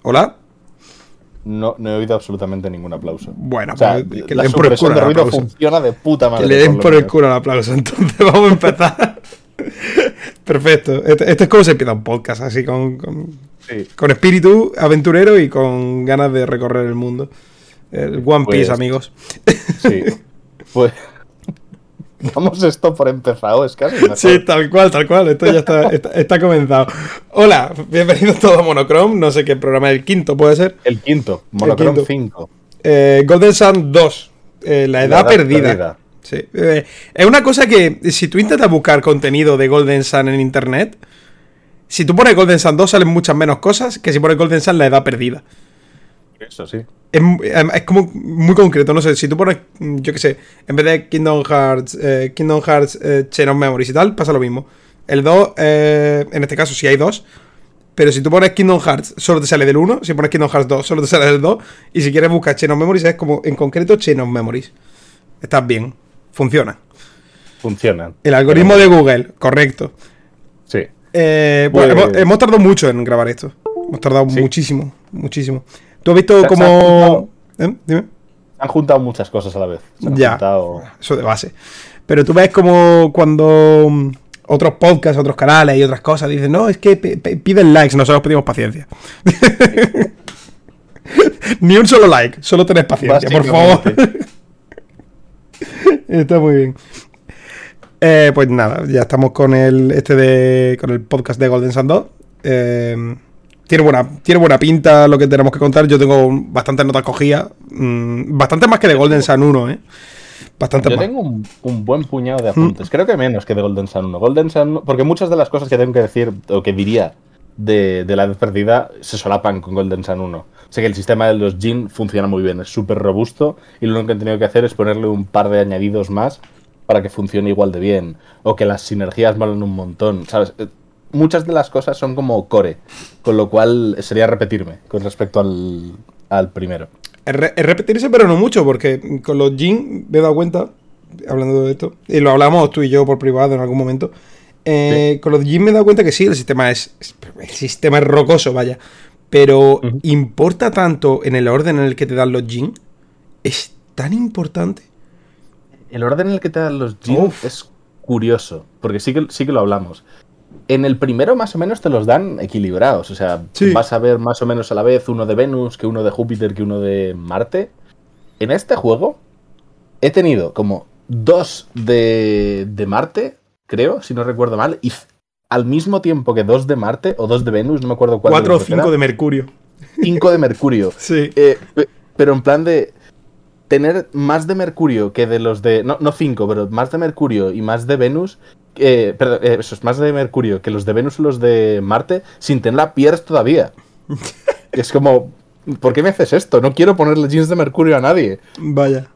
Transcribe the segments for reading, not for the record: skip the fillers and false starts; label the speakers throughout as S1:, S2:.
S1: ¿Hola?
S2: No he oído absolutamente ningún aplauso.
S1: Bueno,
S2: o sea,
S1: pues que
S2: la
S1: le den por el
S2: supresión
S1: culo
S2: de
S1: al
S2: ruido
S1: aplauso.
S2: funciona de puta madre.
S1: Que le den por el culo al aplauso. Entonces vamos a empezar. Perfecto. Este es como se empieza un podcast, así
S2: Sí.
S1: con espíritu aventurero y con ganas de recorrer el mundo. El One Piece, amigos.
S2: Sí. Pues vamos esto por empezado, es casi mejor.
S1: Sí, tal cual. Esto ya está comenzado. Hola, bienvenidos todos a Monochrome. No sé qué programa es el quinto, ¿puede ser?
S2: El quinto, Monochrome 5.
S1: Golden Sun 2. La edad perdida. Sí. Es una cosa que, si tú intentas buscar contenido de Golden Sun en internet, si tú pones Golden Sun 2 salen muchas menos cosas que si pones Golden Sun la edad perdida.
S2: Eso sí.
S1: Es como muy concreto, no sé, si tú pones, yo qué sé, en vez de Kingdom Hearts Chain of Memories y tal, pasa lo mismo. El 2, en este caso sí hay 2, pero si tú pones Kingdom Hearts solo te sale del 1, si pones Kingdom Hearts 2 solo te sale del 2, y si quieres buscar Chain of Memories es como en concreto Chain of Memories. Estás bien, funciona.
S2: Funcionan.
S1: El algoritmo de Google, correcto.
S2: Sí.
S1: Bueno, hemos tardado mucho en grabar esto. Hemos tardado muchísimo. ¿Tú has visto cómo...? Dime.
S2: Se han juntado muchas cosas a la vez.
S1: Eso de base. Pero tú ves como cuando otros podcasts, otros canales y otras cosas dicen, no, es que piden likes, nosotros pedimos paciencia. Ni un solo like, solo tenés paciencia, por favor. Está muy bien. Pues nada, ya estamos con el podcast de Golden Sun 2. Tiene buena pinta lo que tenemos que contar. Yo tengo bastantes notas cogidas. Bastante más que de Golden Sun 1, Bastante
S2: Yo
S1: más.
S2: tengo un buen puñado de apuntes. Creo que menos que de Golden Sun 1. Porque muchas de las cosas que tengo que decir, o que diría de la edad perdida, se solapan con Golden Sun 1. Sé que el sistema de los Jin funciona muy bien, es súper robusto, y lo único que han tenido que hacer es ponerle un par de añadidos más para que funcione igual de bien. O que las sinergias molan un montón, ¿sabes? Muchas de las cosas son como core, con lo cual sería repetirme con respecto al primero.
S1: Es repetirse, pero no mucho, porque con los Jin me he dado cuenta, hablando de esto, y lo hablamos tú y yo por privado en algún momento, sí. Con los Jin me he dado cuenta que sí, el sistema es rocoso, vaya, pero ¿importa tanto en el orden en el que te dan los Jin? ¿Es tan importante?
S2: El orden en el que te dan los Jin es curioso, porque sí que lo hablamos. En el primero más o menos te los dan equilibrados, o sea, vas a ver más o menos a la vez uno de Venus, que uno de Júpiter, que uno de Marte. En este juego he tenido como 2 de Marte, creo, si no recuerdo mal, y al mismo tiempo que 2 de Marte o 2 de Venus, no me acuerdo cuál.
S1: 4 o 5 de Mercurio.
S2: 5 de Mercurio.
S1: Sí.
S2: Pero en plan de tener más de Mercurio que de los de... No 5, pero más de Mercurio y más de Venus... Perdón, eso es más de Mercurio que los de Venus y los de Marte sin tener la Pierce todavía. Es como, ¿por qué me haces esto? No quiero ponerle jeans de Mercurio a nadie.
S1: Vaya.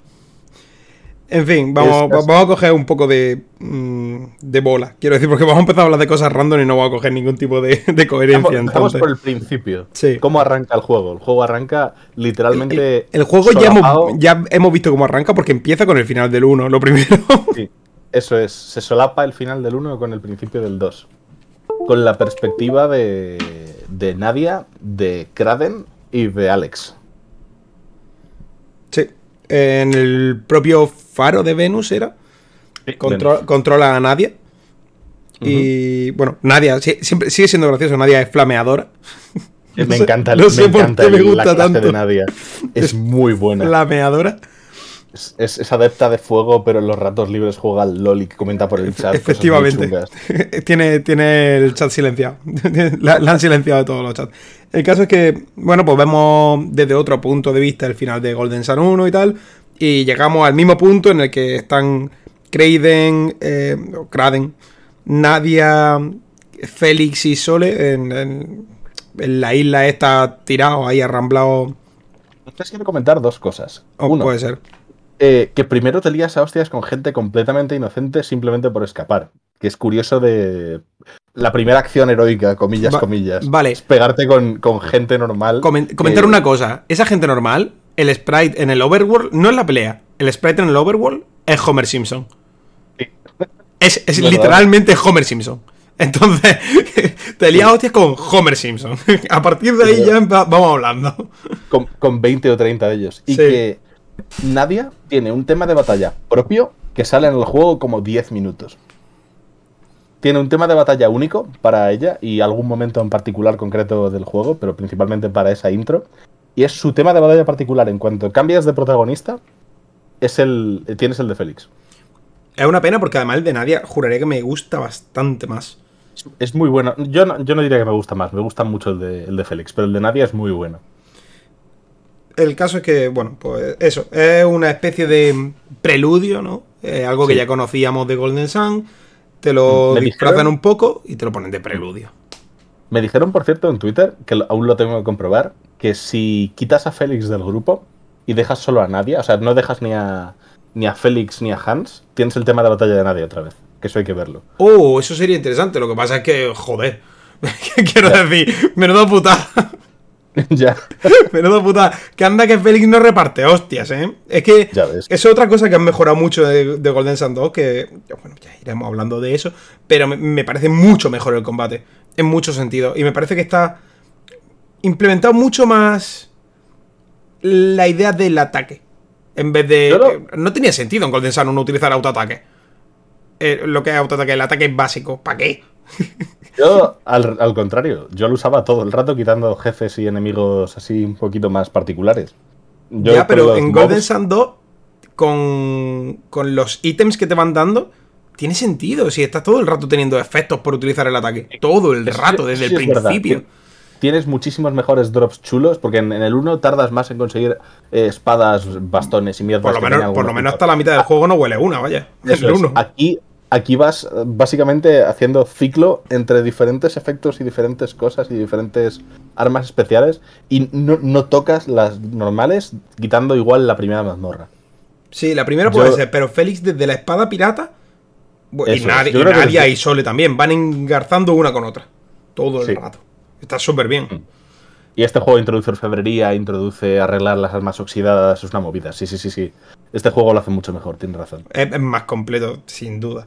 S1: En fin, vamos a coger un poco de bola. Quiero decir, porque vamos a empezar a hablar de cosas random y no vamos a coger ningún tipo de coherencia.
S2: Empezamos por el principio.
S1: Sí.
S2: ¿Cómo arranca el juego? El juego arranca literalmente...
S1: El juego ya hemos visto cómo arranca porque empieza con el final del 1, lo primero.
S2: Sí. Eso es, se solapa el final del 1 con el principio del 2. Con la perspectiva de Nadia, de Kraden y de Alex.
S1: Sí. En el propio faro de Venus era. Sí, controla a Nadia. Y bueno, Nadia siempre sigue siendo gracioso. Nadia es flameadora.
S2: Me encanta
S1: no sé por qué me gusta
S2: la clase
S1: tanto
S2: de Nadia. Es muy buena.
S1: Flameadora.
S2: Es adepta de fuego, pero en los ratos libres juega al LOL y comenta por el chat.
S1: Efectivamente. Tiene el chat silenciado. La han silenciado de todos los chats. El caso es que, bueno, pues vemos desde otro punto de vista el final de Golden Sun 1 y tal. Y llegamos al mismo punto en el que están Kraden, Nadia, Félix y Sole en la isla esta tirados ahí arramblados.
S2: Entonces quiero comentar 2 cosas. Uno,
S1: puede ser.
S2: Que primero te lías a hostias con gente completamente inocente simplemente por escapar. Que es curioso de... La primera acción heroica, comillas.
S1: Vale.
S2: Es pegarte con gente normal.
S1: Comentar una cosa. Esa gente normal, el sprite en el overworld, no es la pelea. El sprite en el overworld es Homer Simpson. Sí. Es literalmente Homer Simpson. Entonces, te lías hostias con Homer Simpson. A partir de ahí ya vamos hablando.
S2: Con 20 o 30 de ellos. Y
S1: Sí.
S2: que Nadia tiene un tema de batalla propio que sale en el juego como 10 minutos. Tiene un tema de batalla único para ella y algún momento en particular concreto del juego, pero principalmente para esa intro. Y es su tema de batalla particular. En cuanto cambias de protagonista, tienes el de Félix.
S1: Es una pena porque además el de Nadia juraría que me gusta bastante más.
S2: Es muy bueno. Yo no diría que me gusta más, me gusta mucho el de Félix, pero el de Nadia es muy bueno.
S1: El caso es que, bueno, pues eso, es una especie de preludio, ¿no? Algo que
S2: Sí.
S1: ya conocíamos de Golden Sun, te lo
S2: Me
S1: disfrazan
S2: dijeron-
S1: un poco y te lo ponen de preludio.
S2: Me dijeron, por cierto, en Twitter, que aún lo tengo que comprobar, que si quitas a Félix del grupo y dejas solo a Nadia, o sea, no dejas ni a Félix ni a Hans, tienes el tema de batalla de Nadia otra vez. Que eso hay que verlo.
S1: Oh, eso sería interesante. Lo que pasa es que, joder, quiero
S2: Ya.
S1: decir, menudo putada.
S2: Ya.
S1: Menudo putada. Que anda que Félix no reparte hostias, ¿eh? Es que
S2: Ya ves.
S1: es otra cosa que han mejorado mucho de Golden Sun 2, que, bueno, ya iremos hablando de eso, pero me parece mucho mejor el combate, en muchos sentidos. Y me parece que está implementado mucho más la idea del ataque. En vez de... No tenía sentido en Golden Sun no utilizar autoataque. Lo que es autoataque, el ataque básico. ¿Para qué?
S2: Yo, al contrario, yo lo usaba todo el rato quitando jefes y enemigos así un poquito más particulares.
S1: Ya, pero en Golden Sun 2, con los ítems que te van dando, tiene sentido. Si estás todo el rato teniendo efectos por utilizar el ataque. Todo el rato, desde el principio.
S2: Tienes muchísimos mejores drops chulos, porque en el 1 tardas más en conseguir espadas, bastones y mierdas.
S1: Por lo menos hasta la mitad del juego no huele una, vaya.
S2: Eso
S1: el
S2: es.
S1: 1.
S2: Aquí vas básicamente haciendo ciclo entre diferentes efectos y diferentes cosas y diferentes armas especiales y no tocas las normales quitando igual la primera mazmorra.
S1: Sí, la primera puede ser, pero Félix desde la espada pirata y Nadia y Sole también van engarzando una con otra todo el rato. Está súper bien.
S2: Y este juego introduce orfebrería, introduce arreglar las armas oxidadas, es una movida. Sí. Este juego lo hace mucho mejor, tienes razón.
S1: Es más completo, sin duda.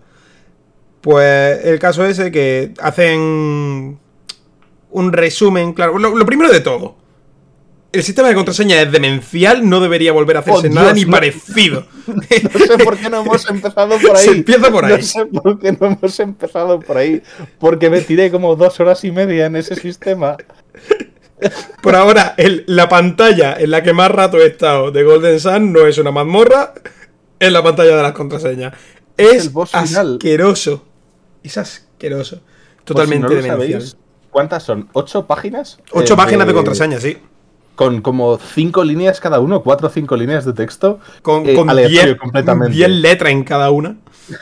S1: Pues el caso es que hacen un resumen, claro. Lo primero de todo, el sistema de contraseña es demencial, no debería volver a hacerse nada ni parecido.
S2: No sé por qué no hemos empezado por ahí.
S1: Se empieza por ahí.
S2: No sé por qué no hemos empezado por ahí. Porque me tiré como 2 horas y media en ese sistema.
S1: Por ahora, la pantalla en la que más rato he estado de Golden Sun no es una mazmorra, es la pantalla de las contraseñas. Es asqueroso. Es asqueroso. Totalmente
S2: pues si no
S1: demencial.
S2: Sabéis, ¿cuántas son? ¿8 páginas?
S1: 8 páginas de contraseña, sí.
S2: Con como 5 líneas cada uno, 4 o 5 líneas de texto.
S1: Con 10 letras en cada una.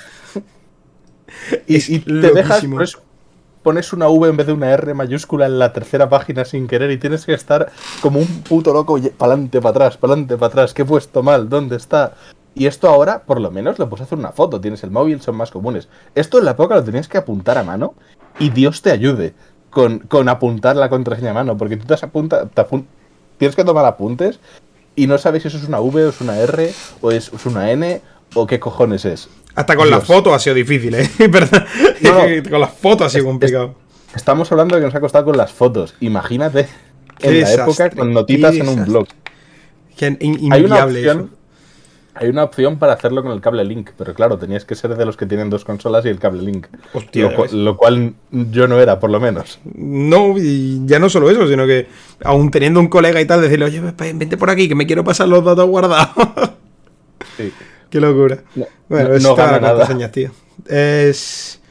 S2: y te dejas, pones una V en vez de una R mayúscula en la tercera página sin querer y tienes que estar como un puto loco pa'lante, para atrás, ¿qué he puesto mal? ¿Dónde está? Y esto ahora, por lo menos, le puedes hacer una foto, tienes el móvil, son más comunes. Esto en la época lo tenías que apuntar a mano y Dios te ayude con apuntar la contraseña a mano, porque tú tienes que tomar apuntes y no sabes si eso es una V o es una R o es una N o qué cojones es.
S1: Hasta con las fotos ha sido difícil, ¿eh? ¿Verdad? No. Con las fotos ha sido complicado.
S2: Estamos hablando de que nos ha costado con las fotos. Imagínate en la época con notitas en un blog. Hay una opción para hacerlo con el cable Link, pero claro, tenías que ser de los que tienen 2 consolas y el cable Link.
S1: Hostia,
S2: lo cual yo no era, por lo menos.
S1: No, y ya no solo eso, sino que aún teniendo un colega y tal, decirle, oye, vente por aquí, que me quiero pasar los datos guardados.
S2: Sí.
S1: Qué locura. Bueno,
S2: no gana nada.
S1: Contraseñas, tío. Es...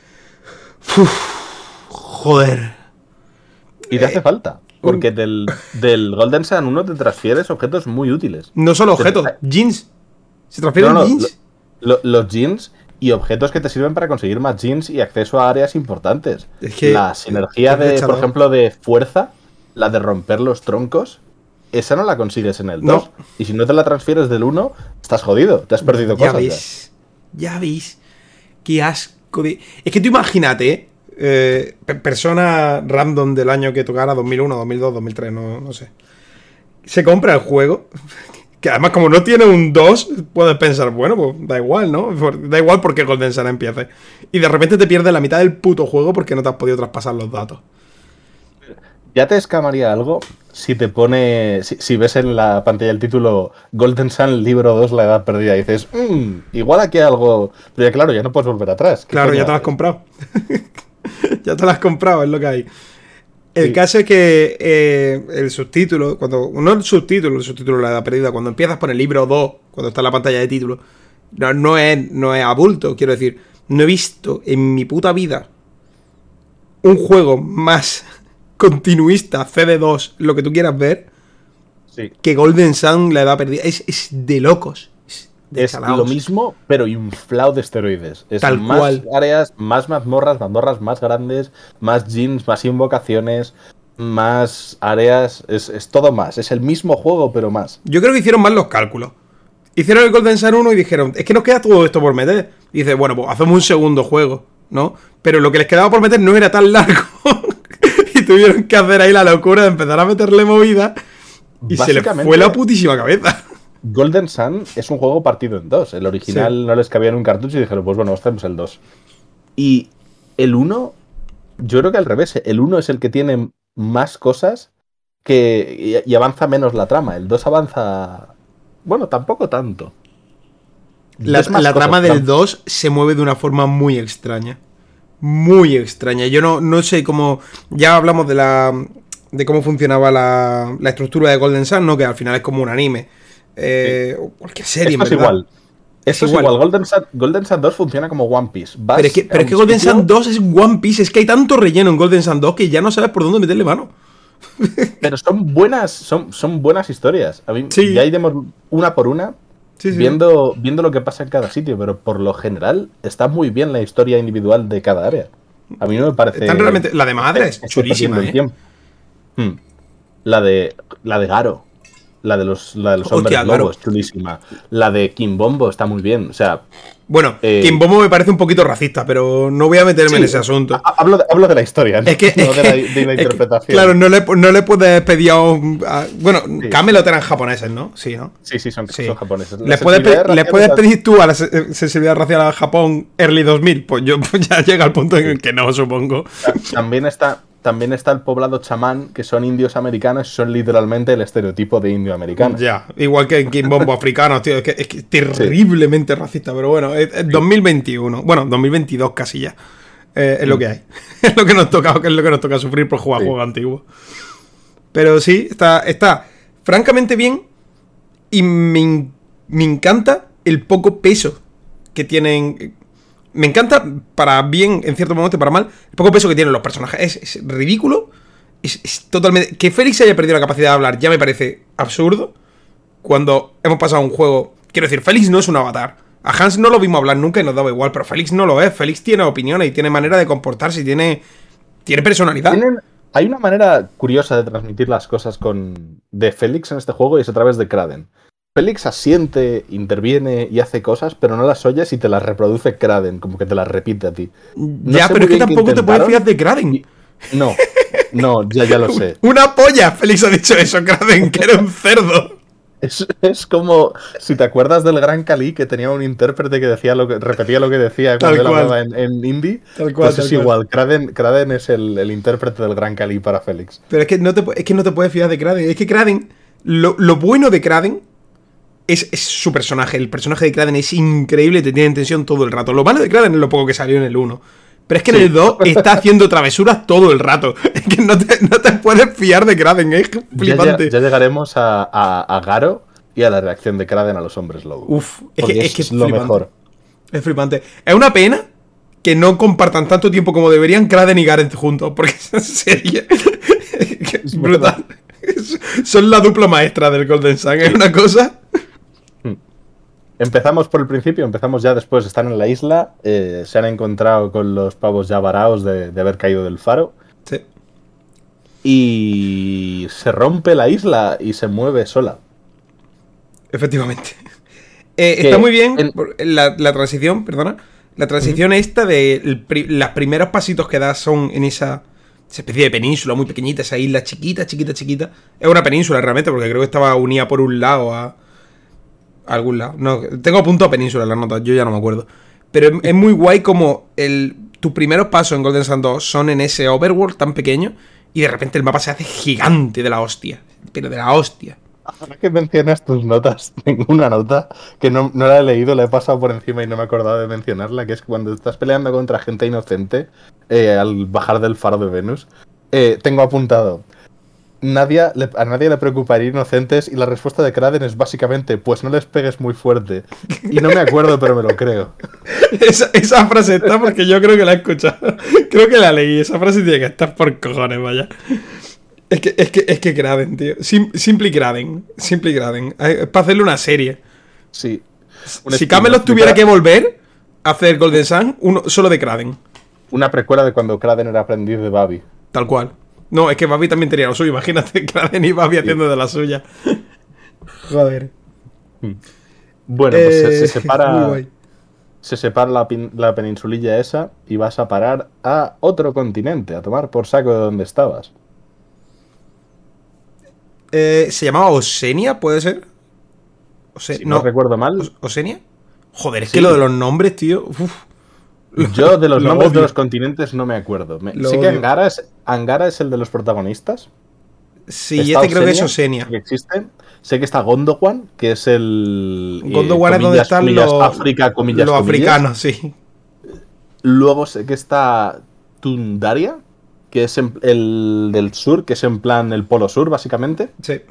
S1: joder.
S2: Y te hace falta. Porque del Golden Sun 1 te transfieres objetos muy útiles.
S1: No solo objetos, jeans. ¿Se transfieren jeans?
S2: Los jeans y objetos que te sirven para conseguir más jeans y acceso a áreas importantes.
S1: Es que
S2: la sinergia por ejemplo, de fuerza, la de romper los troncos, esa no la consigues en el 2. No. Y si no te la transfieres del 1, estás jodido. Te has perdido cosas.
S1: Ya veis. Qué asco de... Es que tú imagínate, persona random del año que tocara, 2001, 2002, 2003, no sé. Se compra el juego Que además, como no tiene un 2, puedes pensar, bueno, pues da igual, ¿no? Da igual porque Golden Sun empiece. Y de repente te pierdes la mitad del puto juego porque no te has podido traspasar los datos.
S2: Ya te escamaría algo si te pone. Si ves en la pantalla del título Golden Sun, libro 2, la edad perdida, y dices, igual aquí hay algo. Pero ya, claro, ya no puedes volver atrás.
S1: Claro, ya te lo has comprado. Ya te lo has comprado, es lo que hay. El caso es que el subtítulo, no el subtítulo de la edad perdida, cuando empiezas por el libro 2, cuando está en la pantalla de título, no es a bulto, quiero decir, no he visto en mi puta vida un juego más continuista, CD2, lo que tú quieras ver,
S2: sí,
S1: que Golden Sun, la edad perdida. Es de locos.
S2: Es lo mismo, pero inflado de esteroides. Es
S1: Tal
S2: más
S1: cual.
S2: áreas, más mazmorras más grandes, más jeans, más invocaciones, más áreas. Es todo más. Es el mismo juego, pero más.
S1: Yo creo que hicieron mal los cálculos. Hicieron el Golden Sun 1 y dijeron, es que nos queda todo esto por meter. Y dice, bueno, pues hacemos un segundo juego, ¿no? Pero lo que les quedaba por meter no era tan largo. Y tuvieron que hacer ahí la locura de empezar a meterle movida. Y se les fue la putísima cabeza.
S2: Golden Sun es un juego partido en dos. El original no les cabía en un cartucho y dijeron, pues bueno, hacemos el 2. Y el 1, yo creo que al revés. El 1 es el que tiene más cosas y avanza menos la trama. El 2 avanza... Bueno, tampoco tanto.
S1: La trama del 2 se mueve de una forma muy extraña. Muy extraña. Yo no sé cómo... Ya hablamos de cómo funcionaba la estructura de Golden Sun, ¿no? Que al final es como un anime. O cualquier serie,
S2: Esto es igual. Esto es igual. Golden Sun 2 funciona como One Piece.
S1: Pero es que Golden Sun 2 es One Piece. Es que hay tanto relleno en Golden Sun 2 que ya no sabes por dónde meterle mano.
S2: Pero son buenas historias. A mí ya iremos una por una viendo lo que pasa en cada sitio. Pero por lo general está muy bien la historia individual de cada área. A mí no me parece...
S1: Realmente, la de Madre es chulísima,
S2: La de Garo. La de los hombres lobos, chulísima. La de Kimbombo está muy bien. O sea.
S1: Bueno, Kimbombo me parece un poquito racista, pero no voy a meterme en ese asunto.
S2: Hablo de la historia, ¿no? De la interpretación.
S1: Claro, no le puedes pedir bueno, Camelot eran japoneses, ¿no? Sí, ¿no?
S2: Sí, son japoneses.
S1: ¿Le puedes pedir tú a la sensibilidad racial a Japón early 2000? Pues ya llega al punto en el que no, supongo.
S2: También está el poblado chamán, que son indios americanos, son literalmente el estereotipo de indio americano.
S1: Ya, igual que en Kimbombo africanos, tío, es que es terriblemente racista, pero bueno, es 2021, bueno, 2022 casi ya. Es lo que hay. Es lo que nos toca sufrir por jugar juegos antiguos. Pero sí, está francamente bien y me encanta el poco peso que tienen. Me encanta, para bien, en cierto momento, para mal, el poco peso que tienen los personajes. Es ridículo. Es totalmente... Que Félix haya perdido la capacidad de hablar ya me parece absurdo. Cuando hemos pasado un juego... Quiero decir, Félix no es un avatar. A Hans no lo vimos hablar nunca y nos daba igual, pero Félix no lo es. Félix tiene opiniones y tiene manera de comportarse y tiene personalidad.
S2: Hay una manera curiosa de transmitir las cosas de Félix en este juego y es a través de Kraden. Félix asiente, interviene y hace cosas, pero no las oyes y te las reproduce Kraden, como que te las repite a ti.
S1: Pero es que tampoco te puedes fiar de Kraden.
S2: No, ya lo sé.
S1: Una polla, Félix ha dicho eso, Kraden, que era un cerdo.
S2: Es como si te acuerdas del Gran Kali, que tenía un intérprete que repetía lo que decía cuando él hablaba en hindi. Pues es igual, Kraden es el intérprete del Gran Kali para Félix.
S1: Pero es que no te puedes fiar de Kraden. Es que Kraden, lo bueno de Kraden es su personaje. El personaje de Kraden es increíble, te tiene en tensión todo el rato. Lo malo de Kraden es lo poco que salió en el 1. Pero es que en el 2 está haciendo travesuras todo el rato. Es que no te puedes fiar de Kraden, es flipante.
S2: Ya llegaremos a Garo y a la reacción de Kraden a los hombres lobo.
S1: Uf, es que
S2: es lo mejor.
S1: Es flipante. Es una pena que no compartan tanto tiempo como deberían Kraden y Gareth juntos, porque esa serie es brutal. Son la dupla maestra del Golden Sun, es una cosa...
S2: Empezamos por el principio, empezamos ya después, están en la isla, se han encontrado con los pavos ya varaos de haber caído del faro.
S1: Sí.
S2: Y se rompe la isla y se mueve sola.
S1: Efectivamente. Está muy bien la transición, perdona. La transición esta de los primeros pasitos que das son en esa especie de península muy pequeñita, esa isla chiquita. Es una península realmente, porque creo que estaba unida por un lado A algún lado. No, tengo apuntado a Península en las notas, yo ya no me acuerdo. Pero es muy guay como tus primeros pasos en Golden Sun 2 son en ese overworld tan pequeño y de repente el mapa se hace gigante de la hostia. Pero de la hostia.
S2: Ahora que mencionas tus notas, tengo una nota que no la he leído, la he pasado por encima y no me he acordado de mencionarla, que es cuando estás peleando contra gente inocente al bajar del faro de Venus. Tengo apuntado... a nadie le preocuparía inocentes y la respuesta de Kraden es básicamente pues no les pegues muy fuerte. Y no me acuerdo, pero me lo creo.
S1: Esa frase está porque yo creo que la he escuchado. Creo que la leí. Esa frase tiene que estar por cojones, vaya. Es que Kraden, tío. Simply Kraden. Simply Kraden. Es para hacerle una serie.
S2: Sí.
S1: Si Camelot tuviera que volver a hacer Golden Sun, uno solo de Kraden.
S2: Una precuela de cuando Kraden era aprendiz de Babi.
S1: Tal cual. No, es que Babi también tenía lo suyo. Imagínate Kraden y Babi haciendo de la suya. Joder.
S2: Bueno, pues se separa. Muy guay. Se separa la peninsulilla esa y vas a parar a otro continente, a tomar por saco de donde estabas.
S1: ¿Se llamaba Osenia, puede ser?
S2: Si no recuerdo mal.
S1: ¿Osenia? Joder, es que lo de los nombres, tío.
S2: Yo de los nombres de los continentes no me acuerdo. Sé que Angara es el de los protagonistas.
S1: Sí, y creo que es Osenia.
S2: Que existe. Sé que está Gondowan, que es el...
S1: Gondowan es donde están los...
S2: África, comillas,
S1: los africanos, sí.
S2: Luego sé que está Tundaria, que es el del sur, que es en plan el polo sur, básicamente.
S1: Sí.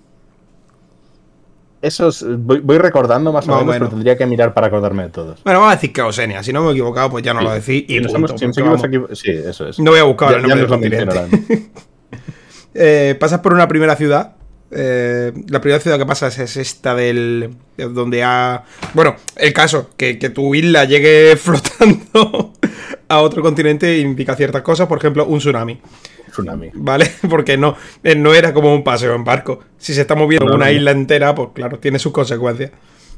S2: Esos voy recordando más o menos, pero tendría que mirar para acordarme de todos.
S1: Bueno, vamos a decir que Osenia. Si no me he equivocado, pues ya no lo decís. Y
S2: sí, eso es.
S1: No voy a buscar el nombre del continente. Pasas por una primera ciudad. La primera ciudad que pasas es esta donde ha... Bueno, el caso, que tu isla llegue flotando a otro continente indica ciertas cosas. Por ejemplo, un tsunami. ¿Vale? Porque no era como un paseo en barco. Si se está moviendo una isla entera, pues claro, tiene sus consecuencias.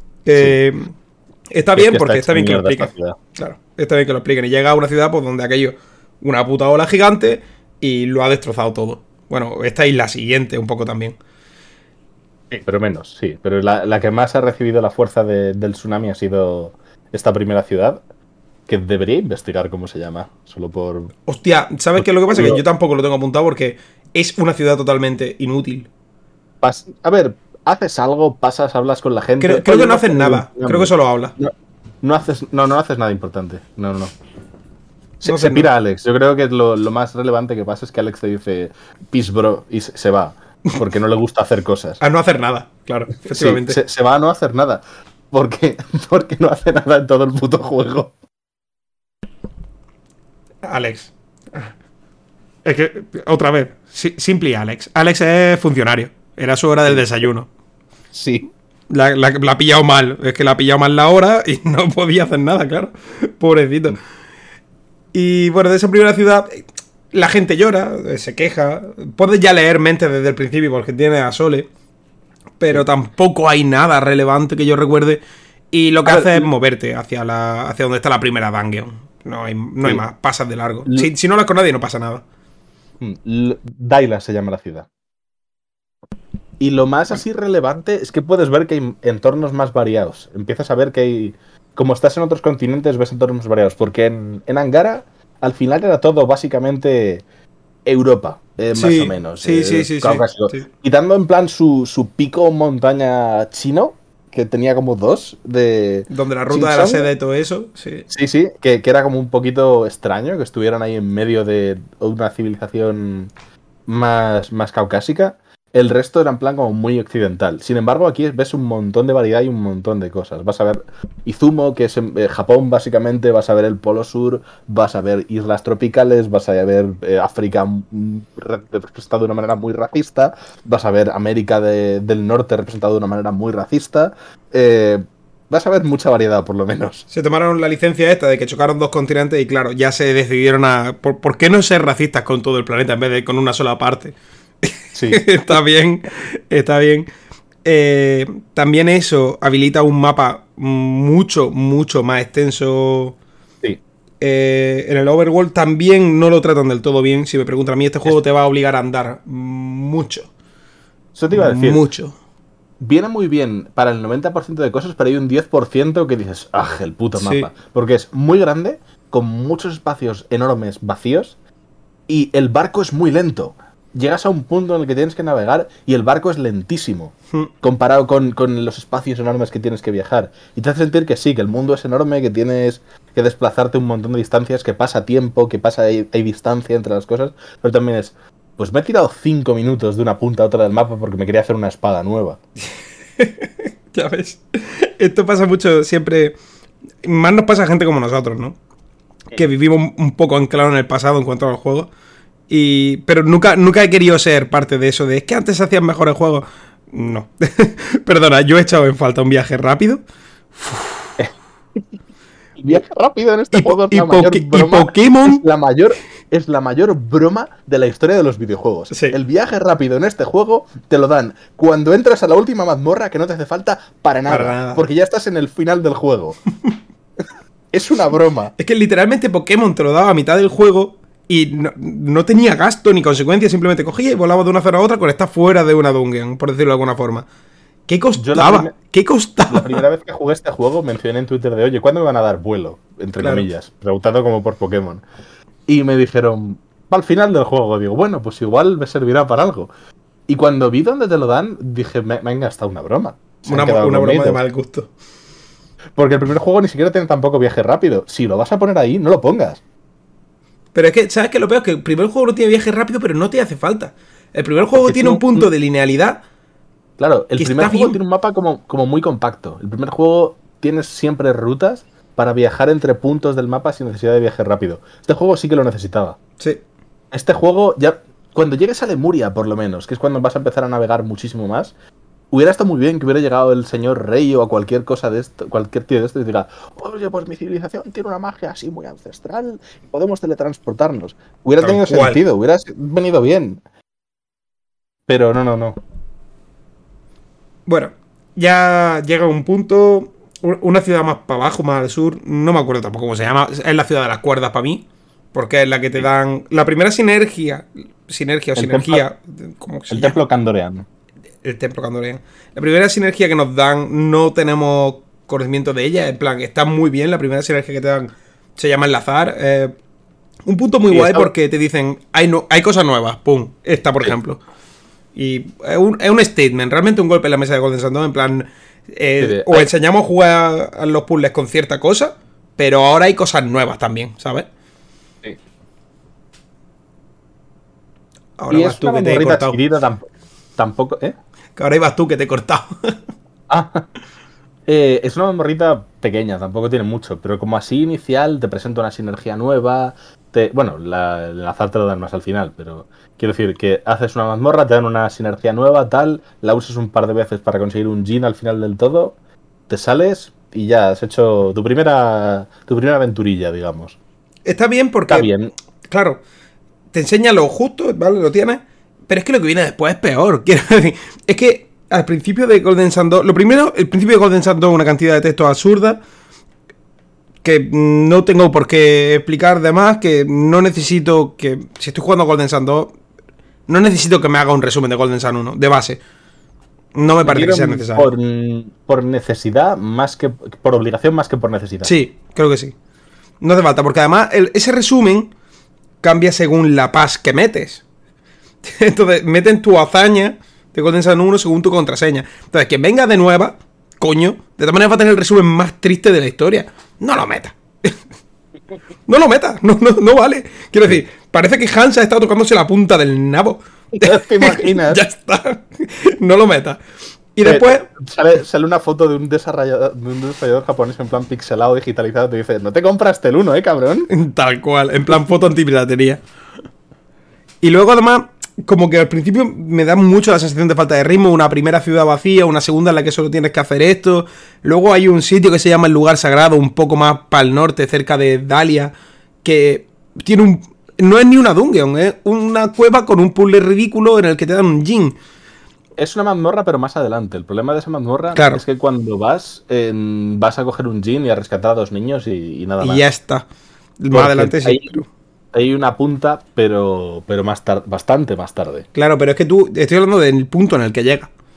S1: Está bien, porque está bien que lo expliquen. Claro, está bien que lo expliquen. Y llega a una ciudad pues donde aquello, una puta ola gigante, y lo ha destrozado todo. Bueno, esta isla siguiente un poco también.
S2: Sí, pero menos, sí. Pero la que más ha recibido la fuerza del tsunami ha sido esta primera ciudad. Que debería investigar cómo se llama, solo por...
S1: Hostia, ¿sabes qué es lo que pasa? Que yo tampoco lo tengo apuntado porque es una ciudad totalmente inútil.
S2: A ver, haces algo, pasas, hablas con la gente...
S1: Creo que no haces nada, creo que solo hablas.
S2: No haces nada importante, no. Se pira Alex, yo creo que lo más relevante que pasa es que Alex te dice peace bro y se va, porque no le gusta hacer cosas.
S1: A no hacer nada, claro, efectivamente.
S2: Sí, se va a no hacer nada, porque no hace nada en todo el puto juego.
S1: Alex. Es que, otra vez, Simply Alex. Alex es funcionario. Era su hora del desayuno.
S2: Sí.
S1: La ha pillado mal. Es que la ha pillado mal la hora y no podía hacer nada, claro. Pobrecito. Y bueno, de esa primera ciudad, la gente llora, se queja. Puedes ya leer mentes desde el principio porque tiene a Sole. Pero tampoco hay nada relevante que yo recuerde. Y lo que hace es moverte hacia donde está la primera dungeon. No hay más, pasas de largo. Si no hablas con nadie, no pasa nada.
S2: Daila se llama la ciudad. Y lo más así relevante es que puedes ver que hay entornos más variados. Empiezas a ver que hay... Como estás en otros continentes, ves entornos más variados. Porque en Angara, al final era todo básicamente Europa, más o menos.
S1: Sí.
S2: Quitando en plan su pico montaña chino, que tenía como dos de...
S1: Donde la ruta de la seda y todo eso, sí.
S2: Sí, que era como un poquito extraño que estuvieran ahí en medio de una civilización más caucásica. El resto era en plan como muy occidental. Sin embargo, aquí ves un montón de variedad y un montón de cosas. Vas a ver Izumo, que es en Japón básicamente, vas a ver el Polo Sur, vas a ver islas tropicales, vas a ver África representada de una manera muy racista, vas a ver América del Norte representada de una manera muy racista. Vas a ver mucha variedad, por lo menos.
S1: Se tomaron la licencia esta de que chocaron dos continentes y claro, ya se decidieron a... ¿Por qué no ser racistas con todo el planeta en vez de con una sola parte?
S2: Sí.
S1: Está bien. También eso habilita un mapa mucho más extenso.
S2: Sí.
S1: En el Overworld también no lo tratan del todo bien. Si me preguntan a mí, este juego te va a obligar a andar mucho.
S2: Eso te iba a decir.
S1: Mucho.
S2: viene muy bien para el 90% de cosas, pero hay un 10% que dices, ¡ah, el puto mapa!
S1: Sí.
S2: Porque es muy grande, con muchos espacios enormes vacíos, y el barco es muy lento. Llegas a un punto en el que tienes que navegar y el barco es lentísimo, comparado con los espacios enormes que tienes que viajar. Y te hace sentir que sí, que el mundo es enorme, que tienes que desplazarte un montón de distancias, que pasa tiempo, que hay distancia entre las cosas, pero también es, pues me he tirado 5 minutos de una punta a otra del mapa porque me quería hacer una espada nueva.
S1: Ya ves. Esto pasa mucho siempre. Más nos pasa a gente como nosotros, ¿no? Que vivimos un poco anclados en el pasado en cuanto a los juegos. Pero nunca he querido ser parte de eso. Es que antes se hacían mejores juegos. No. Perdona, yo he echado en falta un viaje rápido.
S2: El viaje rápido en este juego es la mayor broma.
S1: Y Pokémon.
S2: Es la mayor broma de la historia de los videojuegos.
S1: Sí.
S2: El viaje rápido en este juego te lo dan cuando entras a la última mazmorra, que no te hace falta para nada. Porque ya estás en el final del juego. Es una broma.
S1: Es que literalmente Pokémon te lo daba a mitad del juego y no tenía gasto ni consecuencias. Simplemente cogía y volaba de una zona a otra con estar fuera de una dungeon, por decirlo de alguna forma. ¿Qué costaba? ¿Qué costaba?
S2: La primera vez que jugué este juego mencioné en Twitter de, oye, ¿cuándo me van a dar vuelo? Entre comillas, preguntando como por Pokémon. Y me dijeron, al final del juego, digo, bueno, pues igual me servirá para algo. Y cuando vi dónde te lo dan, dije, me han gastado una broma.
S1: Una broma de mal gusto.
S2: Porque el primer juego ni siquiera tiene tampoco viaje rápido. Si lo vas a poner ahí, no lo pongas.
S1: Pero es que, ¿sabes qué? Lo peor es que el primer juego no tiene viaje rápido, pero no te hace falta. El primer juego tiene un punto de linealidad.
S2: Claro, el primer juego tiene un mapa como muy compacto. El primer juego tienes siempre rutas para viajar entre puntos del mapa sin necesidad de viaje rápido. Este juego sí que lo necesitaba.
S1: Sí.
S2: Este juego, ya cuando llegues a Lemuria, por lo menos, que es cuando vas a empezar a navegar muchísimo más, hubiera estado muy bien que hubiera llegado el señor rey o a cualquier cosa de esto, cualquier tío de esto y diga, oye, pues mi civilización tiene una magia así muy ancestral y podemos teletransportarnos. Hubiera tenido sentido, hubiera venido bien. Pero no.
S1: Bueno, ya llega un punto, una ciudad más para abajo, más al sur, no me acuerdo tampoco cómo se llama, es la ciudad de las cuerdas para mí, porque es la que te dan la primera sinergia, ¿cómo se llama?
S2: Templo Candorean.
S1: El templo Candorean. La primera sinergia que nos dan, no tenemos conocimiento de ella, en plan, está muy bien, la primera sinergia que te dan se llama enlazar, un punto muy guay porque te dicen, hay cosas nuevas, pum, esta por ejemplo. Y es un statement, realmente un golpe en la mesa de Golden Sun 2, en plan, os enseñamos a jugar a los puzzles con cierta cosa, pero ahora hay cosas nuevas también, ¿sabes?
S2: Sí.
S1: Ahora vas tú que te he cortado.
S2: Tampoco, ¿eh?
S1: Que ahora ibas tú que te he cortado.
S2: Es una mazmorrita pequeña, tampoco tiene mucho, pero como así inicial te presenta una sinergia nueva. Bueno, el azar te lo dan más al final, pero quiero decir que haces una mazmorra, te dan una sinergia nueva, tal, la usas un par de veces para conseguir un Djinn al final del todo, te sales y ya has hecho tu primera aventurilla, digamos.
S1: Está bien porque,
S2: está bien.
S1: Claro, te enseña lo justo, ¿vale? Lo tienes, pero es que lo que viene después es peor. Quiero decir, es que al principio de Golden Sun 2, lo primero, el principio de Golden Sun 2 una cantidad de textos absurda que no tengo por qué explicar de más, que no necesito que, si estoy jugando Golden Sun 2, no necesito que me haga un resumen de Golden Sun 1, de base. No me parece que sea necesario.
S2: Por necesidad, más que por obligación, más que por necesidad.
S1: Sí, creo que sí. No hace falta, porque además ese resumen cambia según la paz que metes. Entonces, meten tu hazaña de Golden Sun 1 según tu contraseña. Entonces, quien venga de nueva, coño, de todas maneras va a tener el resumen más triste de la historia. No lo metas. No lo metas. No vale. Quiero decir, parece que Hans ha estado tocándose la punta del nabo.
S2: ¿Te imaginas?
S1: Ya está. No lo metas. Y después
S2: sale una foto de un desarrollador japonés en plan pixelado, digitalizado, te dice, no te compraste el 1, cabrón.
S1: Tal cual, en plan foto antipiratería. Y luego además, como que al principio me da mucho la sensación de falta de ritmo. Una primera ciudad vacía, una segunda en la que solo tienes que hacer esto. Luego hay un sitio que se llama el Lugar Sagrado, un poco más para el norte, cerca de Dahlia, que tiene no es ni una dungeon, es una cueva con un puzzle ridículo en el que te dan un Djinn.
S2: Es una mazmorra, pero más adelante. El problema de esa mazmorra es que cuando vas a coger un Djinn y a rescatar a 2 niños y nada más.
S1: Y ya está. Más adelante sí.
S2: Hay una punta, pero bastante más tarde.
S1: Claro, pero es que estoy hablando del punto en el que llega.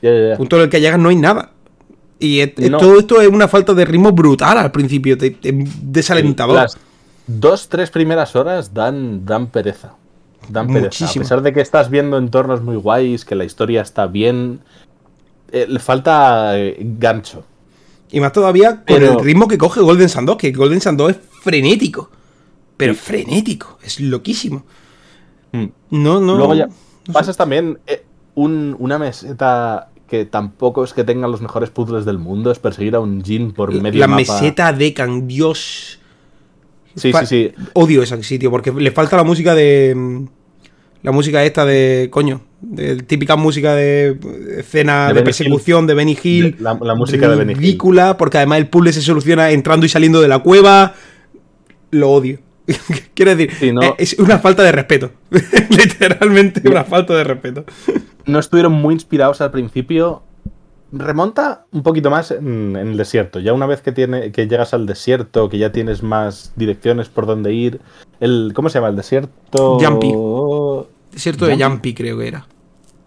S2: Ya.
S1: Punto en el que llegas no hay nada. Y
S2: No.
S1: todo esto es una falta de ritmo brutal al principio, desalentador.
S2: Las 2-3 primeras horas dan pereza. Dan pereza.
S1: Muchísimo.
S2: A pesar de que estás viendo entornos muy guays, que la historia está bien, le falta gancho.
S1: Y más todavía con
S2: Pero-
S1: el ritmo que coge Golden Sun 2, que Golden Sun 2 es frenético. Pero frenético, es loquísimo.
S2: Mm.
S1: No.
S2: Luego ya
S1: no sé.
S2: pasas también una meseta que tampoco es que tenga los mejores puzzles del mundo, es perseguir a un Jin por medio
S1: La
S2: mapa.
S1: meseta de Can, Dios.
S2: Sí.
S1: Odio ese sitio porque le falta la música de. La música esta de. Coño. De típica música de escena
S2: De
S1: de
S2: Benny
S1: persecución de Benny Hill.
S2: La música de Benny Hill.
S1: Ridícula, porque además el puzzle se soluciona entrando y saliendo de la cueva. Lo odio. Quiero decir,
S2: Sí, ¿no?
S1: es una falta de respeto. Literalmente una falta de respeto.
S2: No estuvieron muy inspirados al principio. Remonta un poquito más en el desierto. Ya una vez que llegas al desierto, que ya tienes más direcciones por donde ir. ¿Cómo se llama el desierto?
S1: Jumpy. Desierto de
S2: Jumpy.
S1: Jumpy, creo que era.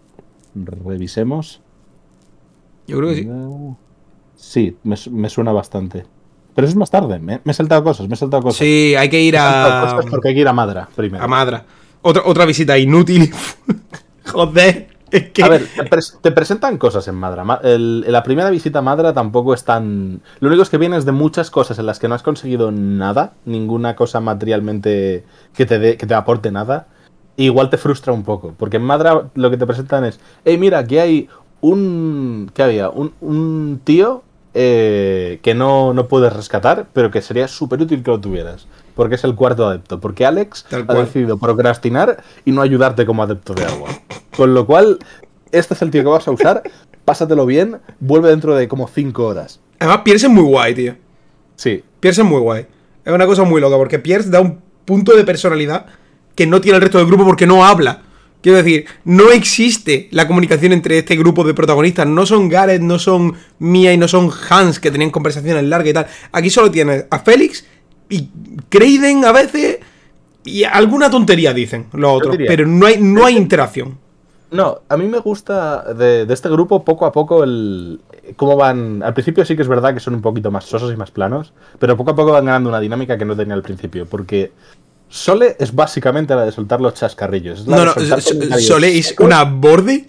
S2: Revisemos.
S1: Yo creo que sí.
S2: Sí, me suena bastante. Pero eso es más tarde. Me he saltado cosas.
S1: Sí, hay que ir
S2: Me he saltado
S1: a.
S2: cosas porque hay que ir a Madra primero.
S1: A Madra. Otra visita inútil. Joder. Es que.
S2: A ver, te presentan cosas en Madra. La primera visita a Madra tampoco es tan... Lo único es que vienes de muchas cosas en las que no has conseguido nada, ninguna cosa materialmente que te aporte nada. E igual te frustra un poco, porque en Madra lo que te presentan es, hey, mira, aquí hay ¿qué había? Un tío que no puedes rescatar, pero que sería súper útil que lo tuvieras. Porque es el cuarto adepto. Porque Alex
S1: Tal
S2: ha
S1: cual.
S2: decidido procrastinar y no ayudarte como adepto de agua. Con lo cual, este es el tío que vas a usar, pásatelo bien, vuelve dentro de como 5 horas.
S1: Además, Pierce es muy guay, tío.
S2: Sí,
S1: Pierce es muy guay. Es una cosa muy loca, porque Pierce da un punto de personalidad que no tiene el resto del grupo porque no habla. Quiero decir, no existe la comunicación entre este grupo de protagonistas. No son Gareth, no son Mia y no son Hans, que tenían conversaciones largas y tal. Aquí solo tienes a Félix y Kraden a veces y alguna tontería dicen los otros,
S2: diría-
S1: pero no hay interacción.
S2: No, a mí me gusta de este grupo poco a poco cómo van... Al principio sí que es verdad que son un poquito más sosos y más planos, pero poco a poco van ganando una dinámica que no tenía al principio, porque Sole es básicamente la de soltar los chascarrillos. Es la de soltar comentarios
S1: Sole es
S2: secos.
S1: una borde.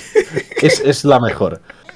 S2: Es la mejor.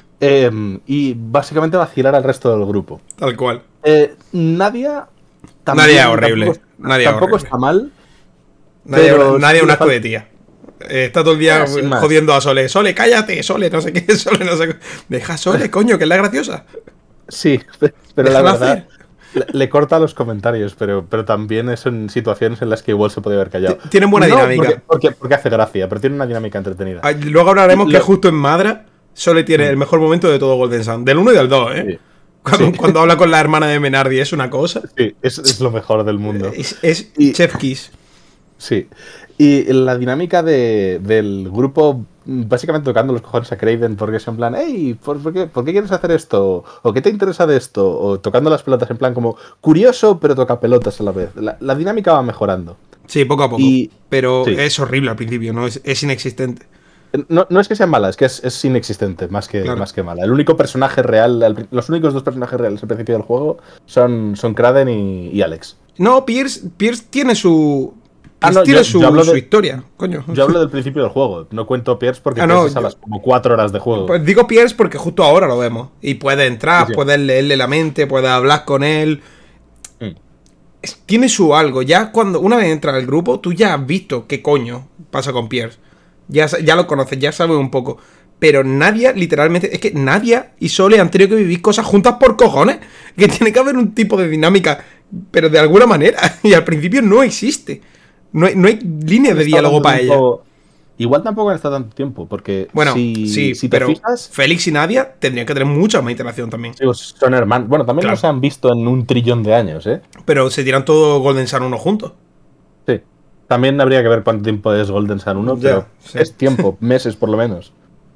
S2: Y básicamente vacilar al resto del grupo.
S1: Tal cual.
S2: Nadia...
S1: Nadia es horrible. Nadia es
S2: Tampoco
S1: horrible.
S2: está mal.
S1: Nadie
S2: Pero
S1: es
S2: sí
S1: un
S2: le
S1: asco
S2: falta-
S1: de tía. Está todo el día
S2: Sin más.
S1: jodiendo a Sole. Sole, cállate, Sole, no sé qué, Sole, no sé qué. Deja a Sole, coño, que es la graciosa.
S2: Sí, pero la
S1: Déjala
S2: verdad...
S1: hacer.
S2: Le corta los comentarios, pero también es en situaciones en las que igual se podría haber callado.
S1: Tienen buena
S2: No,
S1: dinámica.
S2: Porque hace gracia, pero tiene una dinámica entretenida.
S1: Ah, luego hablaremos que
S2: Lo-
S1: justo en Madra Sole tiene el mejor momento de todo Golden Sun. Del 1 y del 2, ¿eh?
S2: Sí.
S1: Cuando habla con la hermana de Menardi es una cosa.
S2: Sí, es lo mejor del mundo.
S1: Es
S2: Y-
S1: Chef Kiss.
S2: Sí. Y la dinámica del grupo, básicamente tocando los cojones a Kraven, porque es en plan, hey, ¿por qué quieres hacer esto? ¿O qué te interesa de esto? O tocando las pelotas en plan como curioso, pero toca pelotas a la vez. La dinámica va mejorando.
S1: Sí, poco a poco.
S2: Y-
S1: pero
S2: sí.
S1: es horrible al principio, ¿no? Es inexistente.
S2: No es que sea mala, es que es inexistente, más que mala. El único personaje real, los únicos dos personajes reales al principio del juego son Kraden y Alex.
S1: No, Pierce tiene su.
S2: Ah, no,
S1: tiene
S2: yo hablo
S1: su
S2: de-
S1: historia, coño.
S2: Yo hablo del principio del juego, no cuento Pierce porque
S1: Ah,
S2: Pierce
S1: no,
S2: es a las como 4 horas de juego.
S1: Pues digo Pierce porque justo ahora lo vemos. Y puedes entrar,
S2: Sí, sí.
S1: puedes leerle la mente, puedes hablar con él.
S2: Mm.
S1: Tiene su algo. Ya una vez entras al grupo, tú ya has visto qué coño pasa con Pierce. Ya lo conoces, ya sabes un poco. Pero Nadia, literalmente, es que Nadia y Sole han tenido que vivir cosas juntas por cojones. Que tiene que haber un tipo de dinámica, pero de alguna manera. Y al principio no existe. No hay líneas de
S2: Está
S1: diálogo
S2: tanto
S1: para ella.
S2: tiempo- Igual tampoco han estado tanto tiempo, porque
S1: Bueno,
S2: si te
S1: pero
S2: fijas,
S1: Félix y Nadia tendrían que tener mucha más interacción también.
S2: sí, son hermanos. Bueno, también
S1: Claro.
S2: no se han visto en un trillón de años, ¿eh?
S1: Pero se tiran todo Golden Sun 1 juntos.
S2: Sí. También habría que ver cuánto tiempo es Golden Sun 1,
S1: Ya,
S2: pero
S1: sí.
S2: es tiempo, meses por lo menos.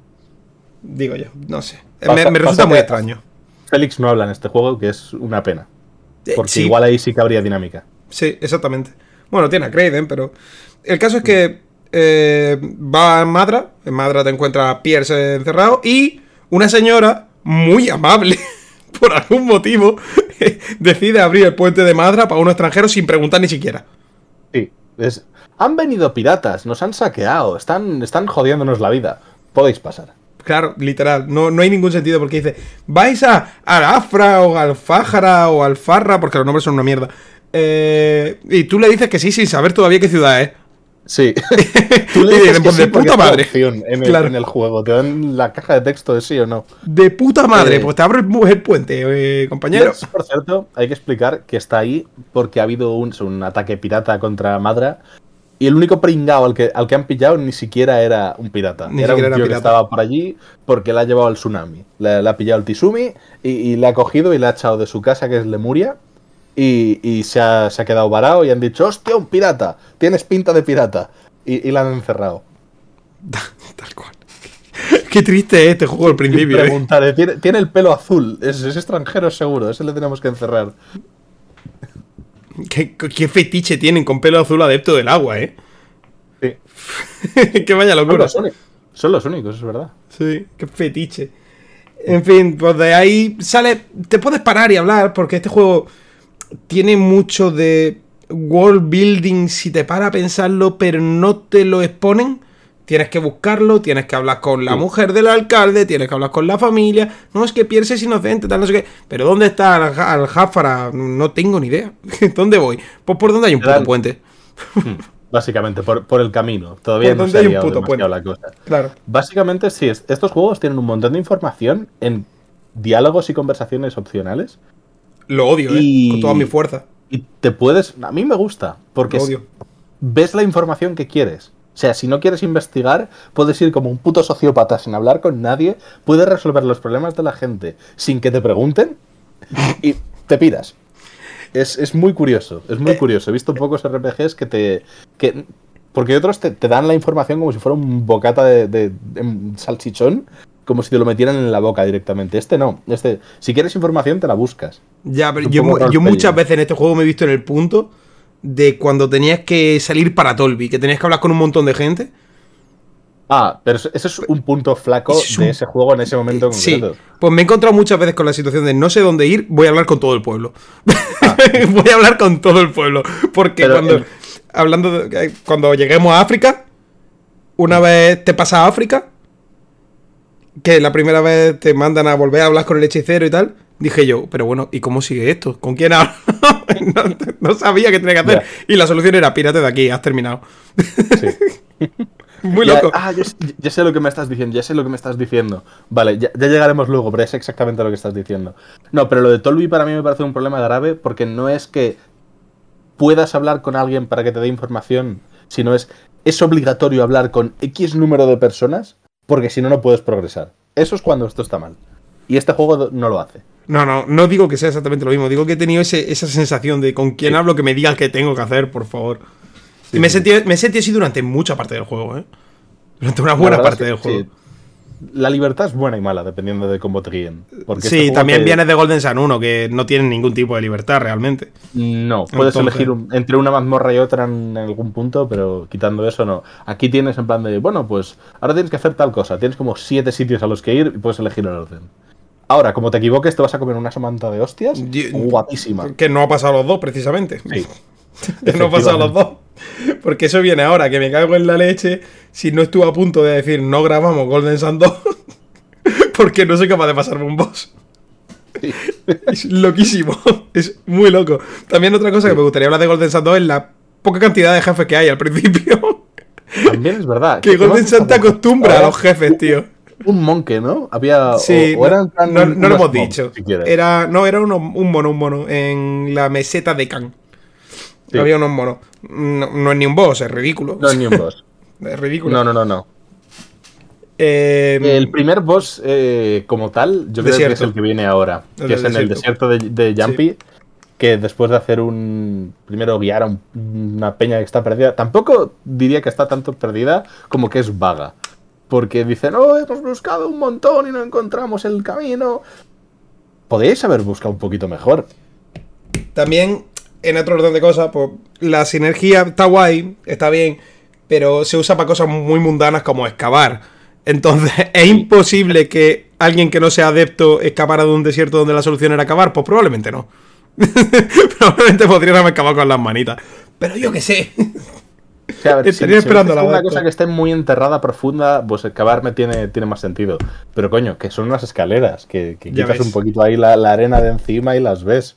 S1: Digo yo, no sé.
S2: Pasa-
S1: Me resulta
S2: pasa
S1: muy
S2: que-
S1: extraño.
S2: Félix no habla en este juego, que es una pena. Porque
S1: Sí,
S2: igual ahí sí que habría dinámica.
S1: sí, exactamente. Bueno, tiene a Kraden, pero. El caso es que va a Madra. En Madra te encuentras a Pierce encerrado. Y una señora muy amable, por algún motivo, decide abrir el puente de Madra para unos extranjeros sin preguntar ni siquiera.
S2: Sí, han venido piratas, nos han saqueado, están jodiéndonos la vida. Podéis pasar.
S1: Claro, literal, no hay ningún sentido porque dice, vais a Al-Afra o Al-Fajara o Al-Farra, porque los nombres son una mierda. Y tú le dices que sí sin saber todavía qué ciudad es.
S2: Sí. Tú le dices
S1: pues de puta madre.
S2: En el juego, te dan la caja de texto de sí o no.
S1: De puta madre, pues te abre el puente, compañero.
S2: Por cierto, hay que explicar que está ahí porque ha habido un ataque pirata contra Madra. Y el único pringao al que han pillado ni siquiera era un pirata. Era un tío que estaba por allí porque le ha llevado el tsunami. Le ha pillado el Tizumi y le ha cogido y le ha echado de su casa, que es Lemuria. Y se ha quedado varado y han dicho, hostia, un pirata, tienes pinta de pirata. Y la han encerrado.
S1: Tal cual. Qué triste es este juego al principio.
S2: Preguntaré, tiene el pelo azul, es extranjero seguro, ese le tenemos que encerrar.
S1: ¿Qué fetiche tienen con pelo azul adepto del agua,
S2: Sí.
S1: Que vaya locura.
S2: Son los únicos, es verdad.
S1: Sí, qué fetiche. En fin, pues de ahí sale. Te puedes parar y hablar, porque este juego tiene mucho de world building si te paras a pensarlo, pero no te lo exponen. Tienes que buscarlo, tienes que hablar con la mujer del alcalde, tienes que hablar con la familia. No, es que Pierce es inocente, tal, no sé qué. Pero ¿dónde está Al-Jafara? No tengo ni idea. ¿Dónde voy? Pues por dónde hay un puto puente.
S2: Básicamente, por el camino. Todavía no se ha liado demasiado la cosa.
S1: Claro.
S2: Básicamente, sí, estos juegos tienen un montón de información en diálogos y conversaciones opcionales.
S1: Lo odio, con toda mi fuerza.
S2: Y te puedes... A mí me gusta, porque ves la información que quieres. O sea, si no quieres investigar, puedes ir como un puto sociópata sin hablar con nadie, puedes resolver los problemas de la gente sin que te pregunten y te piras. Es muy curioso, es muy curioso. He visto pocos RPGs porque otros te dan la información como si fuera un bocata de salchichón, como si te lo metieran en la boca directamente. Este no, si quieres información te la buscas.
S1: Ya, pero yo muchas veces en este juego me he visto en el punto de cuando tenías que salir para Tolby, que tenías que hablar con un montón de gente.
S2: Pero ese es un punto flaco de ese juego en ese momento concreto.
S1: Sí, pues me he encontrado muchas veces con la situación de no sé dónde ir, voy a hablar con todo el pueblo. Voy a hablar con todo el pueblo. Porque cuando lleguemos a África, una vez te pasa a África, que la primera vez te mandan a volver a hablar con el hechicero y tal, dije yo, pero bueno, ¿y cómo sigue esto? ¿Con quién hablo? no sabía qué tenía que hacer. Y la solución era, pírate de aquí, has terminado.
S2: Sí.
S1: Muy loco.
S2: Ya sé lo que me estás diciendo, Vale, ya llegaremos luego, pero es exactamente lo que estás diciendo. No, pero lo de Tolby para mí me parece un problema grave, porque no es que puedas hablar con alguien para que te dé información, sino es obligatorio hablar con X número de personas, porque si no, no puedes progresar. Eso es cuando esto está mal. Y este juego no lo hace.
S1: No digo que sea exactamente lo mismo. Digo que he tenido esa sensación de con quién hablo, que me digas qué tengo que hacer, por favor. Sí, y me he sentido así durante mucha parte del juego, Durante una buena parte del juego.
S2: Sí. La libertad es buena y mala, dependiendo de cómo te guíen. Porque
S1: sí, también vienes de Golden Sun 1, que no tienen ningún tipo de libertad realmente.
S2: No, puedes elegir entre una mazmorra y otra en algún punto, pero quitando eso, no. Aquí tienes en plan de, bueno, pues ahora tienes que hacer tal cosa. Tienes como 7 sitios a los que ir y puedes elegir el orden. Ahora, como te equivoques, te vas a comer una samanta de hostias guapísima.
S1: Que no ha pasado a los dos, precisamente.
S2: Sí.
S1: Que no ha pasado a los dos. Porque eso viene ahora, que me cago en la leche si no estuve a punto de decir no grabamos Golden Sun 2 porque no soy capaz de pasarme un boss. Sí. Es loquísimo. Es muy loco. También otra cosa que me gustaría hablar de Golden Sun 2 es la poca cantidad de jefes que hay al principio.
S2: También es verdad.
S1: Que Golden Sun te acostumbra a los jefes, tío.
S2: Un monje, ¿no? Había.
S1: Sí, no lo hemos dicho. Si era un mono en la meseta de Khan. Sí. Había unos monos. No es ni un boss, es ridículo.
S2: No es ni un boss.
S1: Es ridículo.
S2: No. El primer boss como tal, yo creo que es el que viene ahora. Que es en el desierto de Jumpy. Sí. Que después de hacer primero guiar a una peña que está perdida. Tampoco diría que está tanto perdida como que es vaga. Porque dicen, hemos buscado un montón y no encontramos el camino. Podríais haber buscado un poquito mejor.
S1: También, en otro orden de cosas, pues la sinergia está guay, está bien, pero se usa para cosas muy mundanas como excavar. Entonces, ¿es imposible que alguien que no sea adepto escapara de un desierto donde la solución era cavar? Pues probablemente no. Probablemente podrían haber acabado con las manitas. Pero yo qué sé.
S2: Sí, a ver,
S1: Estaría esperando la
S2: una cosa que esté muy enterrada, profunda, pues excavarme tiene más sentido. Pero coño, que son unas escaleras, que quitas un poquito ahí la arena de encima y las ves.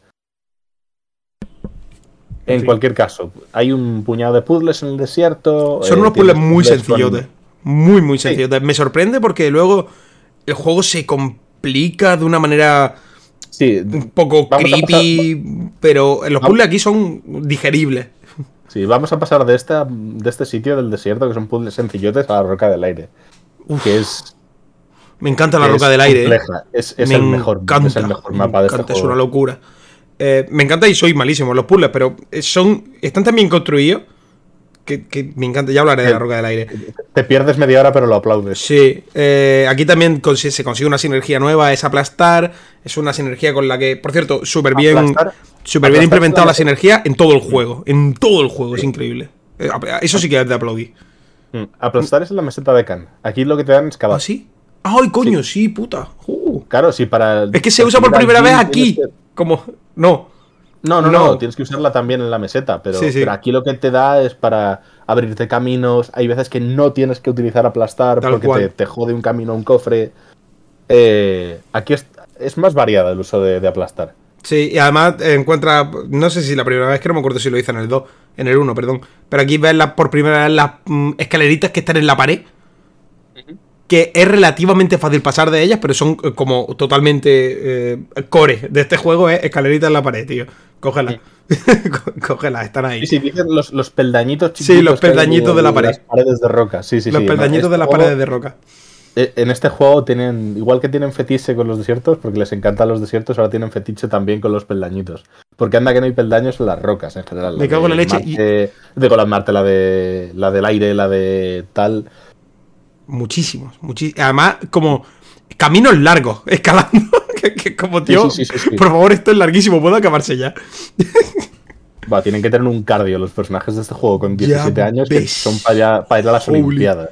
S2: En cualquier caso, hay un puñado de puzzles en el desierto.
S1: Son unos puzzles muy sencillotes. Muy sencillotes. Me sorprende porque luego el juego se complica de una manera un poco creepy, pero los puzzles aquí son digeribles.
S2: Sí, vamos a pasar de este sitio del desierto, que son puzzles sencillotes, a la Roca del Aire. Que es...
S1: Me encanta la Roca del Aire.
S2: Es el mejor mapa de este juego.
S1: Es una locura. Me encanta y soy malísimo en los puzzles, pero están tan bien construidos que me encanta. Ya hablaré de la Roca del Aire.
S2: Te pierdes media hora, pero lo aplaudes.
S1: Sí. Aquí también se consigue una sinergia nueva, es aplastar. Es una sinergia con la que, por cierto, súper bien implementada la sinergia en todo el juego. En todo el juego, sí. Es increíble. Eso sí que es de aplaudir.
S2: Aplastar es en la meseta de Khan. Aquí lo que te dan es cavar.
S1: ¿Ah, sí? ¡Ay, coño! Sí, puta.
S2: Claro, sí, para...
S1: Es que se usa por primera vez aquí. Como... No,
S2: tienes que usarla también en la meseta, pero aquí lo que te da es para abrirte caminos. Hay veces que no tienes que utilizar aplastar porque te jode un camino a un cofre. Aquí es más variada el uso de aplastar.
S1: Sí, y además encuentra, no sé si la primera vez, que no me acuerdo si lo hice en el 2, en el 1, perdón, pero aquí ves por primera vez las escaleritas que están en la pared, que es relativamente fácil pasar de ellas, pero son como totalmente core de este juego, es escaleritas en la pared, tío. Cógelas. Cógelas, están ahí.
S2: Sí, dicen los peldañitos chiquitos.
S1: Sí, los peldañitos de la pared.
S2: Las paredes de roca. Sí,
S1: los peldañitos de las paredes de roca.
S2: En este juego tienen, igual que tienen fetiche con los desiertos, porque les encantan los desiertos, ahora tienen fetiche también con los peldañitos. Porque anda que no hay peldaños en las rocas en general.
S1: Me cago en la leche.
S2: Con Marte, la del aire, la de tal.
S1: Muchísimos. Además, como caminos largos, escalando. que como, tío, sí. Por favor, esto es larguísimo, puedo acabarse ya.
S2: Tienen que tener un cardio los personajes de este juego con 17 años, que son para ir a las Olimpiadas.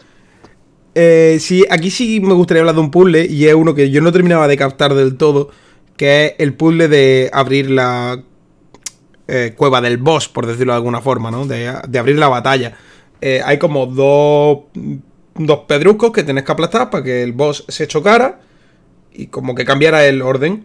S1: Sí, aquí sí me gustaría hablar de un puzzle, y es uno que yo no terminaba de captar del todo, que es el puzzle de abrir la cueva del boss, por decirlo de alguna forma, ¿no? De abrir la batalla. Hay como dos pedruscos que tenés que aplastar para que el boss se chocara y como que cambiara el orden.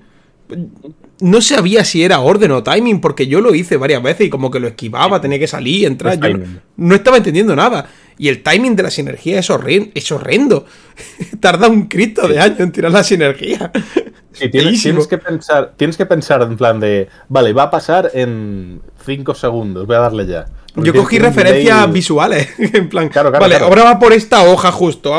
S1: No sabía si era orden o timing, porque yo lo hice varias veces y como que lo esquivaba, tenía que salir, entrar. Yo no estaba entendiendo nada. Y el timing de la sinergia es horrendo. Tarda un Cristo de años en tirar la sinergia.
S2: Sí, tienes que pensar en plan de... Vale, va a pasar en 5 segundos, voy a darle ya.
S1: Yo cogí referencias visuales. En plan, vale, ahora va por esta hoja justo.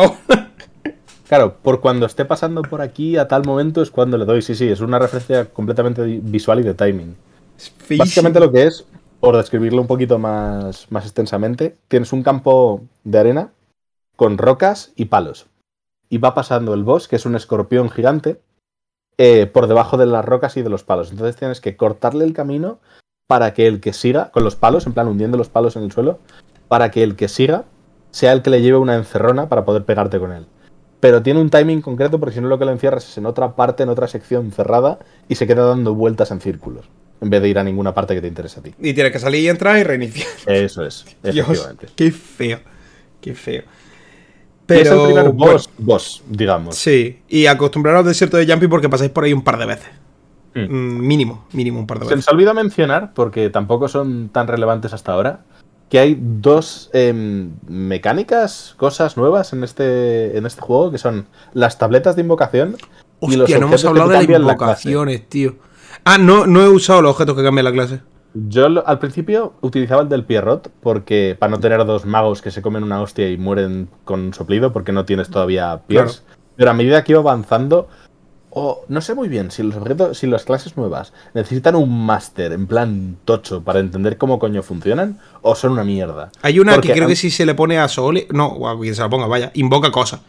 S2: Claro, por cuando esté pasando por aquí a tal momento es cuando le doy. Sí, es una referencia completamente visual y de timing. Básicamente lo que es, por describirlo un poquito más extensamente, tienes un campo de arena con rocas y palos. Y va pasando el boss, que es un escorpión gigante, por debajo de las rocas y de los palos. Entonces tienes que cortarle el camino para que el que siga, con los palos, en plan hundiendo los palos en el suelo, para que el que siga sea el que le lleve una encerrona para poder pegarte con él. Pero tiene un timing concreto, porque si no lo que lo encierras es en otra parte, en otra sección cerrada, y se queda dando vueltas en círculos, en vez de ir a ninguna parte que te interese a ti.
S1: Y tienes que salir y entrar y reiniciar.
S2: Eso es, efectivamente.
S1: Dios, qué feo. Qué feo.
S2: Pero es el primer boss, digamos.
S1: Sí, y acostumbraros al desierto de Jumpy porque pasáis por ahí un par de veces. Mínimo un par de veces.
S2: Se nos olvida mencionar, porque tampoco son tan relevantes hasta ahora, que hay dos mecánicas, cosas nuevas en este juego, que son las tabletas de invocación.
S1: Hostia, y los no hemos hablado de las invocaciones, tío. No he usado los objetos que cambian la clase.
S2: Yo al principio utilizaba el del Pierrot, porque para no tener dos magos que se comen una hostia y mueren con un soplido, porque no tienes todavía Pierce. Claro. Pero a medida que iba avanzando, no sé muy bien si las clases nuevas necesitan un máster en plan tocho para entender cómo coño funcionan, o son una mierda.
S1: Hay una porque que creo que si se le pone a Sole... No, a quien se la ponga, vaya. Invoca cosas.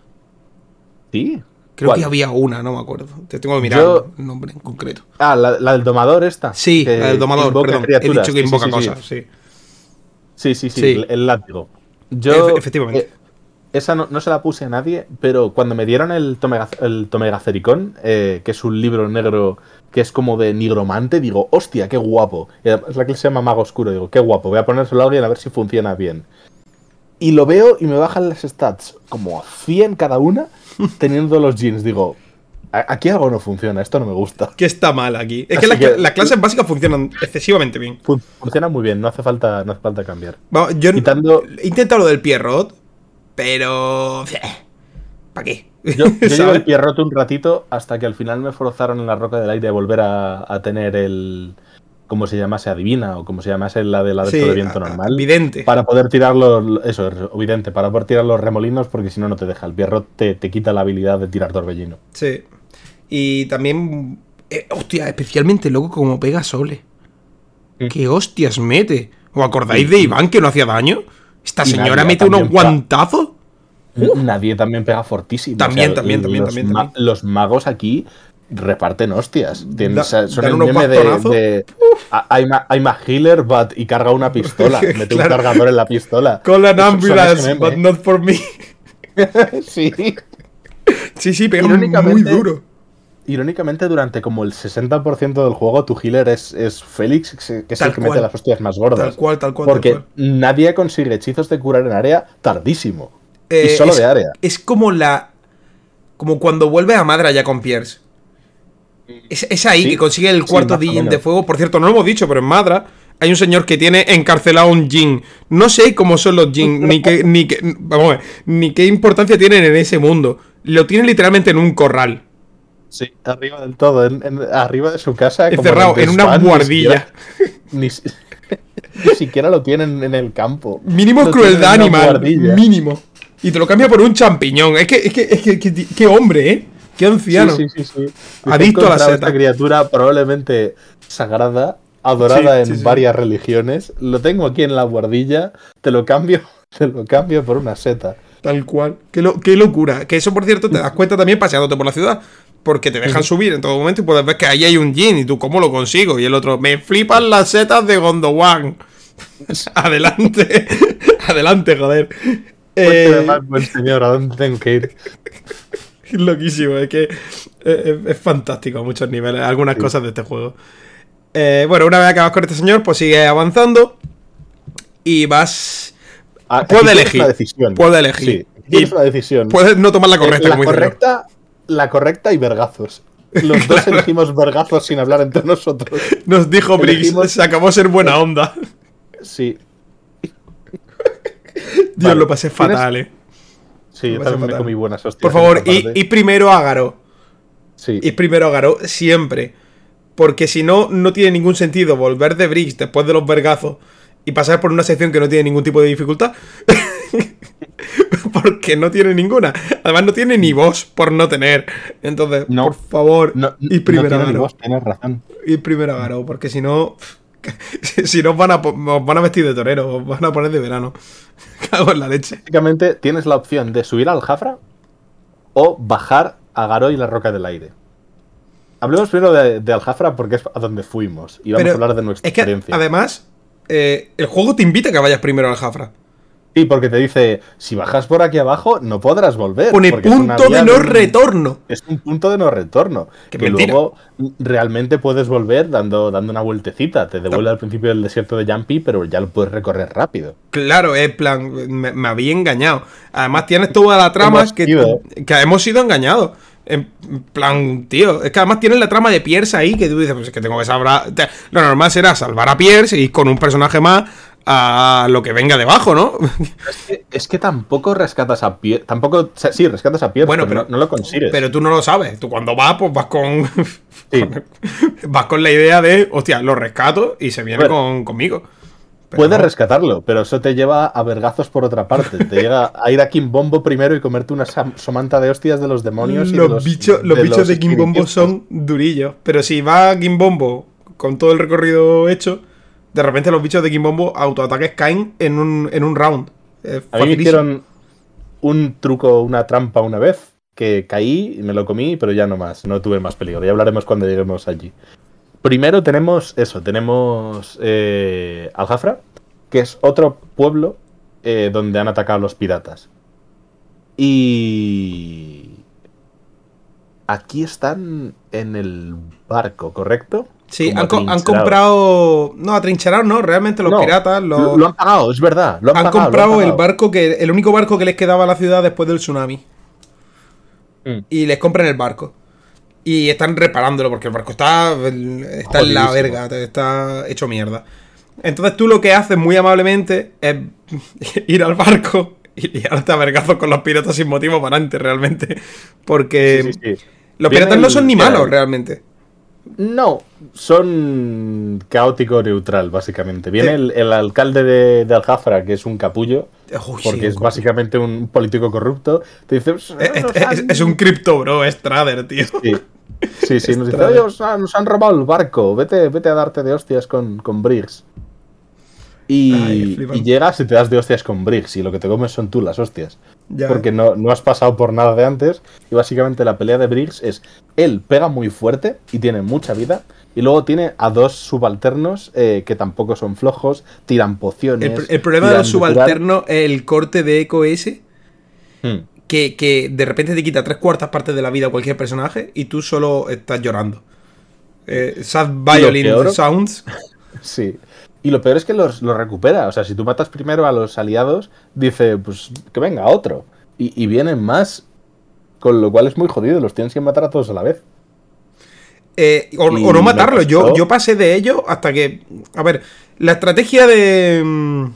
S2: ¿Sí?
S1: Creo que había una, no me acuerdo. Te tengo que mirar el nombre en concreto.
S2: La del domador esta.
S1: Sí, la del domador, perdón. Criaturas. He dicho que invoca cosas, sí.
S2: Sí, el látigo.
S1: Efectivamente.
S2: esa no se la puse a nadie, pero cuando me dieron el Tomegacericón, que es un libro negro que es como de nigromante, digo, hostia, qué guapo. Es la que se llama Mago Oscuro, digo, qué guapo, voy a ponérselo a alguien a ver si funciona bien. Y lo veo y me bajan las stats como a 100 cada una, teniendo los jeans. Digo, aquí algo no funciona, esto no me gusta.
S1: ¿Qué está mal aquí? Es que las clases básicas funcionan excesivamente bien.
S2: Funciona muy bien, no hace falta cambiar.
S1: Vamos, yo he intentado lo del Pierrot, pero... ¿para qué?
S2: Yo llevo el Pierrot un ratito hasta que al final me forzaron en la Roca del Aire a volver a tener el... como se llamase, adivina, o como se llamase la de de viento normal.
S1: Vidente.
S2: Para poder tirar vidente, para poder tirar los remolinos, porque si no te deja. El Pierrot te quita la habilidad de tirar torbellino.
S1: Sí. Y también... hostia, especialmente loco como pega Sole. ¿Qué hostias mete? ¿Os acordáis de Iván que no hacía daño? Esta señora mete unos guantazos.
S2: Nadie también pega fortísimo.
S1: También.
S2: Los magos aquí reparten hostias. Son
S1: dan
S2: el
S1: unos
S2: meme
S1: bastonazos.
S2: I'm a healer, but... y carga una pistola. Mete un cargador en la pistola.
S1: Call an ambulance, but not for me.
S2: Sí.
S1: Sí, pega muy duro.
S2: Irónicamente, durante como el 60% del juego, tu healer es Félix, que es el que mete las hostias más gordas.
S1: Tal cual.
S2: Porque nadie consigue hechizos de curar en área tardísimo. Y solo de área.
S1: Es como como cuando vuelve a Madra ya con Pierce. Es ahí que consigue el cuarto Digin de fuego. Por cierto, no lo hemos dicho, pero en Madra hay un señor que tiene encarcelado un Jin. No sé cómo son los Jin, ni qué importancia tienen en ese mundo. Lo tienen literalmente en un corral.
S2: Sí, arriba del todo, arriba de su casa.
S1: Encerrado en una guardilla.
S2: Ni siquiera lo tienen en el campo.
S1: Mínimo crueldad animal. Mínimo. Y te lo cambia por un champiñón. Es que qué hombre, ¿eh? Qué anciano.
S2: Sí.
S1: Adicto a la seta.
S2: Esta criatura probablemente sagrada, adorada en varias religiones. Lo tengo aquí en la guardilla. Te lo cambio por una seta.
S1: Tal cual. Qué locura. Que eso, por cierto, te das cuenta también paseándote por la ciudad. Porque te dejan subir en todo momento y puedes ver que ahí hay un Jin. Y tú, ¿cómo lo consigo? Y el otro, me flipan las setas de Gondowang. Adelante. Adelante, joder.
S2: Buen señor, ¿a dónde tengo que ir?
S1: Es loquísimo, es que es fantástico a muchos niveles, algunas cosas de este juego. Bueno, una vez acabas con este señor, pues sigues avanzando y vas... Puedes elegir. Puedes elegir.
S2: Sí, tienes una decisión.
S1: Puedes no tomar la correcta.
S2: La correcta y vergazos. Los dos elegimos vergazos sin hablar entre nosotros.
S1: Nos dijo Briggs, se acabó ser buena onda.
S2: Sí.
S1: Dios, lo pasé fatal,
S2: Sí, yo también me comí buenas hostias.
S1: Por favor, y primero a Garou.
S2: Sí.
S1: Y primero a Garou, siempre. Porque si no, no tiene ningún sentido volver de Briggs después de los vergazos y pasar por una sección que no tiene ningún tipo de dificultad. Porque no tiene ninguna. Además, no tiene ni voz por no tener. Entonces, por favor, y primero a Garou.
S2: Tienes razón.
S1: Y primero a Garou, porque si no... Si no, os van a vestir de torero, os van a poner de verano. Cago en la leche.
S2: Básicamente tienes la opción de subir al Jafra o bajar a Garou y la Roca del Aire. Hablemos primero de Aljafra porque es a donde fuimos y vamos a hablar de nuestra experiencia.
S1: Además, el juego te invita a que vayas primero al Aljafra.
S2: Sí, porque te dice, si bajas por aquí abajo, no podrás volver.
S1: Pone punto de no retorno.
S2: Es un punto de no retorno. Que luego realmente puedes volver dando una vueltecita. Te devuelve al principio del desierto de Jumpy, pero ya lo puedes recorrer rápido.
S1: Claro, en plan, me había engañado. Además tienes toda la trama que hemos sido engañados. En plan, tío, es que además tienes la trama de Pierce ahí, que tú dices, pues es que tengo que salvar... Lo normal será salvar a Pierce y ir con un personaje más a lo que venga debajo, ¿no?
S2: Es que tampoco rescatas a Pierce. Tampoco. Sí, rescatas a Pierce, bueno, pero no lo consigues.
S1: Pero tú no lo sabes. Tú cuando vas, pues vas con.
S2: Sí.
S1: Vas con la idea de, hostia, lo rescato y se viene conmigo.
S2: Pero puedes rescatarlo, pero eso te lleva a vergazos por otra parte. Te llega a ir a Kimbombo primero y comerte una somanta de hostias de los demonios.
S1: Los bichos de Kimbombo son durillos. Pero si va a Kimbombo con todo el recorrido hecho, de repente los bichos de Kimbombo autoataques caen en un round.
S2: A mí me hicieron un truco, una trampa una vez, que caí y me lo comí, pero ya no más. No tuve más peligro. Ya hablaremos cuando lleguemos allí. Primero tenemos Aljafra, que es otro pueblo donde han atacado los piratas. Y aquí están en el barco, ¿correcto?
S1: Sí,
S2: Como
S1: han comprado... No, atrincherados no, realmente los piratas...
S2: Lo han pagado, es verdad.
S1: Han comprado el barco el único barco que les quedaba a la ciudad después del tsunami. Y les compran el barco. Y están reparándolo porque el barco está en la verga, está hecho mierda. Entonces tú lo que haces muy amablemente es ir al barco y liarte a vergazos con los piratas sin motivo para adelante, realmente. Porque los piratas no son ni malos, realmente.
S2: No, son caótico neutral, básicamente. Viene el alcalde de Al-Jafra, que es un capullo, porque es básicamente un político corrupto. Te dice,
S1: es un cripto, bro, es trader, tío.
S2: Sí, nos dice, oye, nos han robado el barco, vete a darte de hostias con Briggs. Y llegas y te das de hostias con Briggs, y lo que te comes son tú las hostias. Ya. Porque no has pasado por nada de antes, y básicamente la pelea de Briggs es, él pega muy fuerte y tiene mucha vida, y luego tiene a dos subalternos que tampoco son flojos, tiran pociones.
S1: El problema de los subalternos es el corte de eco ese, que de repente te quita 3/4 partes de la vida a cualquier personaje, y tú solo estás llorando. Sad violin sounds.
S2: Sí. Y lo peor es que los recupera. O sea, si tú matas primero a los aliados, dice, pues que venga otro. Y vienen más. Con lo cual es muy jodido. Los tienes que matar a todos a la vez.
S1: O no matarlos. Yo pasé de ello hasta que... A ver, la estrategia de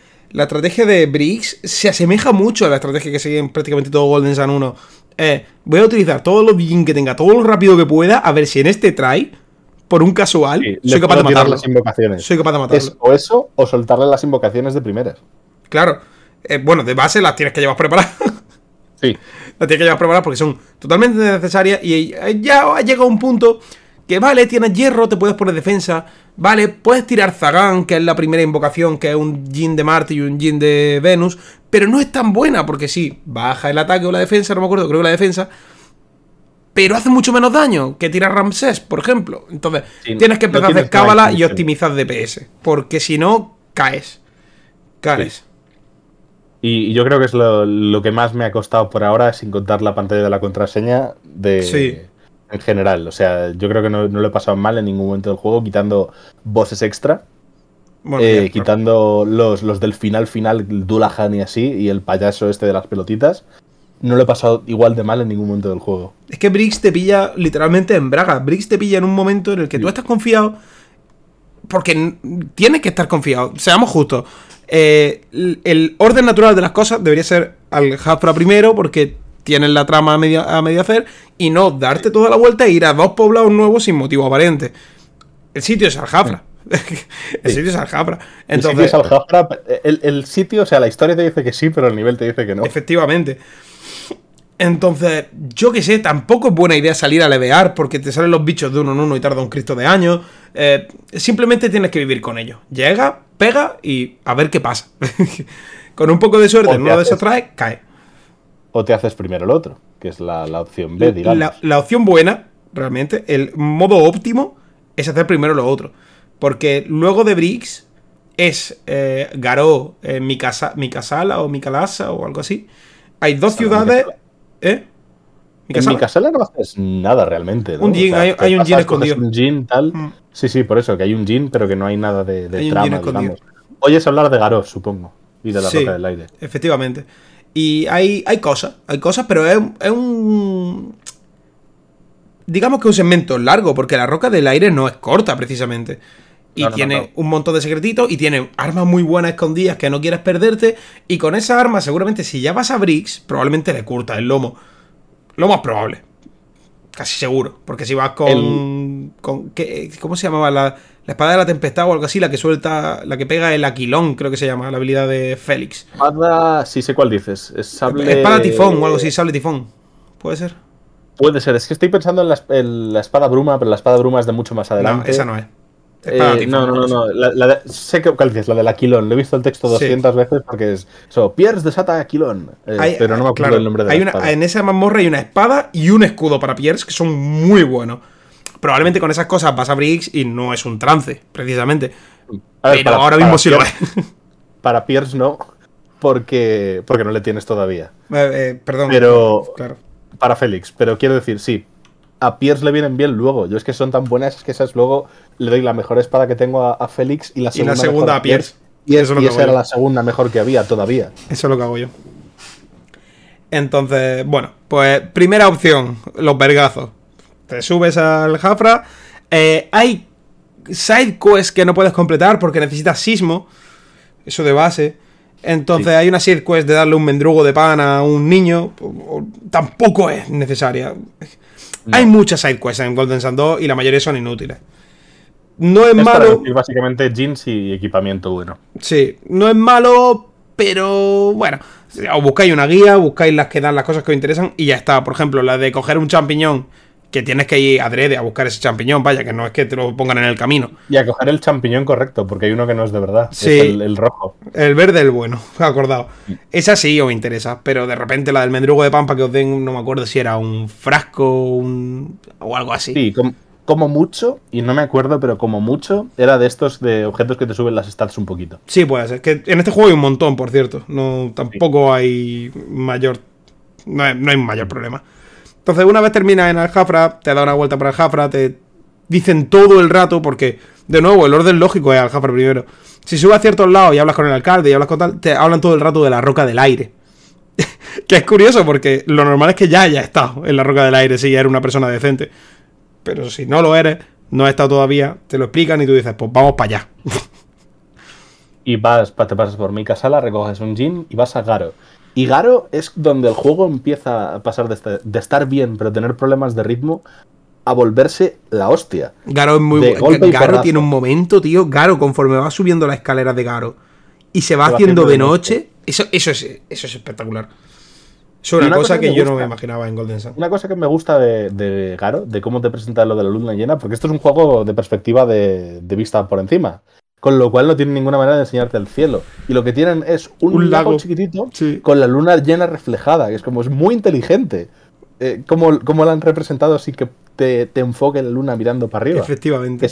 S1: Briggs se asemeja mucho a la estrategia que siguen prácticamente todo Golden Sun 1. Voy a utilizar todos los Jin que tenga, todo lo rápido que pueda, a ver si en este try... Por un casual, soy capaz de matarlo. Soy capaz de matarlo.
S2: O eso, o soltarle las invocaciones de primeras.
S1: Claro. Bueno, de base las tienes que llevar preparadas.
S2: Sí.
S1: Las tienes que llevar preparadas porque son totalmente necesarias. Y ya ha llegado un punto que, vale, tienes hierro, te puedes poner defensa. Vale, puedes tirar Zagan, que es la primera invocación, que es un Jin de Marte y un Jin de Venus. Pero no es tan buena porque sí, baja el ataque o la defensa, no me acuerdo, creo que la defensa. Pero hace mucho menos daño que tirar Ramsés, por ejemplo. Entonces, tienes que empezar a hacer cábala y optimizar DPS. Porque si no, caes. Sí.
S2: Y yo creo que es lo que más me ha costado por ahora, sin contar la pantalla de la contraseña en general. O sea, yo creo que no lo he pasado mal en ningún momento del juego, quitando voces extra. Bueno, quitando los del final, el Dullahan y así, y el payaso este de las pelotitas. No lo he pasado igual de mal en ningún momento del juego.
S1: Es que Briggs te pilla literalmente en braga. Briggs te pilla en un momento en el que tú estás confiado. Porque tienes que estar confiado. Seamos justos. El orden natural de las cosas debería ser Al-Jafra primero, porque tienes la trama a medio hacer. Y no darte toda la vuelta e ir a 2 poblados nuevos sin motivo aparente. El sitio es Al-Jafra. El sitio es Al-Jafra. Entonces,
S2: el sitio es Al-Jafra. El sitio, o sea, la historia te dice que sí, pero el nivel te dice que no.
S1: Efectivamente. Entonces, yo qué sé, tampoco es buena idea salir a levear porque te salen los bichos de uno en uno y tarda un Cristo de años. Simplemente tienes que vivir con ellos. Llega, pega y a ver qué pasa. Con un poco de suerte, no lo desatraes, cae.
S2: O te haces primero el otro, que es la opción B, digamos.
S1: La opción buena, realmente, el modo óptimo, es hacer primero lo otro. Porque luego de Briggs es Garou, Mikasala o Mikalasa o algo así. Hay 2 ciudades...
S2: En Mikasala no haces nada realmente, ¿no?
S1: Un Jin, o sea, hay un Jin escondido.
S2: Un Jin, tal. Sí, por eso, que hay un Jin, pero que no hay nada de trama, digamos. Oyes hablar de Garou, supongo. Y de la Roca del Aire.
S1: Efectivamente. Y hay cosas, pero es un... Digamos que un segmento largo, porque la Roca del Aire no es corta, precisamente. Y tiene un montón de secretitos y tiene armas muy buenas escondidas que no quieres perderte. Y con esas armas, seguramente, si ya vas a Briggs, probablemente le curtas el lomo. Lo más probable. Casi seguro. Porque si vas con ¿cómo se llamaba? La espada de la tempestad o algo así, la que suelta, la que pega el aquilón, creo que se llama, la habilidad de Félix.
S2: Espada, sí sé cuál dices. Es sable...
S1: Espada tifón o algo así, sable tifón. ¿Puede ser?
S2: Puede ser. Es que estoy pensando en la espada bruma, pero la espada bruma es de mucho más adelante.
S1: No, esa no es.
S2: No. Sé que dices, la del Aquilón. Le he visto el texto 200 veces porque es eso. Pierce desata Aquilón. Pero no me acuerdo el nombre de la espada.
S1: En esa mazmorra hay una espada y un escudo para Pierce que son muy buenos. Probablemente con esas cosas vas a Briggs y no es un trance, precisamente.
S2: A ver,
S1: pero ahora mismo sí lo es.
S2: Para Pierce no. porque no le tienes todavía.
S1: Perdón.
S2: Pero
S1: Claro.
S2: para Félix, pero quiero decir, sí, a Pierce le vienen bien luego. Yo es que son tan buenas que esas luego le doy la mejor espada que tengo a Félix y la segunda
S1: a Pierce.
S2: Y
S1: Eso es lo que
S2: esa
S1: hago
S2: era
S1: yo.
S2: la segunda mejor que había todavía.
S1: Eso es lo que hago yo. Entonces, bueno, pues primera opción, los vergazos. Te subes al Jafra. Hay side quests que no puedes completar porque necesitas sismo. Eso de base. Entonces
S2: Sí.
S1: hay una side quest de darle un mendrugo de pan a un niño. Tampoco es necesaria.
S2: No.
S1: Hay muchas side quests en Golden Sun 2 y la mayoría son inútiles. No es
S2: Es para
S1: malo.
S2: decir básicamente jeans y equipamiento bueno.
S1: Sí, no es malo, pero bueno. Os buscáis una guía, buscáis las que dan las cosas que os interesan y ya está. Por ejemplo, la de coger un champiñón, que tienes que ir adrede a buscar ese champiñón, vaya, que no es que te lo pongan en el camino.
S2: Y a coger el champiñón correcto, porque hay uno que no es de verdad.
S1: Sí.
S2: Es el rojo.
S1: El verde, el bueno, acordado. Esa sí os interesa, pero de repente la del mendrugo de pampa que os den, no me acuerdo si era un frasco o algo así.
S2: Sí, como mucho, y no me acuerdo, pero como mucho, era de estos de objetos que te suben las stats un poquito.
S1: Sí, puede ser. Que en este juego hay un montón, por cierto. No, tampoco hay mayor. No hay mayor problema. Entonces, una vez terminas en el Jafra, te da una vuelta por el Jafra, te dicen todo el rato, porque, de nuevo, el orden lógico es al Jafra primero. Si subes a ciertos lados y hablas con el alcalde y hablas con tal, te hablan todo el rato de la Roca del Aire. Que es curioso, porque lo normal es que ya hayas estado en la Roca del Aire si eres una persona decente. Pero si no lo eres, no has estado todavía, te lo explican y tú dices, pues vamos para allá.
S2: Y te pasas por Mikasala, recoges un Jin y vas a Garo. Y Garo es donde el juego empieza a pasar de estar bien, pero tener problemas de ritmo, a volverse la hostia.
S1: Garo es muy
S2: De
S1: bueno.
S2: golpe y
S1: Garo
S2: porrazo.
S1: tiene un momento, tío. Garo, conforme va subiendo la escalera de Garo y se va
S2: Se va
S1: haciendo
S2: haciendo
S1: de
S2: de
S1: noche, eso es espectacular. Eso es
S2: Y
S1: una cosa que yo no
S2: gusta-
S1: me imaginaba en Golden Sun.
S2: Una cosa que me gusta de Garo, de cómo te presenta lo de la luna llena, porque esto es un juego de perspectiva de vista por encima, con lo cual no tienen ninguna manera de enseñarte el cielo. Y lo que tienen es un lago chiquitito
S1: Sí.
S2: con la luna llena reflejada, que es como es muy inteligente. Como lo han representado así que te enfoque la luna mirando para arriba.
S1: Efectivamente.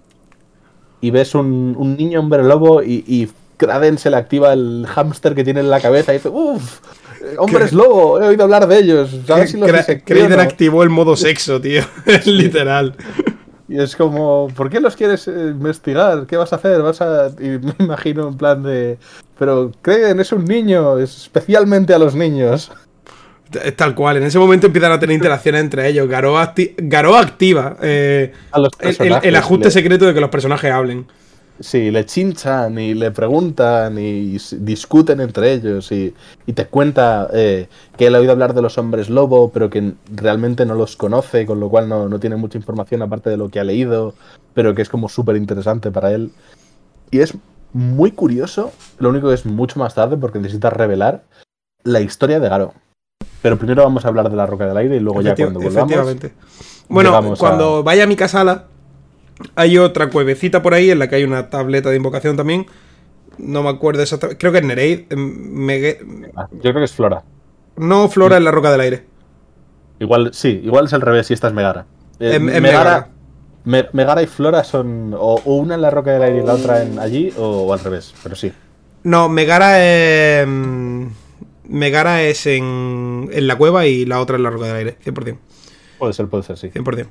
S2: Y ves un niño hombre lobo y Kraden se le activa el hámster que tiene en la cabeza y dice, uff, hombres lobo, he oído hablar de ellos. A ver si los disecciono".
S1: Kraden activó el modo sexo, tío. Literal.
S2: Y es como, ¿por qué los quieres investigar? ¿Qué vas a hacer? Y me imagino en plan de, pero Kraden es un niño, especialmente a los niños.
S1: Es tal cual. En ese momento empiezan a tener interacciones entre ellos. Garou activa
S2: A los personajes.
S1: el ajuste secreto de que los personajes hablen.
S2: Sí, le chinchan y le preguntan y discuten entre ellos y te cuenta que él ha oído hablar de los hombres lobo, pero que realmente no los conoce, con lo cual no tiene mucha información aparte de lo que ha leído, pero que es como súper interesante para él. Y es muy curioso, lo único que es mucho más tarde porque necesitas revelar la historia de Garo. Pero primero vamos a hablar de la Roca del Aire y luego ya cuando volvamos...
S1: Efectivamente. Bueno, cuando vaya a Mikasala, hay otra cuevecita por ahí en la que hay una tableta de invocación también. No me acuerdo exactamente. Creo que es Nereid.
S2: Yo creo que es Flora.
S1: No, Flora es la Roca del Aire.
S2: Igual es al revés si esta es Megara.
S1: Es Megara.
S2: Megara y Flora son o una en la Roca del Aire y la otra allí o al revés, pero sí.
S1: No, Megara es... Megara es en la cueva y la otra en la Roca del Aire, 100%.
S2: Puede ser, sí.
S1: 100%.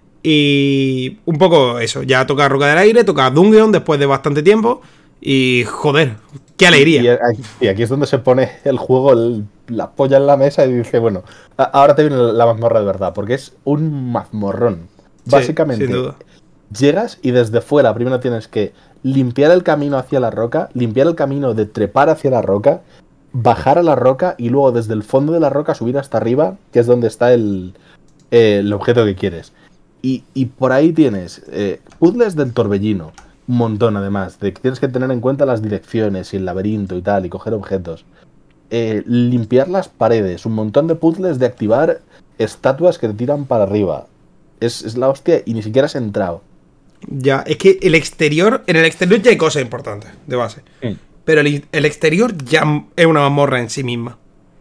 S1: Y un poco eso, ya toca Roca del Aire, toca Dungeon después de bastante tiempo. Y joder, qué alegría.
S2: Y aquí es donde se pone el juego, la polla en la mesa y dice, bueno, ahora te viene la mazmorra de verdad, porque es un mazmorrón.
S1: Sí,
S2: Básicamente,
S1: sin duda.
S2: llegas y desde fuera primero tienes que limpiar el camino hacia la roca, limpiar el camino de trepar hacia la roca, bajar a la roca y luego desde el fondo de la roca subir hasta arriba, que es donde está el objeto que quieres. Y por ahí tienes puzzles del torbellino, un montón además, de que tienes que tener en cuenta las direcciones y el laberinto y tal, y coger objetos. Limpiar las paredes, un montón de puzzles de activar estatuas que te tiran para arriba. Es la hostia y ni siquiera has entrado.
S1: Ya, es que en el exterior ya hay cosas importantes, de base. Pero el exterior ya es una mazmorra en sí misma.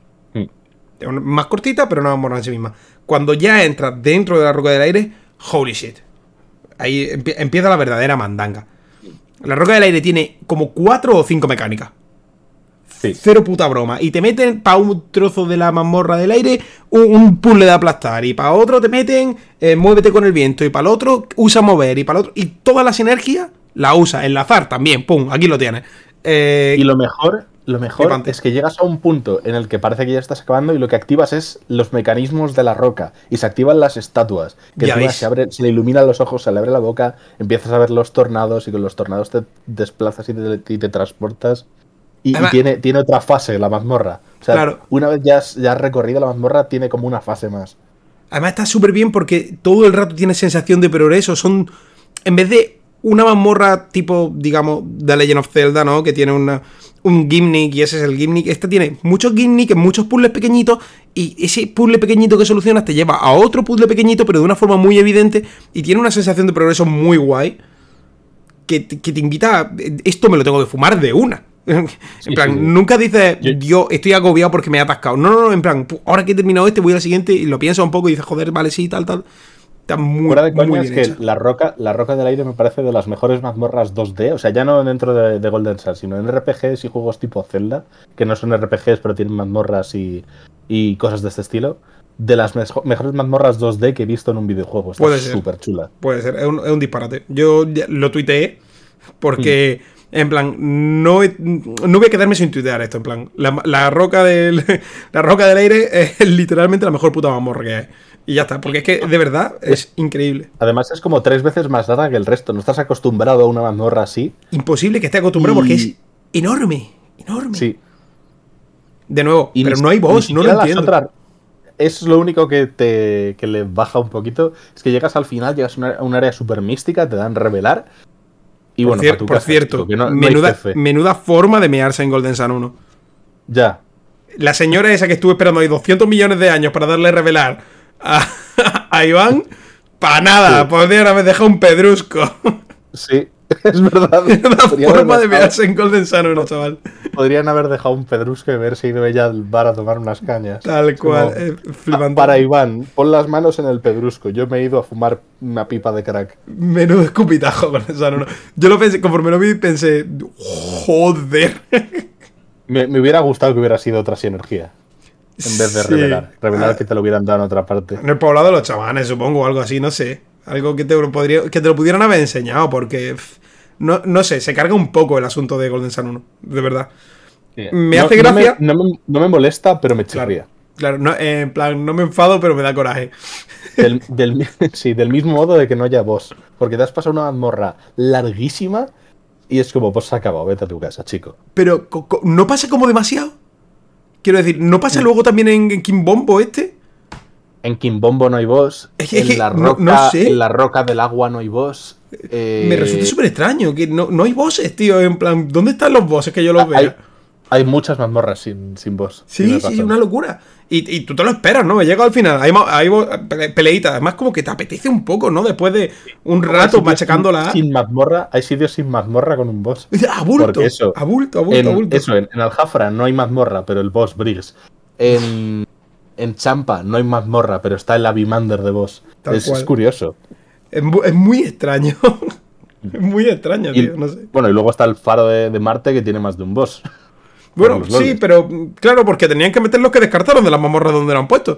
S1: Es más cortita, pero una mazmorra en sí misma. Cuando ya entras dentro de la Roca del Aire, holy shit. Ahí empieza la verdadera mandanga. La Roca del Aire tiene como 4 o 5 mecánicas.
S2: Sí.
S1: Cero puta broma. Y te meten para un trozo de la mazmorra del aire un puzzle de aplastar. Y para otro te meten muévete con el viento. Y para el otro usa mover. Y para el otro. Y toda la sinergia la usa. Enlazar también. Pum, aquí lo tienes.
S2: Y lo mejor es que llegas a un punto en el que parece que ya estás acabando y lo que activas es los mecanismos de la roca y se activan las estatuas. Que se le iluminan los ojos, se le abre la boca, empiezas a ver los tornados y con los tornados te desplazas y te transportas. Y tiene otra fase la mazmorra. O sea, claro, una vez ya has recorrido la mazmorra, tiene como una fase más.
S1: Además está súper bien porque todo el rato tienes sensación de progreso. En vez de una mazmorra tipo, digamos, The Legend of Zelda, ¿no? Que tiene un gimmick y ese es el gimmick. Esta tiene muchos gimmicks, muchos puzzles pequeñitos y ese puzzle pequeñito que solucionas te lleva a otro puzzle pequeñito pero de una forma muy evidente y tiene una sensación de progreso muy guay que te invita a... Esto me lo tengo que fumar de una. En plan, nunca dices yo estoy agobiado porque me he atascado. No, en plan, ahora que he terminado este voy al siguiente y lo piensas un poco y dices, joder, vale, sí, tal. Está muy,
S2: fuera de coña,
S1: muy
S2: es
S1: bien
S2: que
S1: hecha.
S2: la roca del aire me parece de las mejores mazmorras 2D. O sea, ya no dentro de Golden Sun, sino en RPGs y juegos tipo Zelda, que no son RPGs pero tienen mazmorras y cosas de este estilo. De las mejores mazmorras 2D que he visto en un videojuego. Está súper chula.
S1: Puede ser, es un disparate. Yo lo tuiteé porque, en plan, no voy a quedarme sin tuitear esto. En plan, la roca del aire es literalmente la mejor puta mazmorra que hay. Y ya está, porque es que de verdad es increíble.
S2: Además es como 3 veces más larga que el resto. No estás acostumbrado a una mazmorra así.
S1: Imposible que esté acostumbrado porque es enorme.
S2: Sí.
S1: De nuevo, pero no hay boss, no lo entiendo.
S2: Es lo único que le baja un poquito. Es que llegas al final, llegas a un área súper mística, te dan revelar. Y bueno,
S1: por cierto, menuda forma de mearse en Golden Sun 1.
S2: Ya.
S1: La señora esa que estuve esperando ahí 200 millones de años para darle revelar a Iván, para nada, podrían haber dejado un pedrusco.
S2: Sí, es verdad.
S1: Una forma de mearse en Golden Sun 1, chaval.
S2: Podrían haber dejado un pedrusco y haberse ido ella al bar a tomar unas cañas.
S1: Tal cual, flipante.
S2: Para Iván, pon las manos en el pedrusco. Yo me he ido a fumar una pipa de crack.
S1: Menudo escupitajo Golden Sun 1. Yo lo pensé, conforme lo vi, pensé, joder.
S2: Me hubiera gustado que hubiera sido otra sinergia. En vez de revelar que te lo hubieran dado en otra parte.
S1: En el poblado de los chamanes, supongo, o algo así, no sé. Algo que te lo pudieran haber enseñado, porque no sé, se carga un poco el asunto de Golden Sun 1, de verdad.
S2: Sí.
S1: Me hace gracia.
S2: No me molesta, pero me chirría.
S1: Claro, en plan, no me enfado, pero me da coraje.
S2: Del mismo modo de que no haya boss. Porque te has pasado una mazmorra larguísima y es como, pues se ha acabado, vete a tu casa, chico.
S1: Pero, ¿no pasa como demasiado? Quiero decir, ¿no pasa luego también en Kimbombo este?
S2: En Kimbombo no hay boss. En la roca del agua no hay boss.
S1: Me resulta súper extraño que no hay bosses, tío. En plan, ¿dónde están los bosses que yo los vea?
S2: Hay muchas mazmorras sin boss.
S1: Sí, una locura. Y tú te lo esperas, ¿no? Me llega al final. Hay peleitas. Además, como que te apetece un poco, ¿no? Después de un rato machacándola.
S2: Sin mazmorra, hay sitios sin mazmorra con un boss.
S1: A bulto. A bulto.
S2: En Aljafra no hay mazmorra, pero el boss Briggs. En Champa no hay mazmorra, pero está el Abimander de boss. Es curioso.
S1: Es muy extraño. Es muy extraño, tío. No sé.
S2: Bueno, y luego está el faro de Marte que tiene más de un boss.
S1: Bueno, sí, pero claro, porque tenían que meter los que descartaron de las mazmorras donde lo han puesto.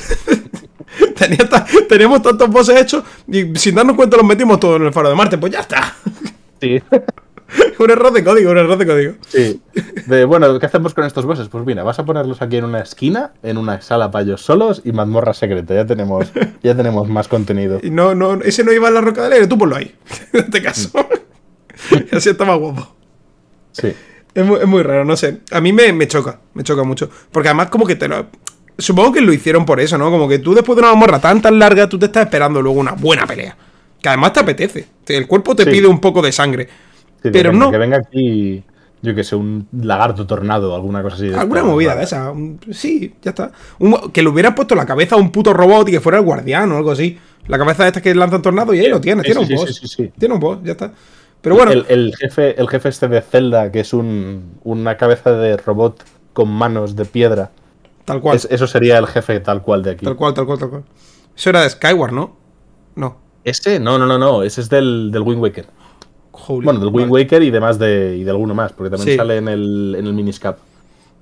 S1: Teníamos tantos bosses hechos y sin darnos cuenta los metimos todos en el faro de Marte. Pues ya está.
S2: Sí.
S1: Un error de código.
S2: Sí. Bueno, ¿qué hacemos con estos bosses? Pues mira, vas a ponerlos aquí en una esquina, en una sala para ellos solos y mazmorra secreta. Ya tenemos más contenido.
S1: Y no, ese no iba a la roca del aire, tú ponlo ahí. En este caso. Así está más guapo.
S2: Sí.
S1: Es muy raro, no sé. A mí me choca mucho. Porque además como que supongo que lo hicieron por eso, ¿no? Como que tú después de una mazmorra tan larga, tú te estás esperando luego una buena pelea. Que además te apetece. El cuerpo te pide un poco de sangre.
S2: Sí,
S1: pero no.
S2: Que venga aquí, yo que sé, un lagarto tornado, alguna cosa así.
S1: Alguna movida de esa. Sí, ya está. Que le hubieran puesto la cabeza a un puto robot y que fuera el guardián o algo así. La cabeza de estas que lanzan tornado y ahí lo tienes. Tiene un boss.
S2: Sí.
S1: Tiene un boss, ya está. Pero bueno.
S2: El jefe este de Zelda, que es una cabeza de robot con manos de piedra.
S1: Tal cual.
S2: Eso sería el jefe tal cual de aquí.
S1: Tal cual. Eso era de Skyward, ¿no? No.
S2: Ese, no. Ese es del Wind Waker.
S1: Holy
S2: bueno, del Wind Waker y demás y de alguno más, porque también sale en el Miniscap.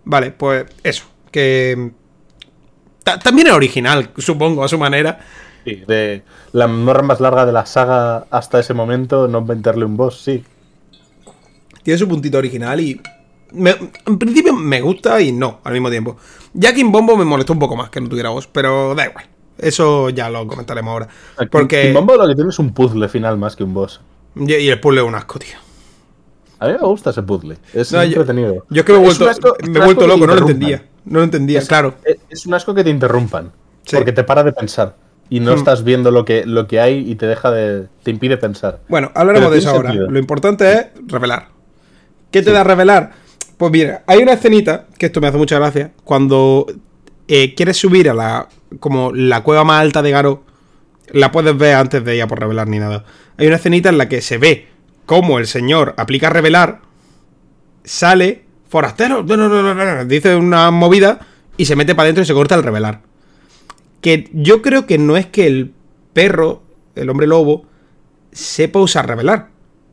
S1: Vale, pues eso. Que también es original, supongo, a su manera.
S2: Sí, de la memoria más larga de la saga hasta ese momento, no inventarle un boss, sí.
S1: Tiene su puntito original y... en principio me gusta y no, al mismo tiempo. Ya King Bombo me molestó un poco más que no tuviera voz, pero da igual. Eso ya lo comentaremos ahora. Porque...
S2: King Bombo lo que tiene es un puzzle final más que un boss.
S1: Y el puzzle es un asco, tío.
S2: A mí me gusta ese puzzle. Es entretenido.
S1: Yo es que me he vuelto loco, no lo entendía. No lo entendía, claro.
S2: Es un asco que te interrumpan.
S1: Sí.
S2: Porque te para de pensar. Y no estás viendo lo que hay y te impide pensar.
S1: Bueno, hablaremos de eso ahora. Lo importante es revelar. ¿Qué te da revelar? Pues mira, hay una escenita, que esto me hace mucha gracia, cuando quieres subir a la cueva más alta de Garou. La puedes ver antes de ir a por revelar ni nada. Hay una escenita en la que se ve cómo el señor aplica revelar, sale, forastero, dice una movida y se mete para adentro y se corta el revelar. Que yo creo que no es que el perro, el hombre lobo, sepa usar revelar.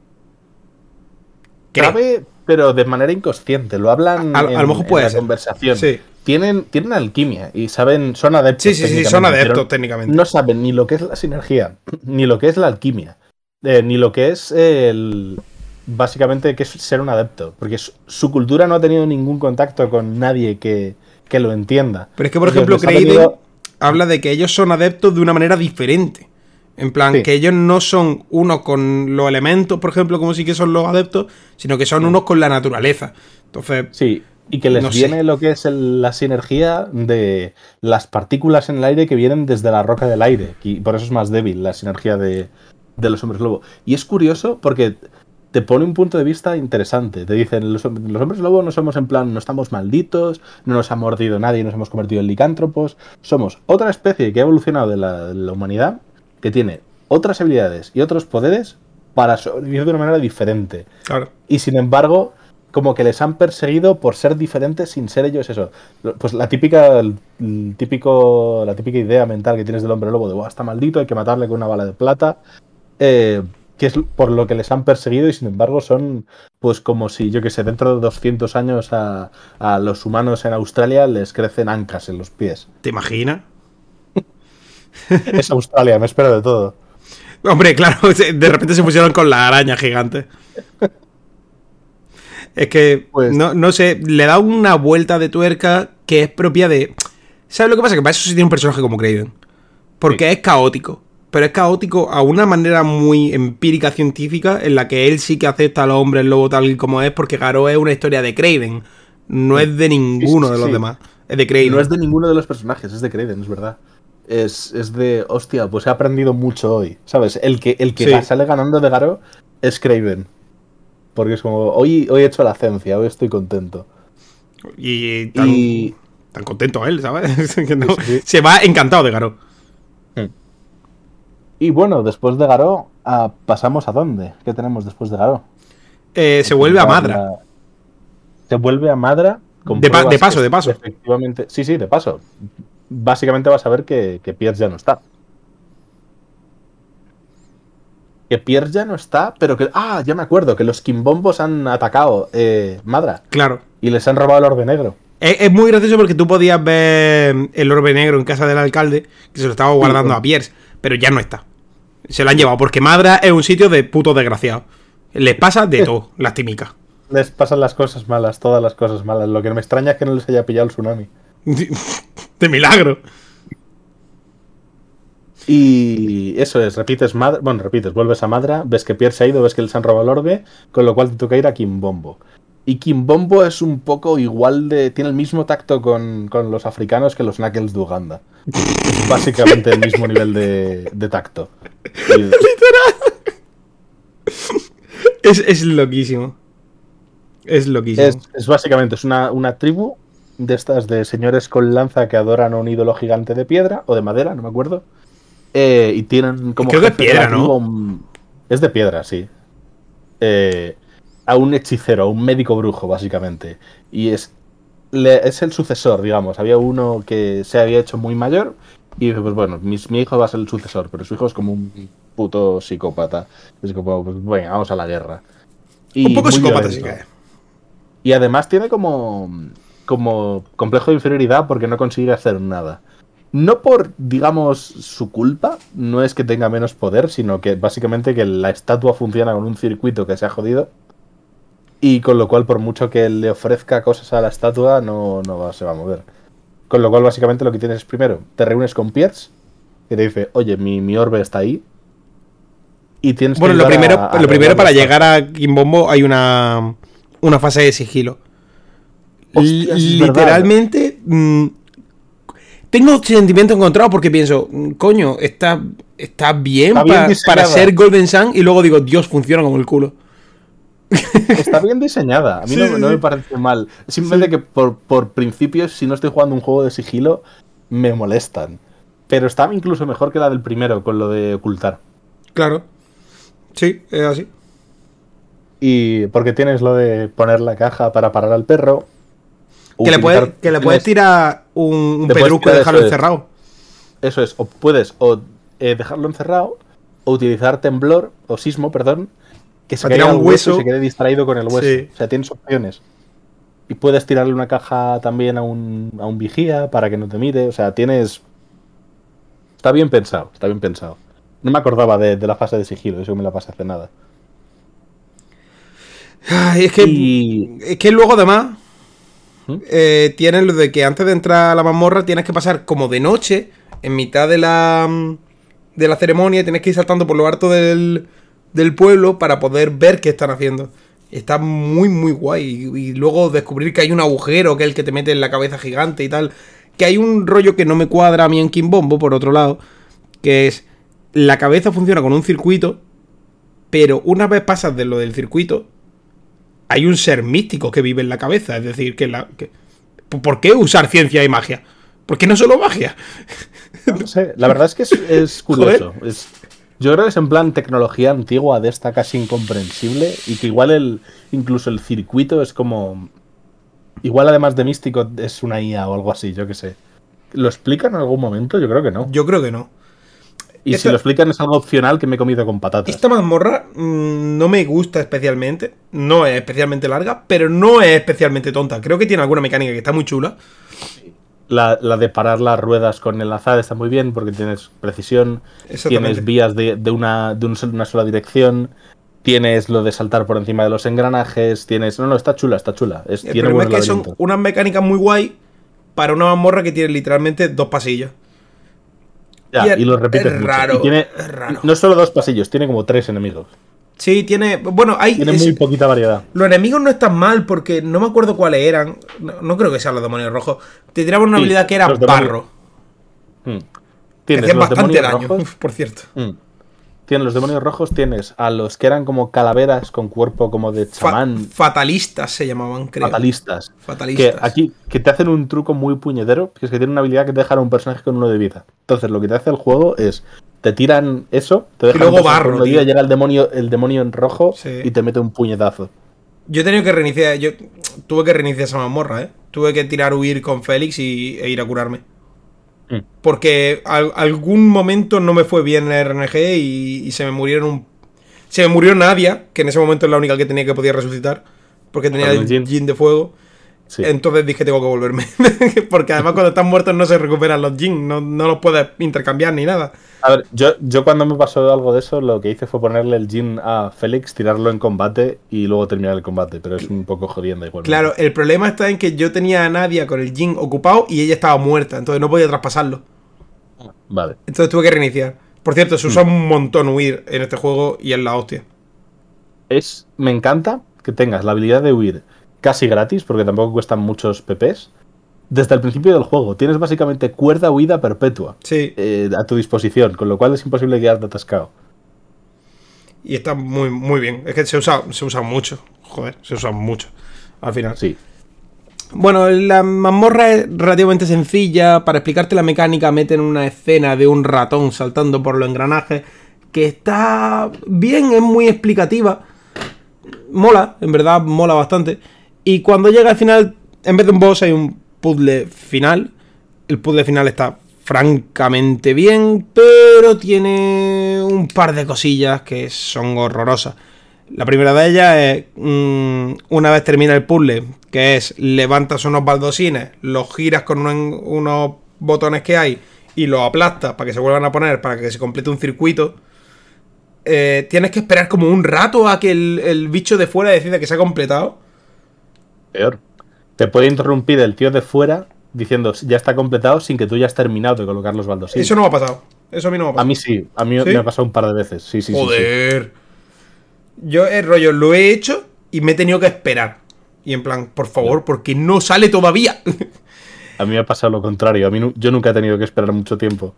S2: Sabe, pero de manera inconsciente. Lo hablan
S1: a lo mejor puede ser.
S2: Conversación.
S1: Sí.
S2: Tienen alquimia y saben, son adeptos.
S1: Sí, son adeptos técnicamente.
S2: No saben ni lo que es la sinergia, ni lo que es la alquimia, ni lo que es básicamente que es ser un adepto. Porque su cultura no ha tenido ningún contacto con nadie que lo entienda.
S1: Pero es que, por ejemplo, Kraiden habla de que ellos son adeptos de una manera diferente. En plan, sí, que ellos no son unos con los elementos, por ejemplo, como sí que son los adeptos, sino que son unos con la naturaleza. Entonces,
S2: sí, y que les viene lo que es la sinergia de las partículas en el aire que vienen desde la roca del aire. Y por eso es más débil la sinergia de los hombres lobo. Y es curioso porque te pone un punto de vista interesante. Te dicen, los hombres lobo no somos en plan, no estamos malditos, no nos ha mordido nadie, nos hemos convertido en licántropos. Somos otra especie que ha evolucionado de la humanidad, que tiene otras habilidades y otros poderes para sobrevivir de una manera diferente.
S1: Claro.
S2: Y sin embargo, como que les han perseguido por ser diferentes sin ser ellos eso. Pues la típica idea mental que tienes del hombre lobo de está maldito, hay que matarle con una bala de plata, que es por lo que les han perseguido y sin embargo son pues como si, yo que sé, dentro de 200 años a los humanos en Australia les crecen ancas en los pies.
S1: ¿Te imaginas?
S2: Es Australia, me espero de todo.
S1: Hombre, claro, de repente se pusieron con la araña gigante. Es que, pues, no sé, le da una vuelta de tuerca que es propia de... ¿Sabes lo que pasa? Que para eso sí tiene un personaje como Kraiden. Porque es caótico. Pero es caótico a una manera muy empírica, científica, en la que él sí que acepta al hombre lobo tal y como es, porque Garou es una historia de Kraiden. No es de ninguno de los demás. Es de Kraiden.
S2: No es de ninguno de los personajes, es de Kraiden, es verdad. Es de, hostia, pues he aprendido mucho hoy, ¿sabes? El que sale ganando de Garou es Kraiden. Porque es como, hoy he hecho la ciencia, hoy estoy contento.
S1: Y tan contento él, ¿sabes? Que no, sí. Se va encantado de Garou.
S2: Y bueno, después de Garou, pasamos a ¿dónde? ¿Qué tenemos después de Garou?
S1: Se vuelve a Madra.
S2: Se vuelve a Madra.
S1: De paso.
S2: Efectivamente, sí, de paso. Básicamente vas a ver que Pierce ya no está. Que Pierce ya no está, pero que... ya me acuerdo, que los Quimbombos han atacado Madra.
S1: Claro.
S2: Y les han robado el orbe negro.
S1: Es muy gracioso porque tú podías ver el orbe negro en casa del alcalde, que se lo estaba guardando a Pierce, pero ya no está. Se lo han llevado, porque Madra es un sitio de puto desgraciado. Les pasa de todo, las tímicas.
S2: Les pasan las cosas malas, todas las cosas malas. Lo que me extraña es que no les haya pillado el tsunami.
S1: De milagro.
S2: Y eso es, vuelves a Madra, ves que Pierre se ha ido, ves que les han robado el orbe, con lo cual te toca ir a Quimbombo. Y Quimbombo es un poco igual de... Tiene el mismo tacto con los africanos que los Knuckles de Uganda. Básicamente el mismo nivel de tacto.
S1: Literal. Es loquísimo. Es loquísimo.
S2: Es básicamente, es una tribu de estas de señores con lanza que adoran a un ídolo gigante de piedra o de madera, no me acuerdo. Y tienen como...
S1: Creo que es piedra, ¿no?
S2: Es de piedra, sí. A un hechicero, a un médico brujo, básicamente. Y es el sucesor, digamos. Había uno que se había hecho muy mayor y dice, pues bueno, mi hijo va a ser el sucesor, pero su hijo es como un puto psicópata. Es como, pues venga, vamos a la guerra.
S1: Y un poco psicópata sí que es.
S2: Y además tiene como como complejo de inferioridad porque no consigue hacer nada. No por, digamos, su culpa, no es que tenga menos poder, sino que básicamente que la estatua funciona con un circuito que se ha jodido y con lo cual por mucho que le ofrezca cosas a la estatua se va a mover. Con lo cual básicamente lo que tienes es primero, te reúnes con Pierce, que te dice, oye, mi orbe está ahí. Y tienes
S1: bueno,
S2: que
S1: lo primero para llegar a Kimbombo hay una fase de sigilo.
S2: Hostia, sí,
S1: literalmente tengo sentimientos encontrados porque pienso, coño, está bien, para ser Golden Sun, y luego digo, Dios, funciona como el culo.
S2: Está bien diseñada, a mí no me parece mal. Simplemente que por principios, si no estoy jugando un juego de sigilo, me molestan. Pero está incluso mejor que la del primero, con lo de ocultar.
S1: Claro. Sí, es así.
S2: Y porque tienes lo de poner la caja para parar al perro.
S1: Que le puedes tirar un pedrusco y dejarlo encerrado.
S2: Eso es, o puedes dejarlo encerrado, o utilizar temblor, o sismo, perdón, que se caiga un hueso y se quede distraído con el hueso. Sí. O sea, tienes opciones. Y puedes tirarle una caja también a un vigía para que no te mire. O sea, tienes... Está bien pensado, está bien pensado. No me acordaba de la fase de sigilo, eso me la pasé hace nada.
S1: Ay, es que luego además tienes lo de que antes de entrar a la mazmorra tienes que pasar como de noche, en mitad de la ceremonia, tienes que ir saltando por lo alto del pueblo para poder ver qué están haciendo. Está muy, muy guay. Y luego descubrir que hay un agujero que es el que te mete en la cabeza gigante y tal. Que hay un rollo que no me cuadra a mí en Kimbombo, por otro lado, que es... La cabeza funciona con un circuito, pero una vez pasas de lo del circuito, hay un ser místico que vive en la cabeza. Es decir, ¿por qué usar ciencia y magia? ¿Por qué no solo magia?
S2: No sé, la verdad es que es curioso. Yo creo que es en plan tecnología antigua de esta casi incomprensible y que igual incluso el circuito es como... Igual además de místico es una IA o algo así, yo qué sé. ¿Lo explican en algún momento? Yo creo que no.
S1: Yo creo que no.
S2: Y si lo explican es algo opcional que me he comido con patatas.
S1: Esta mazmorra no me gusta especialmente. No es especialmente larga, pero no es especialmente tonta. Creo que tiene alguna mecánica que está muy chula.
S2: La de parar las ruedas con el azar está muy bien porque tienes precisión. Tienes vías de una sola dirección. Tienes lo de saltar por encima de los engranajes. No, está chula, está chula.
S1: El problema es que son unas mecánicas muy guay para una mazmorra que tiene literalmente 2 pasillos.
S2: Ya, y lo repites
S1: es raro,
S2: mucho.
S1: Es raro.
S2: No solo 2 pasillos, tiene como 3 enemigos.
S1: Sí, tiene... Bueno,
S2: tiene muy poquita variedad.
S1: Los enemigos no están mal porque no me acuerdo cuáles eran. No creo que sean los demonios rojos. Te tiraban una habilidad que era barro. Que hacían bastante daño, por cierto.
S2: Tienes los demonios rojos, tienes a los que eran como calaveras con cuerpo como de chamán.
S1: Fatalistas se llamaban, creo.
S2: Fatalistas. Que te hacen un truco muy puñetero, que es que tienen una habilidad que te dejan a un personaje con 1 de vida. Entonces lo que te hace el juego es, te tiran eso, te dejan
S1: luego barro,
S2: con 1 de vida, llega el demonio en rojo y te mete un puñetazo.
S1: Yo he tenido que reiniciar, tuve que reiniciar esa mazmorra, Tuve que huir con Félix e ir a curarme. Porque algún momento no me fue bien el RNG y se me murieron Se me murió Nadia, que en ese momento es la única que tenía que podía resucitar, porque tenía el Jin de fuego. Sí. Entonces dije, tengo que volverme. Porque además cuando están muertos no se recuperan los Jin, no los puedes intercambiar ni nada.
S2: A ver, yo cuando me pasó algo de eso, lo que hice fue ponerle el Jin a Félix, tirarlo en combate y luego terminar el combate, pero es un poco jodiendo igual.
S1: Claro, el problema está en que yo tenía a Nadia con el Jin ocupado y ella estaba muerta, entonces no podía traspasarlo.
S2: Vale.
S1: Entonces tuve que reiniciar. Por cierto, se usa un montón huir en este juego y es la hostia.
S2: Me encanta que tengas la habilidad de huir casi gratis, porque tampoco cuestan muchos PPs. Desde el principio del juego tienes básicamente cuerda huida perpetua a tu disposición, con lo cual es imposible quedarte atascado.
S1: Y está muy, muy bien. Es que se usa mucho. Joder, se usa mucho. Al final.
S2: Sí.
S1: Bueno, la mazmorra es relativamente sencilla. Para explicarte la mecánica, meten una escena de un ratón saltando por los engranajes, que está bien, es muy explicativa. Mola, en verdad, mola bastante. Y cuando llega al final, en vez de un boss, hay un puzzle final. El puzzle final está francamente bien, pero tiene un par de cosillas que son horrorosas. La primera de ellas es, una vez termina el puzzle, que es levantas unos baldosines, los giras con unos botones que hay y los aplastas para que se vuelvan a poner, para que se complete un circuito. Tienes que esperar como un rato a que el bicho de fuera decida que se ha completado.
S2: Peor. Te puede interrumpir el tío de fuera diciendo ya está completado sin que tú ya has terminado de colocar los baldosines.
S1: Eso no me ha pasado. Eso a mí no me ha pasado.
S2: A mí sí. A mí
S1: ¿Sí?
S2: me ha pasado un par de veces. Sí.
S1: Joder. Sí. Yo el rollo lo he hecho y me he tenido que esperar. Y en plan, por favor, porque no sale todavía.
S2: A mí me ha pasado lo contrario. Yo nunca he tenido que esperar mucho tiempo.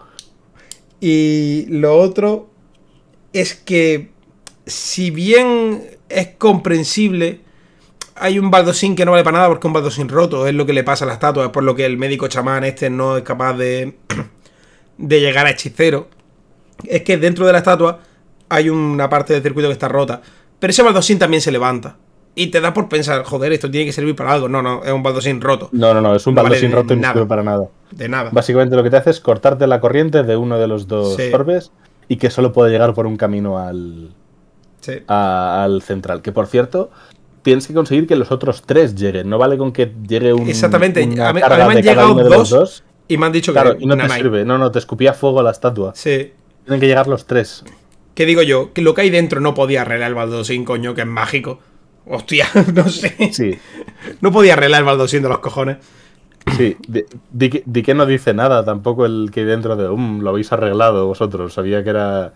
S1: Y lo otro es que, si bien es comprensible, hay un baldosín que no vale para nada porque es un baldosín roto. Es lo que le pasa a la estatua. Es por lo que el médico chamán no es capaz de llegar a hechicero. Es que dentro de la estatua hay una parte del circuito que está rota. Pero ese baldosín también se levanta. Y te da por pensar, joder, esto tiene que servir para algo. No, es un baldosín roto.
S2: No, es un baldosín roto y no sirve para nada.
S1: De nada.
S2: Básicamente lo que te hace es cortarte la corriente de uno de los dos orbes y que solo puede llegar por un camino al central. Que por cierto, tienes que conseguir que los otros 3 lleguen. No vale con que llegue un.
S1: Exactamente.
S2: A
S1: mí me han llegado 2 y me han dicho que.
S2: Claro, y no te sirve. No, te escupía fuego la estatua.
S1: Sí.
S2: Tienen que llegar los 3.
S1: ¿Qué digo yo? Que lo que hay dentro no podía arreglar el baldosín, coño, que es mágico. Hostia, no sé.
S2: Sí.
S1: No podía arreglar el baldosín de los cojones.
S2: Sí, di que no dice nada tampoco el que hay dentro de lo habéis arreglado vosotros. Sabía que era.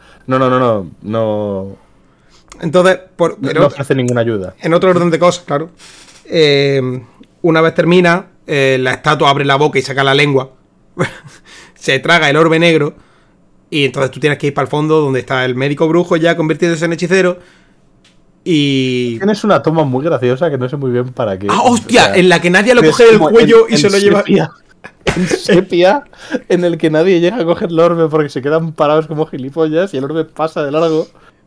S2: No.
S1: Entonces,
S2: no ofrece ninguna ayuda.
S1: En otro orden de cosas, claro. Una vez termina, la estatua abre la boca y saca la lengua. Se traga el orbe negro. Y entonces tú tienes que ir para el fondo donde está el médico brujo ya convirtiéndose en hechicero. Y.
S2: Tienes una toma muy graciosa que no sé muy bien para qué.
S1: ¡Ah, hostia! O sea, en la que nadie lo coge del cuello y se lo lleva.
S2: En sepia, en el que nadie llega a coger el orbe porque se quedan parados como gilipollas y el orbe pasa de largo.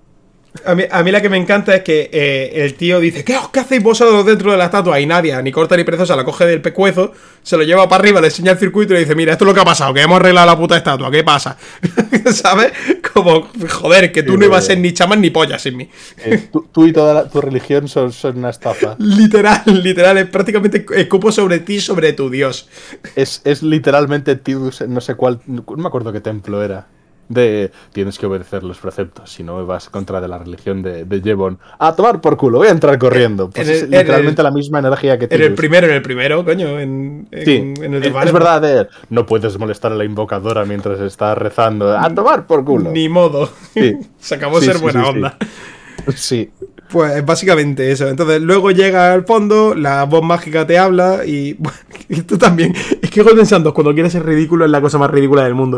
S1: A mí la que me encanta es que el tío dice: ¿Qué hacéis vosotros dentro de la estatua? Y Nadia, ni corta ni preciosa, la coge del pescuezo, se lo lleva para arriba, le enseña el circuito y le dice: mira, esto es lo que ha pasado, que hemos arreglado la puta estatua, ¿qué pasa? ¿Sabes? Como, joder, que tú no ibas a ser ni chamán ni pollas sin mí.
S2: Tú y toda tu religión son una estafa.
S1: Literal, es prácticamente escupo sobre ti, sobre tu dios.
S2: Es literalmente Tidus, no sé cuál, no me acuerdo qué templo era. Tienes que obedecer los preceptos, si no vas contra de la religión de Jevon. A tomar por culo, voy a entrar corriendo. Pues es literalmente la misma energía que tienes.
S1: En el primero, coño. En el de
S2: es verdad, no puedes molestar a la invocadora mientras está rezando. A tomar por culo.
S1: Ni modo. Sí. Se acabó de ser buena onda.
S2: Sí.
S1: Pues es básicamente eso. Entonces luego llega al fondo, la voz mágica te habla y tú también. Es que Golden Sun 2, cuando quiere ser ridículo, es la cosa más ridícula del mundo.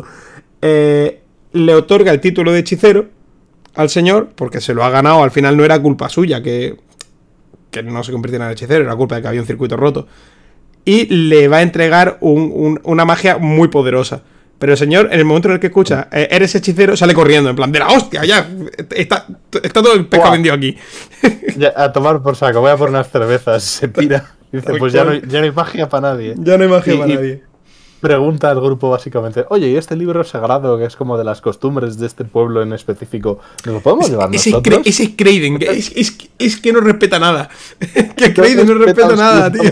S1: Le otorga el título de hechicero al señor porque se lo ha ganado. Al final no era culpa suya que no se convirtiera en hechicero, era culpa de que había un circuito roto. Y le va a entregar una magia muy poderosa. Pero el señor, en el momento en el que escucha eres hechicero, sale corriendo, en plan, de la hostia, ya está todo el pescado vendido aquí.
S2: Ya, a tomar por saco, voy a por unas cervezas, se pira. Dice, pues ya no hay magia para nadie.
S1: Ya no hay magia para nadie.
S2: Pregunta al grupo básicamente: oye, ¿y este libro sagrado que es como de las costumbres de este pueblo en específico, ¿nos lo podemos llevar nosotros?
S1: Ese es Kraiden, es que no respeta nada. Que Kraiden no respeta nada, tío.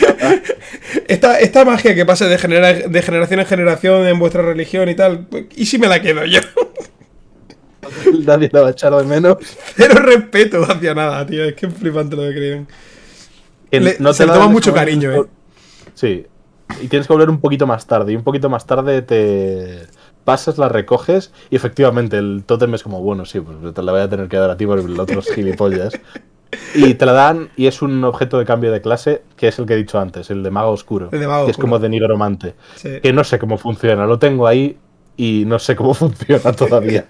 S1: Esta magia que pasa de generación en generación en vuestra religión y tal, ¿y si me la quedo yo?
S2: Nadie la va a echar de menos.
S1: Cero respeto hacia nada, tío. Es que es flipante lo de Kraiden. Se le toma mucho cariño,
S2: Sí. Y tienes que volver un poquito más tarde. Y un poquito más tarde te pasas, la recoges. Y efectivamente el tótem es como, bueno, sí, pues te la voy a tener que dar a ti por los otros gilipollas. Y te la dan y es un objeto de cambio de clase, que es el que he dicho antes, el de mago oscuro. Que es como de nigromante. Sí. Que no sé cómo funciona. Lo tengo ahí y no sé cómo funciona todavía.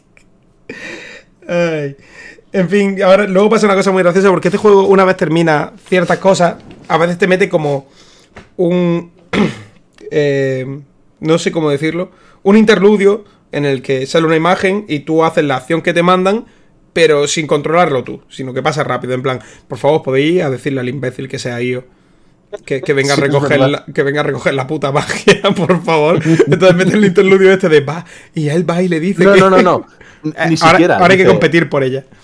S1: Ay. En fin, ahora luego pasa una cosa muy graciosa, porque este juego, una vez termina ciertas cosas, a veces te mete como no sé cómo decirlo, un interludio en el que sale una imagen y tú haces la acción que te mandan, pero sin controlarlo tú, sino que pasa rápido, en plan, por favor, podéis ir a decirle al imbécil que sea yo que venga a recoger la puta magia, por favor. Entonces mete el interludio este de va, y él va y le dice
S2: no. Ni siquiera.
S1: Ahora hay que competir por ella.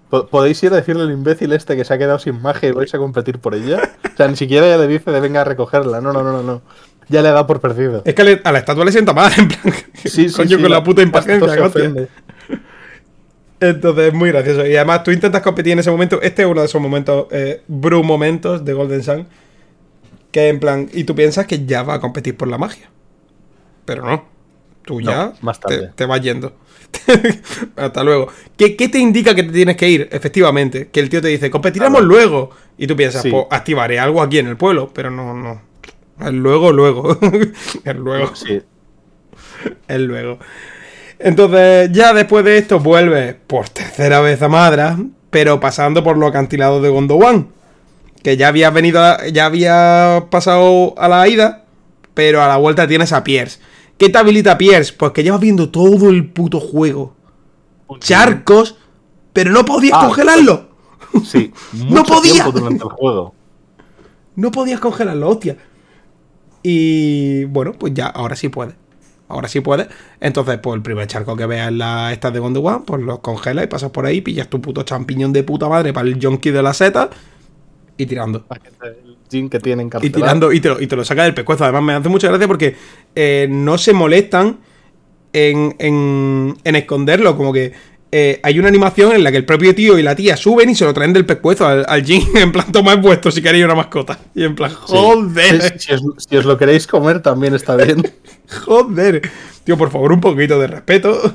S2: ¿Podéis ir a decirle al imbécil este que se ha quedado sin magia y vais a competir por ella? O sea, ni siquiera ya le dice de venga a recogerla. No. Ya le ha dado por perdido.
S1: Es que a la estatua le sienta mal, en plan.
S2: Sí,
S1: coño, con la puta impaciencia,
S2: se ofende.
S1: Entonces es muy gracioso. Y además tú intentas competir en ese momento. Este es uno de esos momentos, momentos de Golden Sun. Que en plan. Y tú piensas que ya va a competir por la magia. Pero no. Tú ya
S2: más tarde.
S1: Te vas yendo. Hasta luego. ¿Qué te indica que te tienes que ir? Efectivamente. Que el tío te dice, competiremos luego. Y tú piensas, pues activaré algo aquí en el pueblo. Pero no. El luego. El luego.
S2: Sí.
S1: El luego. Entonces, ya después de esto, vuelve por tercera vez a Madras, pero pasando por los acantilados de Gondowan. Que ya había pasado a la ida, pero a la vuelta tienes a Pierce. ¿Qué te habilita Pierce? Pues que llevas viendo todo el puto juego. Charcos, pero no podías congelarlo.
S2: Sí,
S1: no podías
S2: durante el juego.
S1: No podías congelarlo, hostia. Y bueno, pues ya, ahora sí puedes. Entonces, pues el primer charco que veas en la esta de Gondowan, pues lo congelas y pasas por ahí, pillas tu puto champiñón de puta madre para el junkie de la seta y tirando.
S2: El Jin que tiene encarcelado.
S1: Y tirando y te lo saca del pescuezo. Además, me hace mucha gracia porque no se molestan en esconderlo. Como que hay una animación en la que el propio tío y la tía suben y se lo traen del pescuezo al Jin. En plan, tomad vuestro si queréis una mascota. Y en plan, joder.
S2: Si os lo queréis comer, también está bien.
S1: Joder. Tío, por favor, un poquito de respeto.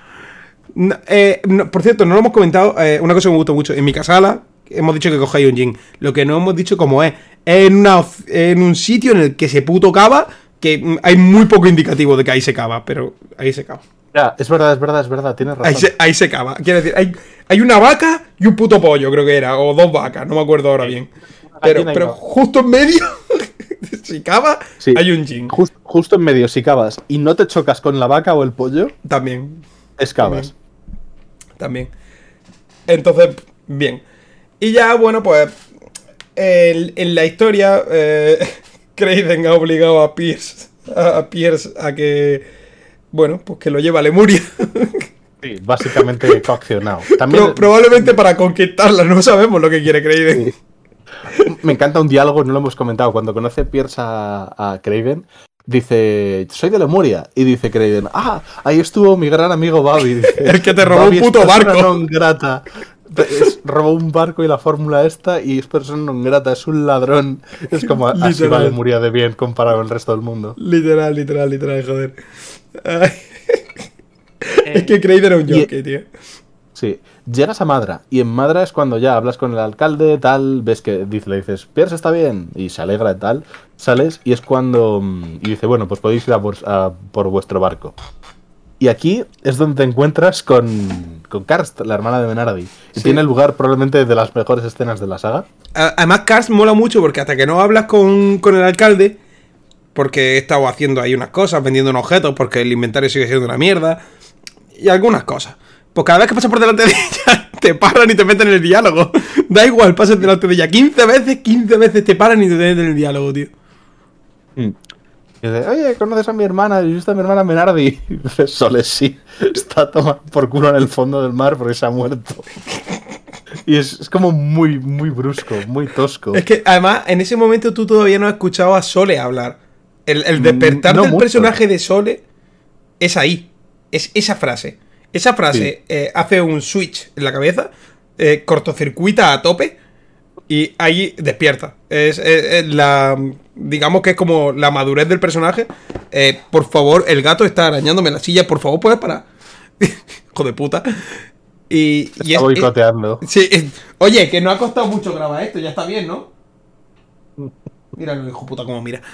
S1: Por cierto, no lo hemos comentado. Una cosa que me gustó mucho. En mi casala hemos dicho que cogéis un Jin. Lo que no hemos dicho cómo es. En un sitio en el que se puto cava. Que hay muy poco indicativo de que ahí se cava. Pero ahí se cava.
S2: Ya, es verdad. Tienes razón.
S1: Ahí se cava. Quiere decir, hay una vaca y un puto pollo, creo que era. O 2 vacas, no me acuerdo ahora bien. Pero justo en medio... Si cavas, hay un Jin.
S2: Justo en medio, si cavas y no te chocas con la vaca o el pollo,
S1: también.
S2: Excavas.
S1: También. Entonces, bien. Y ya, bueno, pues. En la historia, Kraven ha obligado a Pierce a que. Bueno, pues que lo lleve a Lemuria.
S2: Sí, básicamente coaccionado. También...
S1: probablemente para conquistarla, no sabemos lo que quiere Kraven.
S2: Sí. Me encanta un diálogo, no lo hemos comentado. Cuando conoce Pierce a Kraven, dice: soy de Lemuria. Y dice Kraven: ahí estuvo mi gran amigo Bobby. Dice,
S1: el que te robó un puto barco.
S2: Non grata. Robó un barco y la fórmula esta y es persona non grata, es un ladrón. Es como así va Lemuria de bien comparado con el resto del mundo.
S1: Literal, joder. Es que Kraven era un jockey, tío.
S2: Sí, llegas a Madra y en Madra es cuando ya hablas con el alcalde, tal, ves que le dices, Pierce está bien, y se alegra y tal, sales y es cuando... Y dice, bueno, pues podéis ir a por vuestro barco. Y aquí es donde te encuentras con Karst, la hermana de Menardi. Y tiene lugar probablemente de las mejores escenas de la saga.
S1: Además Karst mola mucho porque hasta que no hablas con el alcalde, porque he estado haciendo ahí unas cosas, vendiendo unos objetos, porque el inventario sigue siendo una mierda, y algunas cosas. Pues cada vez que pasas por delante de ella, te paran y te meten en el diálogo. Da igual, pasas delante de ella 15 veces te paran y te meten en el diálogo, tío.
S2: Y dice, oye, ¿conoces a mi hermana? ¿Y viste a mi hermana Menardi? Y dice, Sole, sí. Está tomando por culo en el fondo del mar porque se ha muerto. Y es como muy, muy brusco, muy tosco.
S1: Es que además, en ese momento tú todavía no has escuchado a Sole hablar. El despertar del personaje de Sole es ahí. Es esa frase. Esa frase hace un switch en la cabeza, cortocircuita a tope y ahí despierta. Es digamos que es como la madurez del personaje. Por favor, el gato está arañándome la silla. Por favor, ¿puedes parar? Hijo de puta.
S2: Está boicoteando.
S1: Sí, oye, que no ha costado mucho grabar esto. Ya está bien, ¿no? Míralo, hijo de puta, cómo mira.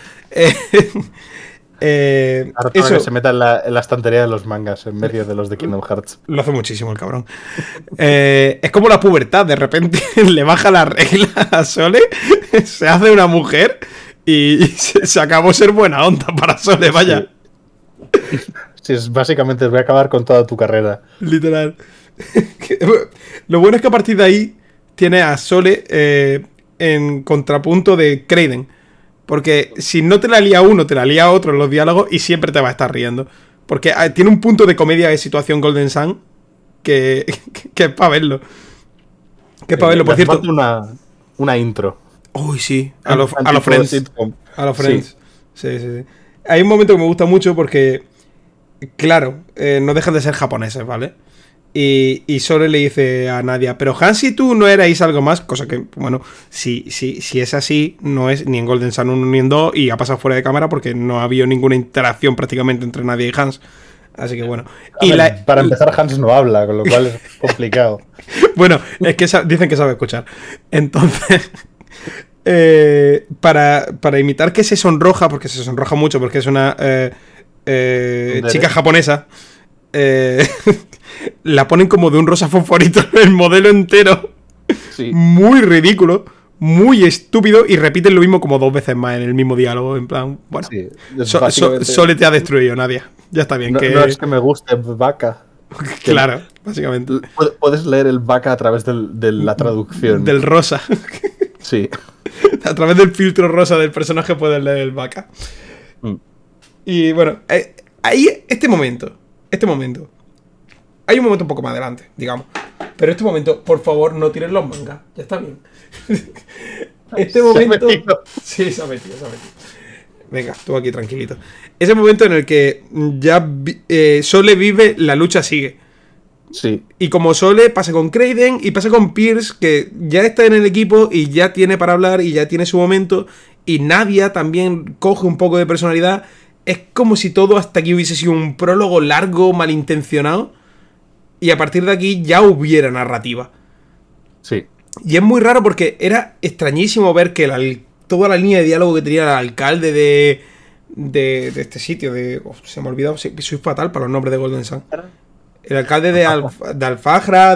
S2: Ahora eso, que se meta en la estantería de los mangas en medio de los de Kingdom Hearts.
S1: Lo hace muchísimo el cabrón. Es como la pubertad, de repente le baja la regla a Sole, se hace una mujer y se acabó ser buena onda para Sole, vaya.
S2: Sí, básicamente voy a acabar con toda tu carrera.
S1: Literal. Lo bueno es que a partir de ahí tiene a Sole en contrapunto de Kraven. Porque si no te la lía uno, te la lía otro en los diálogos y siempre te va a estar riendo. Porque tiene un punto de comedia de situación Golden Sun que es para verlo. Que para verlo, por
S2: Le hace
S1: cierto.
S2: falta una intro.
S1: Uy, sí, a los
S2: Tipo
S1: Friends.
S2: sitcom.
S1: A los Friends. Sí, sí, sí. Hay un momento que me gusta mucho porque, claro, no dejan de ser japoneses, ¿vale? Y Sole le dice a Nadia, pero Hans y tú no erais algo más, cosa que, bueno, si es así, no es ni en Golden Sun 1 ni en 2 y ha pasado fuera de cámara porque no ha habido ninguna interacción prácticamente entre Nadia y Hans. Así que bueno.
S2: Para empezar, Hans no habla, con lo cual es complicado.
S1: Bueno, es que dicen que sabe escuchar. Entonces, para imitar que se sonroja, porque se sonroja mucho, porque es una chica japonesa, la ponen como de un rosa fosforito el modelo entero.
S2: Sí.
S1: Muy ridículo, muy estúpido, y repiten lo mismo como 2 veces más en el mismo diálogo. En plan, bueno,
S2: Sí,
S1: Sole te ha destruido, Nadia. Ya está bien.
S2: No, no es que me guste vaca.
S1: Claro, básicamente.
S2: Puedes leer el vaca a través de la traducción.
S1: Del rosa.
S2: Sí.
S1: A través del filtro rosa del personaje puedes leer el vaca. Y bueno, ahí este momento. Hay un momento un poco más adelante, digamos. Pero este momento, por favor, no tires los mangas. Ya está bien. Este momento. Sí, se ha metido. Venga, tú aquí tranquilito. Ese momento en el que ya Sole vive, la lucha sigue.
S2: Sí.
S1: Y como Sole pasa con Kraiden y pasa con Pierce, que ya está en el equipo y ya tiene para hablar y ya tiene su momento. Y Nadia también coge un poco de personalidad. Es como si todo hasta aquí hubiese sido un prólogo largo, malintencionado. Y a partir de aquí ya hubiera narrativa.
S2: Sí.
S1: Y es muy raro porque era extrañísimo ver que toda la línea de diálogo que tenía el alcalde de este sitio, se me ha olvidado, soy fatal para los nombres de Golden Sun. El alcalde de Alfajra,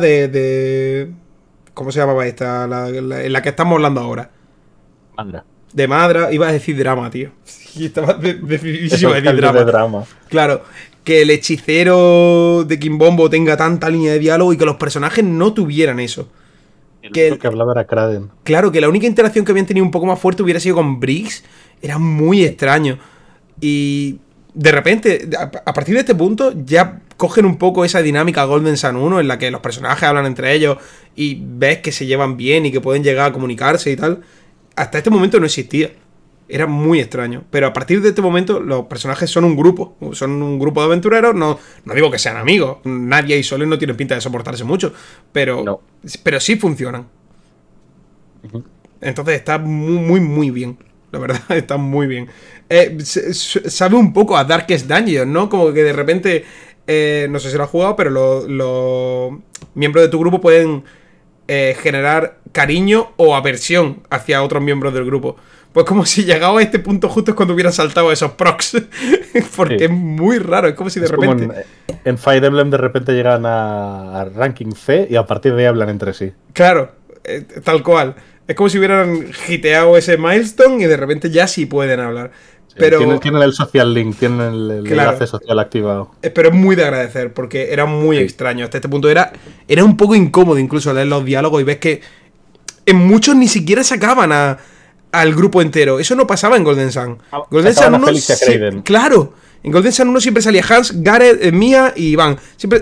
S1: ¿cómo se llamaba esta? En la que estamos hablando ahora.
S2: Madra.
S1: De Madra, iba a decir drama, tío. Y estaba decididísimo a decir drama. Claro, que el hechicero de Kimbombo tenga tanta línea de diálogo y que los personajes no tuvieran eso.
S2: Que hablaba era Kraden.
S1: Claro, que la única interacción que habían tenido un poco más fuerte hubiera sido con Briggs. Era muy extraño. Y de repente, a partir de este punto, ya cogen un poco esa dinámica Golden Sun 1 en la que los personajes hablan entre ellos y ves que se llevan bien y que pueden llegar a comunicarse y tal. Hasta este momento no existía. Era muy extraño. Pero a partir de este momento, los personajes son un grupo. Son un grupo de aventureros. No digo que sean amigos. Nadia y Sole no tienen pinta de soportarse mucho. Pero sí funcionan. Entonces está muy, muy bien. La verdad, está muy bien. Sabe un poco a Darkest Dungeon, ¿no? Como que de repente, no sé si lo has jugado, pero los miembros de tu grupo pueden generar cariño o aversión hacia otros miembros del grupo. Pues como si llegaba a este punto justo es cuando hubiera saltado esos procs. Porque es muy raro, es como si de repente...
S2: Como en Fire Emblem de repente llegan a ranking C y a partir de ahí hablan entre sí.
S1: Claro, tal cual. Es como si hubieran hiteado ese milestone y de repente ya sí pueden hablar.
S2: Sí,
S1: pero
S2: tienen el social link, tienen el enlace social activado.
S1: Pero es muy de agradecer, porque era muy extraño. Hasta este punto era un poco incómodo incluso leer los diálogos y ves que en muchos ni siquiera sacaban al grupo entero. Eso no pasaba en Golden Sun. Golden Sun 1 claro. En Golden Sun 1 siempre salía Hans, Gareth, Mia y Iván.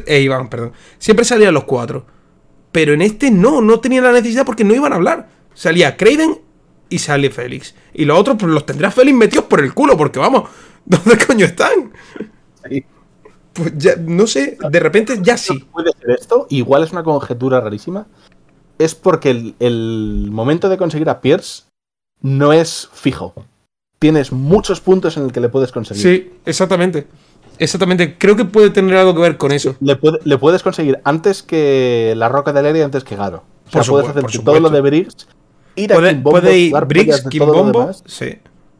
S1: Siempre salían los 4. Pero en este no tenía la necesidad porque no iban a hablar. Salía Kraiden y sale Félix. Y los otros pues los tendrá Félix metidos por el culo, porque vamos, ¿dónde coño están?
S2: Sí.
S1: Pues ya, no sé, de repente ya sí.
S2: ¿Puede ser esto? Igual es una conjetura rarísima. Es porque el momento de conseguir a Pierce no es fijo. Tienes muchos puntos en el que le puedes conseguir.
S1: Sí, exactamente. Exactamente, creo que puede tener algo que ver con eso.
S2: Le puedes conseguir antes que la Roca de Leria, antes que Garo. O sea, puedes hacer todo lo de Briggs, ir a Kimbombo,
S1: puede ir Briggs, Kimbombo, sí.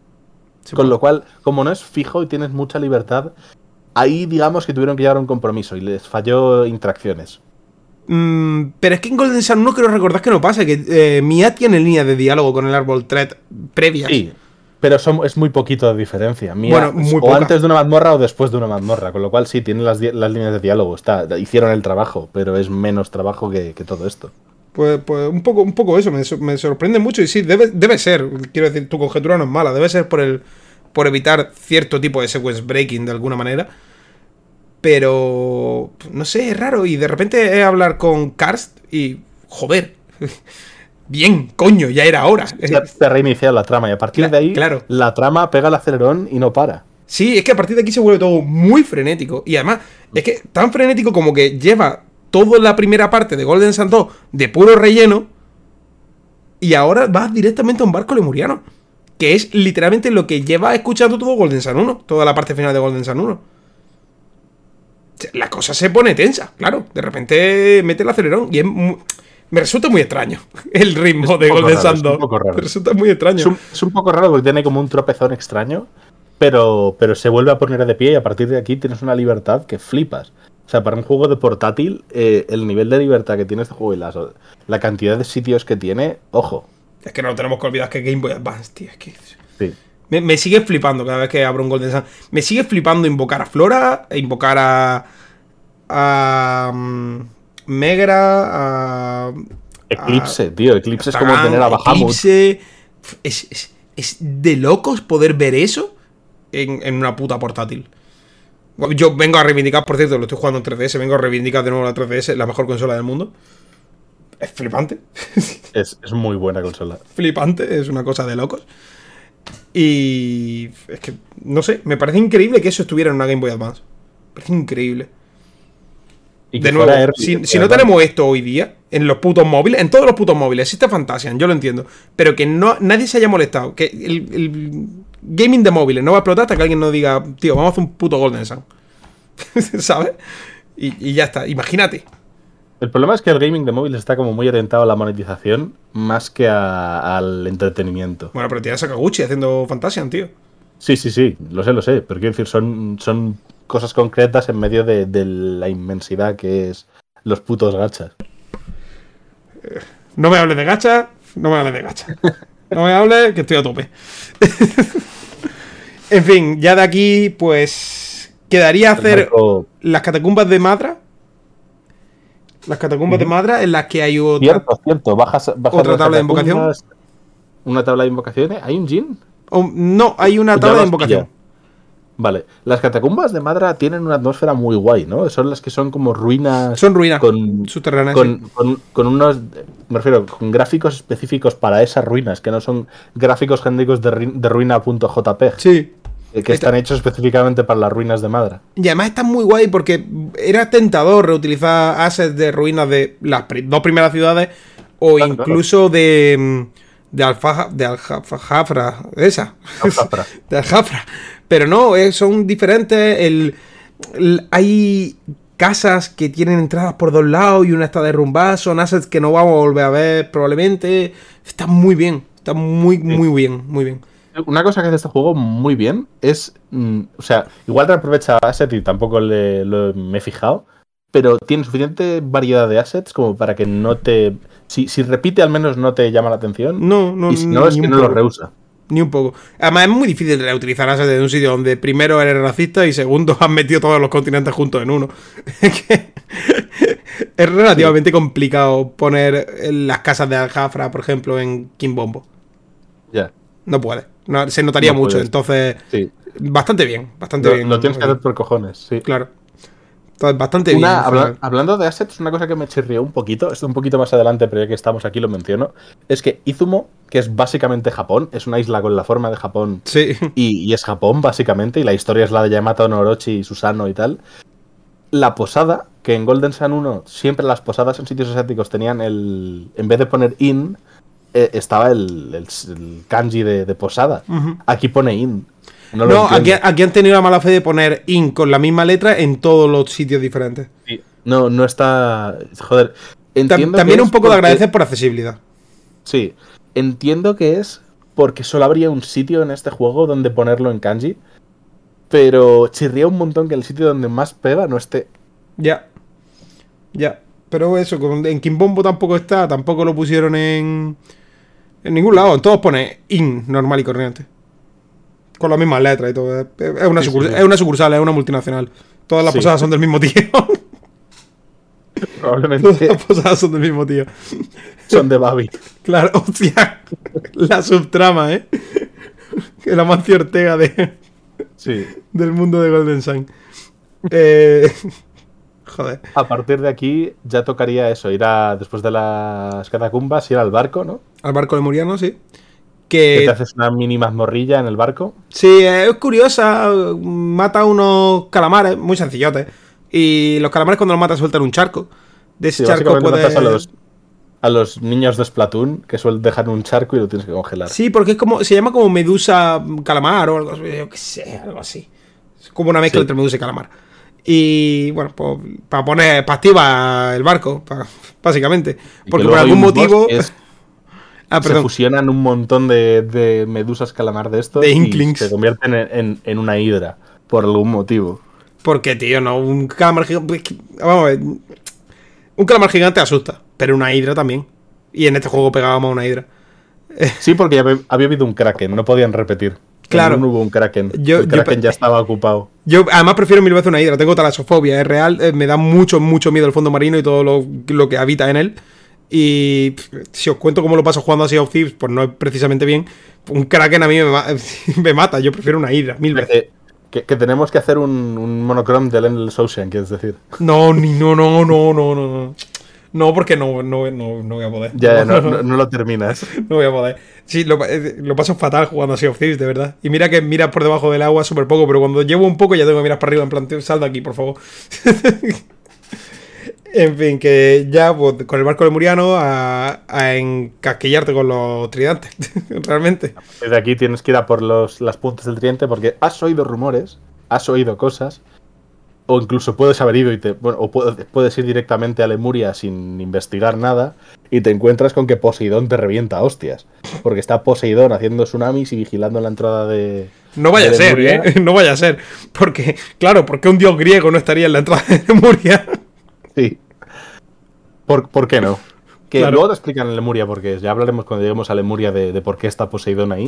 S2: Con lo cual, como no es fijo y tienes mucha libertad, ahí digamos que tuvieron que llegar a un compromiso y les falló interacciones.
S1: Pero es que en Golden Sun no quiero recordar que no pasa, que Mia tiene línea de diálogo con el árbol thread previas.
S2: Sí, pero es muy poquito de diferencia. Mia,
S1: muy
S2: o
S1: poca.
S2: antes de una mazmorra o después de una mazmorra, con lo cual sí, tienen las líneas de diálogo. Hicieron el trabajo, pero es menos trabajo que todo esto.
S1: Pues un poco eso, me sorprende mucho y sí, debe ser, quiero decir, tu conjetura no es mala, debe ser por evitar cierto tipo de sequence breaking de alguna manera. Pero, no sé, es raro y de repente es hablar con Karst y, joder, Bien, coño, ya era hora.
S2: Ya te ha reiniciado la trama y a partir de ahí
S1: claro.
S2: la trama pega el acelerón y no para.
S1: Sí, es que a partir de aquí se vuelve todo muy frenético. Y además, es que tan frenético como que lleva toda la primera parte de Golden Sun 2 de puro relleno. Y ahora vas directamente a un barco lemuriano. Que es literalmente lo que lleva escuchando todo Golden Sun 1. Toda la parte final de Golden Sun 1. La cosa se pone tensa, claro. De repente mete el acelerón. Y me resulta muy extraño el ritmo de Golden Sun 2. Me resulta muy extraño.
S2: Es un poco raro porque tiene como un tropezón extraño. Pero se vuelve a poner de pie y a partir de aquí tienes una libertad que flipas. O sea, para un juego de portátil, el nivel de libertad que tiene este juego y la cantidad de sitios que tiene, ojo.
S1: Es que no tenemos que olvidar que Game Boy Advance, tío. Es que
S2: sí.
S1: me sigue flipando cada vez que abro un Golden Sun. Me sigue flipando invocar a Flora, invocar a Megra,
S2: Eclipse, tío. Eclipse es como tener a Bahamut.
S1: Eclipse. Es de locos poder ver eso en una puta portátil. Yo vengo a reivindicar, por cierto, lo estoy jugando en 3DS, vengo a reivindicar de nuevo la 3DS, la mejor consola del mundo. Es flipante.
S2: Es muy buena consola.
S1: Flipante, es una cosa de locos. Y es que, no sé, me parece increíble que eso estuviera en una Game Boy Advance. Me parece increíble.
S2: Y
S1: de nuevo, si no tenemos esto hoy día, en los putos móviles, en todos los putos móviles, existe Fantasian, yo lo entiendo. Pero que nadie se haya molestado. Que el gaming de móviles no va a explotar hasta que alguien nos diga, tío, vamos a hacer un puto Golden Sun. ¿Sabes? Y ya está, imagínate.
S2: El problema es que el gaming de móviles está como muy orientado a la monetización más que al entretenimiento.
S1: Bueno, pero tienes a Sakaguchi haciendo Fantasian, tío.
S2: Sí, lo sé. Pero quiero decir, son cosas concretas en medio de la inmensidad que es los putos gachas.
S1: No me hables de gacha, no me hables, que estoy a tope. En fin, ya de aquí, pues quedaría hacer las catacumbas de Madra. Las catacumbas de Madra, en las que hay otra.
S2: Cierto. Bajas
S1: otra tabla de invocación.
S2: Una tabla de invocaciones. ¿Hay un Jin?
S1: No, hay una tabla de invocación.
S2: Vale, las catacumbas de Madra tienen una atmósfera muy guay, ¿no? Son las que son como ruinas.
S1: Son ruinas subterráneas.
S2: Con unos. Me refiero, con gráficos específicos para esas ruinas, que no son gráficos genéricos de ruina.jpg.
S1: Sí.
S2: Que están hechos específicamente para las ruinas de Madra.
S1: Y además está muy guay porque era tentador reutilizar assets de ruinas de las dos primeras ciudades o claro, incluso de Al-Jafra, esa.
S2: Al-Jafra.
S1: De Al-Jafra. Pero no, son diferentes. Hay casas que tienen entradas por dos lados y una está derrumbada. Son assets que no vamos a volver a ver probablemente. Está muy bien. Está muy bien.
S2: Una cosa que hace este juego muy bien es... o sea, igual reaprovecha assets y tampoco me he fijado, pero tiene suficiente variedad de assets como para que no te... Si repite al menos no te llama la atención.
S1: No.
S2: Y si no, es que no lo rehúsa.
S1: Ni un poco. Además es muy difícil reutilizar assets de un sitio donde primero eres racista y segundo has metido todos los continentes juntos en uno. Es relativamente complicado poner las casas de Al-Jafra, por ejemplo, en Kimbombo.
S2: Ya.
S1: No puede. No, se notaría mucho. Entonces,
S2: sí.
S1: Bastante bien.
S2: Lo tienes que hacer por cojones, sí.
S1: Claro. Entonces, bastante bien.
S2: Hablando de assets, una cosa que me chirrió un poquito, esto un poquito más adelante, pero ya que estamos aquí lo menciono, es que Izumo, que es básicamente Japón, es una isla con la forma de Japón.
S1: Sí.
S2: Y es Japón, básicamente, y la historia es la de Yamato no Orochi y Susano y tal. La posada, que en Golden Sun 1 siempre las posadas en sitios asiáticos tenían en vez de poner in, estaba el kanji de posada. Aquí pone in.
S1: No, aquí han tenido la mala fe de poner in con la misma letra en todos los sitios diferentes.
S2: Sí. No está... Joder.
S1: También un poco de agradecer por accesibilidad.
S2: Sí. Entiendo que es porque solo habría un sitio en este juego donde ponerlo en kanji, pero chirría un montón que el sitio donde más pega no esté.
S1: Ya. Pero eso, en Kimbombo tampoco lo pusieron en ningún lado. En todos pone in, normal y corriente. Con las mismas letras y todo. Es una sucursal, es una multinacional. Todas las posadas son del mismo tío.
S2: Probablemente.
S1: Todas las posadas son del mismo tío.
S2: Son de Babi.
S1: Claro, hostia. La subtrama, ¿eh? El Amancio Ortega del mundo de Golden Sun. Joder.
S2: A partir de aquí ya tocaría eso, después de las catacumbas, ir al barco, ¿no?
S1: Al barco lemuriano, sí.
S2: Que te haces una mini mazmorrilla en el barco.
S1: Sí, es curiosa. Mata a unos calamares, muy sencillotes. Y los calamares cuando los matas sueltan un charco. De ese charco
S2: puedes... A los niños de Splatoon, que suelen dejar un charco y lo tienes que congelar.
S1: Sí, porque es como se llama como medusa calamar o algo así. Yo qué sé, algo así. Es como una mezcla entre medusa y calamar. Y bueno, pues para activar el barco, básicamente. Porque por algún motivo...
S2: se fusionan un montón de medusas calamar de estos
S1: de Inklings.
S2: Y se convierten en una hidra, por algún motivo.
S1: Porque, tío, no, un calamar gigante... Vamos a ver... Un calamar gigante asusta, pero una hidra también. Y en este juego pegábamos a una hidra.
S2: Sí, porque había habido un Kraken, no podían repetir.
S1: Claro.
S2: No hubo un Kraken. El Kraken ya estaba ocupado.
S1: Yo además prefiero mil veces una hidra. Tengo talasofobia, es real. Me da mucho miedo el fondo marino y todo lo que habita en él. Y si os cuento cómo lo paso jugando a Sea of Thieves, pues no es precisamente bien. Un Kraken a mí me mata. Yo prefiero una hidra, mil veces.
S2: Que tenemos que hacer un monochrome del Endless Ocean, quieres decir.
S1: No. No, porque no voy a poder.
S2: Ya, no lo terminas.
S1: No voy a poder. Sí, lo paso fatal jugando a Sea of Thieves, de verdad. Y mira que miras por debajo del agua súper poco, pero cuando llevo un poco ya tengo que mirar para arriba, en plan, sal de aquí, por favor. En fin, que ya pues, con el barco lemuriano a encasquillarte con los tridentes, realmente.
S2: Desde aquí tienes que ir a por las puntas del tridente porque has oído rumores, has oído cosas, o incluso puedes haber ido o puedes ir directamente a Lemuria sin investigar nada y te encuentras con que Poseidón te revienta a hostias. Porque está Poseidón haciendo tsunamis y vigilando la entrada de...
S1: No vaya a ser, ¿eh? No vaya a ser. Porque, claro, ¿por qué un dios griego no estaría en la entrada de Lemuria?
S2: Sí. ¿Por qué no? Que
S1: claro.
S2: Luego te explican en Lemuria porque ya hablaremos cuando lleguemos a Lemuria de por qué está Poseidón ahí.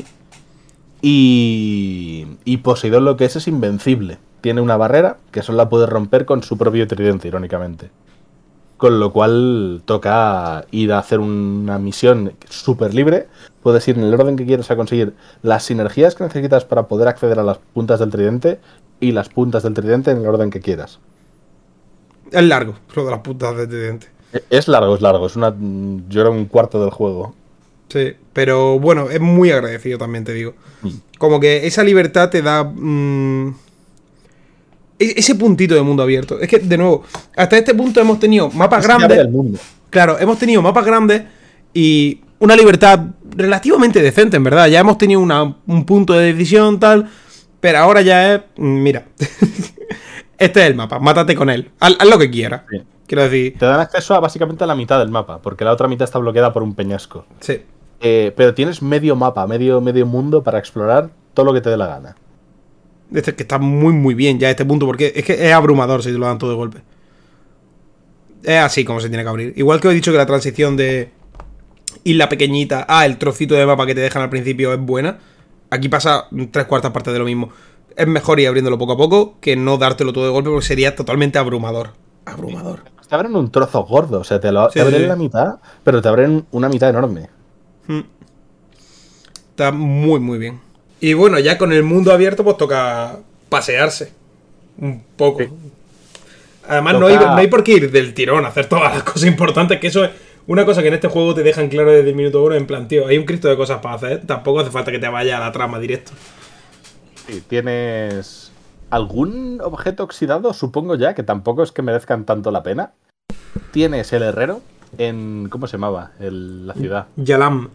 S2: Y Poseidón lo que es invencible. Tiene una barrera que solo la puede romper con su propio tridente, irónicamente. Con lo cual toca ir a hacer una misión súper libre. Puedes ir en el orden que quieras a conseguir las sinergias que necesitas para poder acceder a las puntas del tridente y las puntas del tridente en el orden que quieras.
S1: Es largo, lo de las puntas del tridente.
S2: Es largo. Yo era un cuarto del juego.
S1: Sí, pero bueno, es muy agradecido también, te digo. Como que esa libertad te da... ese puntito de mundo abierto. Es que, de nuevo, hasta este punto hemos tenido mapas grandes.
S2: Del mundo.
S1: Claro, hemos tenido mapas grandes y una libertad relativamente decente, en verdad. Ya hemos tenido un punto de decisión, tal. Pero ahora ya es... Mira. Este es el mapa, mátate con él. Haz lo que quieras. Sí. Quiero decir...
S2: Te dan acceso a básicamente la mitad del mapa, porque la otra mitad está bloqueada por un peñasco.
S1: Sí.
S2: Pero tienes medio mapa, medio mundo para explorar todo lo que te dé la gana.
S1: Este que está muy bien ya a este punto, porque es que es abrumador si te lo dan todo de golpe. Es así como se tiene que abrir. Igual que os he dicho que la transición de isla pequeñita a el trocito de mapa que te dejan al principio es buena. Aquí pasa 3/4 partes de lo mismo. Es mejor ir abriéndolo poco a poco que no dártelo todo de golpe porque sería totalmente abrumador. Abrumador.
S2: Te abren un trozo gordo, o sea, te abren la mitad, pero te abren una mitad enorme.
S1: Está muy bien. Y bueno, ya con el mundo abierto pues toca pasearse un poco. Sí. Además no hay por qué ir del tirón a hacer todas las cosas importantes, que eso es una cosa que en este juego te dejan claro desde el minuto 1, en plan, tío, hay un cristo de cosas para hacer, tampoco hace falta que te vaya a la trama directo.
S2: Sí, tienes algún objeto oxidado, supongo ya, que tampoco es que merezcan tanto la pena. Tienes el herrero en... ¿Cómo se llamaba? La ciudad.
S1: Yalam.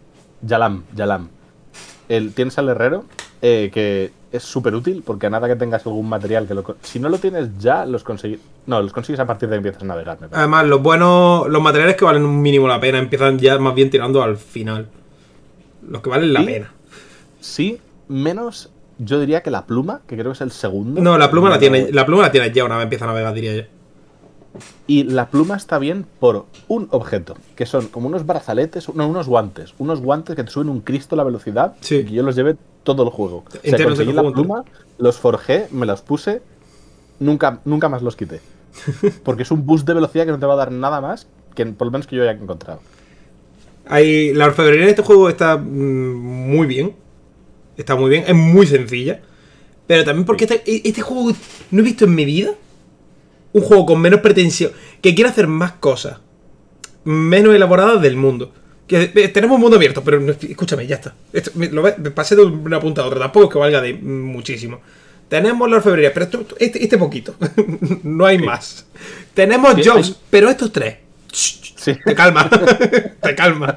S2: Tienes al herrero, que es súper útil, porque a nada que tengas algún material que si no lo tienes ya, los consigues a partir de que empiezas a navegar.
S1: Además, los materiales que valen un mínimo la pena empiezan ya más bien tirando al final. Los que valen la pena.
S2: Sí, menos... Yo diría que la pluma, que creo que es el segundo.
S1: No, la pluma la tienes ya una vez empieza a navegar, diría yo.
S2: Y la pluma está bien por un objeto, que son como unos brazaletes, no, unos guantes. Unos guantes que te suben un Cristo la velocidad,
S1: sí.
S2: Y que yo los llevé todo el juego. O sea, conseguí la pluma, los forjé, me los puse, nunca más los quité. Porque es un boost de velocidad que no te va a dar nada más, que por lo menos que yo haya encontrado.
S1: La orfebrería de este juego está muy bien. Está muy bien, es muy sencilla. Pero también porque este juego no he visto en mi vida un juego con menos pretensión, que quiere hacer más cosas, menos elaboradas del mundo. Que tenemos un mundo abierto, pero escúchame, ya está. Esto, me pasé de una punta a otra, tampoco es que valga de muchísimo. Tenemos la orfebrería, pero este poquito. No hay más. Tenemos jobs, pero estos 3. Sí. Te calma. Te calma.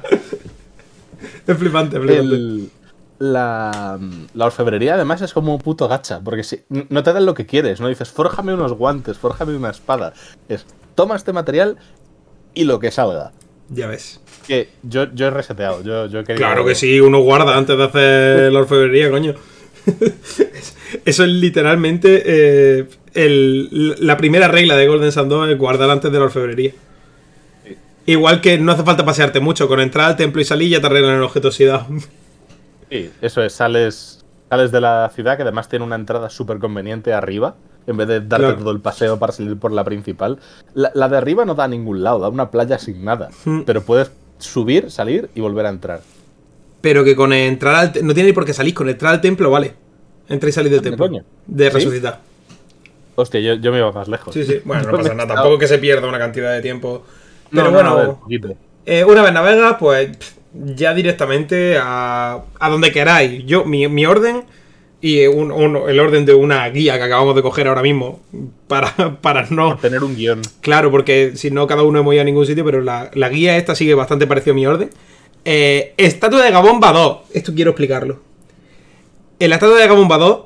S1: Es flipante, flipante.
S2: La orfebrería además es como un puto gacha, porque si, no te dan lo que quieres, no dices, fórjame unos guantes, fórjame una espada. Es, toma este material y lo que salga.
S1: Ya ves.
S2: Que yo he reseteado, yo he querido...
S1: Claro que sí, uno guarda antes de hacer la orfebrería, coño. Eso es literalmente la primera regla de Golden Sun 2 es guardar antes de la orfebrería. Sí. Igual que no hace falta pasearte mucho, con entrar al templo y salir ya te arreglan el objetosidad.
S2: Sí, eso es, sales de la ciudad, que además tiene una entrada súper conveniente arriba, en vez de darte todo el paseo para salir por la principal. La de arriba no da a ningún lado, da una playa sin nada, pero puedes subir, salir y volver a entrar.
S1: Pero que con entrar al no tiene ni por qué salir, con entrar al templo, vale. Entra y salir del templo.
S2: Coño?
S1: De resucitar.
S2: Hostia, yo me iba más lejos.
S1: Sí. Bueno, no pasa nada. Tampoco que se pierda una cantidad de tiempo. Pero
S2: no,
S1: bueno, una vez navegas, pues ya directamente a donde queráis. Yo, mi orden y el orden de una guía que acabamos de coger ahora mismo para no...
S2: Por tener un guión.
S1: Claro, porque si no cada uno hemos ido a ningún sitio, pero la guía esta sigue bastante parecido a mi orden. Estatua de Gabomba 2. Esto quiero explicarlo. En la estatua de Gabomba 2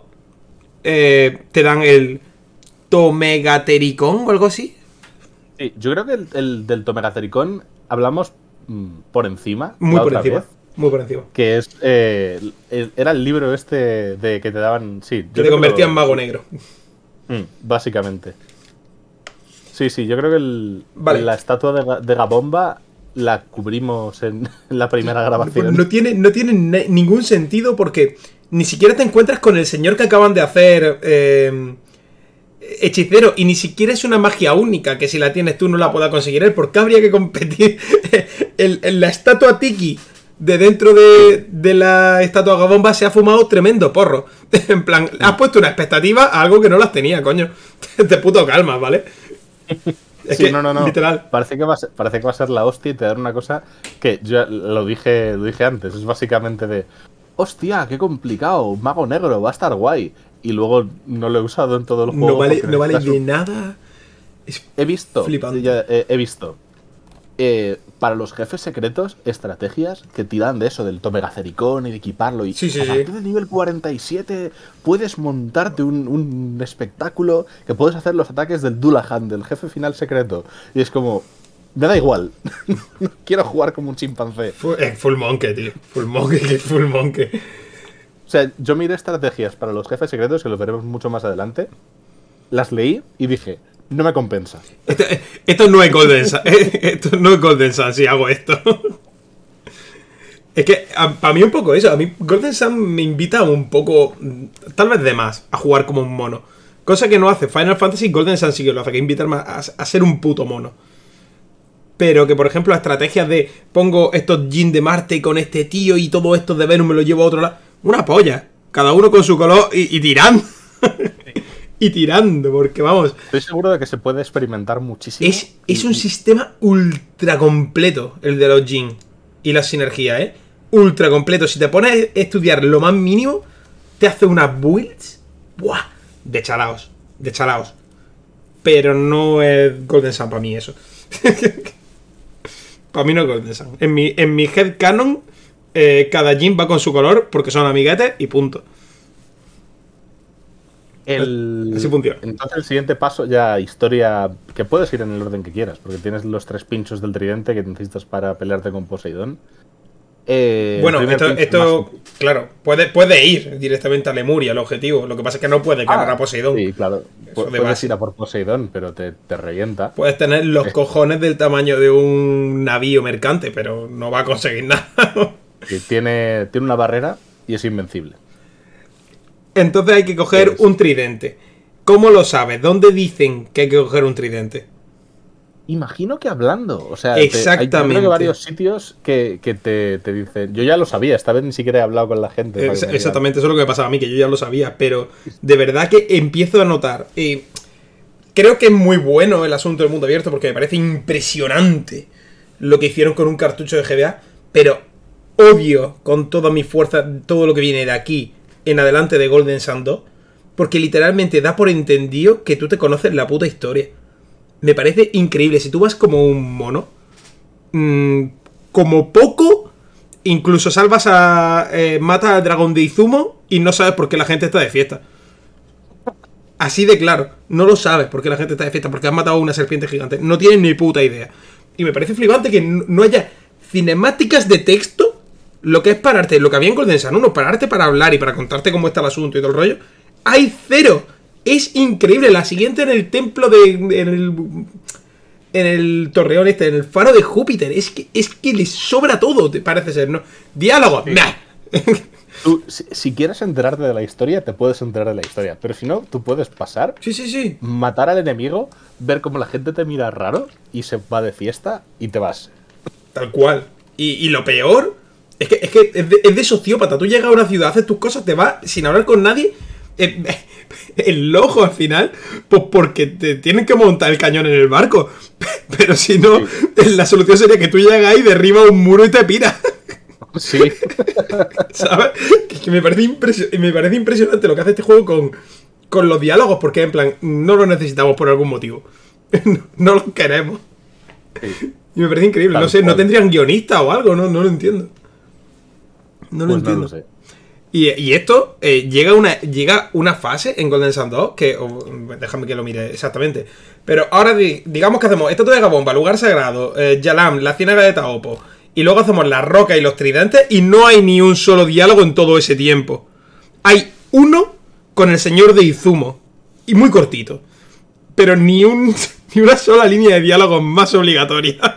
S1: te dan el Tomegatericón o algo así.
S2: Sí, yo creo que el del Tomegatericón hablamos por encima.
S1: Muy por encima. Muy por encima.
S2: Que es era el libro este de que te daban... Sí,
S1: que te convertía en mago negro.
S2: Básicamente. Sí, yo creo que la estatua de Gabomba la cubrimos en la primera grabación.
S1: No tiene ningún sentido porque ni siquiera te encuentras con el señor que acaban de hacer hechicero y ni siquiera es una magia única que si la tienes tú no la pueda conseguir él. ¿Por qué habría que competir la estatua Tiki de dentro de la estatua Gabomba? Se ha fumado tremendo porro. En plan, has puesto una expectativa a algo que no las tenía, coño. De puto calma, ¿vale?
S2: Es sí, que, no. Literal. Parece que va a ser la hostia y te dar una cosa que yo lo dije antes. Es básicamente de, hostia, qué complicado, mago negro, va a estar guay. Y luego no lo he usado en todo el juego.
S1: No vale de nada.
S2: He visto.
S1: Flipante.
S2: He visto. Para los jefes secretos, estrategias que tiran de eso, del Tomegacericón y de equiparlo. Y
S1: sí.
S2: A partir de nivel 47 puedes montarte un espectáculo que puedes hacer los ataques del Dullahan, del jefe final secreto. Y es como, me da igual. No quiero jugar como un chimpancé.
S1: Full monkey, tío. Full monkey.
S2: O sea, yo miré estrategias para los jefes secretos, que los veremos mucho más adelante. Las leí y dije, no me compensa.
S1: Esto no es Golden Sun. Esto no es Golden Sun si hago esto. Es que para mí un poco eso. A mí Golden Sun me invita un poco, tal vez de más, a jugar como un mono. Cosa que no hace Final Fantasy. Golden Sun sí que lo hace, que invitarme a ser un puto mono. Pero que por ejemplo estrategias de pongo estos Jin de Marte con este tío y todo esto de Venus me lo llevo a otro lado. Una polla. Cada uno con su color y tirando. Y tirando, porque vamos.
S2: Estoy seguro de que se puede experimentar muchísimo.
S1: Es un sistema ultra completo el de los Jin y las sinergias, ultra completo. Si te pones a estudiar lo más mínimo, te hace unas builds. ¡Buah! De chalaos. Pero no es Golden Sun para mí eso. Para mí no es Golden Sun. En mi headcanon, cada Jin va con su color porque son amiguetes y punto. Así funciona.
S2: Entonces el siguiente paso, ya historia, que puedes ir en el orden que quieras, porque tienes los 3 pinchos del tridente que necesitas para pelearte con Poseidón.
S1: Bueno, esto claro, puede ir directamente a Lemuria, el objetivo. Lo que pasa es que no puede cargar a Poseidón.
S2: Sí, claro. Puedes ir a por Poseidón, pero te revienta.
S1: Puedes tener los cojones del tamaño de un navío mercante, pero no va a conseguir nada.
S2: Tiene una barrera y es invencible.
S1: Entonces hay que coger un tridente. ¿Cómo lo sabes? ¿Dónde dicen que hay que coger un tridente?
S2: Imagino que hablando. O sea,
S1: exactamente.
S2: Hay varios sitios que te dicen. Yo ya lo sabía, esta vez ni siquiera he hablado con la gente.
S1: Exactamente, eso es lo que me pasaba a mí, que yo ya lo sabía. Pero de verdad que empiezo a notar creo que es muy bueno el asunto del mundo abierto porque me parece impresionante lo que hicieron con un cartucho de GBA, pero odio con toda mi fuerza todo lo que viene de aquí en adelante de Golden Sun 2, porque literalmente da por entendido que tú te conoces la puta historia. Me parece increíble. Si tú vas como un mono, como poco, incluso salvas a... matas al dragón de Izumo y no sabes por qué la gente está de fiesta. Así de claro. No lo sabes por qué la gente está de fiesta, porque has matado a una serpiente gigante. No tienes ni puta idea. Y me parece flipante que no haya cinemáticas de texto. Lo que es pararte, lo que había en Golden Sun 1, pararte para hablar y para contarte cómo está el asunto y todo el rollo. Hay cero. Es increíble. La siguiente en el templo en el torreón este, en el faro de Júpiter. Es que le sobra todo, te parece ser, ¿no? Diálogo.
S2: Sí. Tú, si quieres enterarte de la historia, te puedes enterar de la historia. Pero si no, tú puedes pasar,
S1: Sí.
S2: matar al enemigo, ver cómo la gente te mira raro y se va de fiesta y te vas.
S1: Tal cual. Y lo peor es que es de sociópata. Tú llegas a una ciudad, haces tus cosas, te vas sin hablar con nadie. El ojo al final, pues porque te tienen que montar el cañón en el barco. Pero si no, la solución sería que tú llegas ahí, derribas un muro y te piras.
S2: Sí.
S1: ¿Sabes? Que me parece impresionante lo que hace este juego con los diálogos, porque en plan, no los necesitamos por algún motivo. No los queremos.
S2: Sí.
S1: Y me parece increíble.
S2: Tal
S1: no sé,
S2: cual.
S1: ¿no tendrían guionista o algo? No lo entiendo. No lo
S2: Pues
S1: entiendo.
S2: no lo sé.
S1: Y esto llega una fase en Golden Sun 2 que... déjame que lo mire exactamente. Pero ahora digamos que hacemos estatua de Gabomba, lugar sagrado, Yalam, la ciénaga de Taopo. Y luego hacemos la roca y los tridentes y no hay ni un solo diálogo en todo ese tiempo. Hay uno con el señor de Izumo. Y muy cortito. Pero ni una sola línea de diálogo más obligatoria.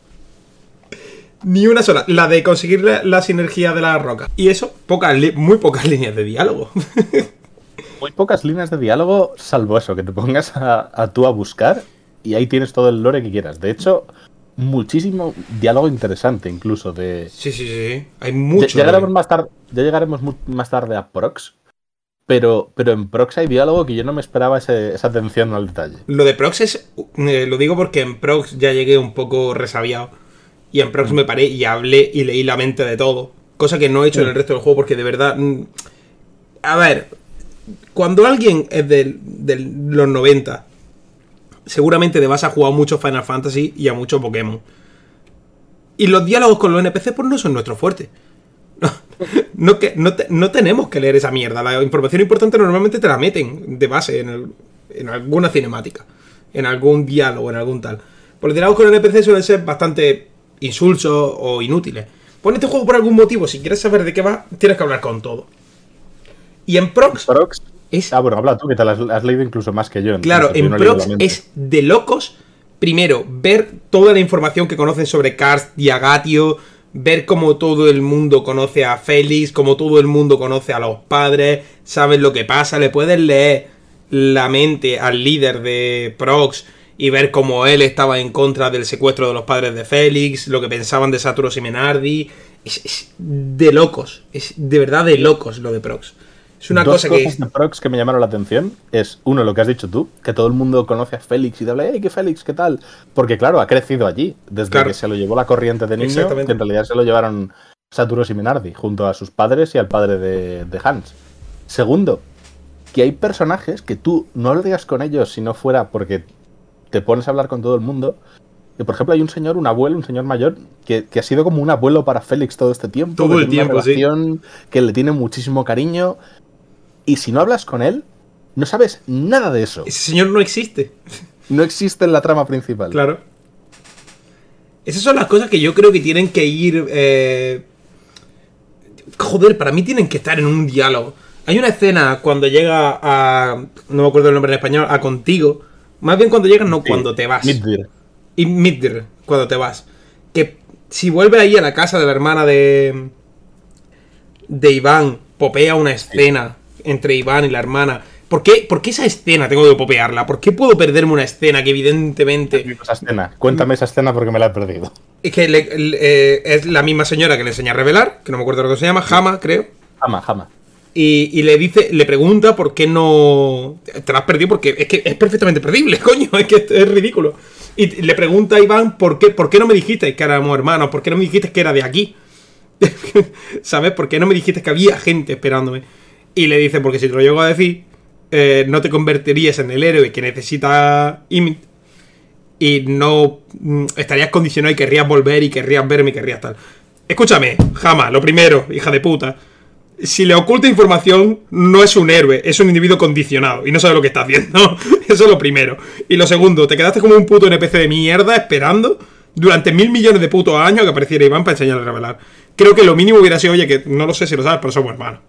S1: Ni una sola. La de conseguir la sinergia de la roca. Y eso, muy pocas líneas de diálogo.
S2: Muy pocas líneas de diálogo, salvo eso, que te pongas a tú a buscar y ahí tienes todo el lore que quieras. De hecho, muchísimo diálogo interesante incluso de...
S1: Sí. Hay mucho.
S2: Ya llegaremos más tarde a Prox, pero en Prox hay diálogo que yo no me esperaba esa atención al detalle.
S1: Lo de Prox es... lo digo porque en Prox ya llegué un poco resabiado. Y en Prox me paré y hablé y leí la mente de todo. Cosa que no he hecho en el resto del juego porque de verdad... a ver, cuando alguien es de los 90, seguramente te vas a jugar mucho Final Fantasy y a mucho Pokémon. Y los diálogos con los NPC pues no son nuestro fuerte. No tenemos que leer esa mierda. La información importante normalmente te la meten de base en alguna cinemática, en algún diálogo, en algún tal. Pues los diálogos con NPC suelen ser bastante insulsos o inútiles. Pues en este juego, por algún motivo, si quieres saber de qué va, tienes que hablar con todo. Y en Prox es...
S2: bueno, habla tú, que te las has leído incluso más que yo.
S1: Claro, en Prox es de locos, primero, ver toda la información que conocen sobre Karst y Agatio, ver cómo todo el mundo conoce a Félix, cómo todo el mundo conoce a los padres, saben lo que pasa, le puedes leer la mente al líder de Prox y ver cómo él estaba en contra del secuestro de los padres de Félix, lo que pensaban de Saturos y Menardi. Es de locos, es de verdad de locos lo de Prox. Es una cosa que...
S2: Dos cosas de Prox que me llamaron la atención es, uno, lo que has dicho tú, que todo el mundo conoce a Félix y te habla, ¡hey, qué Félix, qué tal! Porque claro, ha crecido allí, desde que se lo llevó la corriente de niño, que en realidad se lo llevaron Saturos y Menardi, junto a sus padres y al padre de Hans. Segundo, que hay personajes que tú no hablarías con ellos si no fuera porque te pones a hablar con todo el mundo. Que, por ejemplo, hay un abuelo, un señor mayor, que ha sido como un abuelo para Félix todo este tiempo.
S1: Todo el tiempo,
S2: sí. Que le tiene muchísimo cariño. Y si no hablas con él, no sabes nada de eso.
S1: Ese señor no existe.
S2: No existe en la trama principal.
S1: Claro. Esas son las cosas que yo creo que tienen que ir... Joder, para mí tienen que estar en un diálogo. Hay una escena cuando llega a... No me acuerdo el nombre en español. A Contigo. Más bien cuando llegas, no, sí, cuando te vas. Y Middir, cuando te vas. Que si vuelve ahí a la casa de la hermana de Iván, popea una escena entre Iván y la hermana. ¿Por qué esa escena tengo que popearla? ¿Por qué puedo perderme una escena que evidentemente...
S2: Esa escena. Cuéntame esa escena porque me la he perdido.
S1: Es que es la misma señora que le enseña a revelar, que no me acuerdo lo que se llama, Hama, creo.
S2: Hama.
S1: Y le pregunta por qué no... Te lo has perdido porque es que es perfectamente perdible, coño, es que es ridículo. Y le pregunta a Iván por qué no me dijiste que éramos hermanos, por qué no me dijiste que era de aquí. ¿Sabes? ¿Por qué no me dijiste que había gente esperándome? Y le dice, porque si te lo llego a decir, no te convertirías en el héroe que necesita Ymit. Y no estarías condicionado y querrías volver y querrías verme y querrías tal. Escúchame, Jama, lo primero, hija de puta. Si le oculta información, no es un héroe, es un individuo condicionado y no sabe lo que está haciendo. Eso es lo primero. Y lo segundo, te quedaste como un puto NPC de mierda esperando durante 1000 millones de putos años que apareciera Iván para enseñarle a revelar. Creo que lo mínimo hubiera sido, oye, que no lo sé si lo sabes, pero somos hermanos.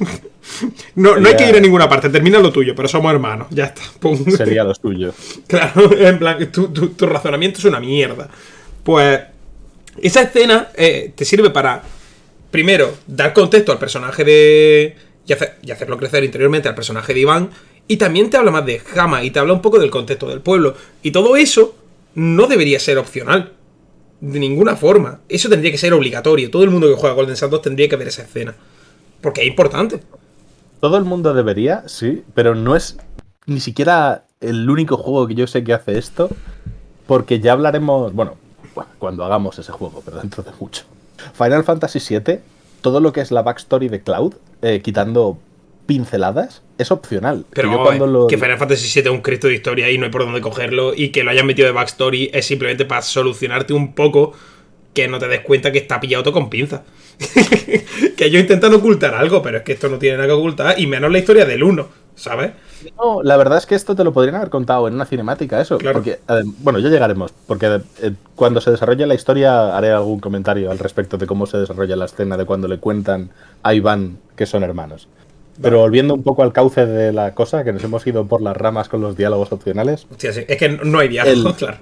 S1: No hay que ir a ninguna parte, termina lo tuyo, pero somos hermanos, ya está. Pum.
S2: Sería lo suyo.
S1: Claro, en plan, tu razonamiento es una mierda. Pues esa escena te sirve para, primero, dar contexto al personaje de... Y hacerlo crecer interiormente al personaje de Iván. Y también te habla más de Jama y te habla un poco del contexto del pueblo. Y todo eso no debería ser opcional. De ninguna forma. Eso tendría que ser obligatorio. Todo el mundo que juega Golden Sun 2 tendría que ver esa escena. Porque es importante.
S2: Todo el mundo debería, sí, pero no es ni siquiera el único juego que yo sé que hace esto. Porque ya hablaremos, bueno, cuando hagamos ese juego, pero dentro de mucho. Final Fantasy VII, todo lo que es la backstory de Cloud, quitando pinceladas, es opcional.
S1: Pero que Final Fantasy VII es un Cristo de historia y no hay por dónde cogerlo, y que lo hayan metido de backstory es simplemente para solucionarte un poco que no te des cuenta que está pillado todo con pinzas. Que ellos intentan ocultar algo, pero es que esto no tiene nada que ocultar, y menos la historia del 1, ¿sabes?
S2: No, la verdad es que esto te lo podrían haber contado en una cinemática, eso.
S1: Claro.
S2: Porque, bueno, ya llegaremos, porque cuando se desarrolle la historia haré algún comentario al respecto de cómo se desarrolla la escena de cuando le cuentan a Iván que son hermanos. Pero volviendo un poco al cauce de la cosa, que nos hemos ido por las ramas con los diálogos opcionales.
S1: Hostia, sí, es que no hay diálogo, claro.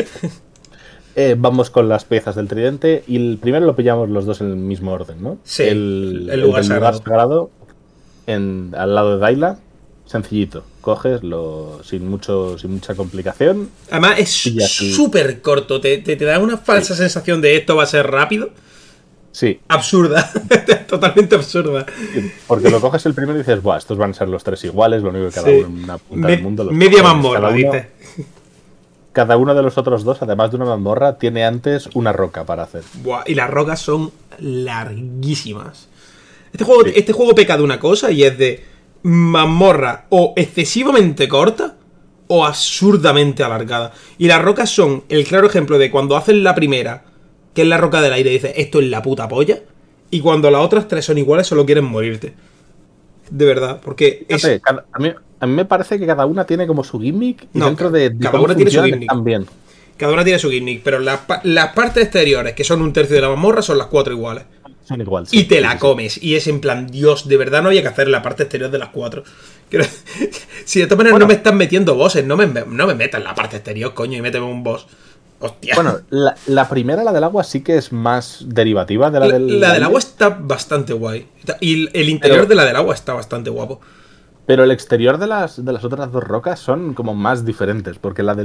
S2: Vamos con las piezas del tridente y el primero lo pillamos los dos en el mismo orden, ¿no?
S1: Sí,
S2: el
S1: lugar
S2: sagrado al lado de Dayla, sencillito. Cogeslo sin mucha complicación.
S1: Además es súper corto, te da una falsa sensación de esto va a ser rápido.
S2: Sí.
S1: Absurda, totalmente absurda.
S2: Porque lo coges el primero y dices, buah, estos van a ser los tres iguales, lo único que cada uno en una punta del mundo.
S1: Media mazmorra, dice.
S2: Cada uno de los otros dos, además de una mazmorra, tiene antes una roca para hacer.
S1: Buah, y las rocas son larguísimas. Este juego peca de una cosa y es de mazmorra o excesivamente corta o absurdamente alargada. Y las rocas son el claro ejemplo de cuando hacen la primera, que es la roca del aire, y dices, esto es la puta polla. Y cuando las otras tres son iguales, solo quieren morirte. De verdad, porque
S2: fíjate, a mí me parece que cada una tiene como su gimmick y
S1: no,
S2: dentro de
S1: cada una tiene su gimmick
S2: también.
S1: Cada una tiene su gimmick, pero las partes exteriores, que son un tercio de la mazmorra, son las cuatro iguales.
S2: Son iguales. Sí,
S1: y te la comes. Y es en plan, Dios, de verdad no había que hacer la parte exterior de las cuatro. Si de todas maneras no me están metiendo bosses, no me metas en la parte exterior, coño, y méteme un boss. Hostia.
S2: Bueno, la primera, la del agua, sí que es más derivativa de la del...
S1: La del agua está bastante guay. Y el interior de la del agua está bastante guapo.
S2: Pero el exterior de las otras dos rocas son como más diferentes. Porque la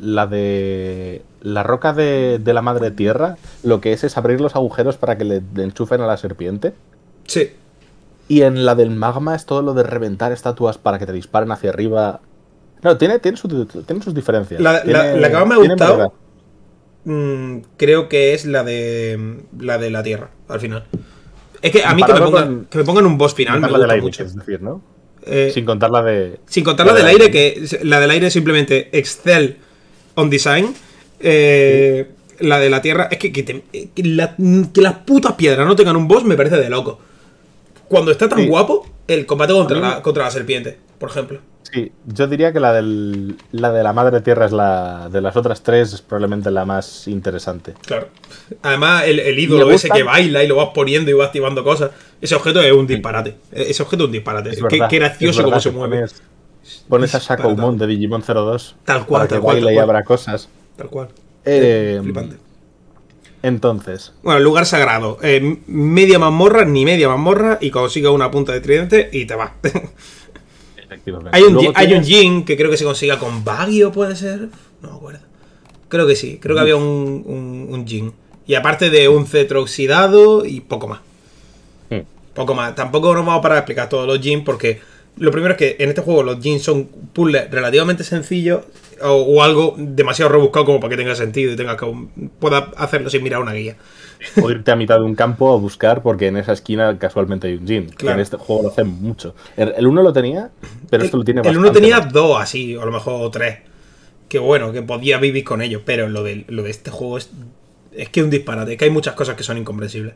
S2: roca de la madre tierra, lo que es abrir los agujeros para que le enchufen a la serpiente.
S1: Sí.
S2: Y en la del magma es todo lo de reventar estatuas para que te disparen hacia arriba. No, tiene sus diferencias.
S1: La que más me ha gustado... creo que es la de la tierra, al final. Es que a mí que me pongan un boss final me gusta mucho.
S2: Es decir, ¿no? Sin contar la de...
S1: Sin contar la del aire, que la del aire es simplemente Excel on Design. La de la tierra... Es que las putas piedras no tengan un boss me parece de loco. Cuando está tan guapo, el combate contra la serpiente, por ejemplo.
S2: Sí, yo diría que la de la madre tierra es la de las otras tres, es probablemente la más interesante.
S1: Claro. Además, el ídolo ese que baila y lo vas poniendo y vas activando cosas. Ese objeto es un disparate. Ese objeto es un disparate. Qué gracioso cómo se mueve.
S2: Pones a Shakomon de Digimon 02
S1: tal cual,
S2: para que baile y abra cosas.
S1: Tal cual.
S2: Flipante. Entonces.
S1: Bueno, el lugar sagrado. Media mazmorra, ni media mazmorra, y consiga una punta de tridente y te vas. Hay un Jin que creo que se consiga con Baguio, puede ser. No me acuerdo. Creo que sí. Creo que había un Jin. Y aparte de un cetro oxidado y poco más. Poco más. Tampoco nos vamos a parar a explicar todos los Jin porque lo primero es que en este juego los Jin son puzzles relativamente sencillos o algo demasiado rebuscado como para que tenga sentido y puedas hacerlo sin mirar una guía.
S2: O irte a mitad de un campo a buscar porque en esa esquina casualmente hay un Jin.
S1: Claro.
S2: Que en este juego lo hacen mucho. El 1 lo tenía, pero esto lo tiene bastante.
S1: El 1 tenía
S2: más.
S1: 2 así, o a lo mejor 3. Que bueno, que podía vivir con ellos, pero lo de este juego es que es un disparate, que hay muchas cosas que son incomprensibles.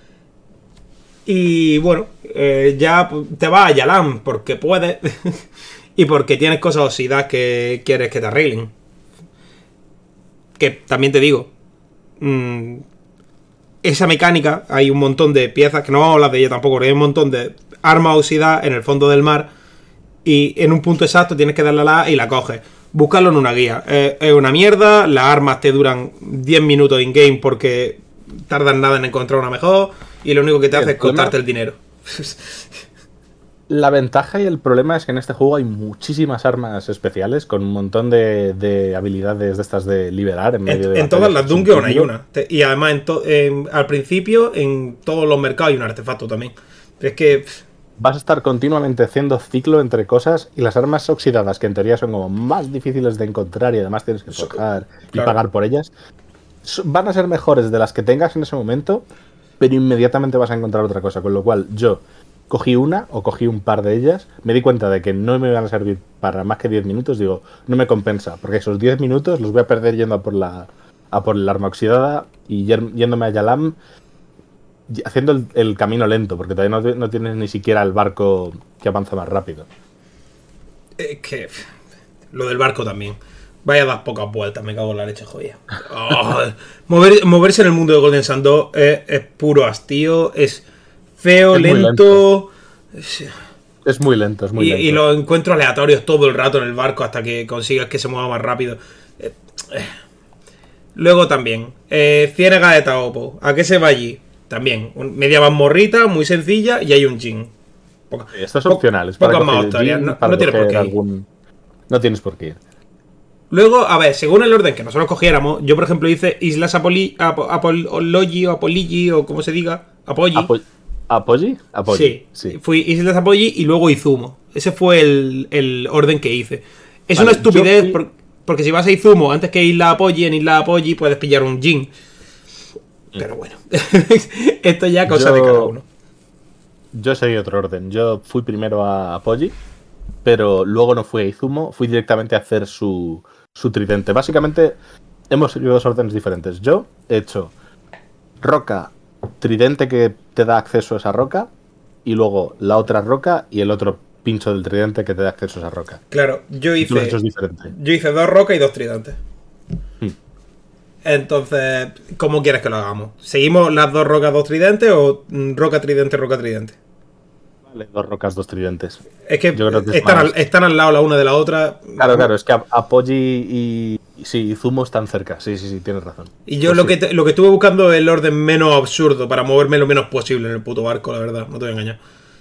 S1: Y bueno, ya te vas a Yalam porque puedes y porque tienes cosas oxidadas que quieres que te arreglen. Que también te digo, esa mecánica, hay un montón de piezas, que no vamos a hablar de ella tampoco, porque hay un montón de armas oxidadas en el fondo del mar y en un punto exacto tienes que darle a la y la coges. Búscalo en una guía. Es una mierda, las armas te duran 10 minutos in-game porque tardan nada en encontrar una mejor y lo único que te hace es costarte el dinero.
S2: La ventaja y el problema es que en este juego hay muchísimas armas especiales con un montón de habilidades de estas de liberar en medio de...
S1: En todas las dungeons hay una. Y además al principio en todos los mercados hay un artefacto también. Es que...
S2: Vas a estar continuamente haciendo ciclo entre cosas y las armas oxidadas, que en teoría son como más difíciles de encontrar y además tienes que tocar y pagar por ellas, van a ser mejores de las que tengas en ese momento, pero inmediatamente vas a encontrar otra cosa. Con lo cual yo cogí una o cogí un par de ellas, me di cuenta de que no me iban a servir para más que 10 minutos, digo, no me compensa, porque esos 10 minutos los voy a perder yendo a por el arma oxidada y yéndome a Yalam, haciendo el camino lento, porque todavía no tienes ni siquiera el barco que avanza más rápido.
S1: Que lo del barco también. Vaya a dar pocas vueltas, me cago en la leche, joya. Oh, moverse en el mundo de Golden Sun 2 es puro hastío, es feo, lento.
S2: Es muy lento, es muy lento.
S1: Y los encuentros aleatorios todo el rato en el barco hasta que consigas que se mueva más rápido. Luego también, Ciénaga de Taopo. ¿A qué se va allí? También, media mazmorrita, muy sencilla, y hay un Jin.
S2: Esto es opcional, es
S1: pocas más historias, no tienes por qué ir.
S2: No tienes por qué ir.
S1: Luego, a ver, según el orden que nosotros cogiéramos, yo por ejemplo hice Islas Apoligi o Apoligi o como se diga,
S2: ¿Apolli?
S1: Sí, fui Islas Apolli y luego Izumo. Ese fue el orden que hice. Es una estupidez porque si vas a Izumo antes que Isla Apolli, en Isla Apolli puedes pillar un Jin. Pero bueno, esto ya es cosa de cada uno.
S2: Yo seguí otro orden. Yo fui primero a Apolli, pero luego no fui a Izumo, fui directamente a hacer su tridente. Básicamente hemos seguido dos órdenes diferentes. Yo he hecho roca, tridente que te da acceso a esa roca, y luego la otra roca y el otro pincho del tridente que te da acceso a esa roca.
S1: Claro, yo hice 2 rocas y 2 tridentes. Entonces, ¿cómo quieres que lo hagamos? ¿Seguimos las 2 rocas, 2 tridentes o roca, tridente, roca, tridente?
S2: Vale, 2 rocas, 2 tridentes.
S1: Es que están al lado la una de la otra.
S2: Claro, es que Apolli y Izumo están cerca. Sí, tienes razón.
S1: Y yo pues lo que estuve buscando es el orden menos absurdo para moverme lo menos posible en el puto barco, la verdad. No te voy a engañar.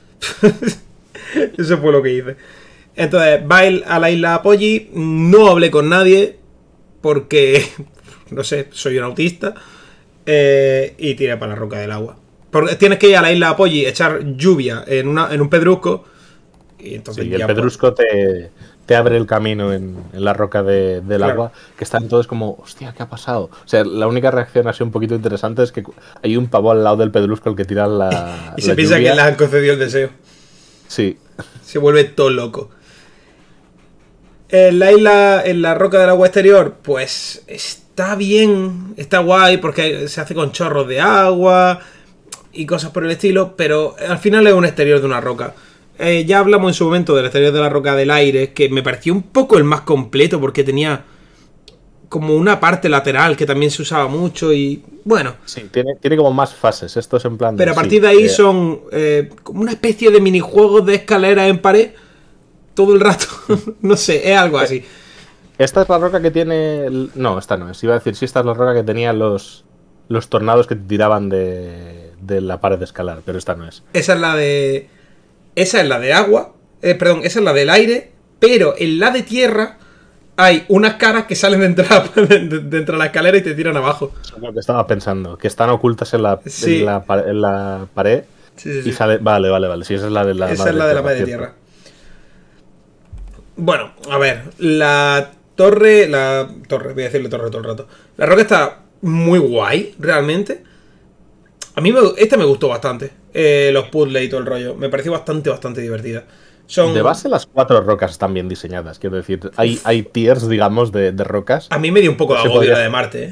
S1: Eso fue lo que hice. Entonces, va a la isla Apolli. No hablé con nadie porque... no sé, soy un autista. Y tiré para la roca del agua. Porque tienes que ir a la isla Apolli, echar lluvia en un pedrusco. Y entonces
S2: el pedrusco te abre el camino en la roca del agua. Que están todos como, hostia, ¿qué ha pasado? O sea, la única reacción así un poquito interesante es que hay un pavo al lado del pedrusco al que tira la.
S1: Y se piensa que le han concedido el deseo.
S2: Sí.
S1: Se vuelve todo loco. En la isla, en la roca del agua exterior, pues está bien, está guay porque se hace con chorros de agua y cosas por el estilo, pero al final es un exterior de una roca. Ya hablamos en su momento del exterior de la roca del aire, que me pareció un poco el más completo porque tenía como una parte lateral que también se usaba mucho y bueno.
S2: Sí, tiene como más fases, esto es en plan...
S1: Pero a partir de ahí son como una especie de minijuegos de escalera en pared todo el rato. No sé, es algo así.
S2: Esta es la roca que tiene... No, esta no es. Iba a decir, sí, esta es la roca que tenía los tornados que te tiraban de la pared de escalar, pero esta no es.
S1: Esa es la de agua. Perdón, esa es la del aire. Pero en la de tierra hay unas caras que salen dentro de la escalera y te tiran abajo.
S2: Eso es lo que estaba pensando. Que están ocultas en la pared.
S1: Sí, sí,
S2: Y
S1: sí.
S2: sale. Vale. Sí, esa es la de la
S1: Esa es la de la madre
S2: cierto.
S1: tierra. Bueno, a ver, la torre, voy a decirle torre todo el rato. La roca está muy guay, realmente. A mí esta me gustó bastante. Los puzzles y todo el rollo. Me pareció bastante divertida.
S2: De base, las 4 rocas están bien diseñadas. Quiero decir, hay tiers, digamos, de rocas.
S1: A mí me dio un poco de
S2: Se
S1: agobio
S2: podría-
S1: la de Marte,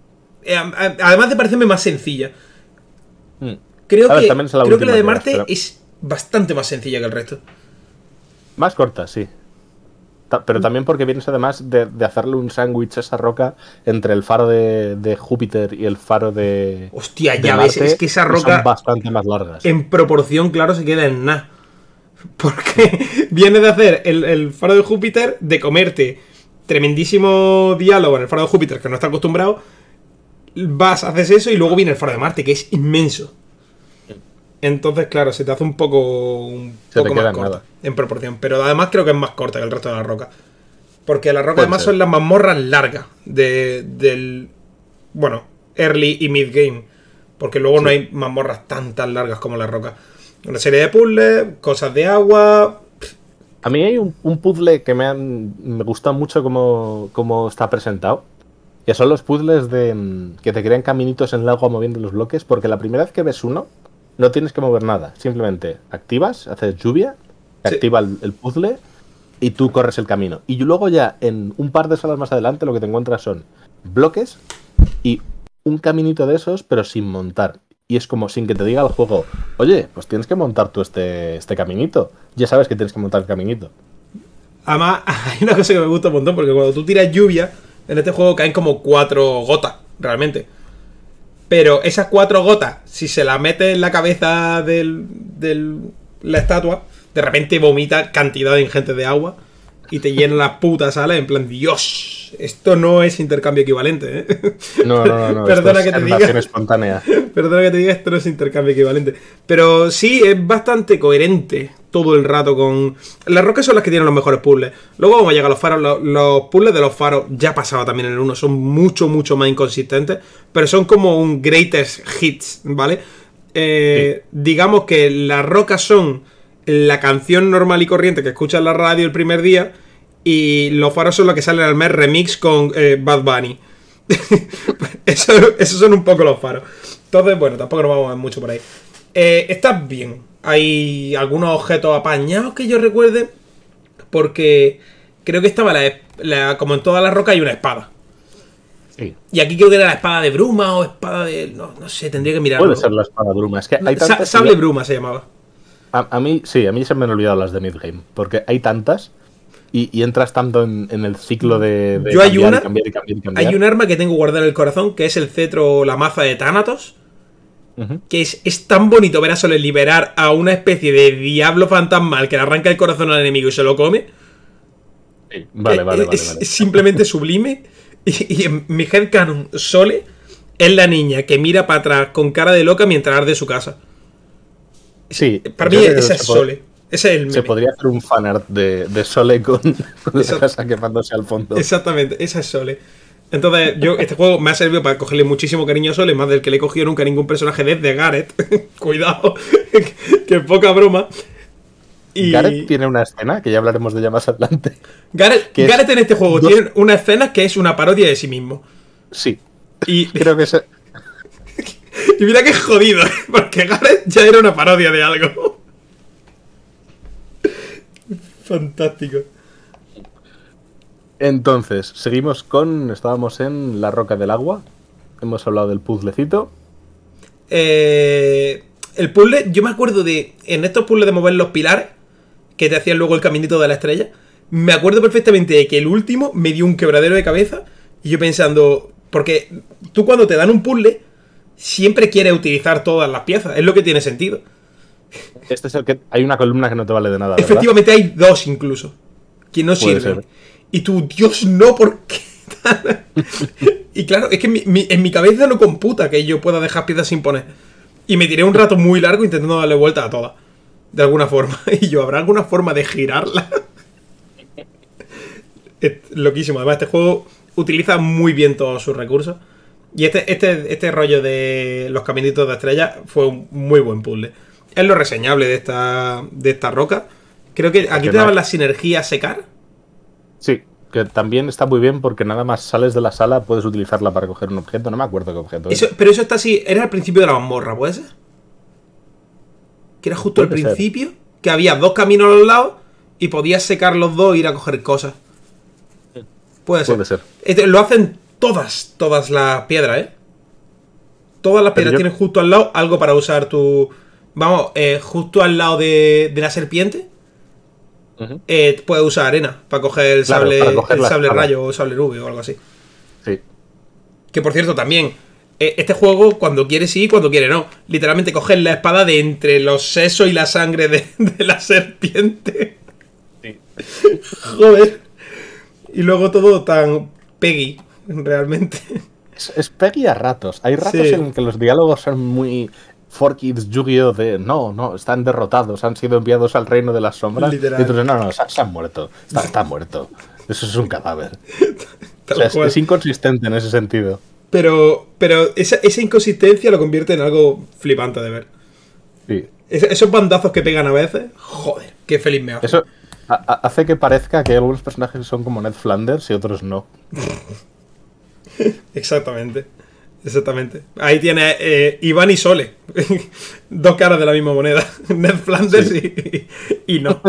S1: Además de parecerme más sencilla.
S2: Mm.
S1: Creo
S2: A ver,
S1: que,
S2: también es la
S1: creo que la
S2: última
S1: de
S2: que das,
S1: Marte
S2: pero
S1: es bastante más sencilla que el resto.
S2: más corta, sí. Pero también porque vienes además de hacerle un sándwich a esa roca entre el faro de Júpiter y el faro de
S1: Hostia, ya ves,
S2: Marte,
S1: es que esa
S2: son
S1: roca
S2: bastante más largas.
S1: en proporción, claro, se queda en nada. Porque viene de hacer el faro de Júpiter, de comerte tremendísimo diálogo en el faro de Júpiter, que no está acostumbrado. Vas, haces eso y luego viene el faro de Marte, que es inmenso. Entonces, claro, se te hace un poco
S2: Se te
S1: más
S2: queda en
S1: corta
S2: nada.
S1: en proporción. Pero además creo que es más corta que el resto de la roca. Porque la roca
S2: Puede
S1: además
S2: ser.
S1: son las mazmorras largas del... Bueno, early y mid game. Porque luego
S2: Sí.
S1: no hay mazmorras tan largas como la roca. Una serie de puzzles, cosas de agua...
S2: A mí hay un puzzle que me gusta mucho cómo está presentado. Que son los puzzles que te crean caminitos en el agua moviendo los bloques. Porque la primera vez que ves uno, no tienes que mover nada. Simplemente activas, haces lluvia,
S1: Sí.
S2: activa el puzzle y tú corres el camino. Y luego ya en un par de salas más adelante lo que te encuentras son bloques y un caminito de esos, pero sin montar. Y es como sin que te diga el juego, oye, pues tienes que montar tú este caminito. Ya sabes que tienes que montar el caminito.
S1: Además, hay una cosa que me gusta un montón, porque cuando tú tiras lluvia, en este juego caen como 4 gotas, realmente. Pero esas 4 gotas, si se las metes en la cabeza de la estatua, de repente vomita cantidad ingente de agua y te llena las putas alas en plan, Dios, esto no es intercambio equivalente, ¿eh?
S2: No.
S1: Perdona
S2: esto
S1: que
S2: es
S1: te
S2: animación
S1: diga.
S2: espontánea.
S1: Perdona que te diga, esto no es intercambio equivalente. Pero sí, es bastante coherente todo el rato con... Las rocas son las que tienen los mejores puzzles. Luego vamos a llegar a los faros. Los puzzles de los faros ya pasaba también en el 1. Son mucho más inconsistentes. Pero son como un greatest hits, ¿vale? Digamos que las rocas son la canción normal y corriente que escuchas en la radio el primer día. Y los faros son los que salen al mes remix con Bad Bunny. Esos son un poco los faros. Entonces, bueno, tampoco nos vamos a ver mucho por ahí. Está bien. Hay algunos objetos apañados que yo recuerde. Porque creo que estaba como en todas las rocas hay una espada.
S2: Sí.
S1: Y aquí creo que era la espada de bruma o espada de... No sé, tendría que mirarlo.
S2: Puede ser la espada bruma. Es que hay tantas...
S1: Sable bruma se llamaba.
S2: A mí se me han olvidado las de midgame. Porque hay tantas y entras tanto en el ciclo de
S1: Yo hay
S2: cambiar.
S1: Hay un arma que tengo guardada en el corazón, que es el cetro o la maza de Thanatos.
S2: Ujú.
S1: Que es tan bonito ver a Soles liberar a una especie de diablo fantasmal que le arranca el corazón al enemigo y se lo come.
S2: Sí. Vale.
S1: Es simplemente sublime. Y en mi headcanon, Sole es la niña que mira para atrás con cara de loca mientras arde su casa.
S2: Sí.
S1: Para
S2: yo
S1: mí
S2: creo que
S1: esa es Sole. Ese es el meme.
S2: Se podría hacer un fanart de Sole con la
S1: Exacto.
S2: casa quemándose al fondo.
S1: Exactamente, esa es Sole. Entonces, este juego me ha servido para cogerle muchísimo cariño a Sole, más del que le he cogido nunca a ningún personaje desde Gareth. Cuidado, que poca broma. Y
S2: Gareth tiene una escena, que ya hablaremos de ella más adelante.
S1: Gareth en este juego
S2: dos-
S1: tiene una escena que es una parodia de sí mismo.
S2: Sí,
S1: Y,
S2: creo que es...
S1: y mira que jodido, porque Gareth ya era una parodia de algo. Fantástico.
S2: Entonces, seguimos estábamos en la roca del agua. Hemos hablado del puzzlecito.
S1: El puzzle, yo me acuerdo en estos puzzles de mover los pilares, que te hacían luego el caminito de la estrella, me acuerdo perfectamente de que el último me dio un quebradero de cabeza, y yo pensando, porque tú cuando te dan un puzzle, siempre quieres utilizar todas las piezas, es lo que tiene sentido.
S2: Este es el que... Hay una columna que no te vale de nada, ¿verdad?
S1: Efectivamente hay 2 incluso, que no
S2: Puede
S1: sirven.
S2: ser.
S1: Y tú, Dios, no, ¿por qué? Y claro, es que en mi cabeza no computa que yo pueda dejar piezas sin poner. Y me tiré un rato muy largo intentando darle vuelta a todas. De alguna forma. Y yo, ¿habrá alguna forma de girarla? Es loquísimo. Además, este juego utiliza muy bien todos sus recursos. Y este rollo de los caminitos de estrella fue un muy buen puzzle. es lo reseñable de esta roca. Creo que aquí te daban la sinergia secar.
S2: Sí, que también está muy bien porque nada más sales de la sala puedes utilizarla para coger un objeto. No me acuerdo qué objeto
S1: es. Pero eso está así, era al principio de la mazmorra, ¿puede ser? Que era justo al principio, que había 2 caminos a los lados y podías secar los 2 e ir a coger cosas. Puede ser. Lo hacen todas las piedras, ¿eh? Todas las piedras tienen justo al lado algo para usar tu... Vamos, justo al lado de la serpiente puedes usar arena para coger el sable, el sable rayo o sable nube o algo así.
S2: Sí.
S1: Que por cierto, también, este juego cuando quiere sí y cuando quiere no. Literalmente coges la espada de entre los sesos y la sangre de la serpiente.
S2: Sí.
S1: Joder. Y luego todo tan Peggy, realmente.
S2: Es Peggy a ratos. Hay ratos en que los diálogos son muy... 4Kids Yu-Gi-Oh! De no, están derrotados, han sido enviados al reino de las sombras.
S1: Literal.
S2: Y entonces, no, se han muerto. Está muerto. Eso es un cadáver. O sea, es inconsistente en ese sentido.
S1: Pero esa inconsistencia lo convierte en algo flipante de ver.
S2: Sí.
S1: Esos bandazos que pegan a veces, joder, qué feliz me hace.
S2: Eso hace que parezca que algunos personajes son como Ned Flanders y otros no.
S1: Exactamente. Ahí tiene Iván y Sole. 2 caras de la misma moneda. Ned Flanders y no.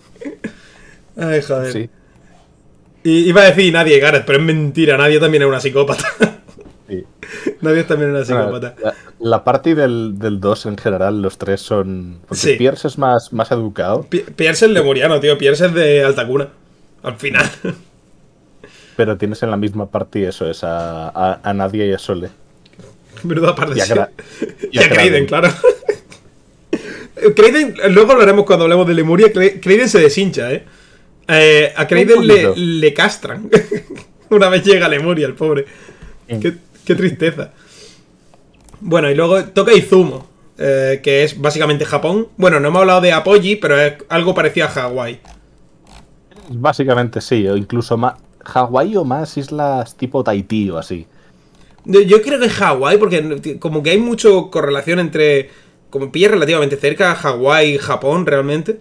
S1: Ay, joder. Sí. Iba a decir Nadia y Gareth, pero es mentira. Nadia también es una psicópata. Sí. Nadia también es una psicópata.
S2: La party del 2 en general, los 3 son... Porque Pierce es más educado.
S1: Pierce es lemuriano, tío. Pierce es de alta cuna. Al final.
S2: Pero tienes en la misma party eso, es a Nadia y a Sole.
S1: Menuda parte. Y a Kraiden, claro. Kraiden, luego hablaremos cuando hablemos de Lemuria. Kraiden se deshincha, a Kraiden le castran. Una vez llega a Lemuria, el pobre. Qué tristeza. Bueno, y luego toca Izumo, que es básicamente Japón. Bueno, no hemos hablado de Apoyi, pero es algo parecido a Hawái.
S2: Básicamente sí, o incluso más Hawái o más islas tipo Tahití o así.
S1: Yo creo que es Hawái, porque como que hay mucha correlación entre... Como pilla relativamente cerca a Hawái y Japón, realmente.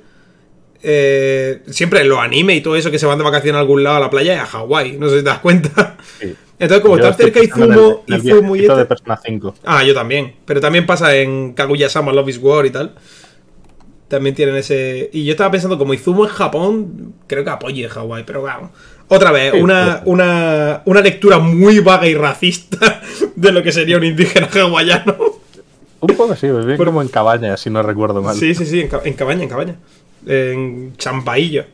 S1: Siempre en los animes y todo eso que se van de vacaciones a algún lado a la playa es a Hawái, no sé si te das cuenta. Sí. Entonces, como están cerca Izumo y este...
S2: de Persona 5.
S1: Ah, yo también. Pero también pasa en Kaguya-sama, Love is War y tal. También tienen ese... Y yo estaba pensando, como Izumo es Japón, creo que Apoyi es Hawái, pero vamos. Otra vez, una lectura muy vaga y racista de lo que sería un indígena hawaiano.
S2: Un poco así, bien como en cabaña, si no recuerdo mal.
S1: Sí, en cabaña. En champaillo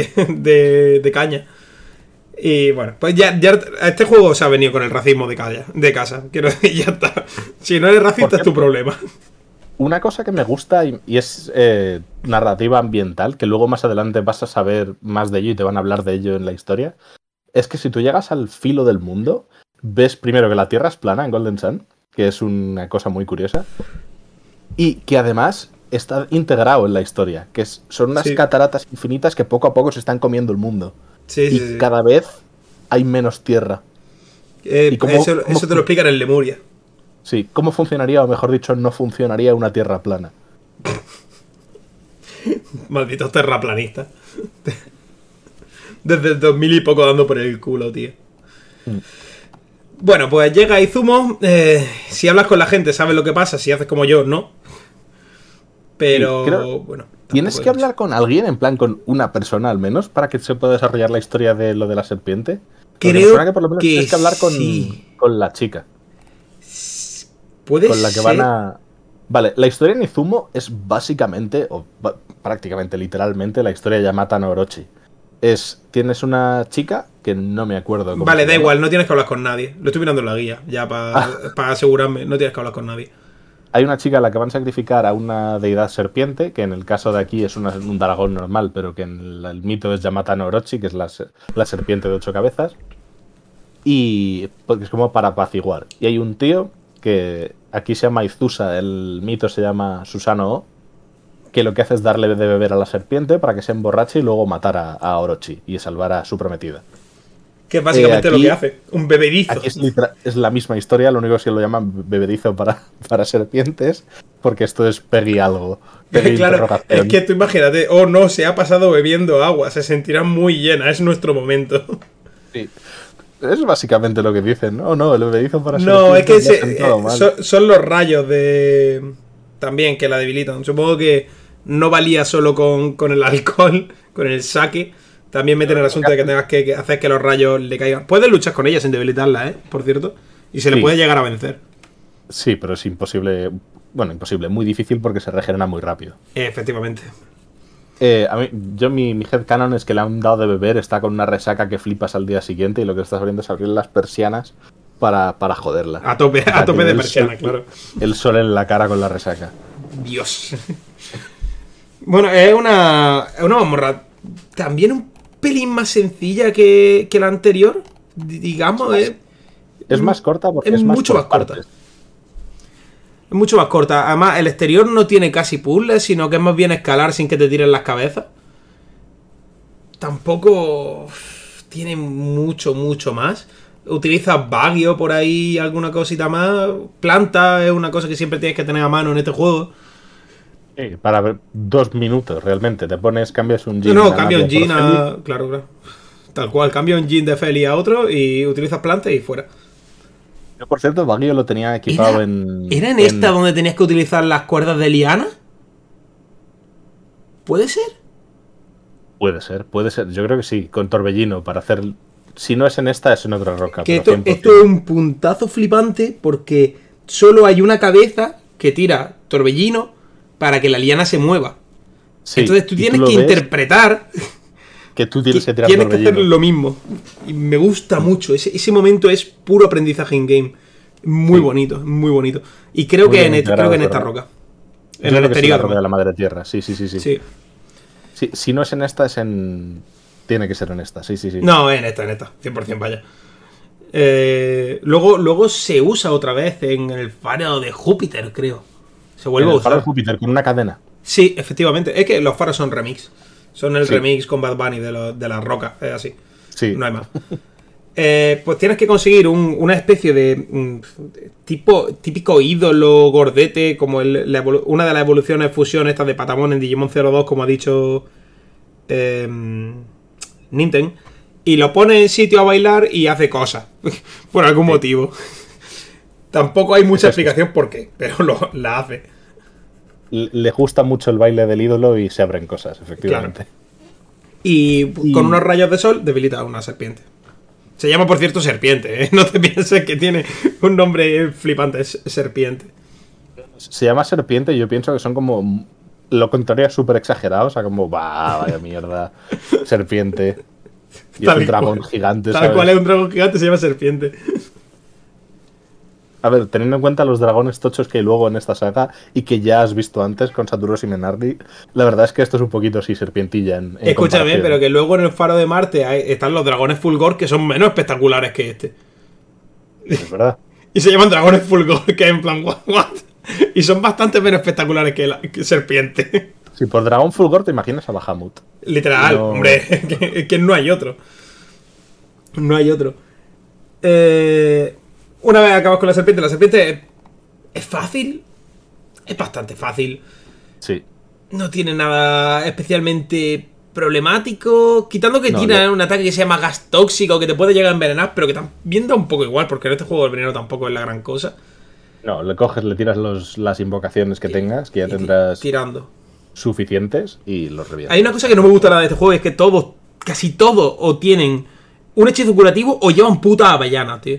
S1: de caña. Y bueno, pues ya este juego se ha venido con el racismo de casa. Quiero decir, ya está. Si no eres racista es tu problema.
S2: Una cosa que me gusta y es narrativa ambiental, que luego más adelante vas a saber más de ello y te van a hablar de ello en la historia, es que si tú llegas al filo del mundo, ves primero que la Tierra es plana en Golden Sun, que es una cosa muy curiosa, y que además está integrado en la historia, que son unas cataratas infinitas que poco a poco se están comiendo el mundo. Y cada vez hay menos tierra.
S1: Eso te lo explican en Lemuria.
S2: Sí, ¿cómo funcionaría, o mejor dicho, no funcionaría una tierra plana?
S1: Malditos terraplanistas. Desde el 2000 y poco dando por el culo, tío. Bueno, pues llega Izumo. Si hablas con la gente sabes lo que pasa. Si haces como yo, no. Pero, bueno.
S2: Tienes que hablar con alguien, en plan con una persona al menos, para que se pueda desarrollar la historia de lo de la serpiente.
S1: Creo
S2: que por lo menos tienes que hablar con la chica.
S1: Puede
S2: con la que van a... Vale, la historia en Izumo es básicamente, o prácticamente literalmente, la historia de Yamata no Orochi. Tienes una chica que no me acuerdo cómo
S1: Vale, da igual, no tienes que hablar con nadie. Lo estoy mirando en la guía, ya para asegurarme. No tienes que hablar con nadie.
S2: Hay una chica a la que van a sacrificar a una deidad serpiente, que en el caso de aquí es un dragón normal, pero que en el mito es Yamata no Orochi, que es la serpiente de 8 cabezas. Y porque es como para apaciguar. Y hay un tío que aquí se llama Izusa, el mito se llama Susanoo, que lo que hace es darle de beber a la serpiente para que se emborrache y luego matar a Orochi y salvar a su prometida.
S1: Que es básicamente
S2: aquí,
S1: lo que hace. Un bebedizo.
S2: Aquí es la misma historia, lo único es que lo llaman bebedizo para serpientes, porque esto es Peggy algo. Peggy
S1: Claro,
S2: interrogación.
S1: es que tú imagínate, oh no, se ha pasado bebiendo agua, se sentirá muy llena, es nuestro momento.
S2: Sí. Es básicamente lo que dicen, ¿no? No, el bebedizo para
S1: No, es que
S2: serpientes
S1: son los rayos de... También que la debilitan. Supongo que no valía solo con el alcohol, con el sake. También meten el asunto de que tengas que hacer que los rayos le caigan. Puedes luchar con ella sin debilitarla, por cierto. Y se le puede llegar a vencer.
S2: Sí, pero es imposible. Bueno, imposible, muy difícil porque se regenera muy rápido.
S1: Efectivamente.
S2: A mí, mi headcanon es que le han dado de beber, está con una resaca que flipas al día siguiente y lo que estás abriendo es abrir las persianas para joderla.
S1: A tope de persiana, claro.
S2: El sol en la cara con la resaca.
S1: Dios. Bueno, es una mazmorra también un pelín más sencilla que la anterior. Digamos,
S2: es más corta porque
S1: es mucho más corta. Es mucho más corta. Además, el exterior no tiene casi puzzles, sino que es más bien escalar sin que te tiren las cabezas. Tampoco tiene mucho más. Utiliza bagio por ahí, alguna cosita más. Planta es una cosa que siempre tienes que tener a mano en este juego.
S2: Sí, para ver 2 minutos realmente. Te pones, cambias un jean.
S1: No, cambia un jean a... Claro. Tal cual, cambia un jean de Feli a otro y utilizas plantas y fuera.
S2: Yo, por cierto, Bagio lo tenía equipado
S1: ¿Era en esta donde tenías que utilizar las cuerdas de liana? ¿Puede ser?
S2: Puede ser. Yo creo que sí, con torbellino para hacer... Si no es en esta, es en otra roca.
S1: Que esto es un puntazo flipante porque solo hay una cabeza que tira torbellino para que la liana se mueva. Sí, entonces tú tienes que interpretar...
S2: Que tú tienes que tirar
S1: tienes que hacer lo mismo. Y me gusta mucho. Ese momento es puro aprendizaje in-game. Muy bonito, muy bonito. Y creo que en esta roca. En el exterior.
S2: Es la de la madre tierra. Sí. Si no es en esta, es en... Tiene que ser en esta, sí.
S1: No, en esta. 100% vaya. Luego se usa otra vez en el faro de Júpiter, creo. Se vuelve a usar.
S2: El faro de Júpiter con una cadena.
S1: Sí, efectivamente. Es que los faros son remix. Son el remix con Bad Bunny de la roca, es así.
S2: Sí.
S1: No hay más. Pues tienes que conseguir una especie de típico ídolo gordete, como una de las evoluciones fusión estas de Patamon en Digimon 02, como ha dicho Nintendo. Y lo pone en sitio a bailar y hace cosas. Por algún motivo. Tampoco hay mucha explicación por qué, pero la hace.
S2: Le gusta mucho el baile del ídolo y se abren cosas, efectivamente.
S1: Claro. Y con unos rayos de sol debilita a una serpiente. Se llama, por cierto, serpiente, ¿eh? No te pienses que tiene un nombre flipante, es serpiente.
S2: Se llama serpiente y yo pienso que son como lo contrario, súper exagerado. O sea, como, vaya mierda, serpiente. Y es un dragón gigante,
S1: ¿sabes? Tal cual es un dragón gigante, se llama serpiente.
S2: A ver, teniendo en cuenta los dragones tochos que hay luego en esta saga y que ya has visto antes con Saturos y Menardi, la verdad es que esto es un poquito así serpientilla en
S1: Escúchame, pero que luego en el Faro de Marte están los dragones Fulgor que son menos espectaculares que este.
S2: Es verdad.
S1: Y se llaman dragones Fulgor, que es en plan, what? Y son bastante menos espectaculares que serpiente.
S2: Si por dragón Fulgor te imaginas a Bahamut.
S1: Literal, no... hombre, que no hay otro. No hay otro. Una vez acabas con la serpiente es fácil. Es bastante fácil.
S2: Sí.
S1: No tiene nada especialmente problemático. Quitando que tiene un ataque que se llama gas tóxico, que te puede llegar a envenenar, pero que también da un poco igual, porque en este juego el veneno tampoco es la gran cosa.
S2: No, le coges, le tiras las invocaciones que tengas, que ya tendrás
S1: tirando
S2: suficientes, y los revientas.
S1: Hay una cosa que no me gusta nada de este juego, es que todos, casi todos, o tienen un hechizo curativo o llevan puta avellana, tío.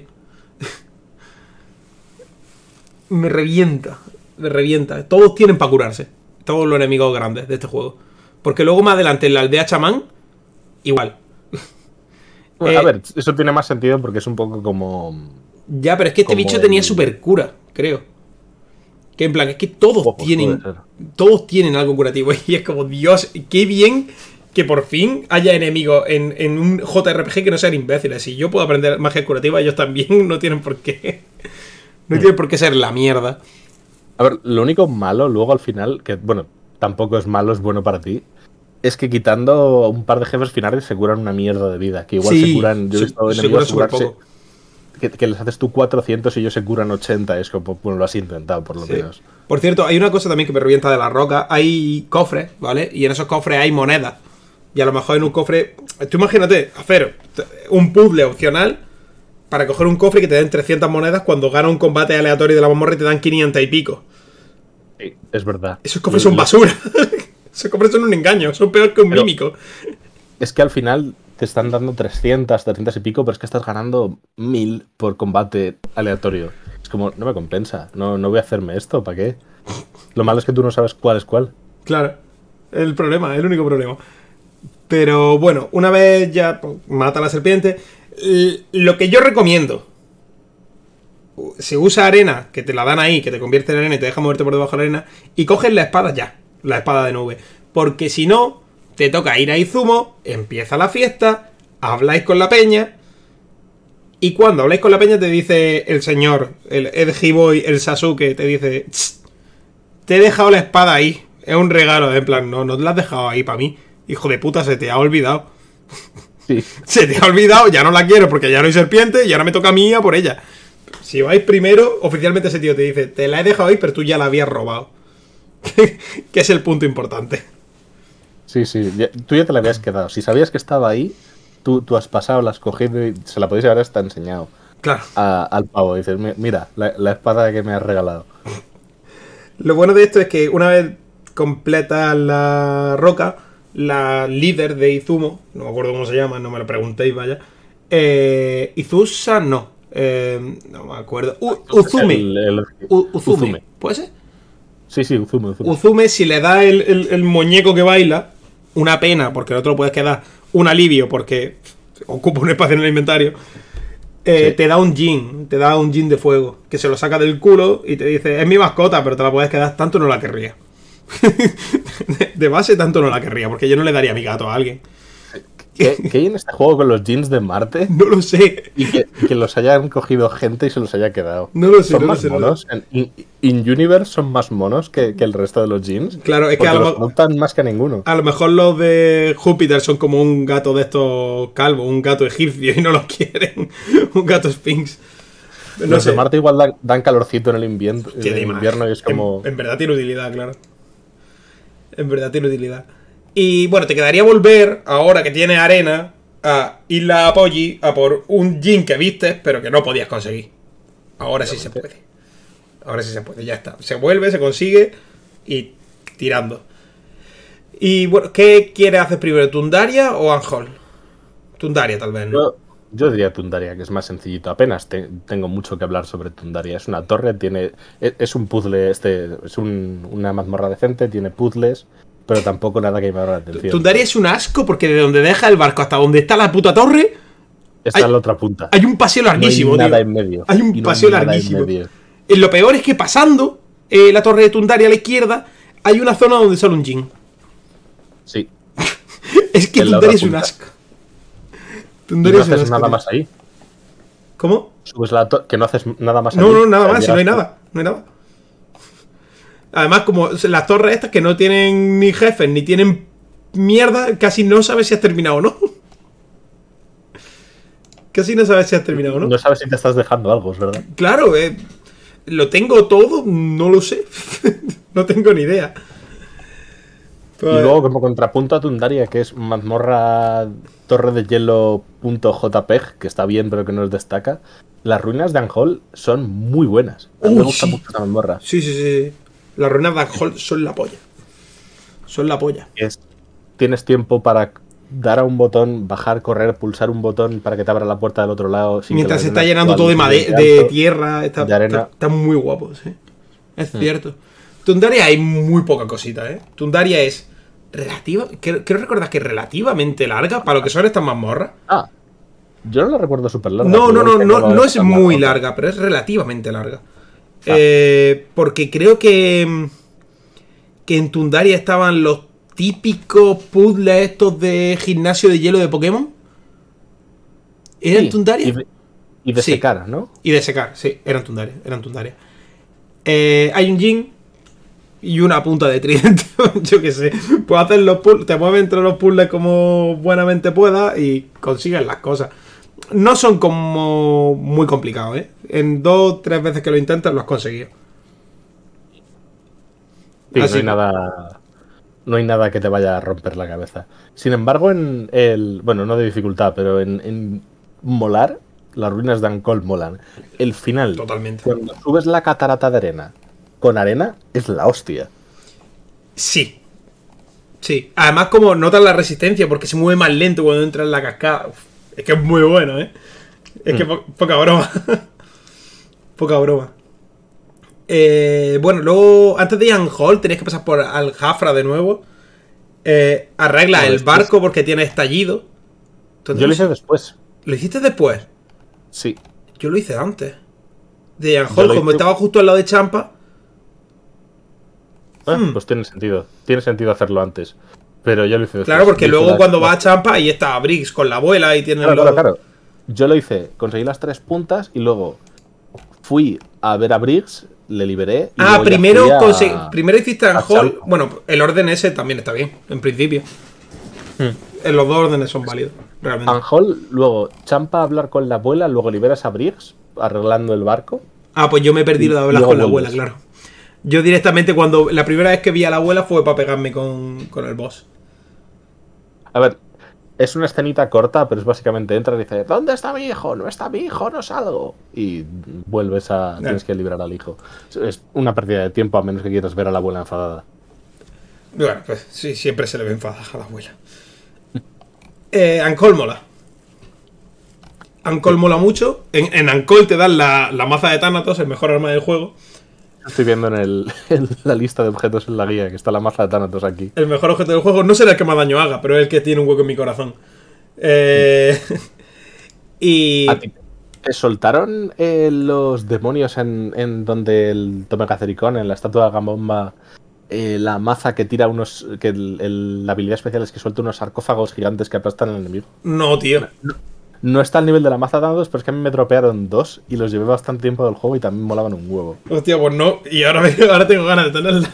S1: Me revienta. Todos tienen para curarse. Todos los enemigos grandes de este juego. Porque luego más adelante en la aldea chamán, igual.
S2: A ver, eso tiene más sentido porque es un poco como...
S1: Ya, pero es que este bicho tenía super cura, creo. Que en plan, es que todos tienen algo curativo. Y es como, Dios, qué bien que por fin haya enemigos en un JRPG que no sean imbéciles. Si yo puedo aprender magia curativa, ellos también no tienen por qué. No tiene por qué ser la mierda.
S2: A ver, lo único malo luego al final, que bueno, tampoco es malo, es bueno para ti, Es que quitando un par de jefes finales se curan una mierda de vida. Que igual
S1: Sí,
S2: se curan. Yo he visto
S1: se
S2: enemigos
S1: cura súper
S2: curarse.
S1: poco.
S2: Que les haces tú 400 y ellos se curan 80. Es como, bueno, lo has intentado, por lo
S1: Sí.
S2: menos.
S1: Por cierto, hay una cosa también que me revienta de la roca. Hay cofres, ¿vale? Y en esos cofres hay monedas. Y a lo mejor en un cofre... Tú imagínate hacer un puzzle opcional para coger un cofre que te den 300 monedas cuando gana un combate aleatorio de la mazmorra y te dan 500 y pico.
S2: Sí, es verdad.
S1: Esos cofres son basura. Esos cofres son un engaño. Son peor que un mímico.
S2: Es que al final te están dando 300 y pico, pero es que estás ganando 1000 por combate aleatorio. Es como, no me compensa. No voy a hacerme esto, ¿para qué? Lo malo es que tú no sabes cuál es cuál.
S1: Claro. El problema, el único problema. Pero bueno, una vez ya pues, mata a la serpiente, lo que yo recomiendo, si usa arena, que te la dan ahí, que te convierte en arena y te deja moverte por debajo de la arena, y coges la espada ya, la espada de nube. Porque si no, te toca ir a Izumo, empieza la fiesta, habláis con la peña, y cuando habláis con la peña te dice el señor, el Edgiboy, el Sasuke, te dice, te he dejado la espada ahí, es un regalo, en plan, no te la has dejado ahí para mí. Hijo de puta, se te ha olvidado.
S2: Sí.
S1: Se te ha olvidado, ya no la quiero porque ya no hay serpiente y ahora me toca a mí a por ella. Si vais primero, oficialmente ese tío te dice, te la he dejado ahí, pero tú ya la habías robado. Que es el punto importante.
S2: Sí. Tú ya te la habías quedado. Si sabías que estaba ahí, tú has pasado, la has cogido y se la podéis haber hasta enseñado.
S1: Claro.
S2: Al pavo. Dices, mira, la espada que me has regalado.
S1: Lo bueno de esto es que una vez completa la roca, la líder de Izumo, no me acuerdo cómo se llama, no me lo preguntéis, vaya. Izusa, no. No me acuerdo. Uzume. Uzume. ¿Puede ser?
S2: Sí, Uzume.
S1: Uzume, si le da el muñeco que baila, una pena, porque no te lo puedes quedar, un alivio, porque ocupa un espacio en el inventario,
S2: Sí.
S1: te da un Jin de fuego, que se lo saca del culo y te dice, es mi mascota, pero te la puedes quedar, tanto no la querría. De base tanto no la querría, porque yo no le daría a mi gato a alguien.
S2: ¿Qué hay en este juego con los jeans de Marte?
S1: No lo sé.
S2: Y que los hayan cogido gente y se los haya quedado.
S1: No lo sé,
S2: ¿Son
S1: no lo
S2: más
S1: sé, no lo
S2: monos? ¿In Universe son más monos que el resto de los jeans?
S1: Claro, es que
S2: porque los adoptan más que a ninguno.
S1: a lo mejor los de Júpiter son como un gato de estos calvos, un gato egipcio y no los quieren. Un gato Sphinx. No
S2: Los
S1: sé.
S2: de Marte igual dan calorcito en el invierno, y es como...
S1: En verdad tiene utilidad, claro. En verdad tiene utilidad. Y bueno, te quedaría volver, ahora que tienes arena, a Isla Apogee a por un Jin que vistes, pero que no podías conseguir. Ahora sí se puede. Ahora sí se puede, ya está. Se vuelve, se consigue y tirando. Y bueno, ¿qué quieres hacer primero? ¿Tundaria o Anhol? Tundaria, tal vez, ¿no?
S2: Yo diría Tundaria, que es más sencillito. Apenas tengo mucho que hablar sobre Tundaria. Es una torre, es un puzzle, es una mazmorra decente, tiene puzzles, pero tampoco nada que me llame la atención.
S1: Tundaria es un asco porque de donde deja el barco hasta donde está la puta torre
S2: Está en la otra punta.
S1: hay un paseo larguísimo,
S2: no hay nada
S1: tío.
S2: en medio.
S1: Hay un
S2: Y no
S1: paseo
S2: hay nada en
S1: larguísimo.
S2: medio.
S1: Y lo peor es que pasando la torre de Tundaria a la izquierda hay una zona donde sale un Jin.
S2: Sí.
S1: Es que
S2: En la
S1: Tundaria
S2: otra
S1: es un
S2: punta.
S1: asco.
S2: Y
S1: Tundaria
S2: no
S1: es un
S2: haces
S1: asco,
S2: nada
S1: tío.
S2: más ahí.
S1: ¿Cómo?
S2: Subes que no haces nada más
S1: No,
S2: allí.
S1: no, nada
S2: O sea,
S1: más, si no hay
S2: llegas-
S1: nada. No hay nada. Además, como las torres estas que no tienen ni jefes ni tienen mierda, casi no sabes si has terminado o no. Casi no sabes si has terminado o no.
S2: No sabes si te estás dejando algo, es verdad.
S1: Claro, lo tengo todo, no lo sé. No tengo ni idea.
S2: Y luego, como contrapunto a Tundaria, que es mazmorra torre de hielo.jpg, que está bien pero que no nos destaca, las ruinas de Anhol son muy buenas. A mí me
S1: Uy,
S2: gusta
S1: sí.
S2: mucho esta mazmorra.
S1: Sí. Las ruinas de Anhol son la polla. Son la polla.
S2: Tienes tiempo para dar a un botón, bajar, correr, pulsar un botón para que te abra la puerta del otro lado. sin
S1: Mientras
S2: que
S1: se
S2: la
S1: está
S2: arena
S1: llenando todo de
S2: actual
S1: de
S2: alto.
S1: tierra,
S2: de arena.
S1: está muy guapo, sí. Es cierto. Tundaria hay muy poca cosita, ¿eh? Tundaria es relativa. Creo recordar que es relativamente larga para lo que son estas mazmorras.
S2: Ah, yo no la recuerdo súper larga.
S1: No es muy larga, pero es relativamente larga. Porque creo que en Tundaria estaban los típicos puzzles estos de gimnasio de hielo de Pokémon. ¿Era en Tundaria?
S2: Y de
S1: Sí.
S2: secar, ¿no?
S1: Y de secar, sí, eran Tundaria. Hay un Jin y una punta de tridente. Yo qué sé. Puedes hacer los puzzles, te mueves entre los puzzles como buenamente puedas y consigues las cosas. No son como muy complicados, ¿eh? En 2 o 3 veces que lo intentas lo has conseguido.
S2: Sí,
S1: Así
S2: no hay nada que te vaya a romper la cabeza. Sin embargo, en el... Bueno, no de dificultad, pero en molar, las ruinas de Ankol molan. El final,
S1: totalmente.
S2: cuando subes la catarata de arena con arena, es la hostia.
S1: Sí. Sí. Además, como notas la resistencia, porque se mueve más lento cuando entra en la cascada. Uf, es que es muy bueno, ¿eh? Es que poca broma. Poca broma. Bueno, luego, antes de ir a Anhol, tenías que pasar por Al-Jafra de nuevo. Arregla el barco porque tiene estallido.
S2: Entonces, yo lo hice después.
S1: ¿Lo hiciste después?
S2: Sí.
S1: Yo lo hice antes. De Anhol, como estaba justo al lado de Champa.
S2: Pues tiene sentido. Tiene sentido hacerlo antes. Pero yo lo hice después.
S1: Claro, porque luego cuando vas a Champa, ahí está Briggs con la abuela y tiene
S2: Claro. Yo lo hice, conseguí las 3 puntas y luego fui a ver a Briggs, le liberé. Y
S1: primero hiciste Anhol. Bueno, el orden ese también está bien, en principio. En los 2 órdenes son válidos, realmente.
S2: Anhol, luego Champa a hablar con la abuela, luego liberas a Briggs arreglando el barco.
S1: Pues yo me he perdido de hablar con la abuela, claro. Yo directamente la primera vez que vi a la abuela fue para pegarme con el boss.
S2: A ver, es una escenita corta, pero es básicamente entra y dice, ¿dónde está mi hijo? No está mi hijo, no salgo. Y vuelves a... Tienes que liberar al hijo. Es una pérdida de tiempo a menos que quieras ver a la abuela enfadada.
S1: Bueno, pues sí, siempre se le ve enfadada a la abuela. Ankol mola. Ankol mola mucho. En Ankol te dan la maza de Thanatos, el mejor arma del juego.
S2: Estoy viendo en la lista de objetos en la guía que está la maza de Thanatos aquí.
S1: El mejor objeto del juego no será el que más daño haga, pero es el que tiene un hueco en mi corazón. Y...
S2: ¿A ti te soltaron los demonios en donde el Tomegacericón, en la estatua de Gambomba, la maza que tira unos... que la habilidad especial es que suelta unos sarcófagos gigantes que aplastan al enemigo?
S1: No, tío.
S2: No está al nivel de la maza de Thanatos, pero es que a mí me dropearon 2 y los llevé bastante tiempo del juego y también molaban un huevo.
S1: Hostia, pues no. Y ahora tengo ganas de tenerla.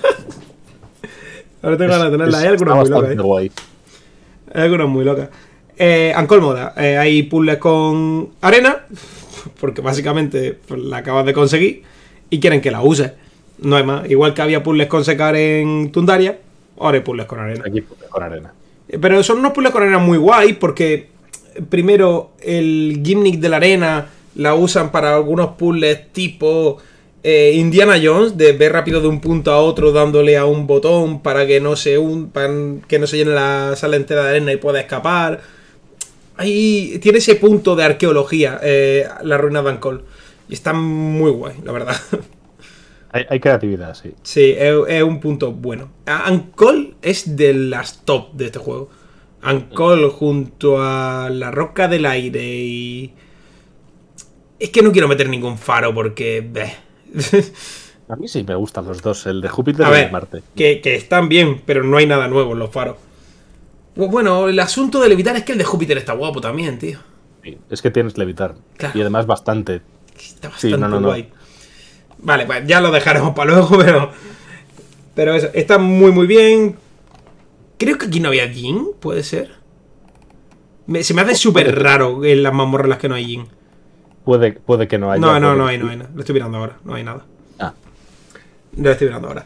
S1: Hay algunas muy locas,
S2: guay.
S1: Hay algunas muy locas. Ankol moda. Hay puzzles con arena, porque básicamente la acabas de conseguir y quieren que la uses. No hay más. Igual que había puzzles con secar en Tundaria, ahora hay puzzles con arena.
S2: Aquí puzzles con arena.
S1: Pero son unos puzzles con arena muy guay porque... Primero, el gimmick de la arena la usan para algunos puzzles tipo Indiana Jones, de ver rápido de un punto a otro dándole a un botón para que no se llene la sala entera de arena y pueda escapar. Ahí tiene ese punto de arqueología, la ruina de Ankol. Y está muy guay, la verdad.
S2: Hay creatividad, sí.
S1: Sí, es un punto bueno. Ankol es de las top de este juego. Ankol junto a la Roca del Aire y... Es que no quiero meter ningún faro porque...
S2: A mí sí me gustan los dos, el de Júpiter y el de Marte.
S1: Que están bien, pero no hay nada nuevo en los faros. Pues bueno, el asunto de levitar es que el de Júpiter está guapo también, tío.
S2: Sí, es que tienes levitar. Claro. Y además bastante.
S1: Está bastante guay. Vale, pues ya lo dejaremos para luego, pero eso, está muy muy bien. Creo que aquí no había Jin, ¿puede ser? Se me hace súper raro en las mazmorras en las que no hay Jin.
S2: Puede que no haya.
S1: No hay nada. Lo estoy mirando ahora, no hay nada. Lo estoy mirando ahora.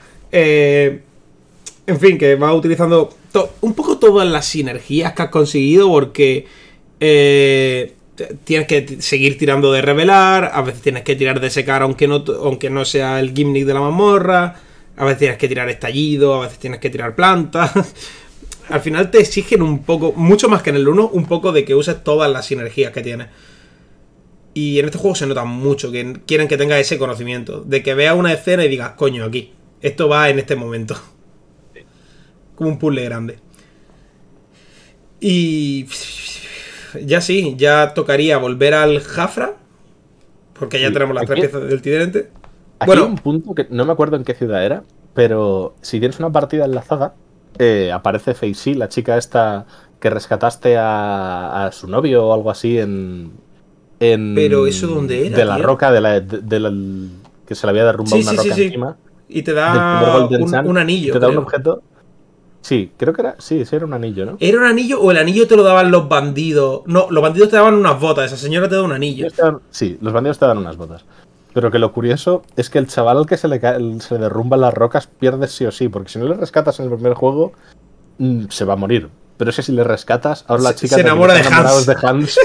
S1: En fin, que va utilizando un poco todas las sinergias que has conseguido porque tienes que seguir tirando de revelar, a veces tienes que tirar de secar aunque no sea el gimmick de la mazmorra, a veces tienes que tirar estallido, a veces tienes que tirar plantas. Al final te exigen un poco, mucho más que en el 1, un poco de que uses todas las sinergias que tienes. Y en este juego se nota mucho que quieren que tengas ese conocimiento, de que veas una escena y digas, coño, aquí, esto va en este momento. Como un puzzle grande. Y ya tocaría volver al Jafra, porque ya tenemos las 3 piezas del tridente.
S2: Aquí hay un punto que no me acuerdo en qué ciudad era, pero si tienes una partida enlazada, aparece Fei-Si, la chica esta que rescataste a su novio o algo así
S1: ¿Pero eso dónde era?
S2: De la roca que se le había derrumbado una roca encima.
S1: y te
S2: Del
S1: da
S2: primer Golden Sun,
S1: un anillo.
S2: te da un
S1: creo.
S2: objeto. Sí, creo que era. Sí, era un anillo, ¿no?
S1: ¿Era un anillo o el anillo te lo daban los bandidos? No, los bandidos te daban unas botas, esa señora te da un anillo.
S2: Sí, los bandidos te dan unas botas. Pero que lo curioso es que el chaval al que se le derrumban las rocas pierde sí o sí, porque si no le rescatas en el primer juego, se va a morir. Pero es que si le rescatas, ahora la chica
S1: se enamora de
S2: enamorados
S1: Hans.
S2: de Hans.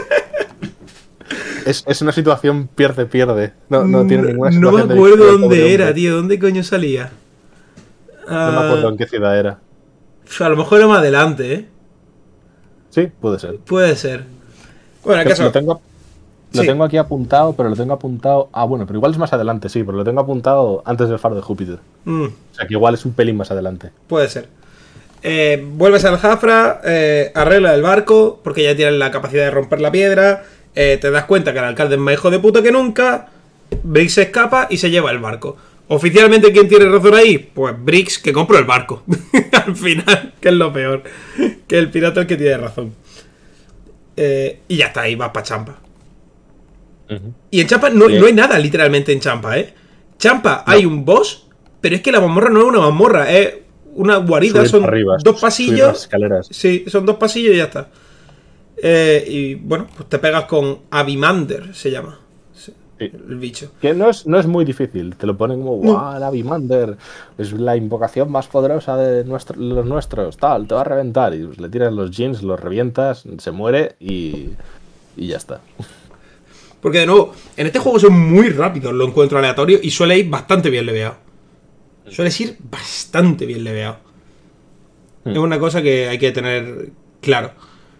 S2: Es una situación pierde-pierde. No tiene ninguna
S1: No
S2: situación
S1: me
S2: de
S1: acuerdo
S2: victoria, pobre
S1: dónde era,
S2: hombre.
S1: tío. ¿Dónde coño salía?
S2: No me acuerdo en qué ciudad era.
S1: A lo mejor era más adelante, ¿eh?
S2: Sí, puede ser.
S1: Puede ser. Bueno, en
S2: Lo
S1: caso.
S2: lo
S1: Sí.
S2: tengo aquí apuntado, pero lo tengo apuntado. Ah, bueno, pero igual es más adelante, sí, pero lo tengo apuntado antes del faro de Júpiter.
S1: Mm,
S2: O sea que igual es un pelín más adelante.
S1: puede ser. Vuelves al Jafra, arregla el barco, porque ya tienes la capacidad de romper la piedra. Te das cuenta que el alcalde es más hijo de puta que nunca. Briggs se escapa y se lleva el barco. Oficialmente, ¿quién tiene razón ahí? Pues Briggs, que compró el barco. Al final, que es lo peor. Que el pirata es el que tiene razón. Y ya está, ahí vas para Champa. Y en Champa no hay nada literalmente en Champa, ¿eh? Champa hay un boss, pero es que la mazmorra no es una mazmorra, es una guarida,
S2: Subir
S1: son
S2: para arriba,
S1: dos
S2: subir
S1: pasillos.
S2: las escaleras.
S1: Sí, son dos pasillos y ya está. Y bueno, pues te pegas con Abimander, se llama. Sí,
S2: Sí.
S1: el bicho.
S2: Que no es muy difícil. Te lo ponen como, ¡guau! La Abimander es la invocación más poderosa de los nuestros. Tal, te va a reventar. Y le tiras los jeans, los revientas, se muere y ya está.
S1: Porque de nuevo, en este juego son muy rápidos, lo encuentro aleatorio y suele ir bastante bien leveado. Suele ir bastante bien leveado. Es una cosa que hay que tener claro.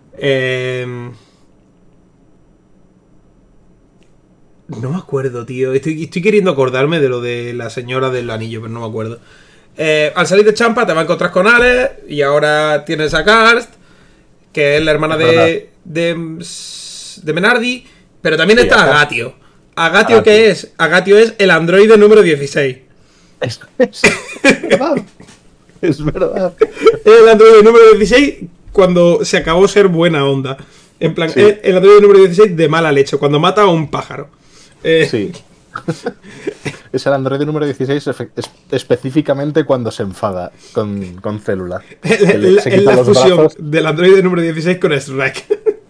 S1: No me acuerdo, tío. Estoy queriendo acordarme de lo de la señora del anillo, pero no me acuerdo. Al salir de Champa te vas a encontrar con Alex y ahora tienes a Karst, que es la hermana de Menardi, pero también
S2: Sí,
S1: está
S2: acá.
S1: Agatio. ¿Agatio qué es? Agatio es el androide número 16.
S2: Es verdad. Es verdad.
S1: El androide número 16 cuando se acabó ser buena onda. En plan,
S2: Sí.
S1: el androide número 16 de mala leche, cuando mata a un pájaro.
S2: Sí. Es el androide número 16 específicamente cuando se enfada con Célula. Que se
S1: Es
S2: quita
S1: la
S2: los
S1: fusión
S2: brazos.
S1: del androide número 16 con Shrek.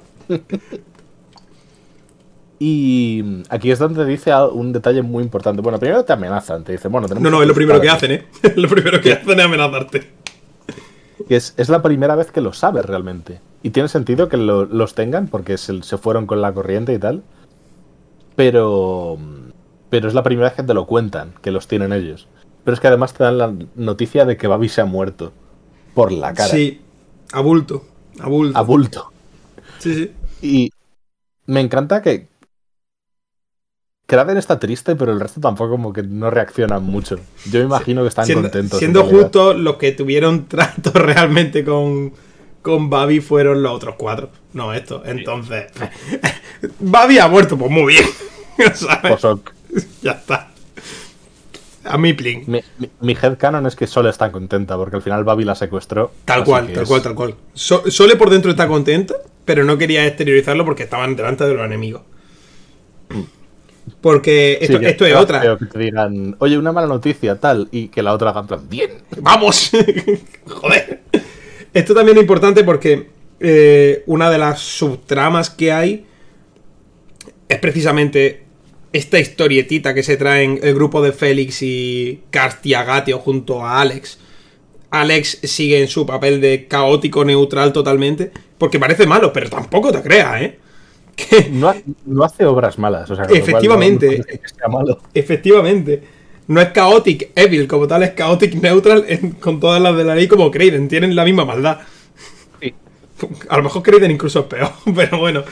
S2: Y aquí es donde dice un detalle muy importante. Bueno, primero te amenazan, te dicen, bueno, tenemos...
S1: No, es lo primero que
S2: espada,
S1: hacen, ¿eh? Lo primero que hacen es amenazarte.
S2: Que es la primera vez que lo sabes realmente. Y tiene sentido que los tengan porque se fueron con la corriente y tal. Pero es la primera vez que te lo cuentan, que los tienen ellos. Pero es que además te dan la noticia de que Babi se ha muerto. Por la cara.
S1: Sí, a bulto. A bulto.
S2: A bulto.
S1: Sí, sí.
S2: Y me encanta que Kraven está triste, pero el resto tampoco como que no reaccionan mucho. Yo me imagino que están contentos.
S1: Siendo
S2: en realidad.
S1: justos, los que tuvieron trato realmente con Babi fueron los otros 4. No estos. Entonces, Babi ha muerto, pues muy bien. ¿Sabes?
S2: Pues ok.
S1: Ya está. A mi plin.
S2: Mi headcanon es que Sole está contenta porque al final Babi la secuestró.
S1: Tal
S2: así
S1: cual,
S2: que
S1: tal
S2: es-
S1: cual, tal cual. Sole por dentro está contenta, pero no quería exteriorizarlo porque estaban delante de los enemigos. Porque
S2: Sí, que
S1: esto es
S2: queda
S1: otra.
S2: feo que te digan, oye, una mala noticia, tal, y que la otra haga en plan, bien.
S1: ¡Vamos! Joder. Esto también es importante porque una de las subtramas que hay es precisamente esta historietita que se traen el grupo de Félix y Karst y Agatio junto a Alex. Alex sigue en su papel de caótico neutral totalmente, porque parece malo, pero tampoco te creas, ¿eh? Que
S2: No hace obras malas, o sea, con lo cual
S1: Efectivamente.
S2: no parece que sea malo.
S1: efectivamente no es chaotic evil como tal, es chaotic neutral con todas las de la ley como Kraven, tienen la misma maldad.
S2: Sí.
S1: A lo mejor Kraven incluso es peor, pero bueno.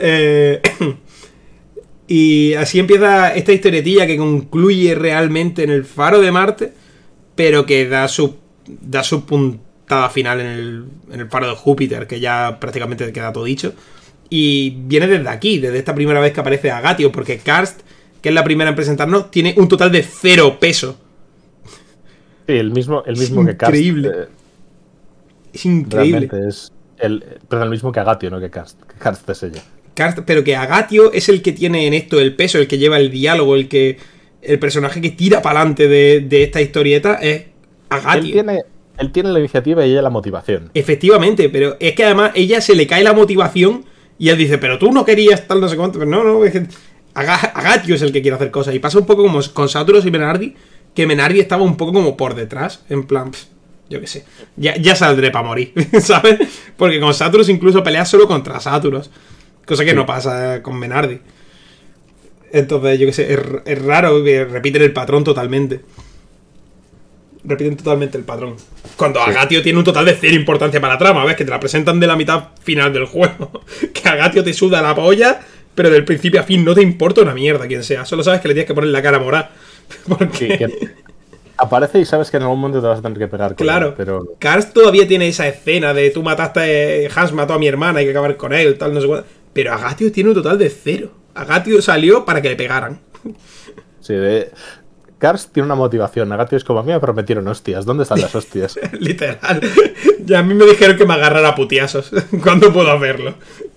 S1: Y así empieza esta historietilla que concluye realmente en el faro de Marte, pero que da su puntada final en el faro de Júpiter, que ya prácticamente queda todo dicho. Y viene desde aquí, desde esta primera vez que aparece Agatio, porque Karst, que es la primera en presentarnos, tiene un total de 0 peso.
S2: Sí, el mismo
S1: Es
S2: que Karst.
S1: increíble. Es increíble.
S2: Realmente es pero el mismo que Agatio, no que Karst. Que Karst es ella.
S1: Karst, pero que Agatio es el que tiene en esto el peso, el que lleva el diálogo, el que el personaje que tira para adelante de esta historieta es Agatio.
S2: Él tiene la iniciativa y ella la motivación.
S1: Efectivamente, pero es que además ella se le cae la motivación y él dice, pero tú no querías tal no sé cuánto. Pero no, es que Agatio es el que quiere hacer cosas. Y pasa un poco como con Saturos y Menardi, que Menardi estaba un poco como por detrás, en plan, yo qué sé, ya saldré para morir, ¿sabes? Porque con Saturos incluso peleas solo contra Saturos, cosa que no pasa con Menardi. Entonces, yo qué sé, es raro que repiten el patrón totalmente. Repiten totalmente el patrón. Cuando Agatio tiene un total de 0 importancia para la trama, ¿ves? Que te la presentan de la mitad final del juego. Que Agatio te suda la polla, pero del principio a fin no te importa una mierda quien sea. Solo sabes que le tienes que poner la cara morada. Porque...
S2: que aparece y sabes que en algún momento te vas a tener que pegar con
S1: él, pero... Cars todavía tiene esa escena de tú mataste... Hans mató a mi hermana, hay que acabar con él, tal, no sé cuánto. Pero Agatio tiene un total de 0. Agatio salió para que le pegaran.
S2: Sí, Cars tiene una motivación. Agatio es como, a mí me prometieron hostias. ¿Dónde están las hostias?
S1: Literal. Ya a mí me dijeron que me agarrara a putiazos. ¿Cuándo puedo hacerlo?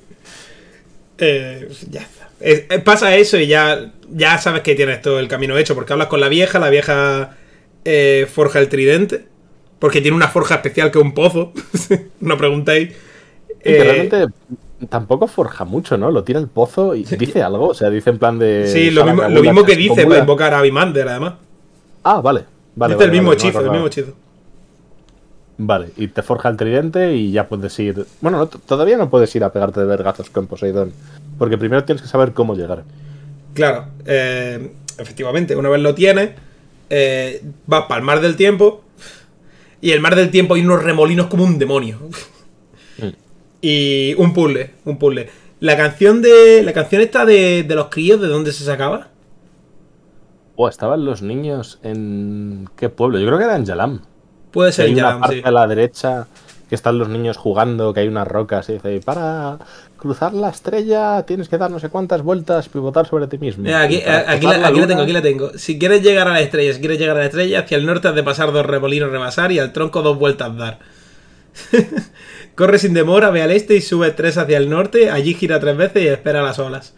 S1: Ya está. Pasa eso y ya sabes que tienes todo el camino hecho. Porque hablas con la vieja forja el tridente. Porque tiene una forja especial que es un pozo. No preguntéis.
S2: Que realmente tampoco forja mucho, ¿no? Lo tira el pozo y dice algo. O sea, dice en plan de...
S1: Sí, lo mismo que dice para invocar a Abimander, además.
S2: Ah, vale.
S1: Dice el mismo hechizo,
S2: Vale, y te forja el tridente y ya puedes ir... Bueno, no, todavía no puedes ir a pegarte de vergazos con Poseidón. Porque primero tienes que saber cómo llegar.
S1: Claro, efectivamente. Una vez lo tienes, vas para el mar del tiempo. Y el mar del tiempo hay unos remolinos como un demonio. Y un puzzle. La canción esta de los críos, ¿de dónde se sacaba?
S2: Estaban los niños en... ¿Qué pueblo? Yo creo que era en Yalam.
S1: Puede ser
S2: en
S1: Yalam,
S2: una parte a la derecha que están los niños jugando, que hay unas rocas y dice, para cruzar la estrella tienes que dar no sé cuántas vueltas y pivotar sobre ti mismo.
S1: Aquí la tengo. Si quieres llegar a la estrella, hacia el norte has de pasar 2 remolinos rebasar y al tronco 2 vueltas dar. Corre sin demora, ve al este y sube 3 hacia el norte, allí gira 3 veces y espera las olas.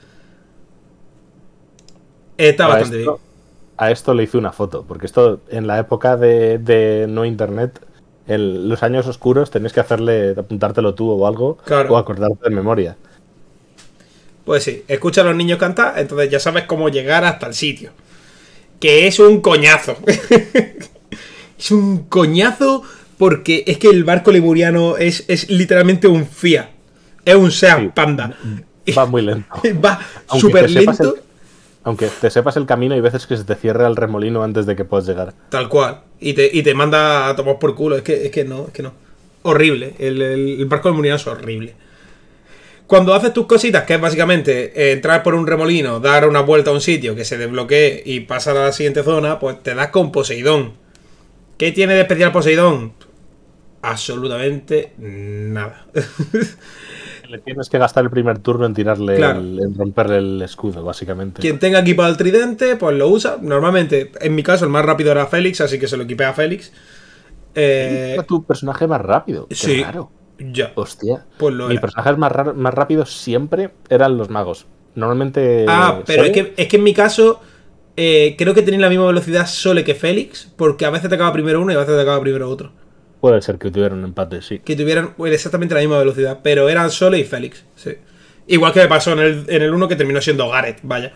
S1: Está bastante bien.
S2: A esto le hice una foto, porque esto en la época de no internet, en los años oscuros tenés que apuntártelo tú o algo, claro, o acordarte de memoria.
S1: Pues sí, escucha a los niños cantar, entonces ya sabes cómo llegar hasta el sitio. Que es un coñazo. Es un coñazo porque es que el barco lemuriano es literalmente un Fiat. Es un Seat Panda.
S2: Va muy lento.
S1: Va súper lento.
S2: Aunque te sepas el camino, hay veces que se te cierra el remolino antes de que puedas llegar.
S1: Tal cual. Y te manda a tomar por culo. Es que no. Horrible. El barco lemuriano es horrible. Cuando haces tus cositas, que es básicamente entrar por un remolino, dar una vuelta a un sitio que se desbloquee y pasar a la siguiente zona, pues te das con Poseidón. ¿Qué tiene de especial Poseidón? Absolutamente nada.
S2: Le tienes que gastar el primer turno en tirarle, claro, en romperle el escudo, básicamente.
S1: Quien tenga equipado el tridente, pues lo usa. Normalmente, en mi caso, el más rápido era Félix, así que se lo equipé a Félix.
S2: Era tu personaje más rápido. Qué
S1: sí,
S2: raro.
S1: Ya.
S2: Hostia.
S1: Pues lo
S2: Mis personajes más rápidos siempre eran los magos. Normalmente...
S1: pero es que en mi caso, creo que tenía la misma velocidad Sole que Félix, porque a veces te acaba primero uno y a veces te acaba primero otro.
S2: Puede ser que tuvieran un empate, sí.
S1: Que tuvieran exactamente la misma velocidad, pero eran Sole y Félix, sí. Igual que me pasó en el uno, que terminó siendo Gareth, vaya.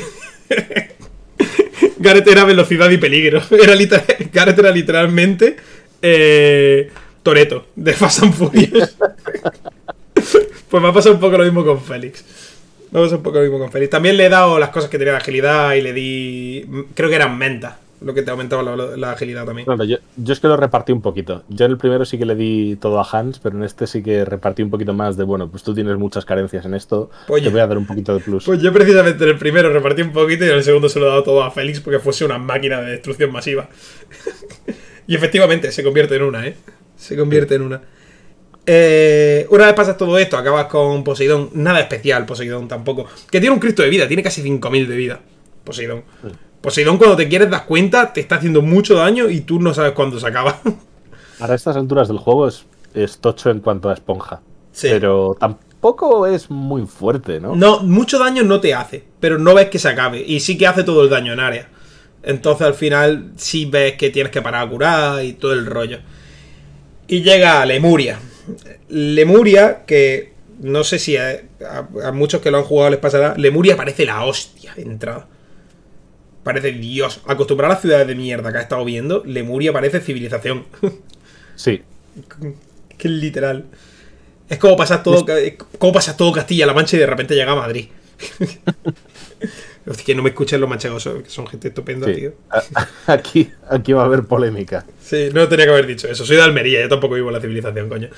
S1: Gareth era velocidad y peligro. Gareth era literalmente Toretto, de Fast and Furious. Pues me ha pasado un poco lo mismo con Félix. También le he dado las cosas que tenía de agilidad y le di... Creo que eran mentas, lo que te aumentaba la agilidad también.
S2: Claro, yo es que lo repartí un poquito. Yo en el primero sí que le di todo a Hans, pero en este sí que repartí un poquito más de, bueno, pues tú tienes muchas carencias en esto, pues te voy a dar un poquito de plus.
S1: Pues yo precisamente en el primero repartí un poquito y en el segundo se lo he dado todo a Félix porque fuese una máquina de destrucción masiva. Y efectivamente se convierte en una, Se convierte en una. Una vez pasas todo esto, acabas con Poseidón. Nada especial Poseidón tampoco. Que tiene un Cristo de vida, tiene casi 5000 de vida Poseidón. Poseidón, cuando te quieres das cuenta, te está haciendo mucho daño y tú no sabes cuándo se acaba.
S2: Para estas alturas del juego es tocho en cuanto a esponja.
S1: Sí.
S2: Pero tampoco es muy fuerte, ¿no?
S1: No, mucho daño no te hace, pero no ves que se acabe. Y sí que hace todo el daño en área. Entonces al final sí ves que tienes que parar a curar y todo el rollo. Y llega a Lemuria. Lemuria, que no sé si a muchos que lo han jugado les pasará. Lemuria parece la hostia de entrada. Parece Dios. Acostumbrado a las ciudades de mierda que ha estado viendo, Lemuria parece civilización.
S2: Sí.
S1: Que es literal. Es como pasar todo Castilla-La Mancha y de repente llega a Madrid. Es que no me escuchen los manchegos, que son gente estupenda,
S2: Sí.
S1: tío.
S2: Aquí va a haber polémica.
S1: Sí, no tenía que haber dicho eso. Soy de Almería, yo tampoco vivo en la civilización, coño.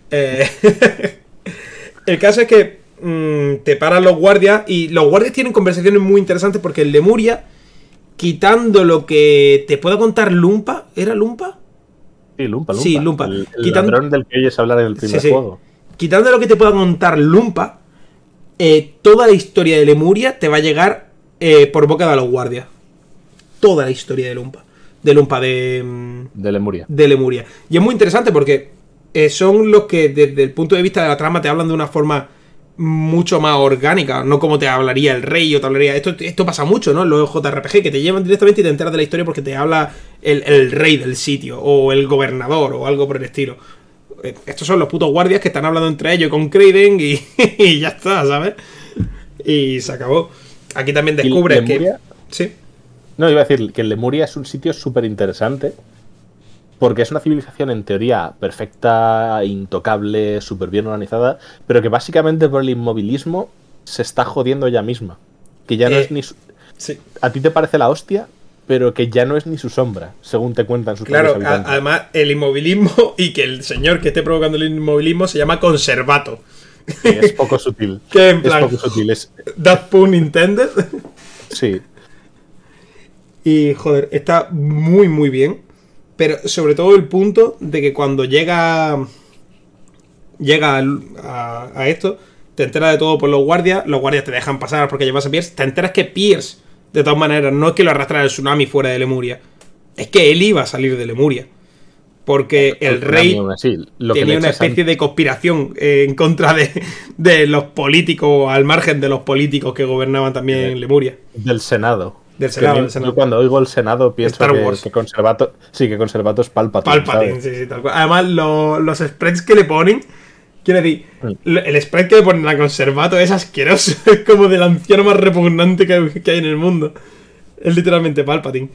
S1: El caso es que te paran los guardias y los guardias tienen conversaciones muy interesantes porque en Lemuria, quitando lo que te pueda contar Lumpa, ¿era Lumpa?
S2: Sí, Lumpa.
S1: Sí, Lumpa.
S2: El ladrón del que oyes hablar en el primer juego.
S1: Quitando lo que te pueda contar Lumpa, toda la historia de Lemuria te va a llegar por boca de los guardias. Toda la historia de Lumpa. De
S2: Lemuria.
S1: De Lemuria. Y es muy interesante porque son los que desde el punto de vista de la trama te hablan de una forma mucho más orgánica, no como te hablaría el rey o te hablaría... Esto pasa mucho, ¿no? En los JRPG, que te llevan directamente y te enteras de la historia porque te habla el rey del sitio o el gobernador o algo por el estilo. Estos son los putos guardias que están hablando entre ellos con Kraiden y ya está, ¿sabes? Y se acabó. Aquí también descubres que... Sí.
S2: No, iba a decir que Lemuria es un sitio súper interesante porque es una civilización en teoría perfecta, intocable, súper bien organizada, pero que básicamente por el inmovilismo se está jodiendo ella misma. Que ya no es ni...
S1: Sí.
S2: A ti te parece la hostia, pero que ya no es ni su sombra, según te cuentan sus propios habitantes.
S1: Además, el inmovilismo y que el señor que esté provocando el inmovilismo se llama conservato.
S2: Sí, es poco sutil.
S1: Que en plan,
S2: es poco sutil.
S1: That pun intended. Sí. Y, joder, está muy, muy bien. Pero sobre todo el punto de que cuando llega a esto, te enteras de todo por los guardias te dejan pasar porque llevas a Pierce, te enteras que Pierce, de todas maneras, no es que lo arrastrara el tsunami fuera de Lemuria, es que él iba a salir de Lemuria. Porque el rey tenía una especie de conspiración en contra de los políticos, al margen de los políticos que gobernaban también en Lemuria.
S2: Del Senado.
S1: Del Senado.
S2: Yo cuando oigo el Senado pienso que Conservato es Palpatine.
S1: Sí, tal cual. Además, los spreads que le ponen, quiero decir, el spread que le ponen a Conservato es asqueroso. Es como del anciano más repugnante que hay en el mundo. Es literalmente Palpatine.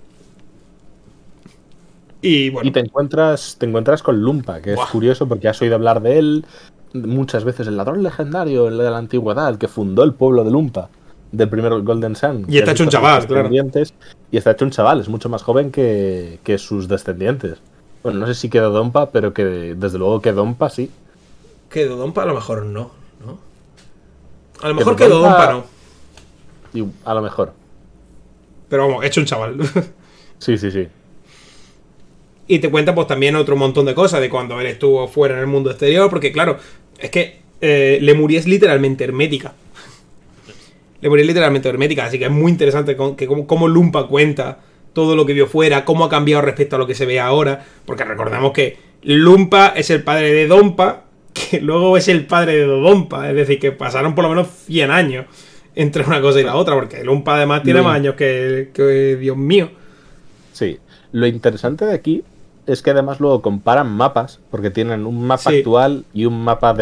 S1: Y bueno.
S2: Y te encuentras con Lumpa, que es curioso porque has oído hablar de él muchas veces, el ladrón legendario de la antigüedad, que fundó el pueblo de Lumpa. Del primer Golden Sun.
S1: Y está hecho un chaval, claro.
S2: Y está hecho un chaval, es mucho más joven que sus descendientes. Bueno, no sé si quedó Dompa, pero que desde luego que Dompa sí.
S1: Que Dodonpa a lo mejor no. A lo mejor que Dodonpa no.
S2: Y a lo mejor.
S1: Pero vamos, hecho un chaval.
S2: Sí.
S1: Y te cuenta pues también otro montón de cosas de cuando él estuvo fuera en el mundo exterior. Porque claro, es que Lemuria es literalmente hermética. Lemuria es literalmente hermética, así que es muy interesante cómo Lumpa cuenta todo lo que vio fuera, cómo ha cambiado respecto a lo que se ve ahora, porque recordamos que Lumpa es el padre de Dompa, que luego es el padre de Dodonpa, es decir, que pasaron por lo menos 100 años entre una cosa y la otra, porque Lumpa además tiene más años que Dios mío.
S2: Sí, lo interesante de aquí es que además luego comparan mapas, porque tienen un mapa actual y un mapa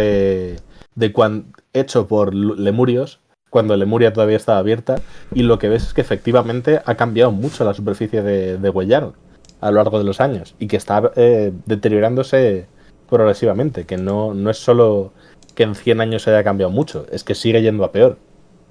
S2: hecho por lemurios, cuando Lemuria todavía estaba abierta, y lo que ves es que efectivamente ha cambiado mucho la superficie de Huellar a lo largo de los años, y que está deteriorándose progresivamente, que no es solo que en 100 años se haya cambiado mucho, es que sigue yendo a peor.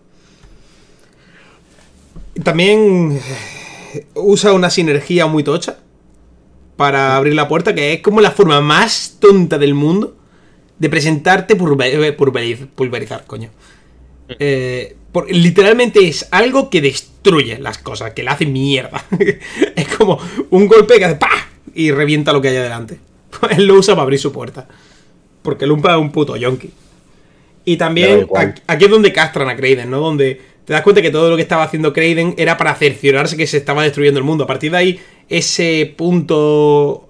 S1: También usa una sinergia muy tocha para abrir la puerta, que es como la forma más tonta del mundo de presentarte pulverizar, coño. Literalmente es algo que destruye las cosas, que le hace mierda. Es como un golpe que hace ¡pah! Y revienta lo que hay adelante. Él lo usa para abrir su puerta, porque Lumpa es un puto yonki. Y también aquí es donde castran a Kraiden, ¿no? Donde te das cuenta que todo lo que estaba haciendo Kraiden era para cerciorarse que se estaba destruyendo el mundo. A partir de ahí, ese punto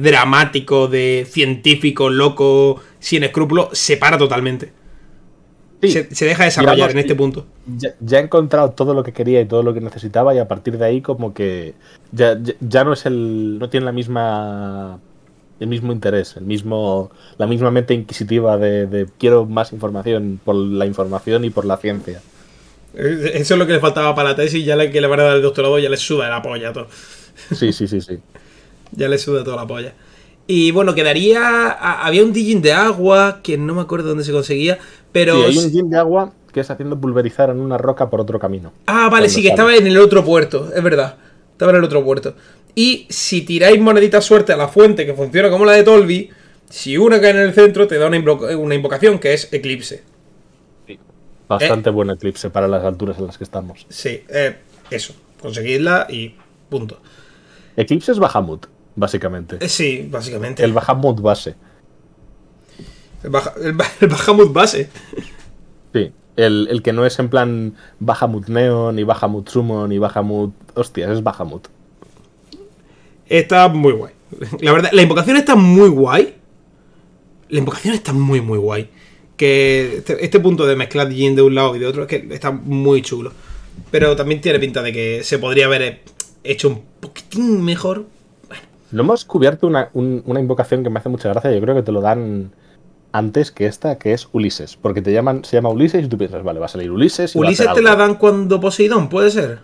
S1: dramático de científico, loco, sin escrúpulos, se para totalmente.
S2: Sí,
S1: se deja desarrollar
S2: digamos,
S1: en este punto.
S2: ya he encontrado todo lo que quería y todo lo que necesitaba y a partir de ahí como que ya no es no tiene el mismo interés, la misma mente inquisitiva de quiero más información por la información y por la ciencia.
S1: Eso es lo que le faltaba para la tesis, ya que le van a dar el doctorado ya le suda la polla todo.
S2: Sí.
S1: Ya le suda toda la polla. Y bueno, quedaría... Había un Digin de agua, que no me acuerdo dónde se conseguía, pero...
S2: Sí, hay un gin de agua que es haciendo pulverizar en una roca por otro camino.
S1: Ah, vale, sí, que estaba en el otro puerto, es verdad. Estaba en el otro puerto. Y si tiráis monedita suerte a la fuente, que funciona como la de Tolby, si una cae en el centro, te da una invocación que es Eclipse.
S2: Sí. Bastante buen eclipse para las alturas en las que estamos.
S1: Sí, eso. Conseguidla y punto.
S2: Eclipse es Bahamut, básicamente.
S1: Sí, básicamente.
S2: El Bahamut base.
S1: El Bahamut base.
S2: Sí. El que no es en plan Bahamut Neon, ni Bahamut Summon, ni Bahamut... Hostias, es Bahamut.
S1: Está muy guay. La verdad, la invocación está muy guay. La invocación está muy, muy guay. Que este punto de mezclar Jin de un lado y de otro es que está muy chulo. Pero también tiene pinta de que se podría haber hecho un poquitín mejor. Bueno.
S2: No hemos cubierto una invocación que me hace mucha gracia. Yo creo que te lo dan antes que esta, que es Ulises. Porque se llama Ulises y tú piensas, vale, va a salir Ulises. Y
S1: Ulises te la dan cuando Poseidón, ¿puede ser?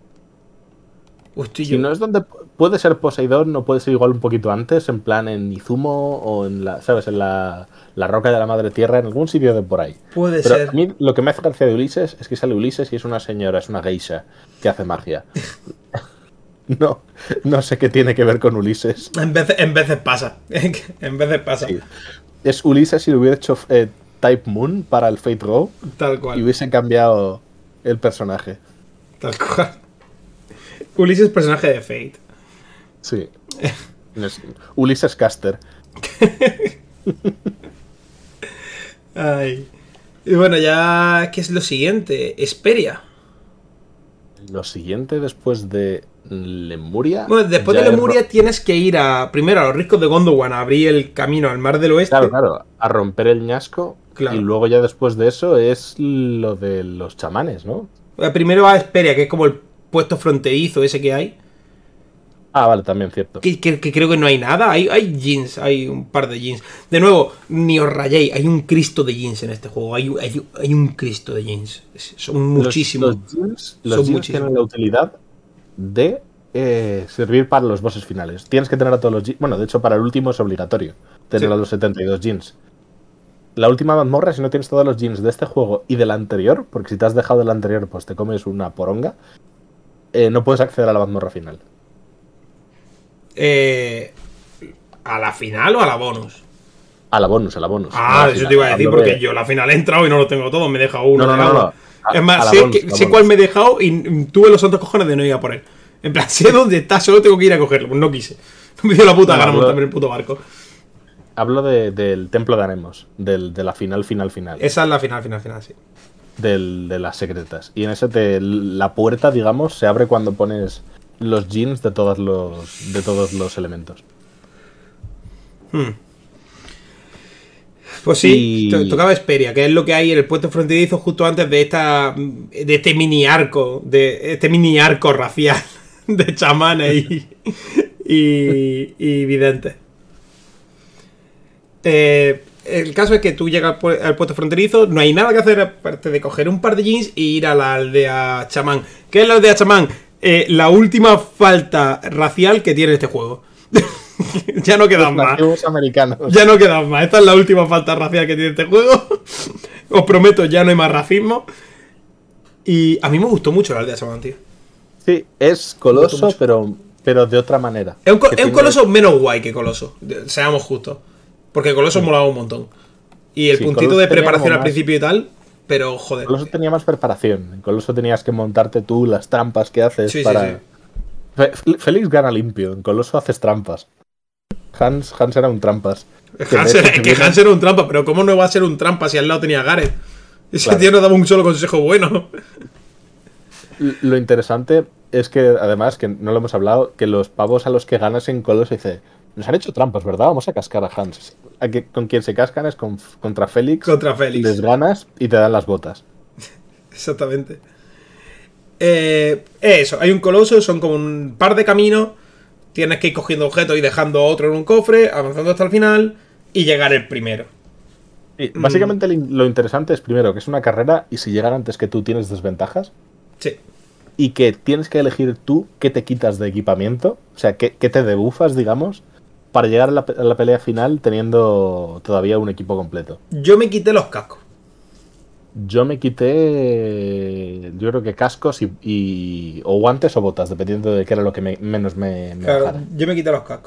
S2: Si no es donde puede ser Poseidón, no puede ser igual un poquito antes, en plan en Izumo o en ¿sabes? En la roca de la madre tierra, en algún sitio de por ahí.
S1: Puede
S2: Pero
S1: ser.
S2: a mí lo que me hace gracia de Ulises es que sale Ulises y es una señora, es una geisha que hace magia. No sé qué tiene que ver con Ulises.
S1: En veces pasa. En veces pasa.
S2: Sí. Es Ulises si lo hubiera hecho Type Moon para el Fate Go.
S1: Tal cual.
S2: Y hubiesen cambiado el personaje.
S1: Tal cual. Ulises, personaje de Fate.
S2: Sí. Ulises Caster.
S1: Ay. Y bueno, ya... ¿Qué es lo siguiente? Esperia.
S2: Lo siguiente después de Lemuria.
S1: Bueno, después de Lemuria tienes que ir primero a los riscos de Gondowan a abrir el camino al Mar del Oeste.
S2: Claro, a romper el ñasco. Claro. Y luego ya después de eso es lo de los chamanes, ¿no?
S1: Primero a Esperia, que es como el puesto fronterizo ese que hay.
S2: Ah, vale, también cierto.
S1: Que creo que no hay nada. Hay jeans, hay un par de jeans. De nuevo, ni os rayéis, hay un Cristo de jeans en este juego. Hay un Cristo de jeans. Son muchísimos.
S2: Los jeans tienen la utilidad de servir para los bosses finales. Tienes que tener a todos los jeans. Bueno, de hecho, para el último es obligatorio tener a los 72 jeans. La última mazmorra, si no tienes todos los jeans de este juego y del anterior, porque si te has dejado del anterior, pues te comes una poronga, no puedes acceder a la mazmorra final.
S1: ¿A la final o a la bonus?
S2: A la bonus.
S1: Ah, eso te iba a decir, porque yo la final he entrado y no lo tengo todo, me he dejado uno.
S2: No.
S1: Es más, sé cuál me he dejado y tuve los santos cojones de no ir a por él. En plan, sé dónde está, solo tengo que ir a cogerlo. Pues no quise. No me dio la puta gana montarme en el puto barco.
S2: Hablo del templo de Anemos, de la final.
S1: Esa es la final, sí.
S2: De las secretas. Y en ese la puerta, digamos, se abre cuando pones los jeans de todos los elementos.
S1: Pues sí, tocaba Esperia, que es lo que hay en el puesto fronterizo justo antes de este mini arco, racial de chamanes y videntes. El caso es que tú llegas al puesto fronterizo, no hay nada que hacer aparte de coger un par de jeans e ir a la aldea chamán. ¿Qué es la aldea chamán? La última falta racial que tiene este juego. Ya no quedan más.
S2: Americanos.
S1: Ya no quedan más. Esta es la última falta racial que tiene este juego. Os prometo, ya no hay más racismo. Y a mí me gustó mucho la aldea chamán, tío.
S2: Sí, es Coloso, pero de otra manera.
S1: Es un Coloso menos guay que Coloso. Seamos justos. Porque Coloso molaba un montón. Y el puntito
S2: Coloso
S1: de preparación al principio y tal. Pero, joder.
S2: Coloso tenía más preparación. En Coloso tenías que montarte tú las trampas que haces para... Sí. Félix gana limpio. En Coloso haces trampas. Hans era un trampas.
S1: Hans era un trampa, pero ¿cómo no va a ser un trampa si al lado tenía a Gareth? Ese tío no daba un solo consejo bueno.
S2: Lo interesante es que, además, que no lo hemos hablado, que los pavos a los que ganas en Coloso dice: Nos han hecho trampas, ¿verdad? Vamos a cascar a Hans. Con quien se cascan es contra Félix.
S1: Contra Félix.
S2: Les ganas y te dan las botas.
S1: Exactamente. Eso, hay un coloso, son como un par de caminos. Tienes que ir cogiendo objetos y dejando otro en un cofre, avanzando hasta el final y llegar el primero.
S2: Y básicamente lo interesante es primero que es una carrera y si llegan antes que tú tienes desventajas.
S1: Sí.
S2: Y que tienes que elegir tú qué te quitas de equipamiento, o sea, qué te debufas, digamos, para llegar a la pelea final teniendo todavía un equipo completo.
S1: Yo me quité los cascos.
S2: Yo me quité, yo creo que cascos o guantes o botas, dependiendo de qué era lo que menos me
S1: Claro,
S2: bajara.
S1: yo me quité los cascos.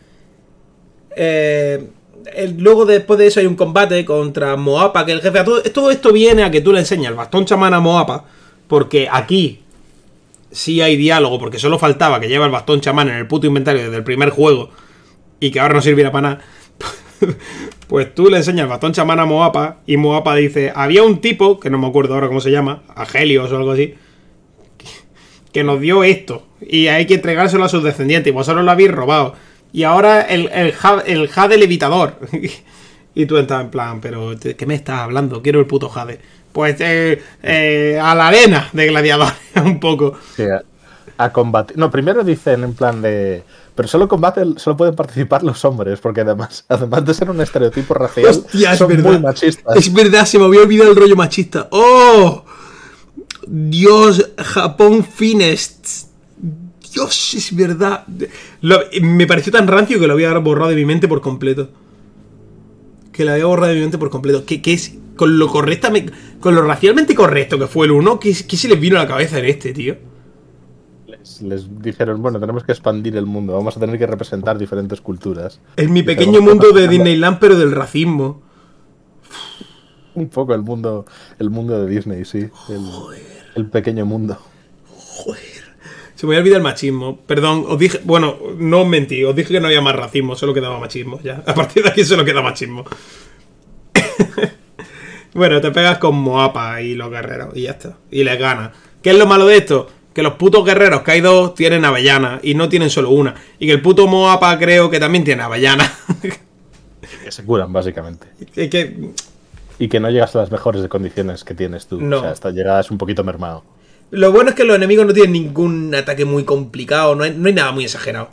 S1: Luego después de eso hay un combate contra Moapa, que el jefe... Todo esto viene a que tú le enseñas el bastón chamán a Moapa, porque aquí sí hay diálogo, porque solo faltaba que lleva el bastón chamán en el puto inventario desde el primer juego y que ahora no sirviera para nada. Pues tú le enseñas el bastón chamán a Moapa y Moapa dice, había un tipo, que no me acuerdo ahora cómo se llama, Agelios o algo así, que nos dio esto y hay que entregárselo a sus descendientes y vosotros lo habéis robado. Y ahora el Jade levitador. Y tú estás en plan, pero ¿qué me estás hablando? Quiero el puto Jade. Pues a la arena de gladiadores, un poco.
S2: Sí, a combatir. No, primero dicen en plan de... Pero solo pueden participar los hombres, porque además de ser un estereotipo racial,
S1: hostia,
S2: son muy machistas.
S1: Es verdad, se me había olvidado el rollo machista. ¡Oh! Dios, Japón Finest. Dios, es verdad. Me pareció tan rancio que lo había borrado de mi mente por completo. Que lo había borrado de mi mente por completo. Que es con lo racialmente correcto que fue el 1, ¿qué se les vino a la cabeza en este, tío?
S2: Les dijeron, bueno, tenemos que expandir el mundo, vamos a tener que representar diferentes culturas.
S1: Es mi pequeño mundo de Disneyland, pero del racismo.
S2: Un poco el mundo de Disney, sí. El pequeño mundo.
S1: Joder. Se me había olvidado el machismo. Perdón, os dije... Bueno, no os mentí. Os dije que no había más racismo. Solo quedaba machismo, ya. A partir de aquí solo queda machismo. Bueno, te pegas con Moapa y los guerreros. Y ya está. Y les ganas. ¿Qué es lo malo de esto? Que los putos guerreros, que hay dos, tienen avellana. Y no tienen solo una. Y que el puto Moapa creo que también tiene avellana.
S2: Que se curan, básicamente.
S1: Que...
S2: Y que no llegas a las mejores condiciones que tienes tú.
S1: No.
S2: O sea, hasta llegas un poquito mermado.
S1: Lo bueno es que los enemigos no tienen ningún ataque muy complicado, no hay nada muy exagerado.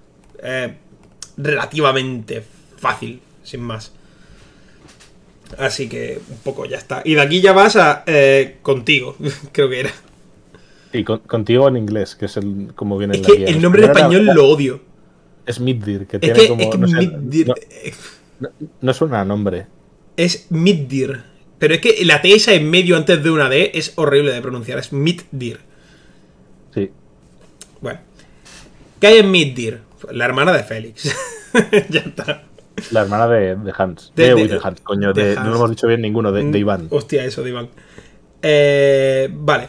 S1: Relativamente fácil, sin más. Así que un poco ya está. Y de aquí ya vas a contigo, creo que era.
S2: Y contigo en inglés, que es como viene en
S1: la guía. Es que el nombre en español lo odio.
S2: Es Middir, que tiene como...
S1: Middir...
S2: No suena a nombre.
S1: Es Middir. Pero es que la T esa en medio antes de una D es horrible de pronunciar. Es Middir.
S2: Sí.
S1: Bueno. ¿Qué hay en Middir? La hermana de Félix. Ya está.
S2: La hermana de Hans. De Hans, coño. Hans. No lo hemos dicho bien ninguno. De Iván.
S1: Hostia, eso, de Iván. Vale.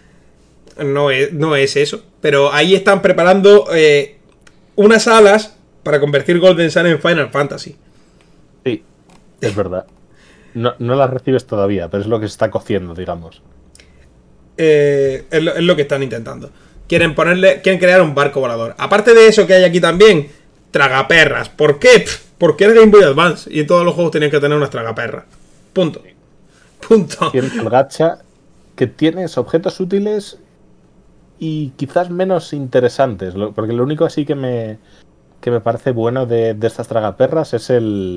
S1: No es eso. Pero ahí están preparando unas alas para convertir Golden Sun en Final Fantasy.
S2: Sí, es verdad. No las recibes todavía, pero es lo que se está cociendo, digamos.
S1: Es lo que están intentando. Quieren crear un barco volador. Aparte de eso que hay aquí también, tragaperras. ¿Por qué? Porque era Game Boy Advance y en todos los juegos tenían que tener unas tragaperras. Punto.
S2: Tienes el gacha, que tienes objetos útiles y quizás menos interesantes. Porque lo único así que me parece bueno de estas tragaperras es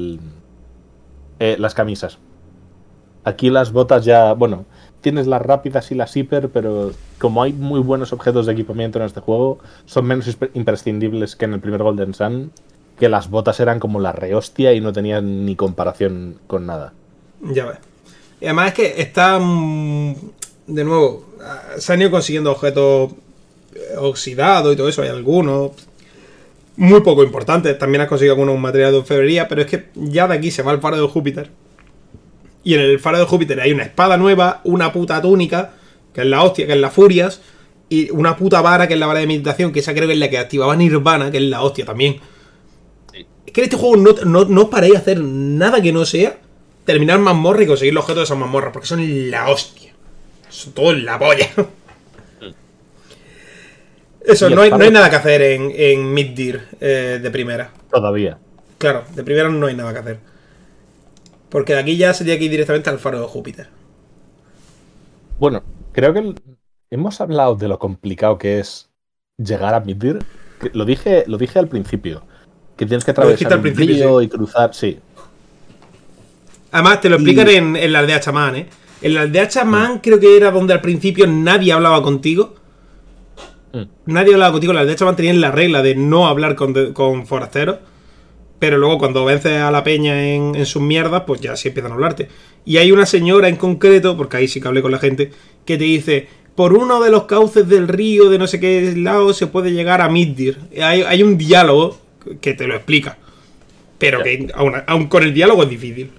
S2: las camisas. Aquí las botas ya, bueno, tienes las rápidas y las hiper, pero como hay muy buenos objetos de equipamiento en este juego, son menos imprescindibles que en el primer Golden Sun, que las botas eran como la rehostia y no tenían ni comparación con nada.
S1: Ya ves. Y además es que están, de nuevo, se han ido consiguiendo objetos oxidados y todo eso, hay algunos muy poco importantes. También has conseguido algunos materiales de orfebrería, pero es que ya de aquí se va el faro de Júpiter. Y en el faro de Júpiter hay una espada nueva, una puta túnica, que es la hostia, que es la Furias, y una puta vara, que es la vara de meditación, que esa creo que es la que activaba Nirvana, que es la hostia también. Sí. Es que en este juego no os paréis a hacer nada que no sea terminar mazmorra y conseguir los objetos de esas mazmorras, porque son la hostia. Son todo la polla. Eso, no hay nada que hacer en Middir de primera.
S2: Todavía.
S1: Claro, de primera no hay nada que hacer. Porque de aquí ya se tiene que ir directamente al faro de Júpiter.
S2: Bueno, creo que hemos hablado de lo complicado que es llegar a Middir. Lo dije al principio. Que tienes que atravesar un río y cruzar, sí.
S1: Además, te lo explican en la aldea chamán, ¿eh? En la aldea chamán creo que era donde al principio nadie hablaba contigo. Nadie hablaba contigo. En la aldea chamán tenían la regla de no hablar con forasteros. Pero luego cuando vences a la peña en sus mierdas, pues ya sí empiezan a hablarte. Y hay una señora en concreto, porque ahí sí que hablé con la gente, que te dice, por uno de los cauces del río de no sé qué lado se puede llegar a Middir. Hay un diálogo que te lo explica. Pero que aún con el diálogo es difícil.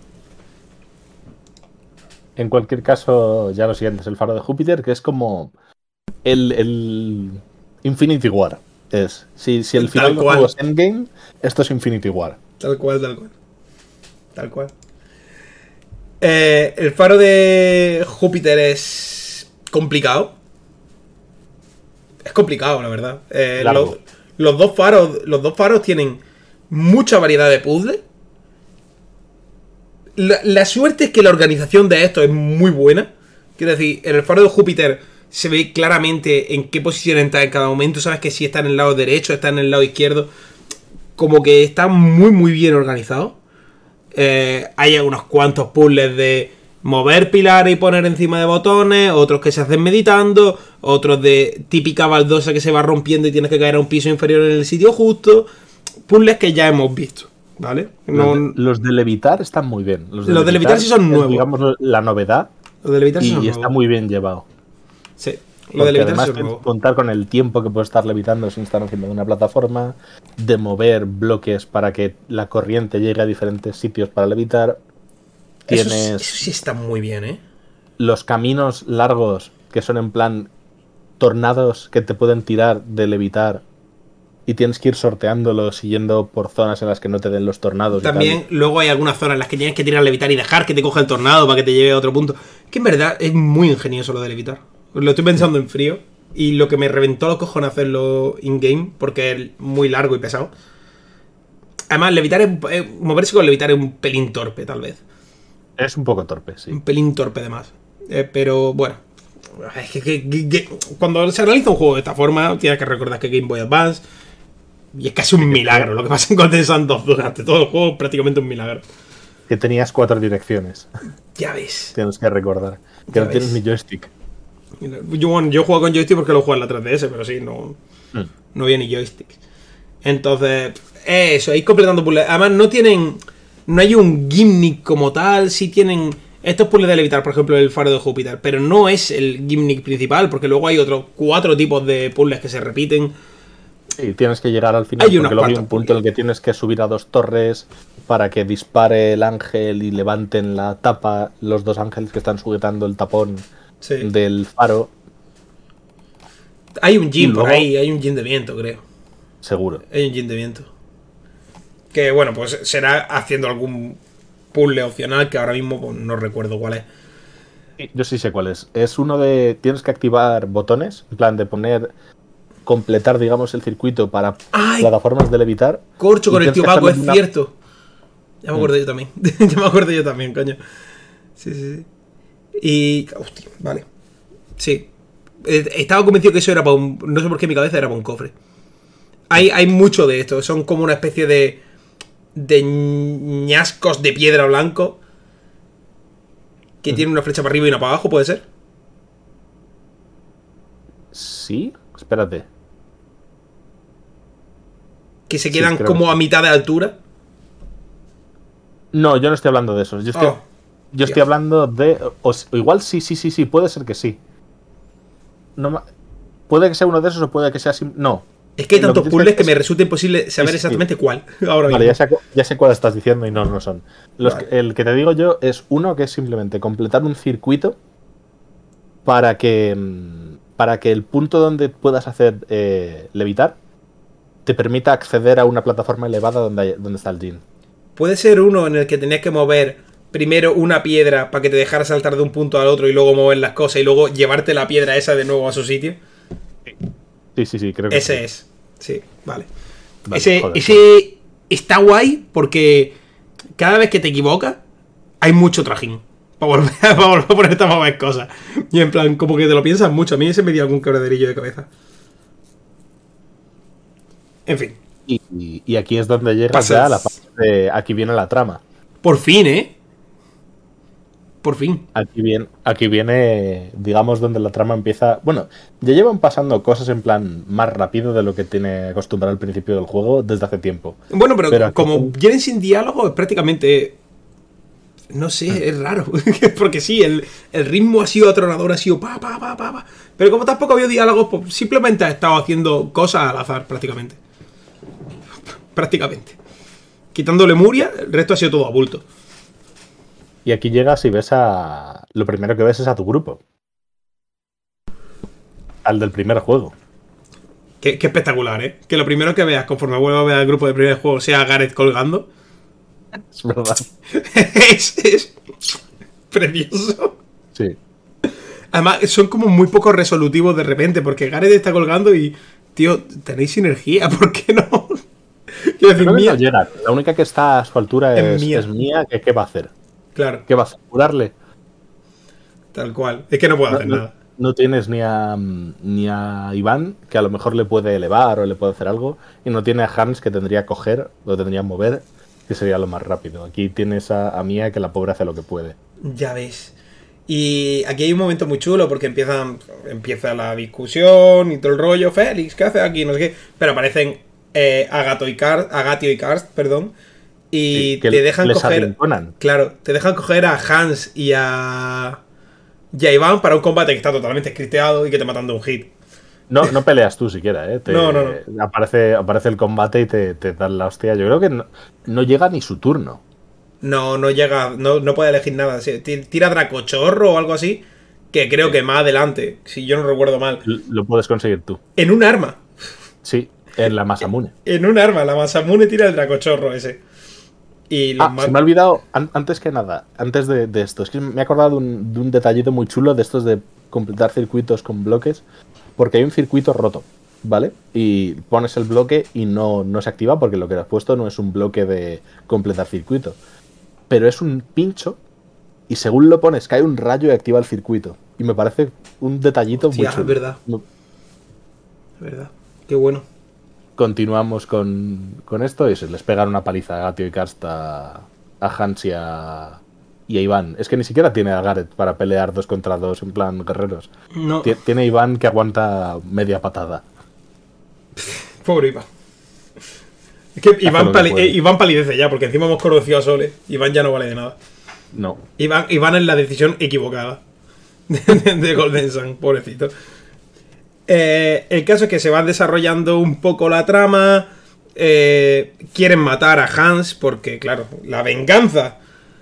S2: En cualquier caso, ya lo siguiente es el faro de Júpiter, que es como el Infinity War. Si el final del juego es Endgame, esto es Infinity War.
S1: Tal cual. El faro de Júpiter es complicado. Es complicado, la verdad. Los dos faros tienen mucha variedad de puzzles. La suerte es que la organización de esto es muy buena. Quiero decir, en el faro de Júpiter se ve claramente en qué posición está en cada momento. Sabes que si está en el lado derecho, está en el lado izquierdo. Como que está muy, muy bien organizado. Hay unos cuantos puzzles de mover pilares y poner encima de botones. Otros que se hacen meditando. Otros de típica baldosa que se va rompiendo y tienes que caer a un piso inferior en el sitio justo. Puzzles que ya hemos visto, ¿vale?
S2: Los de levitar están muy bien.
S1: Los de levitar sí son nuevos.
S2: Digamos la novedad.
S1: Los de levitar sí son
S2: nuevos. Y está muy bien llevado.
S1: Sí. Lo de levitar
S2: además tienes que contar con el tiempo que puede estar levitando sin estar encima de una plataforma, de mover bloques para que la corriente llegue a diferentes sitios para levitar.
S1: Eso sí está muy bien, ¿eh?
S2: Los caminos largos que son en plan tornados que te pueden tirar de levitar y tienes que ir sorteándolos y yendo por zonas en las que no te den los tornados.
S1: También luego hay algunas zonas en las que tienes que tirar levitar y dejar que te coja el tornado para que te lleve a otro punto. Que en verdad es muy ingenioso lo de levitar. Lo estoy pensando en frío. Y lo que me reventó los cojones hacerlo in-game, porque es muy largo y pesado. Además, moverse con levitar es un pelín torpe, tal vez.
S2: Es un poco torpe, sí.
S1: Un pelín torpe, además. Pero bueno. Es que cuando se realiza un juego de esta forma, tienes que recordar que Game Boy Advance. Y es casi un milagro. Lo que pasa en Golden Sun 2 durante todo el juego es prácticamente un milagro.
S2: Que tenías 4 direcciones.
S1: Ya ves.
S2: Tienes que recordar. Que no tienes ni joystick.
S1: Yo juego con joystick porque lo juego en la 3DS, pero sí, no había ni joystick. Entonces, eso, ir completando puzzles. Además, no hay un gimmick como tal. Sí tienen estos puzzles de levitar, por ejemplo, el faro de Júpiter, pero no es el gimmick principal, porque luego hay otros 4 tipos de puzzles que se repiten.
S2: Sí, tienes que llegar al final, porque luego hay un punto en el que tienes que subir a 2 torres para que dispare el ángel y levanten la tapa, los 2 ángeles que están sujetando el tapón del faro.
S1: Hay un gym por ahí, hay un gym de viento, creo.
S2: Seguro.
S1: Hay un gym de viento. Que bueno, pues será haciendo algún puzzle opcional que ahora mismo pues, no recuerdo cuál es.
S2: Yo sí sé cuál es. Es uno de... Tienes que activar botones, en plan de completar, digamos, el circuito para plataformas de levitar.
S1: Corcho con el tío Paco, es cierto. Ya me acordé yo también. Ya me acordé yo también, coño. Sí. Y... Hostia, vale. Sí. Estaba convencido que eso era para un... No sé por qué en mi cabeza era para un cofre. Hay mucho de esto. Son como una especie de ñascos de piedra blanco que tienen una flecha para arriba y una para abajo, ¿puede ser?
S2: Sí, espérate.
S1: Que se quedan como a mitad de altura.
S2: No, yo no estoy hablando de eso. Yo estoy hablando de... O igual sí, puede ser que sí. No, puede que sea uno de esos o puede que sea... No.
S1: Es que hay tantos puzzles que me resulta imposible saber exactamente cuál. Ahora
S2: vale, ya sé cuál estás diciendo y no son. Vale. El que te digo yo es uno que es simplemente completar un circuito para que el punto donde puedas hacer levitar te permita acceder a una plataforma elevada donde está el gym.
S1: Puede ser uno en el que tenías que mover primero una piedra para que te dejara saltar de un punto al otro y luego mover las cosas y luego llevarte la piedra esa de nuevo a su sitio.
S2: Sí, creo que
S1: Ese
S2: sí.
S1: es. Sí, vale.
S2: Vale,
S1: ese
S2: joder,
S1: ese está guay porque cada vez que te equivocas hay mucho trajín. Para volver, para volver a ponerte a mover cosas. Y en plan, como que te lo piensas mucho. A mí ese me dio algún quebraderillo de cabeza. En fin.
S2: y aquí es donde llegas
S1: Pasa-
S2: ya a la parte de aquí viene la trama.
S1: Por fin, ¿eh? Por fin.
S2: Aquí viene, digamos, donde la trama empieza. Bueno, ya llevan pasando cosas en plan más rápido de lo que tiene acostumbrado al principio del juego desde hace tiempo.
S1: Bueno, pero
S2: Pero aquí
S1: como
S2: son-
S1: vienen sin diálogo, es prácticamente. No sé, es raro. Porque sí, el ritmo ha sido atronador, ha sido pa, pa, pa, pa, pa. Pero como tampoco había diálogos, pues simplemente ha estado haciendo cosas al azar, prácticamente. Prácticamente. Quitándole Muria, el resto ha sido todo a bulto.
S2: Y aquí llegas y ves a. Lo primero que ves es a tu grupo. Al del primer juego.
S1: Qué espectacular, ¿eh? Que lo primero que veas conforme vuelvas a ver al grupo de primer juego sea a Gareth colgando.
S2: Es verdad.
S1: es precioso.
S2: Sí.
S1: Además, son como muy poco resolutivos de repente, porque Gareth está colgando y, tío, tenéis sinergia, ¿por qué no? Quiero decir,
S2: Creo que
S1: Mía.
S2: no llega. La única que está a su altura
S1: Es
S2: es
S1: Mía.
S2: Mía. ¿Qué va a hacer?
S1: Claro,
S2: ¿Qué va a hacer? ¿Curarle?
S1: tal cual. Es que no puedo
S2: No,
S1: hacer
S2: no-
S1: nada.
S2: no tienes ni a Iván, que a lo mejor le puede elevar o le puede hacer algo, y no tiene a Hans, que tendría que coger, lo tendría que mover, que sería lo más rápido. Aquí tienes a Mía, que la pobre hace lo que puede.
S1: Ya ves. Y aquí hay un momento muy chulo porque empieza la discusión y todo el rollo. Félix, ¿qué haces aquí? No sé qué. Pero aparecen Agatio y Karst, perdón. Y
S2: Sí, que
S1: te dejan
S2: les
S1: coger.
S2: arrinconan.
S1: Claro, te dejan coger a Hans y a Iván para un combate que está totalmente scripteado y que te matan de un hit.
S2: No peleas tú siquiera, ¿eh?
S1: No.
S2: Aparece el combate y te dan la hostia. Yo creo que no llega ni su turno.
S1: No llega, no puede elegir nada. Tira Dracochorro o algo así, que creo que más adelante, si yo no recuerdo mal.
S2: Lo puedes conseguir tú.
S1: En un arma.
S2: Sí, en la Masamune.
S1: En un arma, la Masamune tira el Dracochorro ese. Y los
S2: Se me ha olvidado, antes que nada, antes de esto, es que me he acordado de un detallito muy chulo de estos de completar circuitos con bloques, porque hay un circuito roto, ¿vale? Y pones el bloque y no se activa porque lo que has puesto no es un bloque de completar circuito, pero es un pincho y según lo pones cae un rayo y activa el circuito. Y me parece un detallito muy
S1: Hostia,
S2: chulo.
S1: es verdad. Es verdad. Qué bueno.
S2: Continuamos con esto y se les pegan una paliza a Gatio y Karst a Hans y a Iván. Es que ni siquiera tiene a Gareth para pelear 2 contra 2 en plan guerreros.
S1: No,
S2: Tiene a Iván que aguanta media patada.
S1: pobre Iván. Es que
S2: lo que puede.
S1: Iván palidece ya, porque encima hemos conocido a Sole. Iván ya no vale de nada.
S2: No.
S1: Iván es la decisión equivocada de Golden Sun, pobrecito. El caso es que se va desarrollando un poco la trama. Quieren matar a Hans porque, claro, la venganza.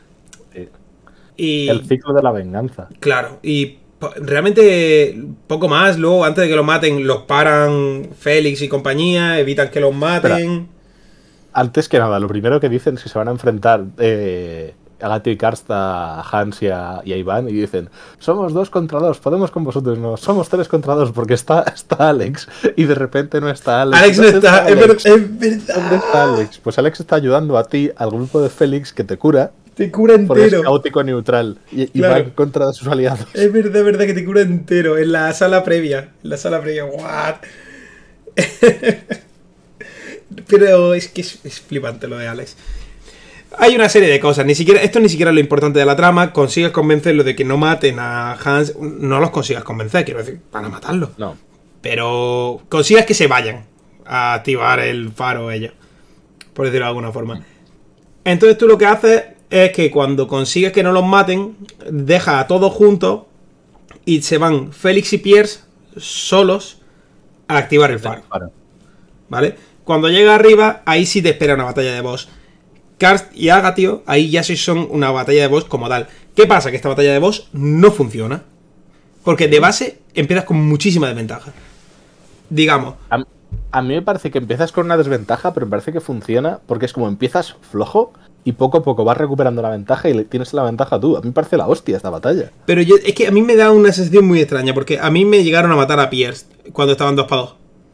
S1: Y,
S2: El ciclo de la venganza.
S1: claro, y realmente poco más. Luego, antes de que los maten, los paran Félix y compañía, evitan que los maten.
S2: Antes que nada, lo primero que dicen es que se van a enfrentar Agatio y Karst a Hans y a Iván y dicen, somos 2 contra 2, podemos con vosotros, no, somos 3 contra 2 porque está Alex y de repente no está Alex.
S1: Alex no
S2: ¿Dónde
S1: está, es
S2: Alex?
S1: verdad.
S2: ¿Dónde está Alex? Pues Alex está ayudando a ti, al grupo de Félix que te cura,
S1: Te cura
S2: porque es
S1: entero.
S2: caótico neutral y
S1: Claro.
S2: va en contra de sus aliados.
S1: Es verdad que te cura entero. En la sala previa. What? Pero es que es flipante lo de Alex. Hay una serie de cosas. Esto ni siquiera es lo importante de la trama. Consigues convencerlo de que no maten a Hans. No los consigas convencer, quiero decir, van a matarlo.
S2: No.
S1: Pero consigues que se vayan a activar el faro ellos. Por decirlo de alguna forma. Entonces tú lo que haces es que cuando consigues que no los maten, dejas a todos juntos y se van Félix y Pierce solos a activar el faro. ¿Vale? Cuando llega arriba, ahí sí te espera una batalla de boss. Karst y Agatio, ahí ya sí son una batalla de boss como tal. ¿Qué pasa? Que esta batalla de boss no funciona. Porque de base empiezas con muchísima desventaja. Digamos.
S2: A mí me parece que empiezas con una desventaja, pero me parece que funciona porque es como empiezas flojo y poco a poco vas recuperando la ventaja y tienes la ventaja tú. A mí me parece la hostia esta batalla.
S1: Pero es que a mí me da una sensación muy extraña porque a mí me llegaron a matar a Pierce cuando estaban 2 para 2.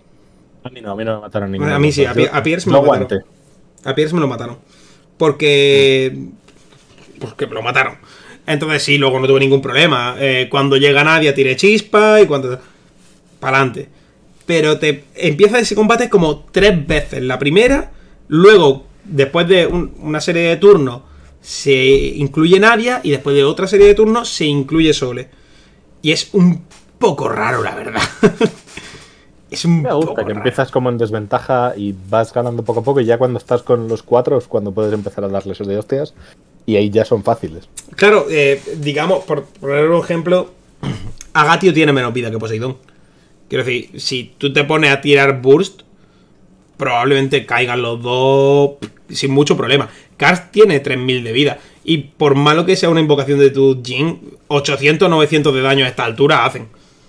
S2: A mí no me mataron ninguno.
S1: A mí sí, a Pierce me lo mataron. A Pierce me lo mataron. Porque me lo mataron. Entonces sí, luego no tuve ningún problema. Cuando llega Nadia tiré chispa y cuando... Pa'lante. Pero te empieza ese combate como 3 veces. La primera, luego, después de una serie de turnos, se incluye Nadia y después de otra serie de turnos se incluye Sole. Y es un poco raro, la verdad. Es un
S2: Me gusta
S1: poco
S2: que
S1: raro.
S2: empiezas como en desventaja y vas ganando poco a poco y ya cuando estás con los 4 es cuando puedes empezar a darles de hostias y ahí ya son fáciles.
S1: Claro, digamos, por poner un ejemplo, Agatio tiene menos vida que Poseidón. Quiero decir, si tú te pones a tirar burst, probablemente caigan los dos sin mucho problema. Karst tiene 3000 de vida. Y por malo que sea una invocación de tu Jhin, 800 900 de daño a esta altura hacen.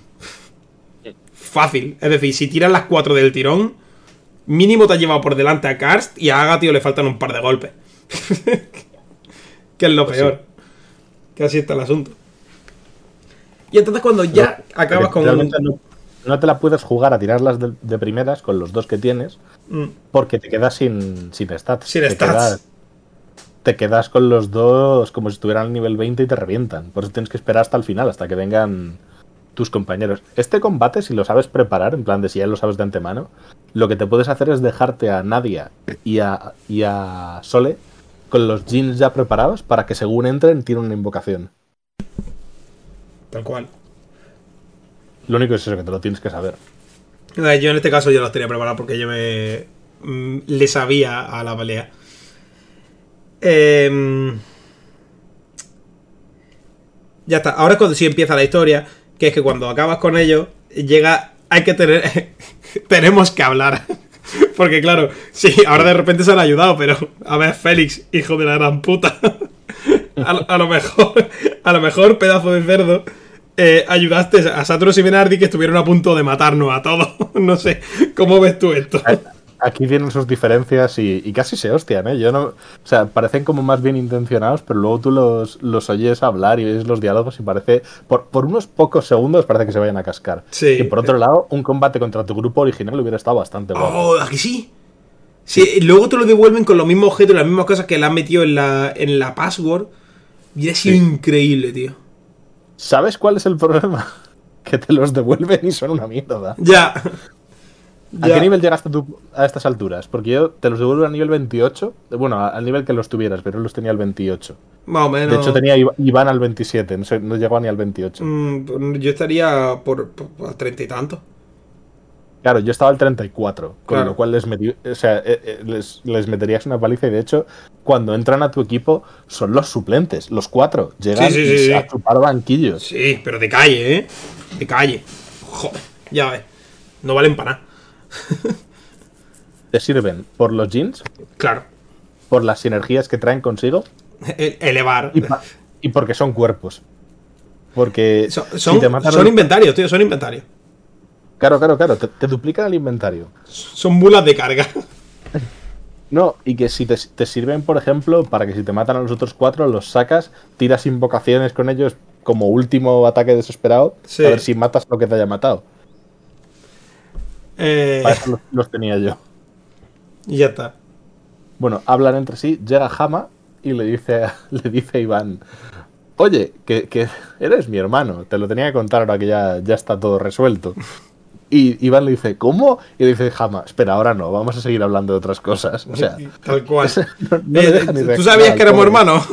S1: Fácil. Es decir, si tiras las 4 del tirón, mínimo te has llevado por delante a Karst y a Agatio le faltan un par de golpes. Que es lo peor. Sí. Que así está el asunto. Y entonces cuando ya acabas con...
S2: No te la puedes jugar a tirarlas de primeras con los 2 que tienes porque te quedas sin stats.
S1: Sin stats.
S2: Te quedas con los 2 como si estuvieran al nivel 20 y te revientan. Por eso tienes que esperar hasta el final, hasta que vengan tus compañeros. Este combate, si lo sabes preparar, en plan de si ya lo sabes de antemano, lo que te puedes hacer es dejarte a Nadia y a Sole con los Jins ya preparados para que según entren tiren una invocación.
S1: Tal cual.
S2: Lo único es eso, que te lo tienes que saber.
S1: Yo en este caso yo los tenía preparados porque yo le sabía a la pelea. Ya está. Ahora es cuando sí empieza la historia, que es que cuando acabas con ellos, tenemos que hablar. Porque claro, sí, ahora de repente se han ayudado, pero a ver, Félix, hijo de la gran puta. a lo mejor, pedazo de cerdo, ayudaste a Saturus y Menardi que estuvieron a punto de matarnos a todos. No sé, ¿cómo ves tú esto?
S2: Aquí tienen sus diferencias y casi se hostian, ¿eh? Yo no, o sea, parecen como más bien intencionados, pero luego tú los oyes hablar y ves los diálogos y parece, por unos pocos segundos parece que se vayan a cascar.
S1: Sí.
S2: Y por otro lado, un combate contra tu grupo original hubiera estado bastante guapo.
S1: Oh, ¿aquí sí? Sí, luego te lo devuelven con los mismos objetos y las mismas cosas que le han metido en la password. Y ha sido increíble, tío.
S2: ¿Sabes cuál es el problema? Que te los devuelven y son una mierda.
S1: Ya.
S2: ¿A qué nivel llegaste tú a estas alturas? Porque yo te los devuelvo a nivel 28. Bueno, al nivel que los tuvieras, pero los tenía al 28.
S1: Más o menos.
S2: De hecho, tenía Iván al 27. No llegó ni al 28.
S1: Yo estaría por 30 y tanto.
S2: Claro, yo estaba al 34. Con
S1: Claro.
S2: lo cual les meterías una paliza. Y de hecho, cuando entran a tu equipo, son los suplentes. Los 4. Llegan a chupar banquillos.
S1: Sí, pero de calle, ¿eh? De calle. Joder, ya ves. No valen para nada.
S2: Te sirven por los jeans,
S1: Claro.
S2: por las sinergias que traen consigo
S1: Elevar.
S2: y porque son cuerpos. Porque
S1: son inventarios, tío, son inventarios.
S2: Claro, te duplican el inventario.
S1: Son mulas de carga.
S2: No, y que si te sirven, por ejemplo, para que si te matan a los otros 4, los sacas, tiras invocaciones con ellos como último ataque desesperado, sí. A ver si matas lo que te haya matado. Para eso los tenía yo.
S1: Y ya está.
S2: Bueno, hablan entre sí, llega Hama y le dice a Iván: oye, que eres mi hermano, te lo tenía que contar ahora que ya está todo resuelto. Y Iván le dice: ¿cómo? Y le dice Hama: espera, ahora no, vamos a seguir hablando de otras cosas. O sea,
S1: tal cual.
S2: No le deja ni
S1: ¿Tú sabías que éramos hermanos?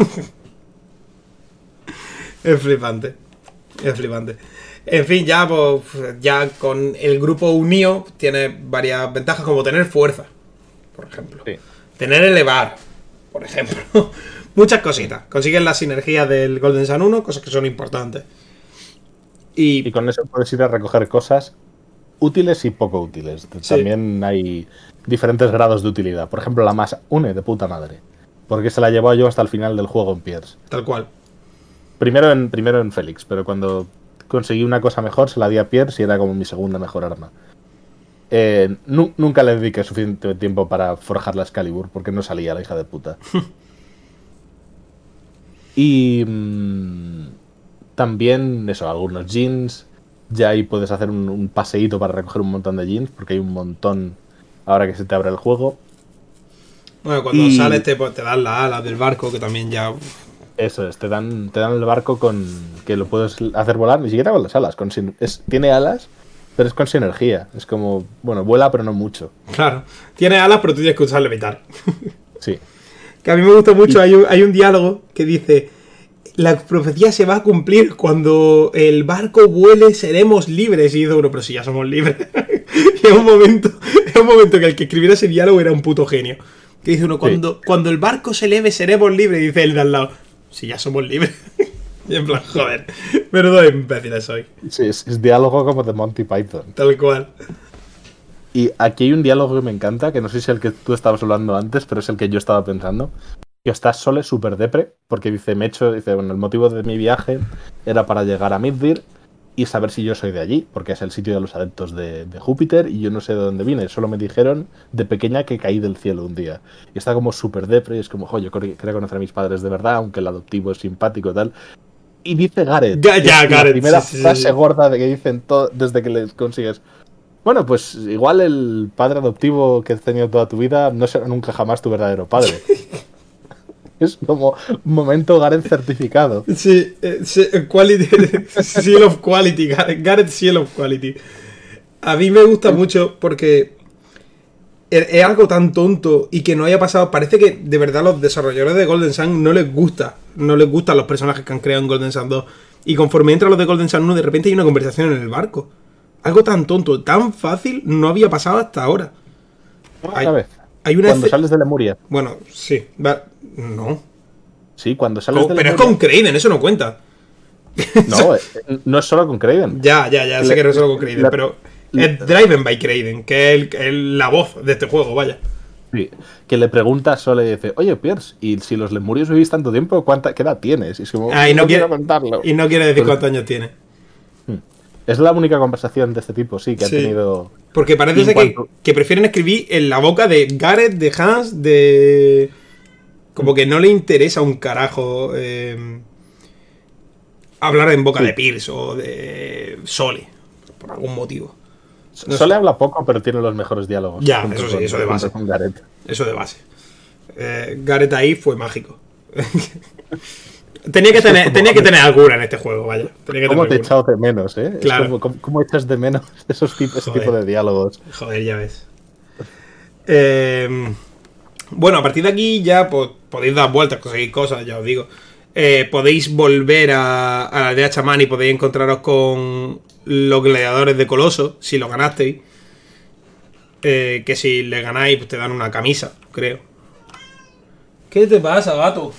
S1: Es flipante. Es flipante. En fin, ya con el grupo unido tiene varias ventajas, como tener fuerza, por ejemplo.
S2: Sí.
S1: Tener elevar, por ejemplo. Muchas cositas. Consiguen la sinergia del Golden Sun 1, cosas que son importantes.
S2: Y con eso puedes ir a recoger cosas útiles y poco útiles. Sí. También hay diferentes grados de utilidad. Por ejemplo, la masa une de puta madre. Porque se la llevó yo hasta el final del juego en Pierce.
S1: Tal cual.
S2: Primero en Félix, pero cuando conseguí una cosa mejor se la di a Pierce y era como mi segunda mejor arma. Nunca le dediqué suficiente tiempo para forjar la Excalibur porque no salía la hija de puta. Y también eso, algunos jeans. ya ahí puedes hacer un paseíto para recoger un montón de jeans, porque hay un montón ahora que se te abre el juego.
S1: Bueno, cuando sales te dan las alas del barco, que también ya...
S2: Eso es, te dan el barco con que lo puedes hacer volar, ni siquiera con las alas. Tiene alas, pero es con sinergia. Es como, bueno, vuela, pero no mucho.
S1: Claro, tiene alas, pero tú tienes que usar levitar.
S2: Sí.
S1: Que a mí me gusta mucho, hay un diálogo que dice: la profecía se va a cumplir cuando el barco vuele, seremos libres. Y dice uno, pero si ya somos libres. Y es un momento que el que escribiera ese diálogo era un puto genio. Que dice uno, cuando el barco se eleve, seremos libres. Y dice el de al lado, si ya somos libres. Y en plan, joder, menudo imbéciles soy.
S2: Sí, es diálogo como de Monty Python.
S1: Tal cual.
S2: Y aquí hay un diálogo que me encanta, que no sé si es el que tú estabas hablando antes, pero es el que yo estaba pensando. Que está Sole súper depre, porque dice, bueno, el motivo de mi viaje era para llegar a Middir y saber si yo soy de allí, porque es el sitio de los adeptos de Júpiter y yo no sé de dónde vine. Solo me dijeron de pequeña que caí del cielo un día. Y está como súper depre y es como, yo quería conocer a mis padres de verdad, aunque el adoptivo es simpático y tal. Y dice Gareth.
S1: Gareth.
S2: La primera frase gorda de que dicen desde que les consigues. Bueno, pues igual el padre adoptivo que has tenido toda tu vida no será nunca jamás tu verdadero padre. Es como un momento Gareth certificado.
S1: Sí, quality, Seal of Quality, Gareth Seal of Quality. A mí me gusta mucho porque es algo tan tonto y que no haya pasado. Parece que de verdad los desarrolladores de Golden Sun no les gustan los personajes que han creado en Golden Sun 2. Y conforme entran los de Golden Sun 1, de repente hay una conversación en el barco. Algo tan tonto, tan fácil, no había pasado hasta ahora.
S2: Hay una cuando sales de Lemuria.
S1: Bueno, sí. No.
S2: Sí, cuando sales de
S1: Lemuria. Pero es con Kraven, eso no cuenta.
S2: No, no es solo con Kraven.
S1: Ya, sé que no es solo con Kraven, pero es Driven by Kraven, que es la voz de este juego, vaya.
S2: Sí, que le pregunta a Sole y dice, oye, Pierce, ¿y si los lemurios vivís tanto tiempo, qué edad tienes? Y es como,
S1: y no quiero contarlo. Y no quiere decir cuántos años tiene.
S2: Es la única conversación de este tipo, sí, que han tenido...
S1: Porque parece ser que prefieren escribir en la boca de Gareth, de Hans, de... Como que no le interesa un carajo hablar en boca de Pierce o de Sole, por algún motivo.
S2: No Sole habla poco, pero tiene los mejores diálogos.
S1: Ya, eso sí, eso de base. Eso de base. Gareth ahí fue mágico. Tenía que tener alguna en este juego, vaya.
S2: ¿Cómo te he echado de menos, eh?
S1: Claro.
S2: ¿Cómo echas de menos ese tipo de diálogos?
S1: Joder, ya ves. Bueno, a partir de aquí ya podéis dar vueltas, conseguir cosas, ya os digo. Podéis volver a la aldea chamán y podéis encontraros con los gladiadores de Coloso, si lo ganasteis. Que si le ganáis, pues te dan una camisa, creo. ¿Qué te pasa, gato?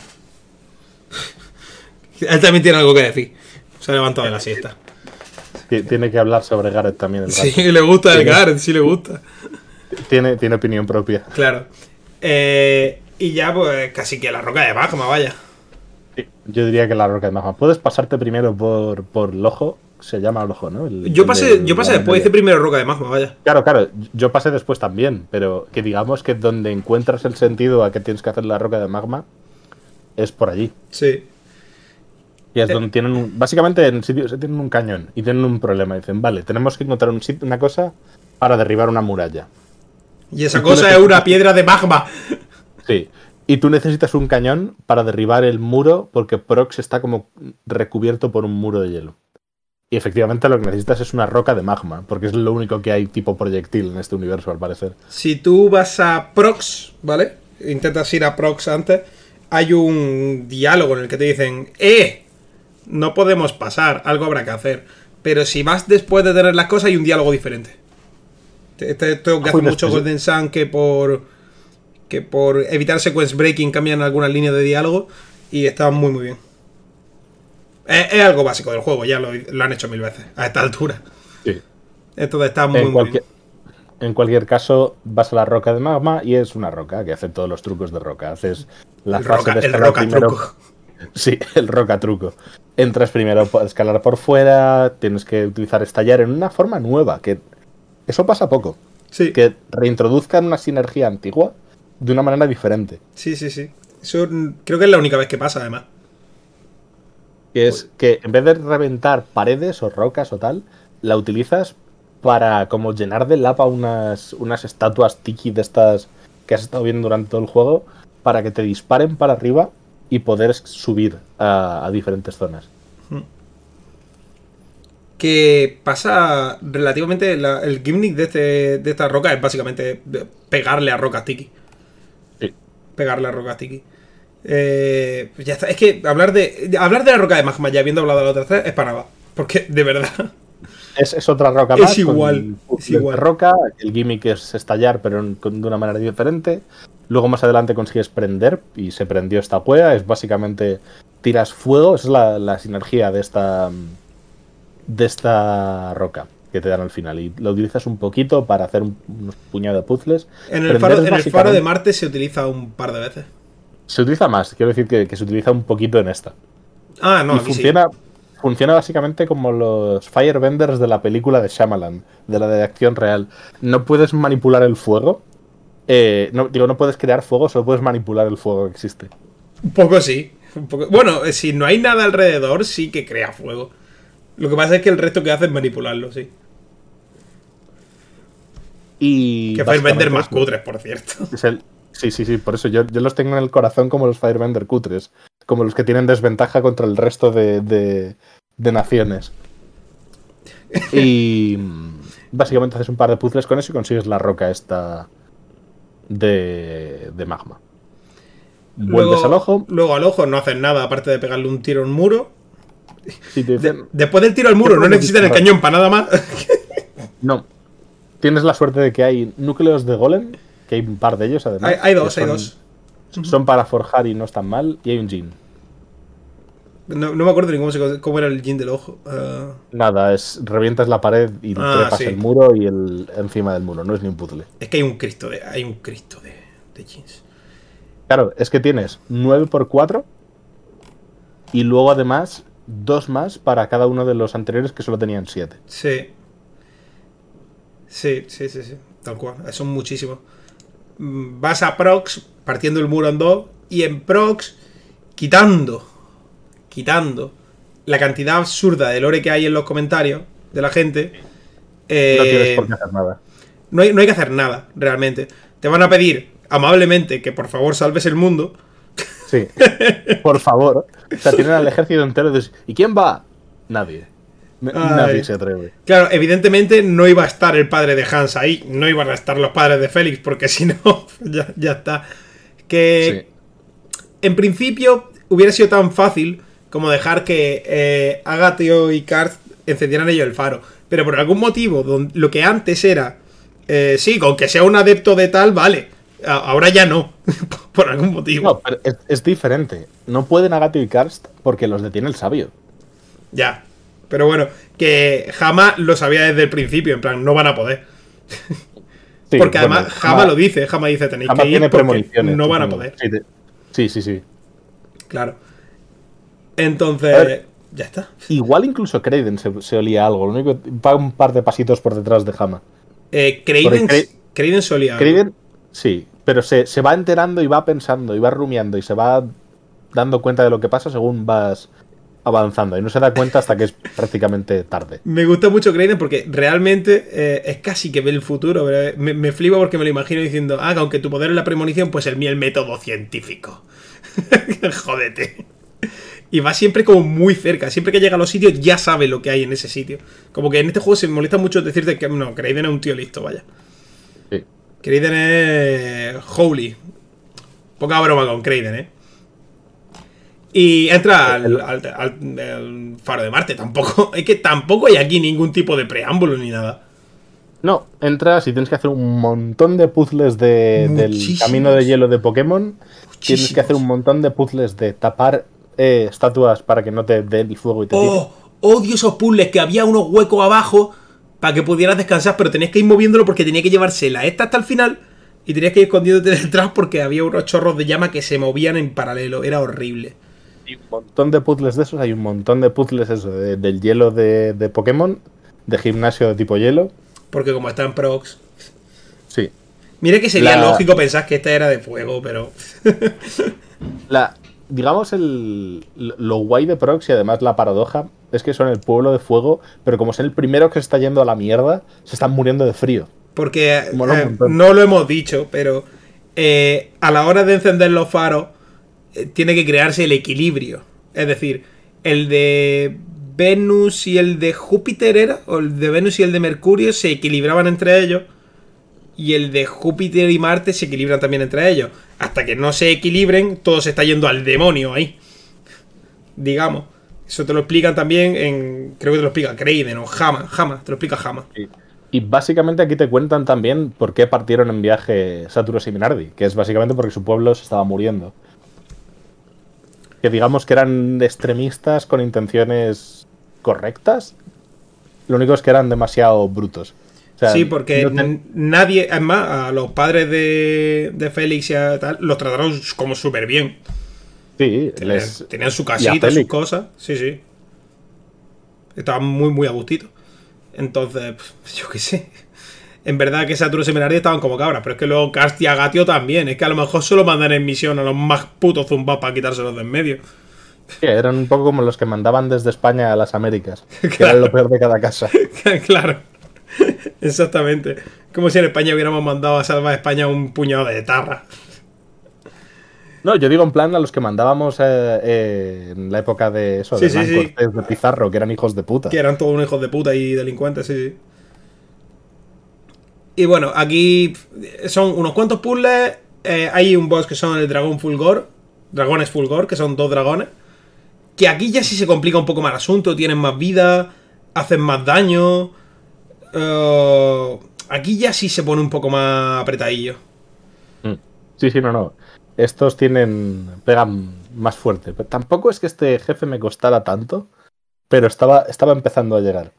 S1: Él también tiene algo que decir. Se ha levantado de la siesta.
S2: Tiene que hablar sobre Gareth también.
S1: Sí, le gusta el Gareth, sí le gusta.
S2: Tiene opinión propia.
S1: Claro. Y ya, pues, casi que la roca de magma, vaya.
S2: Sí, yo diría que la roca de magma. Puedes pasarte primero por el ojo. Se llama el ojo, ¿no?
S1: Yo pasé después, hice primero roca de magma, vaya.
S2: Claro. Yo pasé después también. Pero que digamos que donde encuentras el sentido a que tienes que hacer la roca de magma es por allí.
S1: Sí.
S2: Y es donde tienen básicamente en sitios tienen un cañón y tienen un problema. Dicen, vale, tenemos que encontrar una cosa para derribar una muralla.
S1: Y esa cosa es una piedra de magma.
S2: Sí. Y tú necesitas un cañón para derribar el muro porque Prox está como recubierto por un muro de hielo. Y efectivamente lo que necesitas es una roca de magma, porque es lo único que hay tipo proyectil en este universo, al parecer.
S1: Si tú vas a Prox, ¿vale? Intentas ir a Prox antes, hay un diálogo en el que te dicen, no podemos pasar, algo habrá que hacer. Pero si vas después de tener las cosas, hay un diálogo diferente. Tengo que hacer mucho Golden Sun que por evitar sequence breaking cambian algunas líneas de diálogo y está muy muy bien. Es algo básico del juego, ya lo han hecho 1000 veces a esta altura.
S2: Sí.
S1: Entonces está muy bien.
S2: En cualquier caso, vas a la roca de magma y es una roca que hace todos los trucos de roca. Haces la fase de escalar
S1: el roca
S2: primero.
S1: Truco.
S2: Sí, el roca truco. Entras primero a escalar por fuera, tienes que utilizar estallar en una forma nueva, que eso pasa poco.
S1: Sí.
S2: Que reintroduzcan una sinergia antigua de una manera diferente.
S1: Sí. Eso creo que es la única vez que pasa, además.
S2: Que es que en vez de reventar paredes o rocas o tal, la utilizas para como llenar de lava unas estatuas tiki de estas que has estado viendo durante todo el juego, para que te disparen para arriba y poder subir a diferentes zonas.
S1: Que pasa relativamente... el gimmick de esta roca es básicamente pegarle a rocas tiki.
S2: Sí.
S1: Pegarle a rocas tiki. Pues ya está. Es que hablar de la roca de magma, ya habiendo hablado de la otra tres, es para nada. Porque, de verdad...
S2: Es otra roca
S1: es
S2: más.
S1: Igual.
S2: Es igual. Roca, el gimmick es estallar, pero de una manera diferente. Luego más adelante consigues prender, y se prendió esta cueva. Es básicamente tiras fuego. Esa es la sinergia de esta roca que te dan al final. Y lo utilizas un poquito para hacer unos puñados de puzzles.
S1: En el faro de Marte se utiliza un par de veces.
S2: Se utiliza más. Quiero decir que se utiliza un poquito en esta.
S1: Ah, no,
S2: y
S1: aquí
S2: funciona básicamente como los Firebenders de la película de Shyamalan, de la de acción real. No puedes manipular el fuego. No puedes crear fuego, solo puedes manipular el fuego que existe.
S1: Un poco sí. Bueno, si no hay nada alrededor, sí que crea fuego. Lo que pasa es que el resto que hace es manipularlo, sí.
S2: Y
S1: que Firebender más cutres, por cierto.
S2: Sí, por eso yo los tengo en el corazón como los Firebender cutres. Como los que tienen desventaja contra el resto de naciones. Y básicamente haces un par de puzzles con eso y consigues la roca esta de magma. Vuelves al ojo.
S1: Luego al ojo no haces nada aparte de pegarle un tiro a un muro.
S2: Sí,
S1: después del tiro al muro no necesitan el cañón para nada más.
S2: No. Tienes la suerte de que hay núcleos de golem, que hay un par de ellos además.
S1: Hay dos.
S2: Son para forjar y no están mal. Y hay un Jin.
S1: No me acuerdo ni cómo era el Jin del ojo.
S2: Nada, revientas la pared y trepas el muro y encima del muro. No es ni un puzzle.
S1: Es que hay un Cristo de Jins.
S2: Claro, es que tienes 9×4 y luego además 2 más para cada uno de los anteriores que solo tenían 7.
S1: Sí. Tal cual. Son muchísimos. Vas a Prox partiendo el muro en 2 y en Prox quitando la cantidad absurda de lore que hay en los comentarios de la gente.
S2: No tienes por qué hacer nada.
S1: No hay que hacer nada, realmente. Te van a pedir amablemente que por favor salves el mundo.
S2: Sí, por favor. O sea, tienen al ejército entero. ¿Y quién va? Nadie. Nadie se atreve.
S1: Claro, evidentemente no iba a estar el padre de Hans ahí. No iban a estar los padres de Félix, porque si no, ya está. Que en principio hubiera sido tan fácil como dejar que Agatio y Karth encendieran ellos el faro. Pero por algún motivo, lo que antes era... sí, con que sea un adepto de tal, vale. Ahora ya no. Por algún motivo.
S2: No, pero es diferente. No pueden Agatio y Karst porque los detiene el sabio.
S1: Ya. Pero bueno, que Hama lo sabía desde el principio. En plan, no van a poder. Sí, porque además Hama lo dice. Hama dice, tenéis que ir porque no van a poder.
S2: Sí.
S1: Claro. Entonces, ya está.
S2: Igual incluso Kraiden se olía algo. Lo único va un par de pasitos por detrás de Hama.
S1: Kraiden se olía algo.
S2: Sí, pero se va enterando y va pensando y va rumiando y se va dando cuenta de lo que pasa según vas avanzando. Y no se da cuenta hasta que es prácticamente tarde.
S1: Me gusta mucho Kraiden porque realmente es casi que ve el futuro. Me flipa porque me lo imagino diciendo, aunque tu poder es la premonición, pues el mío es el método científico. Jódete. Y va siempre como muy cerca. Siempre que llega a los sitios ya sabe lo que hay en ese sitio. Como que en este juego se me molesta mucho decirte que no, Kraiden es un tío listo, vaya.
S2: Sí.
S1: Kraiden es holy. Poca broma con Kraiden, Y entra al faro de Marte. Tampoco. Es que tampoco hay aquí ningún tipo de preámbulo ni nada.
S2: No, entras y tienes que hacer un montón de puzzles del camino de hielo de Pokémon. Tienes que hacer un montón de puzzles de tapar estatuas para que no te den el fuego y te tiren.
S1: Odio esos puzzles que había unos huecos abajo para que pudieras descansar, pero tenías que ir moviéndolo porque tenía que llevársela esta hasta el final y tenías que ir escondiéndote detrás porque había unos chorros de llama que se movían en paralelo. Era horrible.
S2: Hay un montón de puzzles de esos, hay un montón de puzzles del hielo de Pokémon, de gimnasio de tipo hielo.
S1: Porque como está en Prox...
S2: Sí.
S1: Mira que sería lógico pensar que esta era de fuego, pero...
S2: digamos lo guay de Prox y además la paradoja es que son el pueblo de fuego, pero como es el primero que se está yendo a la mierda, se están muriendo de frío.
S1: Porque no lo hemos dicho, pero a la hora de encender los faros tiene que crearse el equilibrio. Es decir, el de Venus y el de Júpiter era, o el de Venus y el de Mercurio se equilibraban entre ellos, y el de Júpiter y Marte se equilibran también entre ellos. Hasta que no se equilibren, todo se está yendo al demonio ahí. Digamos. Eso te lo explican también en... Creo que te lo explica Creiden o Hama. Te lo explica Hama.
S2: Y básicamente aquí te cuentan también por qué partieron en viaje Saturos y Minardi, que es básicamente porque su pueblo se estaba muriendo. Que digamos que eran extremistas con intenciones correctas. Lo único es que eran demasiado brutos. O sea,
S1: sí, porque nadie... Además, a los padres de Félix y a tal, los trataron como súper bien.
S2: Sí,
S1: tenían su casita, sus cosas. Sí. Estaban muy, muy a gustito. Entonces, yo qué sé. En verdad que Saturos y Minardi estaban como cabras, pero es que luego Karst y Agatio también. Es que a lo mejor solo mandan en misión a los más putos zumbados para quitárselos de en medio.
S2: Sí, eran un poco como los que mandaban desde España a las Américas. Que eran lo peor de cada casa.
S1: Claro. Exactamente. Como si en España hubiéramos mandado a salvar a España un puñado de tarra.
S2: No, yo digo en plan a los que mandábamos en la época de eso, de Hernán Cortés, de Pizarro, que eran hijos de puta.
S1: Que eran todos unos hijos de puta y delincuentes, sí. Y bueno, aquí son unos cuantos puzzles. Hay un boss que son el dragón Fulgor. Dragones Fulgor, que son 2 dragones. Que aquí ya sí se complica un poco más el asunto. Tienen más vida, hacen más daño. Aquí ya sí se pone un poco más apretadillo.
S2: Sí, no. Estos pegan más fuerte. Pero tampoco es que este jefe me costara tanto, pero estaba empezando a llegar.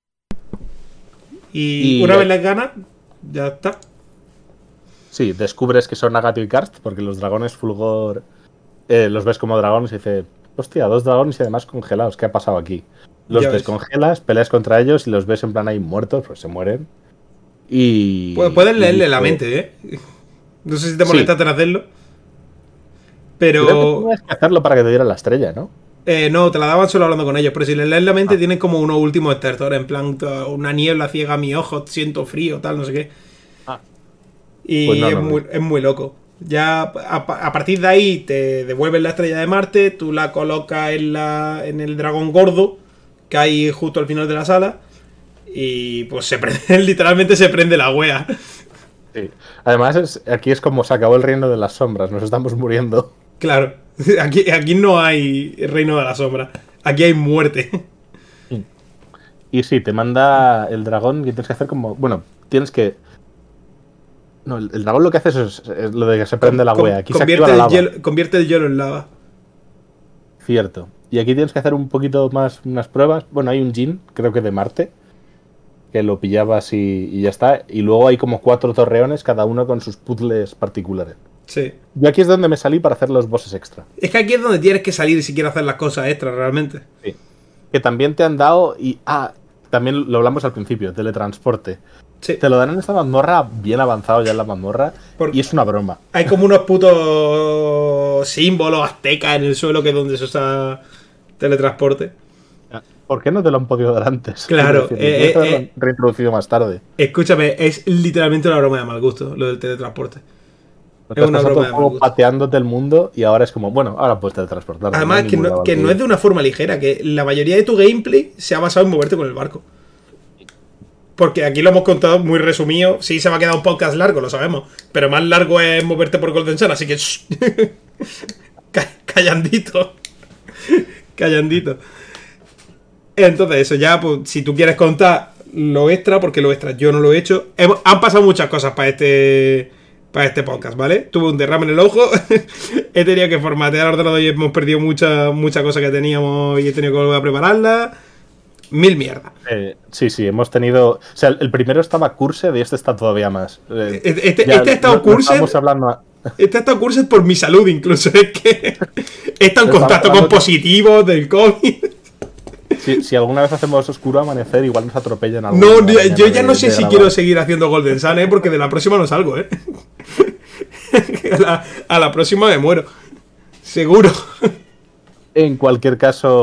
S1: Y una vez les ganas, ya está.
S2: Sí, descubres que son Agatio y Karst, porque los dragones Fulgor los ves como dragones y dices, hostia, 2 dragones y además congelados, ¿qué ha pasado aquí? Los descongelas, peleas contra ellos y los ves en plan ahí muertos, pues se mueren. Y...
S1: Puedes leerle la mente, ¿eh? No sé si te molestaste en hacerlo. Pero...
S2: Creo que tienes que hacerlo para que te dieran la estrella, ¿no?
S1: No, te la daban solo hablando con ellos. Pero si le lees la mente, tienen como unos últimos estertores. En plan, una niebla ciega mi ojo, siento frío, tal, no sé qué. Y pues es muy loco. Ya a partir de ahí te devuelven la estrella de Marte, tú la colocas en el dragón gordo que hay justo al final de la sala. Y pues literalmente se prende la wea.
S2: Sí. Además, aquí es como se acabó el reino de las sombras, nos estamos muriendo.
S1: Claro, aquí no hay reino de la sombra, aquí hay muerte.
S2: Y sí, te manda el dragón y tienes que hacer como... Bueno, tienes que... No, el dragón lo que hace es lo de que se prende la wea. Aquí se activa la lava.
S1: Convierte el hielo en lava.
S2: Cierto. Y aquí tienes que hacer un poquito más unas pruebas. Bueno, hay un Jin, creo que de Marte, que lo pillabas y ya está. Y luego hay como 4 torreones, cada uno con sus puzzles particulares.
S1: Sí.
S2: Yo aquí es donde me salí para hacer los bosses extra.
S1: Es que aquí es donde tienes que salir si quieres hacer las cosas extra realmente.
S2: Sí. Que también te han dado y... también lo hablamos al principio, teletransporte.
S1: Sí.
S2: Te lo dan en esta mazmorra bien avanzado ya en la mazmorra y es una broma.
S1: Hay como unos putos símbolos aztecas en el suelo que es donde se usa teletransporte.
S2: ¿Por qué no te lo han podido dar antes?
S1: Claro.
S2: Reintroducido más tarde.
S1: Escúchame, es literalmente una broma de mal gusto lo del teletransporte.
S2: Es una broma de mal gusto. Pateándote el mundo y ahora es como, bueno, ahora puedes teletransportar.
S1: Además, que no es de una forma ligera, que la mayoría de tu gameplay se ha basado en moverte con el barco. Porque aquí lo hemos contado muy resumido. Sí, se va a quedar un podcast largo, lo sabemos. Pero más largo es moverte por Golden Sun, así que... callandito. Callandito. Entonces eso, ya, pues, si tú quieres contar lo extra, porque lo extra yo no lo he hecho. Han pasado muchas cosas para este podcast, ¿vale? Tuve un derrame en el ojo. He tenido que formatear el ordenador y hemos perdido muchas cosas que teníamos y he tenido que volver a prepararlas. Mil mierda.
S2: Sí, hemos tenido... O sea, el primero estaba Cursed y este está todavía más.
S1: Este ha estado Cursed... Este ha estado Cursed por mi salud incluso. Es que he estado en contacto con positivos del COVID.
S2: Si alguna vez hacemos Oscuro Amanecer, igual nos atropellan algo.
S1: No, yo ya no sé si quiero seguir haciendo Golden Sun, porque de la próxima no salgo, a la próxima me muero. Seguro.
S2: En cualquier caso...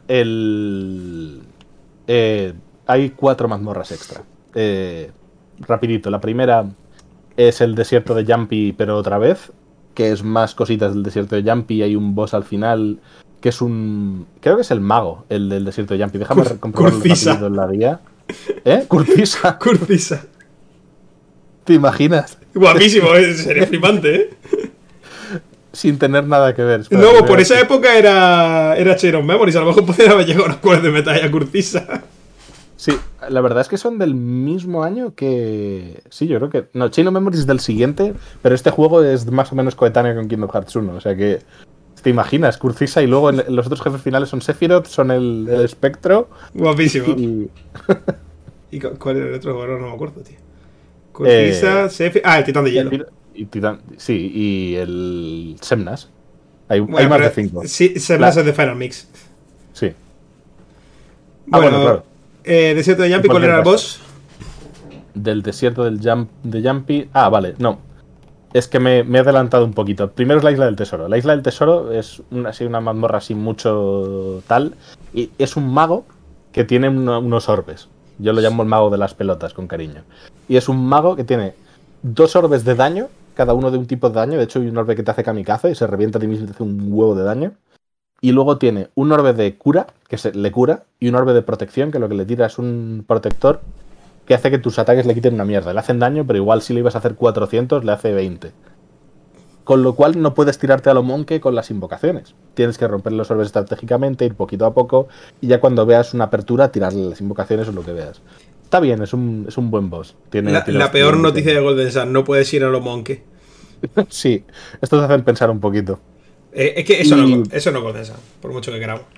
S2: Hay 4 mazmorras extra. Rapidito, la primera es el desierto de Jumpy, pero otra vez, que es más cositas del desierto de Jumpy. Hay un boss al final que es un... Creo que es el mago, el del desierto de Jumpy. Déjame comprobarlo rapidito en la guía. Curtisa.
S1: Curtisa.
S2: ¿Te imaginas?
S1: Guapísimo, sería flipante, ¿eh?
S2: Sin tener nada que ver. Espera,
S1: No, por esa época era Chain of Memories. A lo mejor podría haber llegado a los cuerdas de Metalla Curtisa.
S2: Sí, la verdad es que son del mismo año que... Sí, yo creo que... No, Chain of Memories es del siguiente, pero este juego es más o menos coetáneo con Kingdom Hearts 1. O sea que... ¿Te imaginas? Curtisa y luego los otros jefes finales son Sephiroth, son el espectro.
S1: Guapísimo. ¿Y cuál era el otro jugador? No me acuerdo, tío. Curtisa, Sephiroth... el Titán de Hielo.
S2: Sí, y el Semnas. Hay más de 5.
S1: Sí, Semnas es de Final Mix.
S2: Sí.
S1: Bueno,
S2: claro.
S1: Desierto de Jumpy, ¿cuál era el boss?
S2: Del desierto de Jumpy... vale, no. Es que me he adelantado un poquito. Primero es la Isla del Tesoro. La Isla del Tesoro es una mazmorra sin mucho tal. Y es un mago que tiene unos orbes. Yo lo llamo el mago de las pelotas, con cariño. Y es un mago que tiene 2 orbes de daño, cada uno de un tipo de daño. De hecho, hay un orbe que te hace kamikaze y se revienta a ti mismo y te hace un huevo de daño. Y luego tiene un orbe de cura, que le cura, y un orbe de protección, que lo que le tira es un protector que hace que tus ataques le quiten una mierda. Le hacen daño, pero igual si le ibas a hacer 400, le hace 20. Con lo cual no puedes tirarte a lo monke con las invocaciones. Tienes que romper los orbes estratégicamente, ir poquito a poco, y ya cuando veas una apertura, tirarle las invocaciones o lo que veas. Está bien, es un buen boss.
S1: La peor noticia de Golden Sun, no puedes ir a lo monke.
S2: Sí, esto te hace pensar un poquito.
S1: Es que eso no es Golden Sun, por mucho que queramos.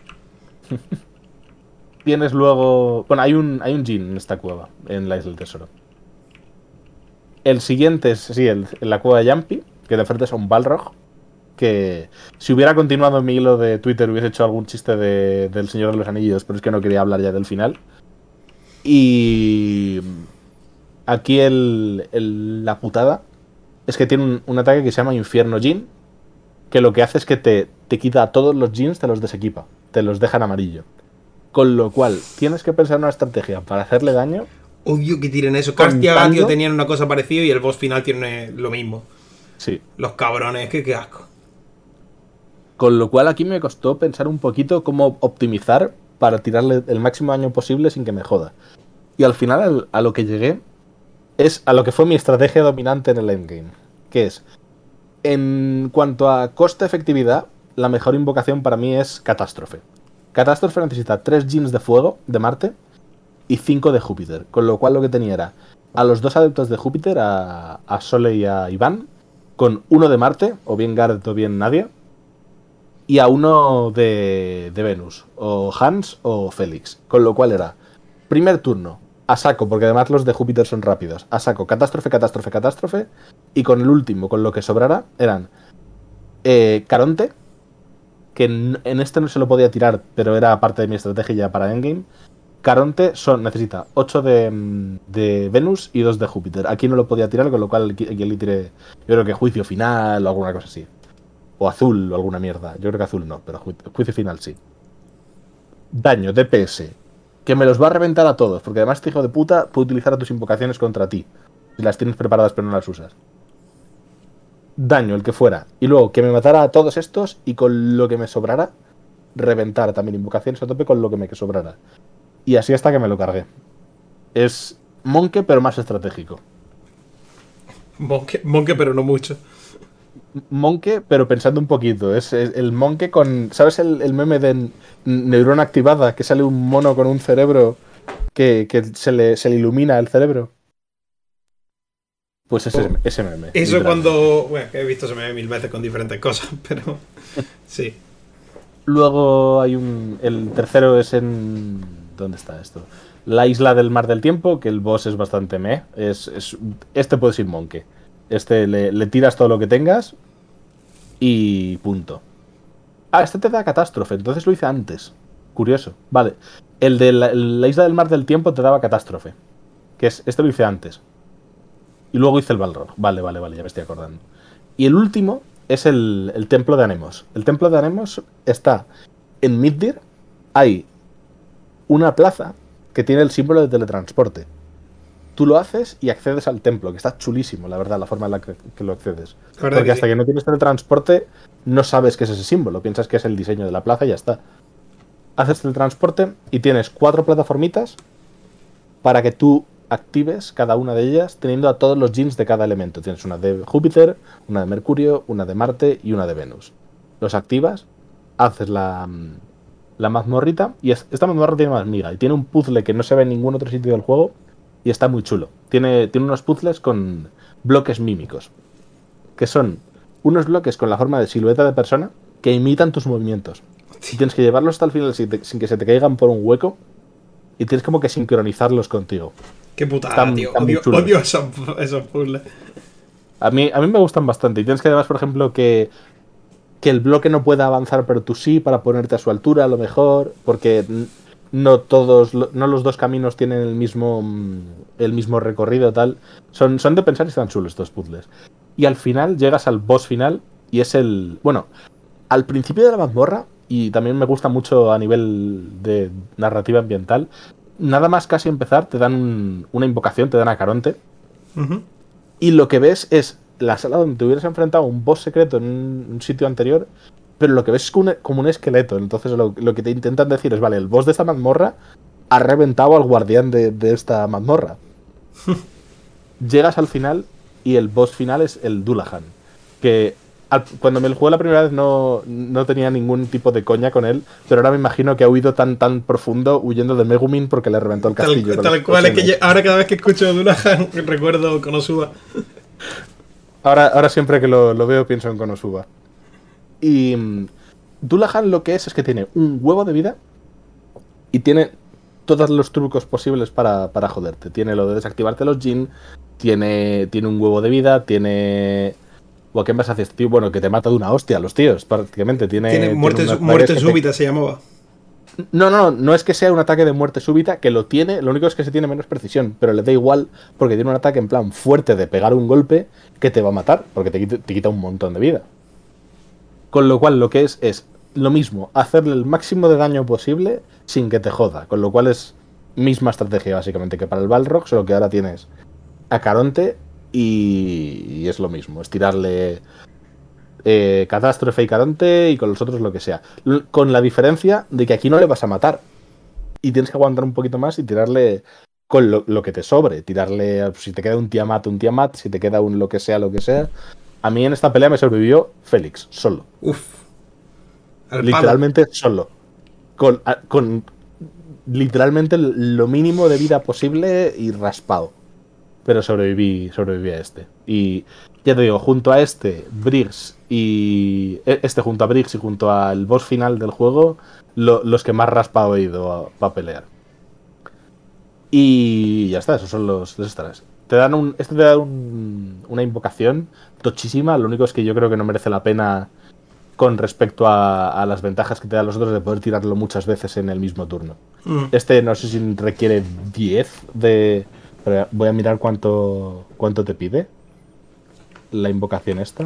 S2: Tienes luego... Bueno, hay un Djinn en esta cueva, en la Isla del Tesoro. El siguiente es, sí, en la cueva de Jumpy, que de frente es a un Balrog, que si hubiera continuado en mi hilo de Twitter hubiese hecho algún chiste del Señor de los Anillos, pero es que no quería hablar ya del final. Y aquí la putada es que tiene un ataque que se llama Infierno Djinn, que lo que hace es que te quita a todos los Djinns, te los desequipa, te los deja en amarillo. Con lo cual, tienes que pensar en una estrategia para hacerle daño.
S1: Obvio que tienen eso. Castia y Gatio tenían una cosa parecida y el boss final tiene lo mismo.
S2: Sí.
S1: Los cabrones, qué asco.
S2: Con lo cual aquí me costó pensar un poquito cómo optimizar para tirarle el máximo daño posible sin que me joda. Y al final a lo que llegué es a lo que fue mi estrategia dominante en el endgame. Que es, en cuanto a coste-efectividad, la mejor invocación para mí es Catástrofe. Catástrofe necesita 3 Djinns de fuego de Marte y 5 de Júpiter. Con lo cual lo que tenía era a los 2 adeptos de Júpiter, a Sole y a Iván, con 1 de Marte, o bien Gareth o bien Nadia, y a 1 de Venus, o Hans o Félix. Con lo cual era, primer turno, a saco, porque además los de Júpiter son rápidos, a saco, catástrofe, catástrofe, catástrofe, y con el último, con lo que sobrara, eran Caronte, que en este no se lo podía tirar, pero era parte de mi estrategia para endgame. Caronte necesita 8 de Venus y 2 de Júpiter. Aquí no lo podía tirar, con lo cual aquí le tiré, yo creo que Juicio Final o alguna cosa así. O Azul o alguna mierda. Yo creo que Azul no, pero Juicio Final sí. Daño, DPS, que me los va a reventar a todos, porque además este hijo de puta puede utilizar a tus invocaciones contra ti. Si las tienes preparadas pero no las usas. Daño, el que fuera. Y luego que me matara a todos estos y con lo que me sobrara, reventar también invocaciones a tope con lo que me sobrara. Y así hasta que me lo cargué. Es Monke, pero más estratégico.
S1: Monke, pero no mucho.
S2: Monke, pero pensando un poquito. Es el Monke con... ¿Sabes el meme de neurona activada? Que sale un mono con un cerebro que se le ilumina el cerebro. Pues ese meme.
S1: Eso cuando... Bueno, he visto ese meme 1000 veces con diferentes cosas, pero... Sí.
S2: Luego hay el tercero es en... ¿Dónde está esto? La isla del Mar del Tiempo, que el boss es bastante meh. Este puede ser Monke. Este le tiras todo lo que tengas y punto. Este te da catástrofe, entonces lo hice antes. Curioso. Vale. El de la isla del Mar del Tiempo te daba catástrofe. Este lo hice antes. Y luego hice el Balrog. Vale, ya me estoy acordando. Y el último es el Templo de Anemos. El Templo de Anemos está en Middir, hay una plaza que tiene el símbolo de teletransporte. Tú lo haces y accedes al templo, que está chulísimo, la verdad, la forma en la que lo accedes. Porque hasta que no tienes teletransporte, no sabes qué es ese símbolo, piensas que es el diseño de la plaza y ya está. Haces el transporte y tienes 4 plataformitas para que tú actives cada una de ellas teniendo a todos los genes de cada elemento. Tienes una de Júpiter, una de Mercurio, una de Marte y una de Venus. Los activas, haces la mazmorrita y esta mazmorra tiene más miga y tiene un puzzle que no se ve en ningún otro sitio del juego y está muy chulo. Tiene unos puzzles con bloques mímicos, que son unos bloques con la forma de silueta de persona que imitan tus movimientos. Y tienes que llevarlos hasta el final sin que se te caigan por un hueco y tienes como que sincronizarlos contigo.
S1: Qué putada, tío. Odio esos puzzles.
S2: A mí me gustan bastante. Y tienes que además, por ejemplo, que el bloque no pueda avanzar, pero tú sí, para ponerte a su altura a lo mejor, porque no los dos caminos tienen el mismo recorrido, tal. Son de pensar y están chulos estos puzzles. Y al final llegas al boss final y es el... Bueno, al principio de la mazmorra, y también me gusta mucho a nivel de narrativa ambiental, nada más casi empezar te dan una invocación, te dan a Caronte. Y lo que ves es la sala donde te hubieras enfrentado a un boss secreto en un sitio anterior, pero lo que ves es como un esqueleto. Entonces lo que te intentan decir es, vale, el boss de esta mazmorra ha reventado al guardián de esta mazmorra. Llegas al final y el boss final es el Dullahan, que cuando me lo jugué la primera vez no tenía ningún tipo de coña con él, pero ahora me imagino que ha huido tan profundo huyendo de Megumin porque le reventó el castillo.
S1: Tal cual, es que ahora cada vez que escucho Dullahan recuerdo Konosuba.
S2: Ahora siempre que lo veo pienso en Konosuba. Y Dullahan lo que es que tiene un huevo de vida y tiene todos los trucos posibles para joderte. Tiene lo de desactivarte los Jin, tiene un huevo de vida, tiene... ¿O qué más haces, tío? Bueno, que te mata de una hostia a los tíos, prácticamente. Tiene
S1: muerte súbita, se llamaba.
S2: No es que sea un ataque de muerte súbita, que lo tiene, lo único es que se tiene menos precisión, pero le da igual porque tiene un ataque en plan fuerte de pegar un golpe que te va a matar, porque te quita un montón de vida. Con lo cual lo que es lo mismo, hacerle el máximo de daño posible sin que te joda, con lo cual es misma estrategia básicamente que para el Balrog, solo que ahora tienes a Caronte y es lo mismo, es tirarle Catástrofe y Caronte y con los otros lo que sea. Con la diferencia de que aquí no le vas a matar y tienes que aguantar un poquito más y tirarle con lo que te sobre. Tirarle, si te queda un Tiamat, si te queda un lo que sea. A mí en esta pelea me sobrevivió Félix, solo. Literalmente solo. Con literalmente lo mínimo de vida posible y raspado. Pero sobreviví a este. Y ya te digo, junto a Briggs y junto al boss final del juego, los que más raspado he ido a pelear. Y ya está, esos son los extras. Te dan una invocación tochísima. Lo único es que yo creo que no merece la pena con respecto a las ventajas que te dan los otros de poder tirarlo muchas veces en el mismo turno. Este no sé si requiere 10 de... Pero voy a mirar cuánto te pide la invocación esta.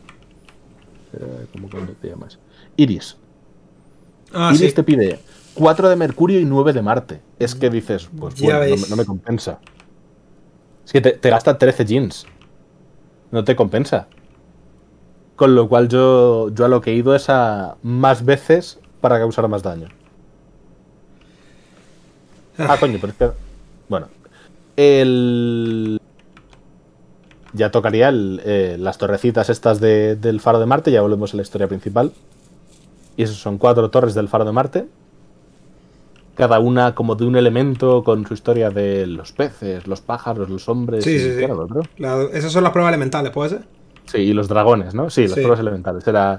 S2: ¿Cómo te llamas? Iris. Iris sí. Te pide 4 de Mercurio y 9 de Marte. Es que dices, pues bueno, no me compensa. Es que te gasta 13 jeans. No te compensa. Con lo cual yo a lo que he ido es a más veces para causar más daño. Coño, pero es que... Bueno. Ya tocaría las torrecitas estas del Faro de Marte. Ya volvemos a la historia principal. Y esos son 4 torres del Faro de Marte. Cada una como de un elemento con su historia de los peces, los pájaros, los hombres.
S1: Sí. ¿Qué era lo otro? Esas son las pruebas elementales, ¿puede ser?
S2: Sí, y los dragones, ¿no? Sí, las pruebas elementales. Era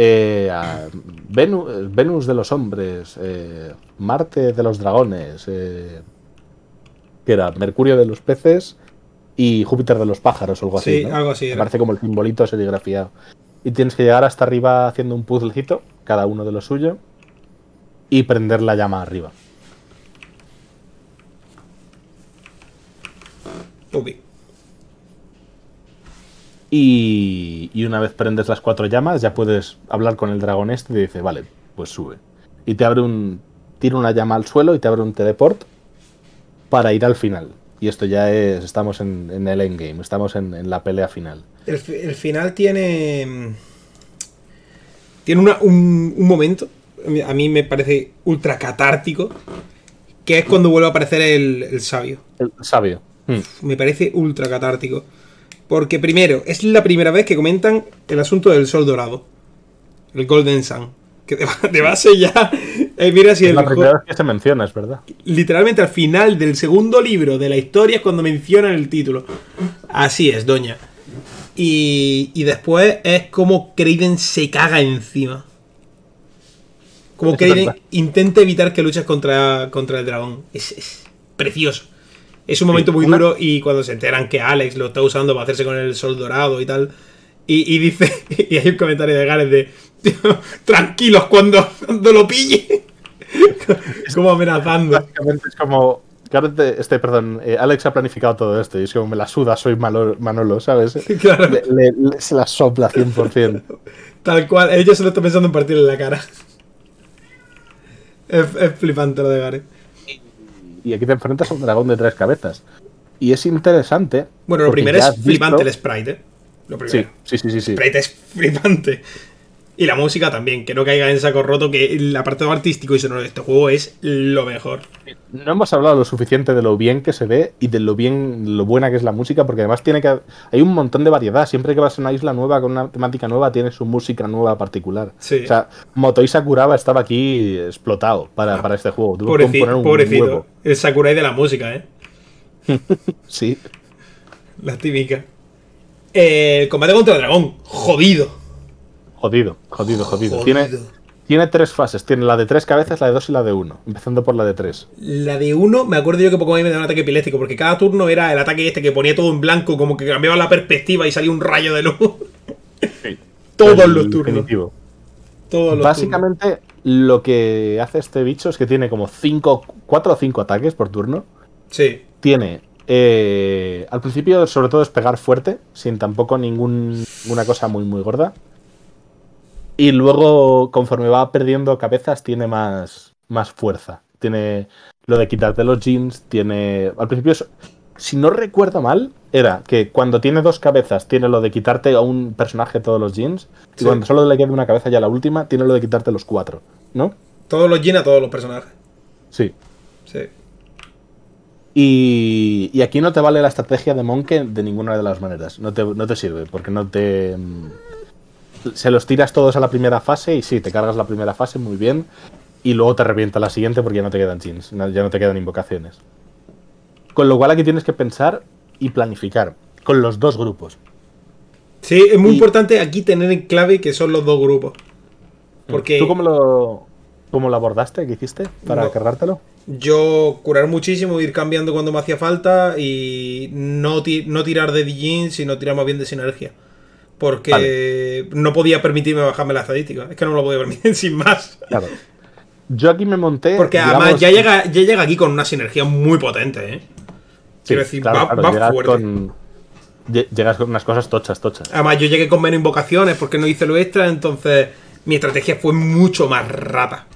S2: Venus de los hombres, Marte de los dragones, que era Mercurio de los peces y Júpiter de los pájaros o algo así.
S1: Sí, ¿no? Algo así.
S2: Me parece como el simbolito serigrafiado. Y tienes que llegar hasta arriba haciendo un puzzlecito, cada uno de lo suyo, y prender la llama arriba.
S1: Ok.
S2: Y una vez prendes las 4 llamas, ya puedes hablar con el dragón este y te dice, vale, pues sube. Y te abre un tira una llama al suelo y te abre un teleport para ir al final. Y esto ya es... Estamos en el endgame, estamos en la pelea final.
S1: El final tiene... Tiene un momento, a mí me parece ultra catártico, que es cuando vuelve a aparecer el sabio.
S2: El sabio.
S1: Me parece ultra catártico. Porque primero, es la primera vez que comentan el asunto del sol dorado. El Golden Sun. Que de base ya... mira si
S2: es la primera vez que se menciona, es verdad.
S1: Literalmente al final del segundo libro de la historia es cuando mencionan el título. Así es, doña. Y después es como Kraiden se caga encima. Como Kraiden intenta evitar que luches contra el dragón. Es precioso. Es un momento muy duro y cuando se enteran que Alex lo está usando para hacerse con el sol dorado y tal. Y dice, y hay un comentario de Gareth de tranquilos cuando lo pille. Como amenazando.
S2: Básicamente es como Gareth, Alex ha planificado todo esto y es como me la suda, soy Manolo, ¿sabes?
S1: Claro.
S2: Se la sopla 100%.
S1: Tal cual, ella se lo está pensando en partirle la cara. Es flipante lo de Gareth.
S2: Y aquí te enfrentas a un dragón de 3 cabezas. Y es interesante.
S1: Bueno, lo primero es flipante el sprite, ¿eh? Lo primero.
S2: Sí.
S1: El sprite es flipante. Y la música también, que no caiga en saco roto, que el apartado artístico y sonoro de este juego es lo mejor.
S2: No hemos hablado lo suficiente de lo bien que se ve y de lo buena que es la música, porque además hay un montón de variedad. Siempre que vas a una isla nueva con una temática nueva, tiene su música nueva particular.
S1: Sí.
S2: O sea, Motoi Sakuraba estaba aquí explotado para este juego. Tuvo
S1: pobrecito,
S2: que componer un
S1: pobrecito.
S2: huevo.
S1: El Sakurai de la música, ¿eh?
S2: Sí.
S1: La típica. El combate contra el dragón. Jodido.
S2: Jodido. Tiene 3 fases. Tiene la de 3 cabezas, la de 2 y la de 1. Empezando por la de 3.
S1: La de 1, me acuerdo yo que poco a mí me da un ataque epiléptico, porque cada turno era el ataque que ponía todo en blanco, como que cambiaba la perspectiva y salía un rayo de luz.
S2: Sí.
S1: Todos los turnos.
S2: Definitivo.
S1: Todos los
S2: Básicamente,
S1: turnos.
S2: lo que hace este bicho es que tiene como 4 o 5 ataques por turno.
S1: Sí.
S2: Tiene... al principio, sobre todo, es pegar fuerte, sin tampoco ninguna cosa muy, muy gorda. Y luego, conforme va perdiendo cabezas, tiene más fuerza. Tiene lo de quitarte los jeans, tiene... Al principio, si no recuerdo mal, era que cuando tiene 2 cabezas, tiene lo de quitarte a un personaje todos los jeans. Y cuando solo le queda una cabeza ya la última, tiene lo de quitarte los 4, ¿no?
S1: Todos los jeans a todos los personajes.
S2: Sí.
S1: Sí.
S2: Y aquí no te vale la estrategia de Monke de ninguna de las maneras. No te sirve, porque no te... Se los tiras todos a la primera fase y sí, te cargas la primera fase muy bien y luego te revienta la siguiente porque ya no te quedan jeans, ya no te quedan invocaciones. Con lo cual aquí tienes que pensar y planificar con los 2 grupos.
S1: Sí, es muy importante aquí tener en clave que son los 2 grupos. Porque...
S2: ¿Tú cómo lo abordaste? ¿Qué hiciste para cargártelo?
S1: Yo curar muchísimo, ir cambiando cuando me hacía falta y no tirar de jeans, sino tirar más bien de sinergia. Porque no podía permitirme bajarme la estadística. Es que no me lo podía permitir sin más.
S2: Claro. Yo aquí me monté...
S1: Porque además ya llega aquí con una sinergia muy potente, ¿eh? Quiero decir,
S2: claro,
S1: va fuerte.
S2: Llegas con unas cosas tochas.
S1: Además, yo llegué con menos invocaciones porque no hice lo extra, entonces mi estrategia fue mucho más rata.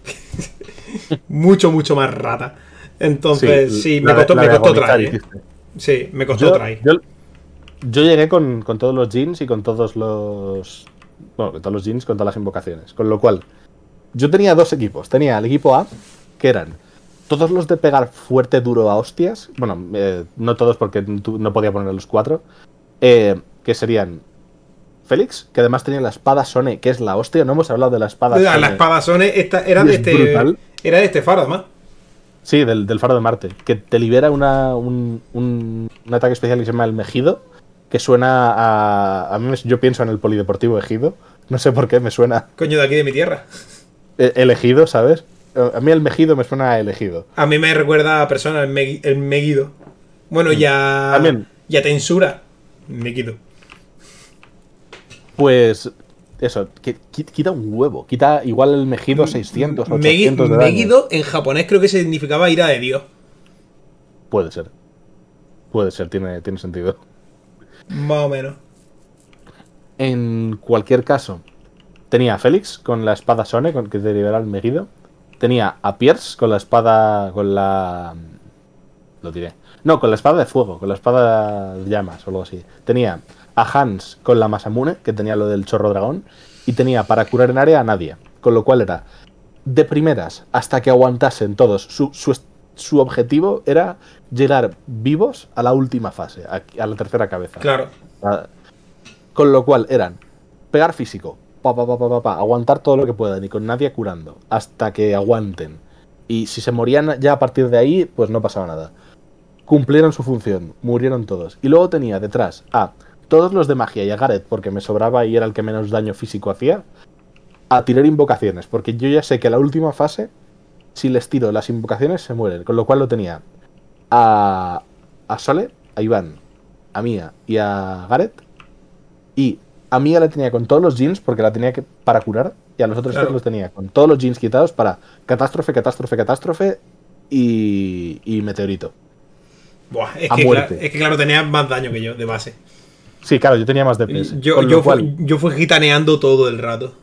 S1: mucho más rata. Entonces, sí, me costó traer, ¿eh? Sí, me costó traer.
S2: Yo llegué con todos los jeans y con todos los... Bueno, con todos los jeans, con todas las invocaciones. Con lo cual, yo tenía 2 equipos. Tenía el equipo A, que eran todos los de pegar fuerte, duro a hostias. Bueno, no todos porque no podía poner los 4. Que serían Félix, que además tenía la espada Sone, que es la hostia. No hemos hablado de la espada Sone.
S1: La espada Sone era de este faro, además.
S2: Sí, del faro de Marte. Que te libera un ataque especial que se llama el Mejido. Que suena a mí yo pienso en el polideportivo Ejido. No sé por qué me suena...
S1: Coño, de aquí de mi tierra.
S2: Elegido, ¿sabes? A mí el Mejido me suena a elegido.
S1: A mí me recuerda a persona el Meguido. Bueno, ya...
S2: También.
S1: Ya Tensura. Meguido.
S2: Pues... Eso, quita un huevo. Quita igual el Mejido 600, 800 de daño.
S1: Meguido en japonés creo que significaba ira de Dios.
S2: Puede ser, tiene sentido.
S1: Más o menos.
S2: En cualquier caso, tenía a Félix con la espada Sone, con que te libera el Meguido. tenía a Pierce con la espada, con la... Lo diré. No, con la espada de fuego, con la espada de llamas o algo así. Tenía a Hans con la Masamune, que tenía lo del chorro dragón, y tenía para curar en área a nadie. Con lo cual era de primeras hasta que aguantasen todos. Su objetivo era llegar vivos a la última fase, a la tercera cabeza.
S1: Claro.
S2: Con lo cual eran pegar físico, aguantar todo lo que puedan y con nadie curando, hasta que aguanten. Y si se morían ya a partir de ahí, pues no pasaba nada. Cumplieron su función, murieron todos. Y luego tenía detrás a todos los de magia y a Gareth, porque me sobraba y era el que menos daño físico hacía, a tirar invocaciones, porque yo ya sé que la última fase, si les tiro las invocaciones, se mueren. Con lo cual lo tenía a Sole, a Iván, a Mia y a Gareth. Y a Mia la tenía con todos los jeans, porque la tenía para curar. Y a los otros tres los tenía con todos los jeans quitados para catástrofe, catástrofe, catástrofe y meteorito.
S1: Buah, es que claro, tenía más daño que yo, de base.
S2: Sí, claro, yo tenía más DPS.
S1: Yo fui gitaneando todo el rato.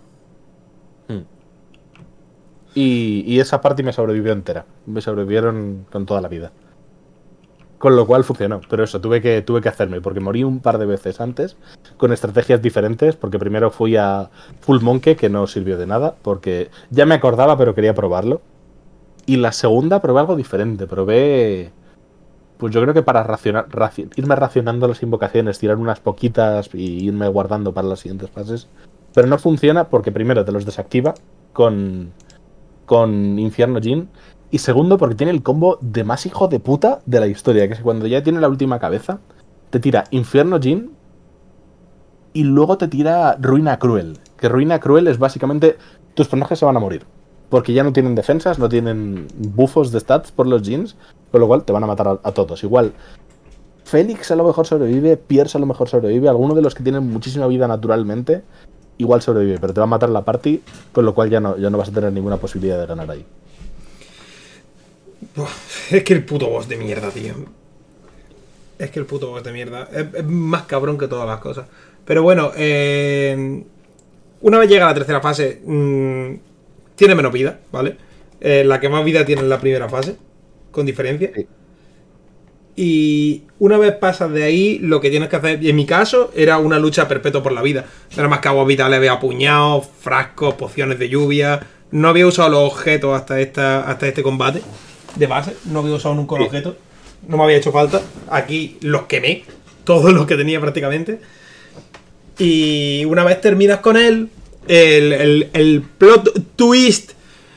S2: Y esa parte me sobrevivió entera. Me sobrevivieron con toda la vida. Con lo cual funcionó. Pero eso, tuve que hacerme, porque morí un par de veces antes, con estrategias diferentes, porque primero fui a Full Monkey, que no sirvió de nada, porque ya me acordaba, pero quería probarlo. Y la segunda probé algo diferente. Probé... Pues yo creo que para irme racionando las invocaciones, tirar unas poquitas y irme guardando para las siguientes fases. Pero no funciona porque primero te los desactiva con Infierno Jin. Y segundo porque tiene el combo de más hijo de puta de la historia. Que es cuando ya tiene la última cabeza, te tira Infierno Jin y luego te tira Ruina Cruel. Que Ruina Cruel es básicamente tus personajes se van a morir. Porque ya no tienen defensas, no tienen buffos de stats por los jeans, con lo cual te van a matar a todos. Igual, Félix a lo mejor sobrevive, Pierce a lo mejor sobrevive, alguno de los que tienen muchísima vida naturalmente, igual sobrevive, pero te va a matar la party, con lo cual ya no vas a tener ninguna posibilidad de ganar ahí.
S1: Es que el puto boss de mierda, tío. Es que el puto boss de mierda es más cabrón que todas las cosas. Pero bueno, una vez llega a la tercera fase... tiene menos vida, ¿vale? La que más vida tiene en la primera fase, con diferencia. Sí. Y una vez pasas de ahí, lo que tienes que hacer, en mi caso, era una lucha perpetua por la vida. Nada más que aguas vitales, había puñados, frascos, pociones de lluvia. No había usado los objetos hasta este combate de base. No había usado nunca los objetos. No me había hecho falta. Aquí los quemé, todos los que tenía prácticamente. Y una vez terminas con él, el plot twist.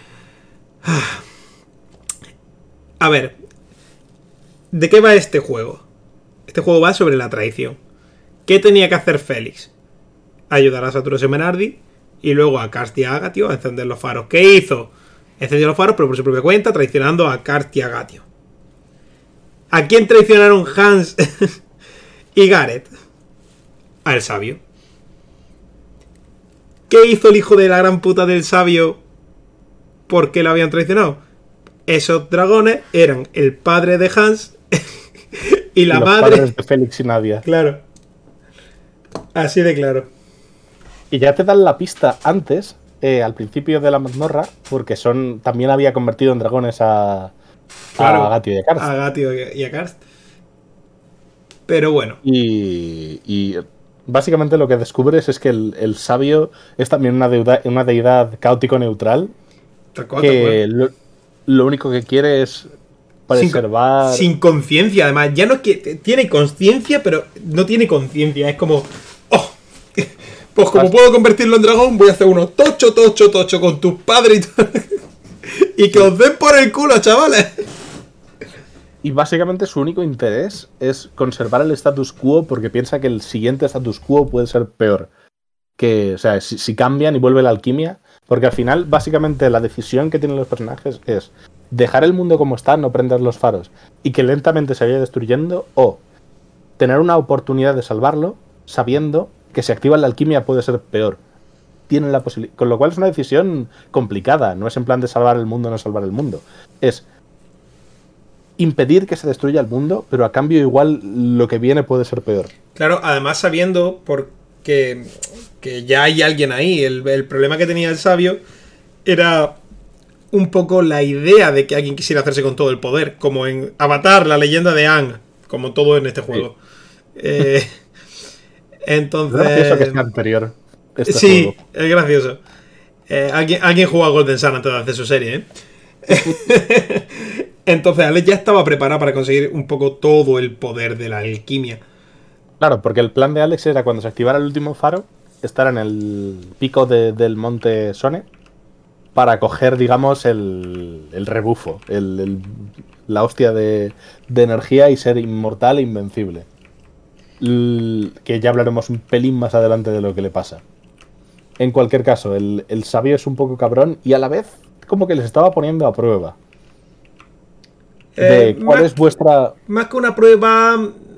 S1: A ver, ¿de qué va este juego? Este juego va sobre la traición. ¿Qué tenía que hacer Félix? Ayudar a Satoru Semenardi y luego a Karst y a Agatio a encender los faros. ¿Qué hizo? Encendió los faros, pero por su propia cuenta, traicionando a Karst y a Agatio. ¿A quién traicionaron Hans y Gareth? Al sabio. ¿Qué hizo el hijo de la gran puta del sabio? ¿Por qué lo habían traicionado? Esos dragones eran el padre de Hans y la madre... Los padres
S2: de Félix y Nadia.
S1: Claro. Así de claro.
S2: Y ya te dan la pista antes, al principio de la mazmorra, porque también había convertido en dragones a Agatio y a Karst.
S1: A Agatio y a Karst. Pero bueno.
S2: Y básicamente lo que descubres es que el sabio es también una deidad caótico-neutral. Que lo único que quiere es preservar...
S1: Sin conciencia, además. Ya no es que tiene conciencia, pero no tiene conciencia. Es como... ¡Oh! Pues como puedo convertirlo en dragón, voy a hacer uno tocho con tus padres y todo. Y que os den por el culo, chavales.
S2: Y básicamente su único interés es conservar el status quo porque piensa que el siguiente status quo puede ser peor. O sea, si cambian y vuelve la alquimia. Porque al final, básicamente, la decisión que tienen los personajes es dejar el mundo como está, no prender los faros, y que lentamente se vaya destruyendo, o tener una oportunidad de salvarlo, sabiendo que si activa la alquimia puede ser peor. Tienen la posibilidad. Con lo cual es una decisión complicada. No es en plan de salvar el mundo o no salvar el mundo. Es impedir que se destruya el mundo, pero a cambio igual lo que viene puede ser peor.
S1: Claro, además sabiendo que ya hay alguien ahí. El problema que tenía el sabio era un poco la idea de que alguien quisiera hacerse con todo el poder, como en Avatar, la leyenda de Aang, como todo en este juego.
S2: Sí.
S1: Entonces...
S2: Es gracioso que sea anterior.
S1: Sí,
S2: juego.
S1: es gracioso. Alguien jugó a Golden Sun antes de hacer su serie, ¿eh? Entonces Alex ya estaba preparado para conseguir un poco todo el poder de la alquimia.
S2: Claro, porque el plan de Alex era cuando se activara el último faro, estar en el pico del monte Sone para coger, digamos, el rebufo, la hostia de energía y ser inmortal e invencible. Que ya hablaremos un pelín más adelante de lo que le pasa. En cualquier caso, el sabio es un poco cabrón y a la vez como que les estaba poniendo a prueba. ¿Cuál es vuestra...?
S1: Más que una prueba...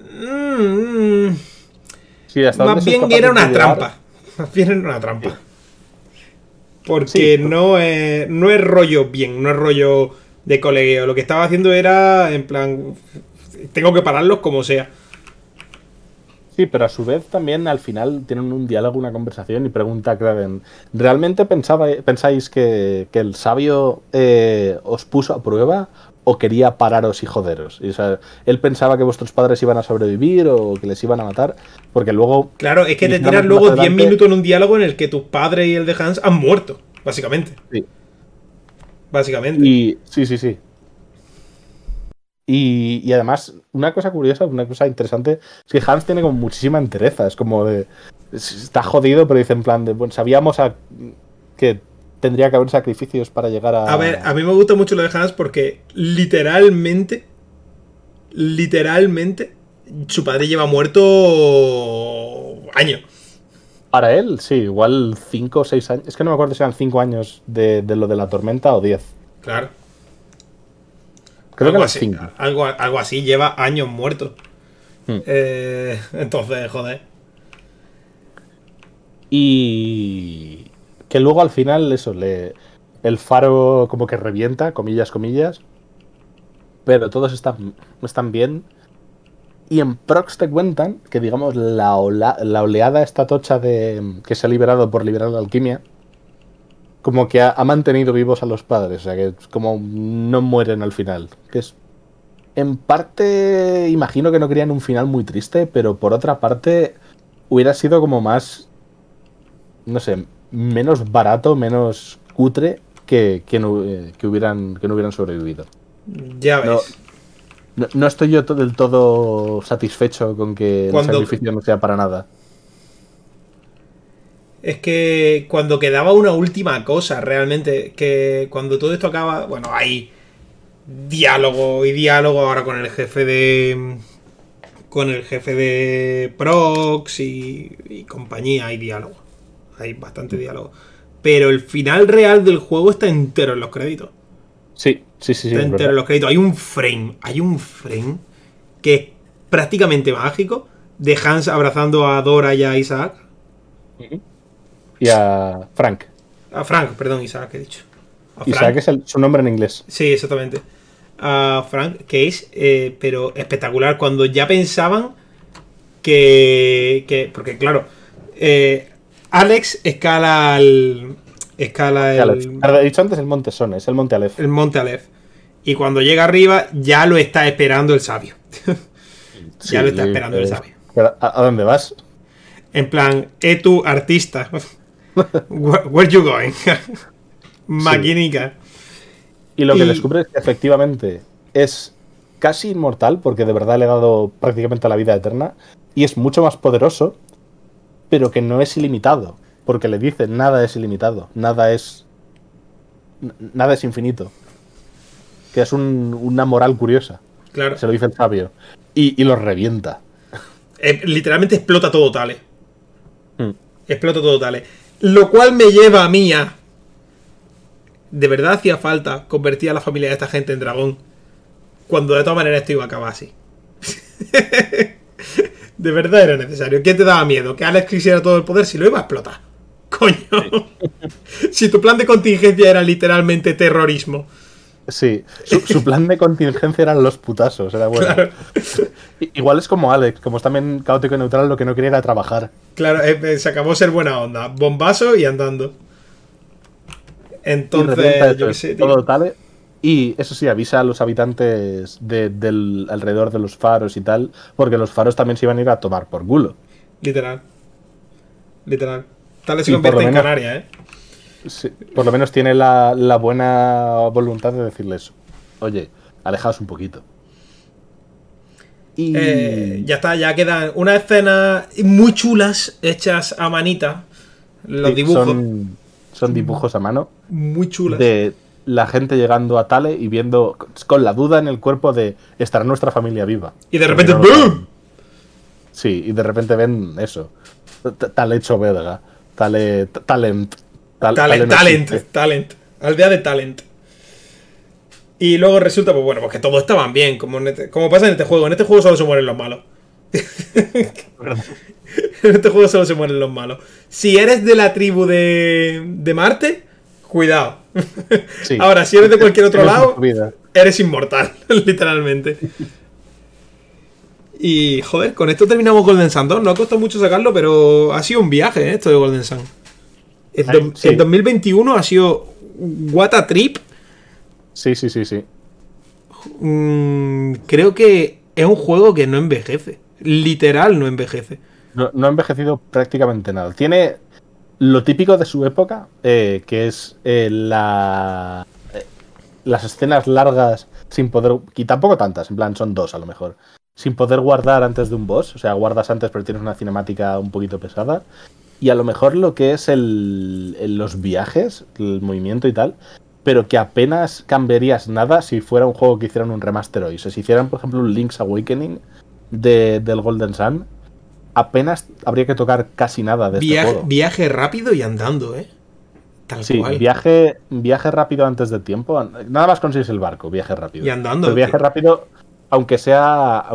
S2: Sí, hasta
S1: más bien era una trampa. Más bien era una trampa. Sí. Porque sí, no es rollo bien, no es rollo de colegueo. Lo que estaba haciendo era, en plan, tengo que pararlos como sea.
S2: Sí, pero a su vez también al final tienen un diálogo, una conversación y pregunta a Kraven, ¿realmente pensáis que el sabio os puso a prueba o quería pararos y joderos? Y, o sea, él pensaba que vuestros padres iban a sobrevivir o que les iban a matar, porque luego...
S1: Claro, es que te tiras luego 10 minutos en un diálogo en el que tus padres y el de Hans han muerto, básicamente.
S2: Sí.
S1: Básicamente.
S2: Y sí. Y además, una cosa curiosa, una cosa interesante, es que Hans tiene como muchísima entereza. Es como de... Está jodido, pero dice en plan de... Bueno, sabíamos que tendría que haber sacrificios para llegar a...
S1: A ver, a mí me gusta mucho lo de Hans porque literalmente, su padre lleva muerto años.
S2: Para él, sí, igual 5 o 6 años. Es que no me acuerdo si eran 5 años de lo de la tormenta o 10.
S1: Claro.
S2: Creo
S1: algo
S2: que
S1: así, algo así, lleva años muerto. Entonces, joder.
S2: Y que luego al final eso, el faro como que revienta, comillas, pero todos están bien. Y en Prox te cuentan que, digamos, la oleada esta tocha que se ha liberado por liberar la alquimia, como que ha mantenido vivos a los padres, o sea que como no mueren al final. Que es, en parte, imagino que no querían un final muy triste, pero por otra parte hubiera sido como más, no sé, menos barato, menos cutre que no hubieran sobrevivido.
S1: Ya ves.
S2: No estoy yo del todo satisfecho con que el sacrificio no sea para nada.
S1: Es que cuando quedaba una última cosa, realmente, que cuando todo esto acaba, bueno, hay diálogo ahora con el jefe de Prox y compañía, hay diálogo. Hay bastante diálogo. Pero el final real del juego está entero en los créditos.
S2: Sí.
S1: Está entero en los créditos. Hay un frame que es prácticamente mágico de Hans abrazando a Dora y a Isaac.
S2: Y a Frank.
S1: A Frank, perdón, Isaac, he dicho.
S2: Isaac es su nombre en inglés.
S1: Sí, exactamente. A Frank, que es pero espectacular. Cuando ya pensaban que porque claro, Alex escala el...
S2: He dicho antes el monte Sone, es el monte Aleph.
S1: El monte Aleph. Y cuando llega arriba, ya lo está esperando el sabio. Ya lo está esperando el sabio.
S2: ¿A dónde vas?
S1: En plan, tú, artista. Where you going? Maquinica.
S2: Y lo que descubre es que efectivamente es casi inmortal, porque de verdad le ha dado prácticamente la vida eterna. Y es mucho más poderoso, pero que no es ilimitado. Porque le dicen, nada es ilimitado, nada es infinito. Que es una moral curiosa.
S1: Claro.
S2: Se lo dice el sabio. Y lo revienta.
S1: Literalmente explota todo Tale. Explota todo Tale. Lo cual me lleva a mí a... De verdad hacía falta convertir a la familia de esta gente en dragón. Cuando de todas maneras esto iba a acabar así. De verdad era necesario. ¿Qué te daba miedo? ¿Que Alex quisiera todo el poder? Si lo iba a explotar. Coño. Si tu plan de contingencia era literalmente terrorismo.
S2: Sí, su plan de contingencia eran los putazos, era bueno. Claro. Igual es como Alex, como es también caótico y neutral, lo que no quería era trabajar.
S1: Claro, se acabó ser buena onda. Bombazo y andando. Entonces, yo qué sé, tío.
S2: todo tal. Y eso sí, avisa a los habitantes del alrededor de los faros y tal, porque los faros también se iban a ir a tomar por culo.
S1: Literal. Literal. Tal vez se
S2: Y por lo
S1: convierte en
S2: menos-
S1: Canarias, ¿eh?
S2: Sí, por lo menos tiene la buena voluntad de decirles, oye, alejaos un poquito. Y
S1: Ya está, ya quedan unas escenas muy chulas hechas a manita. Los
S2: sí,
S1: dibujos.
S2: son dibujos a mano
S1: Muy chulas.
S2: de la gente llegando a Tale y viendo con la duda en el cuerpo de ¿estará nuestra familia viva?
S1: Y de
S2: Porque
S1: repente,
S2: no lo saben.
S1: ¡boom!
S2: Sí, y de repente ven eso. Tal hecho verga. Talent.
S1: Talent,
S2: no
S1: talent,
S2: existe.
S1: talent. Aldea de talent. Y luego resulta, pues bueno, pues que todos estaban bien, como pasa en este juego. En este juego solo se mueren los malos. En este juego solo se mueren los malos. Si eres de la tribu de Marte, cuidado.
S2: Sí.
S1: Ahora, si eres de cualquier otro
S2: Tienes
S1: lado,
S2: tu vida.
S1: eres inmortal, literalmente. Y, joder, con esto terminamos Golden Sun 2. No ha costado mucho sacarlo, pero ha sido un viaje, esto de Golden Sun.
S2: Sí.
S1: En 2021 ha sido what a trip.
S2: Sí.
S1: Creo que es un juego que no envejece. Literal no envejece.
S2: No ha envejecido prácticamente nada. Tiene lo típico de su época, que es las escenas largas sin poder... Y tampoco tantas, en plan son 2 a lo mejor. Sin poder guardar antes de un boss. O sea, guardas antes pero tienes una cinemática un poquito pesada. Y a lo mejor lo que es los viajes, el movimiento y tal, pero que apenas cambiarías nada si fuera un juego que hicieran un remaster hoy. O sea, si hicieran, por ejemplo, un Link's Awakening del Golden Sun, apenas habría que tocar casi nada de este juego.
S1: Viaje rápido y andando, ¿eh? Tal
S2: Sí,
S1: cual.
S2: viaje rápido antes de tiempo. Nada más consigues el barco, viaje rápido.
S1: Y andando,
S2: Pero viaje
S1: tío.
S2: rápido, aunque sea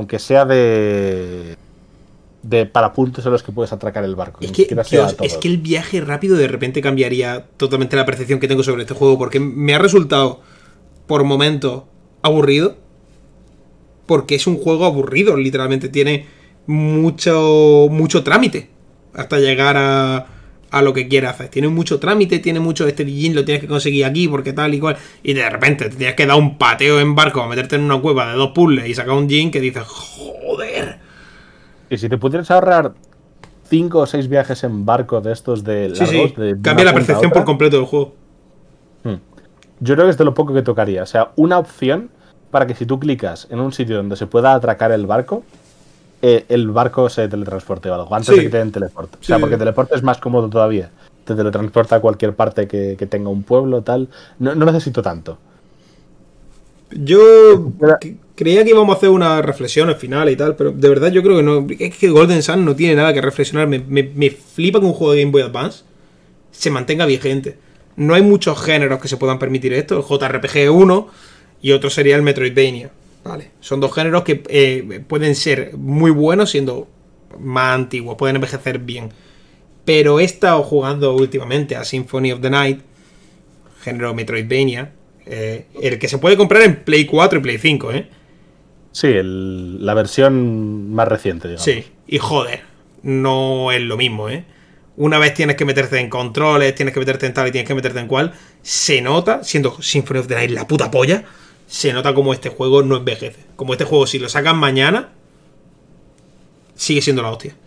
S2: de para puntos en los que puedes atracar el barco.
S1: Es
S2: Ni
S1: que,
S2: siquiera sea
S1: Dios, es
S2: todo.
S1: que el viaje rápido de repente cambiaría totalmente la percepción que tengo sobre este juego. Porque me ha resultado, por momentos, aburrido. Porque es un juego aburrido, literalmente. Tiene mucho trámite hasta llegar a lo que quiere hacer. Tiene mucho trámite, tiene mucho este Dijin, lo tienes que conseguir aquí porque tal y cual. Y de repente te tienes que dar un pateo en barco a meterte en una cueva de 2 puzzles y sacar un Jin que dices, joder.
S2: Y si te pudieras ahorrar 5 o 6 viajes en barco de estos de
S1: Sí,
S2: largos,
S1: sí,
S2: de
S1: cambia
S2: una
S1: la
S2: punta a
S1: percepción
S2: otra,
S1: por completo del juego.
S2: yo creo que es de lo poco que tocaría. O sea, una opción para que si tú clicas en un sitio donde se pueda atracar el barco se teletransporte o algo, antes
S1: Sí.
S2: de que te den teleporte. O sea,
S1: Sí.
S2: porque teleporte es más cómodo todavía. Te teletransporta a cualquier parte que tenga un pueblo, tal. No necesito tanto.
S1: Yo creía que íbamos a hacer una reflexión al final y tal, pero de verdad yo creo que no. Es que Golden Sun no tiene nada que reflexionar. Me flipa que un juego de Game Boy Advance se mantenga vigente. No hay muchos géneros que se puedan permitir esto. El JRPG es uno y otro sería el Metroidvania. Vale. Son dos géneros que pueden ser muy buenos siendo más antiguos, pueden envejecer bien. Pero he estado jugando últimamente a Symphony of the Night, género Metroidvania, el que se puede comprar en Play 4 y Play 5, ¿eh?
S2: Sí, la versión más reciente, digamos.
S1: Sí, y joder, no es lo mismo, ¿eh? Una vez tienes que meterte en controles, tienes que meterte en tal y tienes que meterte en cual, se nota, siendo Symphony of the Night la puta polla, se nota como este juego no envejece. Como este juego, si lo sacan mañana, sigue siendo la hostia.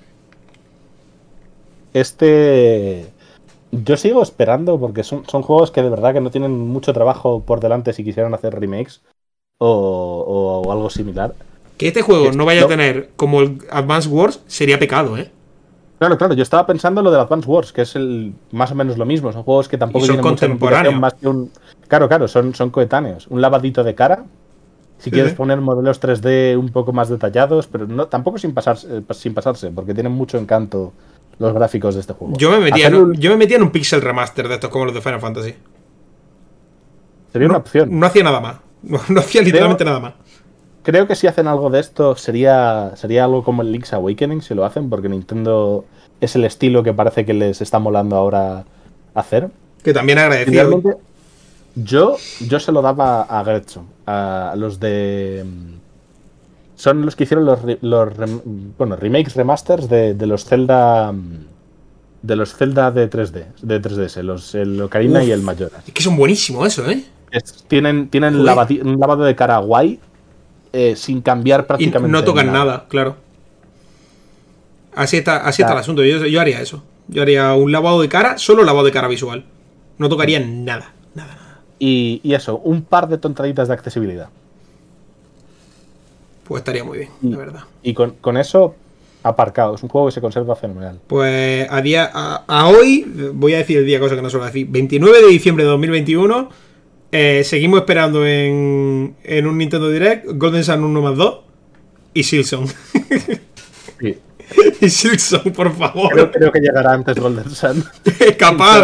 S2: Yo sigo esperando porque son juegos que de verdad que no tienen mucho trabajo por delante si quisieran hacer remakes o algo similar.
S1: Que este juego no vaya a tener como el Advance Wars sería pecado, ¿eh?
S2: Claro, yo estaba pensando en lo del Advance Wars, que es más o menos lo mismo. Son juegos que tampoco
S1: Y son
S2: tienen mucha
S1: contemporáneos.
S2: complicación más que un... Claro, son coetáneos. Un lavadito de cara, si quieres poner modelos 3D un poco más detallados, pero no tampoco sin pasarse, porque tienen mucho encanto los gráficos de este juego.
S1: Yo me metía en un pixel remaster de estos como los de Final Fantasy.
S2: Sería una opción.
S1: No hacía nada más. No hacía literalmente nada más.
S2: Creo que si hacen algo de esto sería algo como el Link's Awakening, si lo hacen, porque Nintendo es el estilo que parece que les está molando ahora hacer.
S1: Que también agradecido.
S2: Finalmente, yo se lo daba a Gretzo, a los de... Son los que hicieron los remakes, remasters de los Zelda... de los Zelda de 3D, de 3DS, el Ocarina y el Majora's.
S1: Es que son buenísimos eso, ¿eh?
S2: Tienen un lavado de cara guay sin cambiar prácticamente
S1: y no tocan nada, claro. Así está el asunto. Yo haría eso. Yo haría un lavado de cara, solo lavado de cara visual. No tocaría nada.
S2: Y eso, un par de tontaditas de accesibilidad.
S1: Pues estaría muy bien, la verdad.
S2: Y con eso, aparcado. Es un juego que se conserva fenomenal.
S1: Pues a hoy, voy a decir el día, cosa que no suelo decir, 29 de diciembre de 2021, seguimos esperando en un Nintendo Direct Golden Sun 1 más 2 y Silksong.
S2: Sí.
S1: Y Silksong, por favor.
S2: Creo que llegará antes Golden Sun.
S1: Capaz.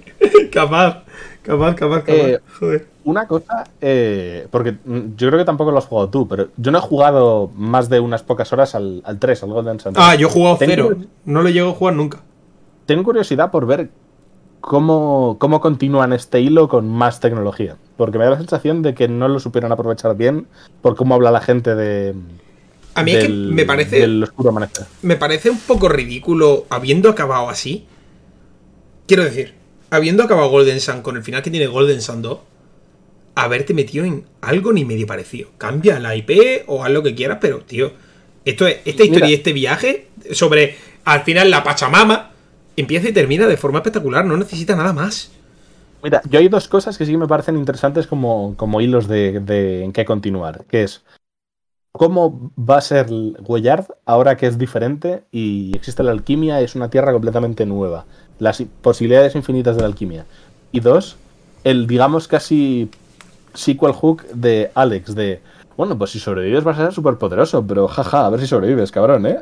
S1: Joder.
S2: Una cosa, porque yo creo que tampoco lo has jugado tú, pero yo no he jugado más de unas pocas horas al 3, al Golden Sun.
S1: Yo he jugado 0. No lo llego a jugar nunca.
S2: Tengo curiosidad por ver cómo continúan este hilo con más tecnología. Porque me da la sensación de que no lo supieron aprovechar bien por cómo habla la gente de...
S1: A mí es que me parece...
S2: del oscuro amanecer.
S1: Me parece un poco ridículo, habiendo acabado así. Quiero decir, habiendo acabado Golden Sun con el final que tiene Golden Sun 2, haberte metido en algo ni medio parecido. Cambia la IP o haz lo que quieras, pero, tío, esta historia y este viaje sobre, al final, la Pachamama, empieza y termina de forma espectacular. No necesita nada más.
S2: Mira, yo hay dos cosas que sí que me parecen interesantes como hilos de en qué continuar. Que es, ¿cómo va a ser Goyard ahora que es diferente y existe la alquimia? Es una tierra completamente nueva. Las posibilidades infinitas de la alquimia. Y dos, el, digamos, casi sequel hook de Alex de, bueno, pues si sobrevives vas a ser súper poderoso, pero jaja, a ver si sobrevives, cabrón, ¿eh?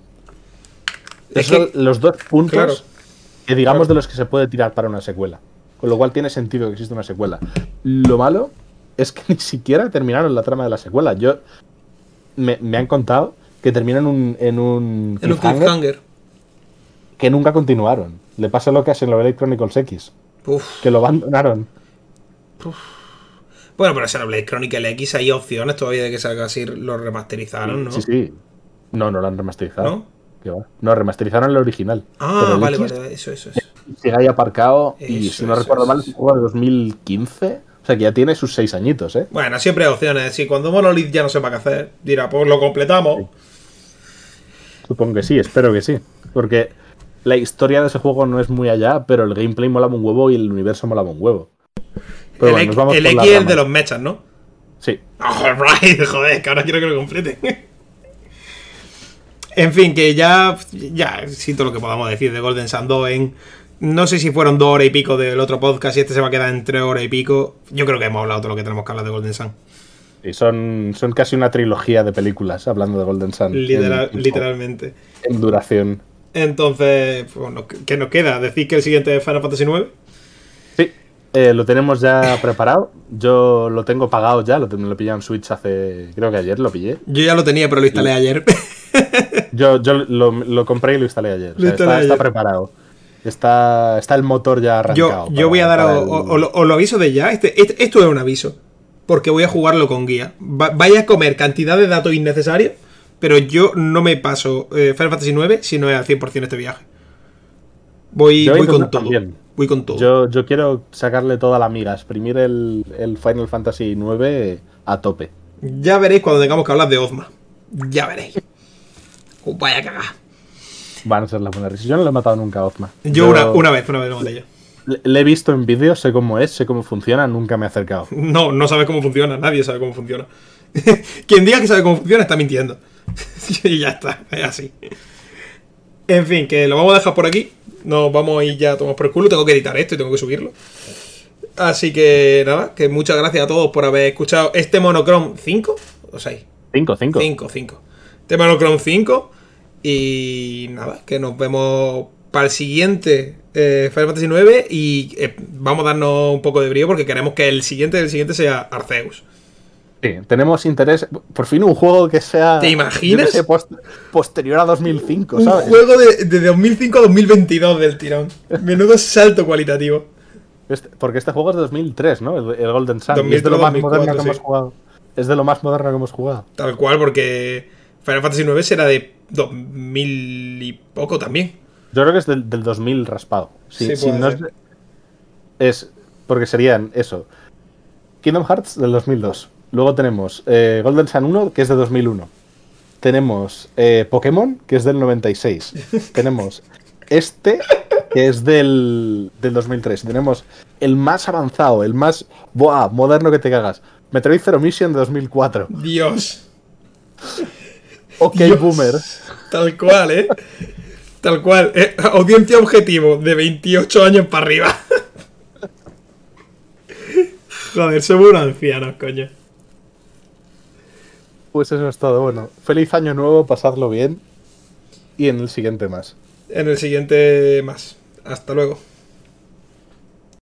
S2: Esos son los dos puntos, claro, que digamos de los que se puede tirar para una secuela. Con lo cual tiene sentido que exista una secuela. Lo malo es que ni siquiera terminaron la trama de la secuela. Me han contado que terminan en un cliffhanger que nunca continuaron. Le pasa lo que a Xenoblade Chronicles X.
S1: Uf.
S2: Que lo abandonaron.
S1: Uf. Bueno, pero Xenoblade Chronicles X hay opciones todavía de que salga así, lo remasterizaron, ¿no?
S2: Sí. No lo han remasterizado.
S1: ¿No?
S2: ¿Qué va? No, remasterizaron el original.
S1: Ah, vale, eso.
S2: Sigue ahí aparcado y
S1: Eso,
S2: si no recuerdo mal es un juego de 2015. O sea que ya tiene sus 6 añitos, ¿eh?
S1: Bueno, siempre hay opciones. Si cuando Monolith ya no sepa qué hacer, dirá, pues lo completamos.
S2: Sí. Supongo que sí, espero que sí. Porque la historia de ese juego no es muy allá, pero el gameplay molaba un huevo y el universo molaba un huevo. Pero bueno, nos vamos
S1: el X es de los mechas, ¿no?
S2: Sí.
S1: Alright, joder, que ahora quiero que lo complete. En fin, que ya siento lo que podamos decir de Golden Sun 2 en... No sé si fueron 2 horas y pico del otro podcast y este se va a quedar en 3 horas y pico. Yo creo que hemos hablado todo lo que tenemos que hablar de Golden Sun.
S2: Y son casi una trilogía de películas hablando de Golden Sun.
S1: Literalmente.
S2: En duración.
S1: Entonces, bueno, ¿qué nos queda? ¿Decir que el siguiente es Final Fantasy IX?
S2: Sí, lo tenemos ya preparado. Yo lo tengo pagado ya, lo pillé en Switch hace... Creo que ayer lo pillé.
S1: Yo ya lo tenía, pero lo instalé ayer.
S2: Yo lo compré y lo instalé ayer. Está preparado. Está el motor ya arrancado.
S1: Yo voy a dar... Os lo aviso de ya. Esto es un aviso. Porque voy a jugarlo con guía. Vaya a comer cantidad de datos innecesarios. Pero yo no me paso Final Fantasy IX si no es al 100% este viaje. Voy con todo. Voy con todo.
S2: Yo quiero sacarle toda la miga. Exprimir el Final Fantasy IX a tope.
S1: Ya veréis cuando tengamos que hablar de Ozma. Ya veréis. Vaya cagada.
S2: Van a ser las buenas risas. Yo no le he matado nunca a Ozma.
S1: Yo una vez lo maté yo.
S2: Le he visto en vídeos, sé cómo es, sé cómo funciona, nunca me he acercado.
S1: No sabes cómo funciona, nadie sabe cómo funciona. Quien diga que sabe cómo funciona está mintiendo. Y ya está, es así. En fin, que lo vamos a dejar por aquí. Nos vamos a ir ya a tomar por el culo. Tengo que editar esto y tengo que subirlo. Así que nada, que muchas gracias a todos por haber escuchado este Monochrome 5 o 6. 5. Este Monochrome 5. Y nada, que nos vemos para el siguiente Final Fantasy IX. Y vamos a darnos un poco de brío porque queremos que el siguiente sea Arceus.
S2: Sí, tenemos interés. Por fin un juego que sea...
S1: ¿Te imaginas?
S2: Posterior a 2005, ¿sabes?
S1: Un juego de 2005 a 2022 del tirón. Menudo salto cualitativo.
S2: Porque este juego es de 2003, ¿no? El Golden Sun.
S1: 2003,
S2: es de lo más
S1: 2004,
S2: moderno que hemos jugado. Es de lo más moderno que hemos jugado.
S1: Tal cual, porque Final Fantasy IX será de 2000 y poco también.
S2: Yo creo que es del 2000 raspado.
S1: Sí,
S2: Si
S1: puede
S2: no
S1: ser.
S2: es porque serían eso. Kingdom Hearts del 2002. Luego tenemos Golden Sun 1, que es de 2001. Tenemos Pokémon, que es del 96. Tenemos este, que es del 2003. Tenemos el más avanzado, el más moderno que te cagas. Metroid Zero Mission de 2004.
S1: Dios.
S2: Ok,
S1: Dios.
S2: Boomer.
S1: Tal cual, ¿eh? Tal cual. Audiencia objetivo de 28 años para arriba. Joder, somos unos ancianos, coño.
S2: Pues eso es todo. Bueno, feliz año nuevo, pasarlo bien. Y en el siguiente más.
S1: En el siguiente más. Hasta luego.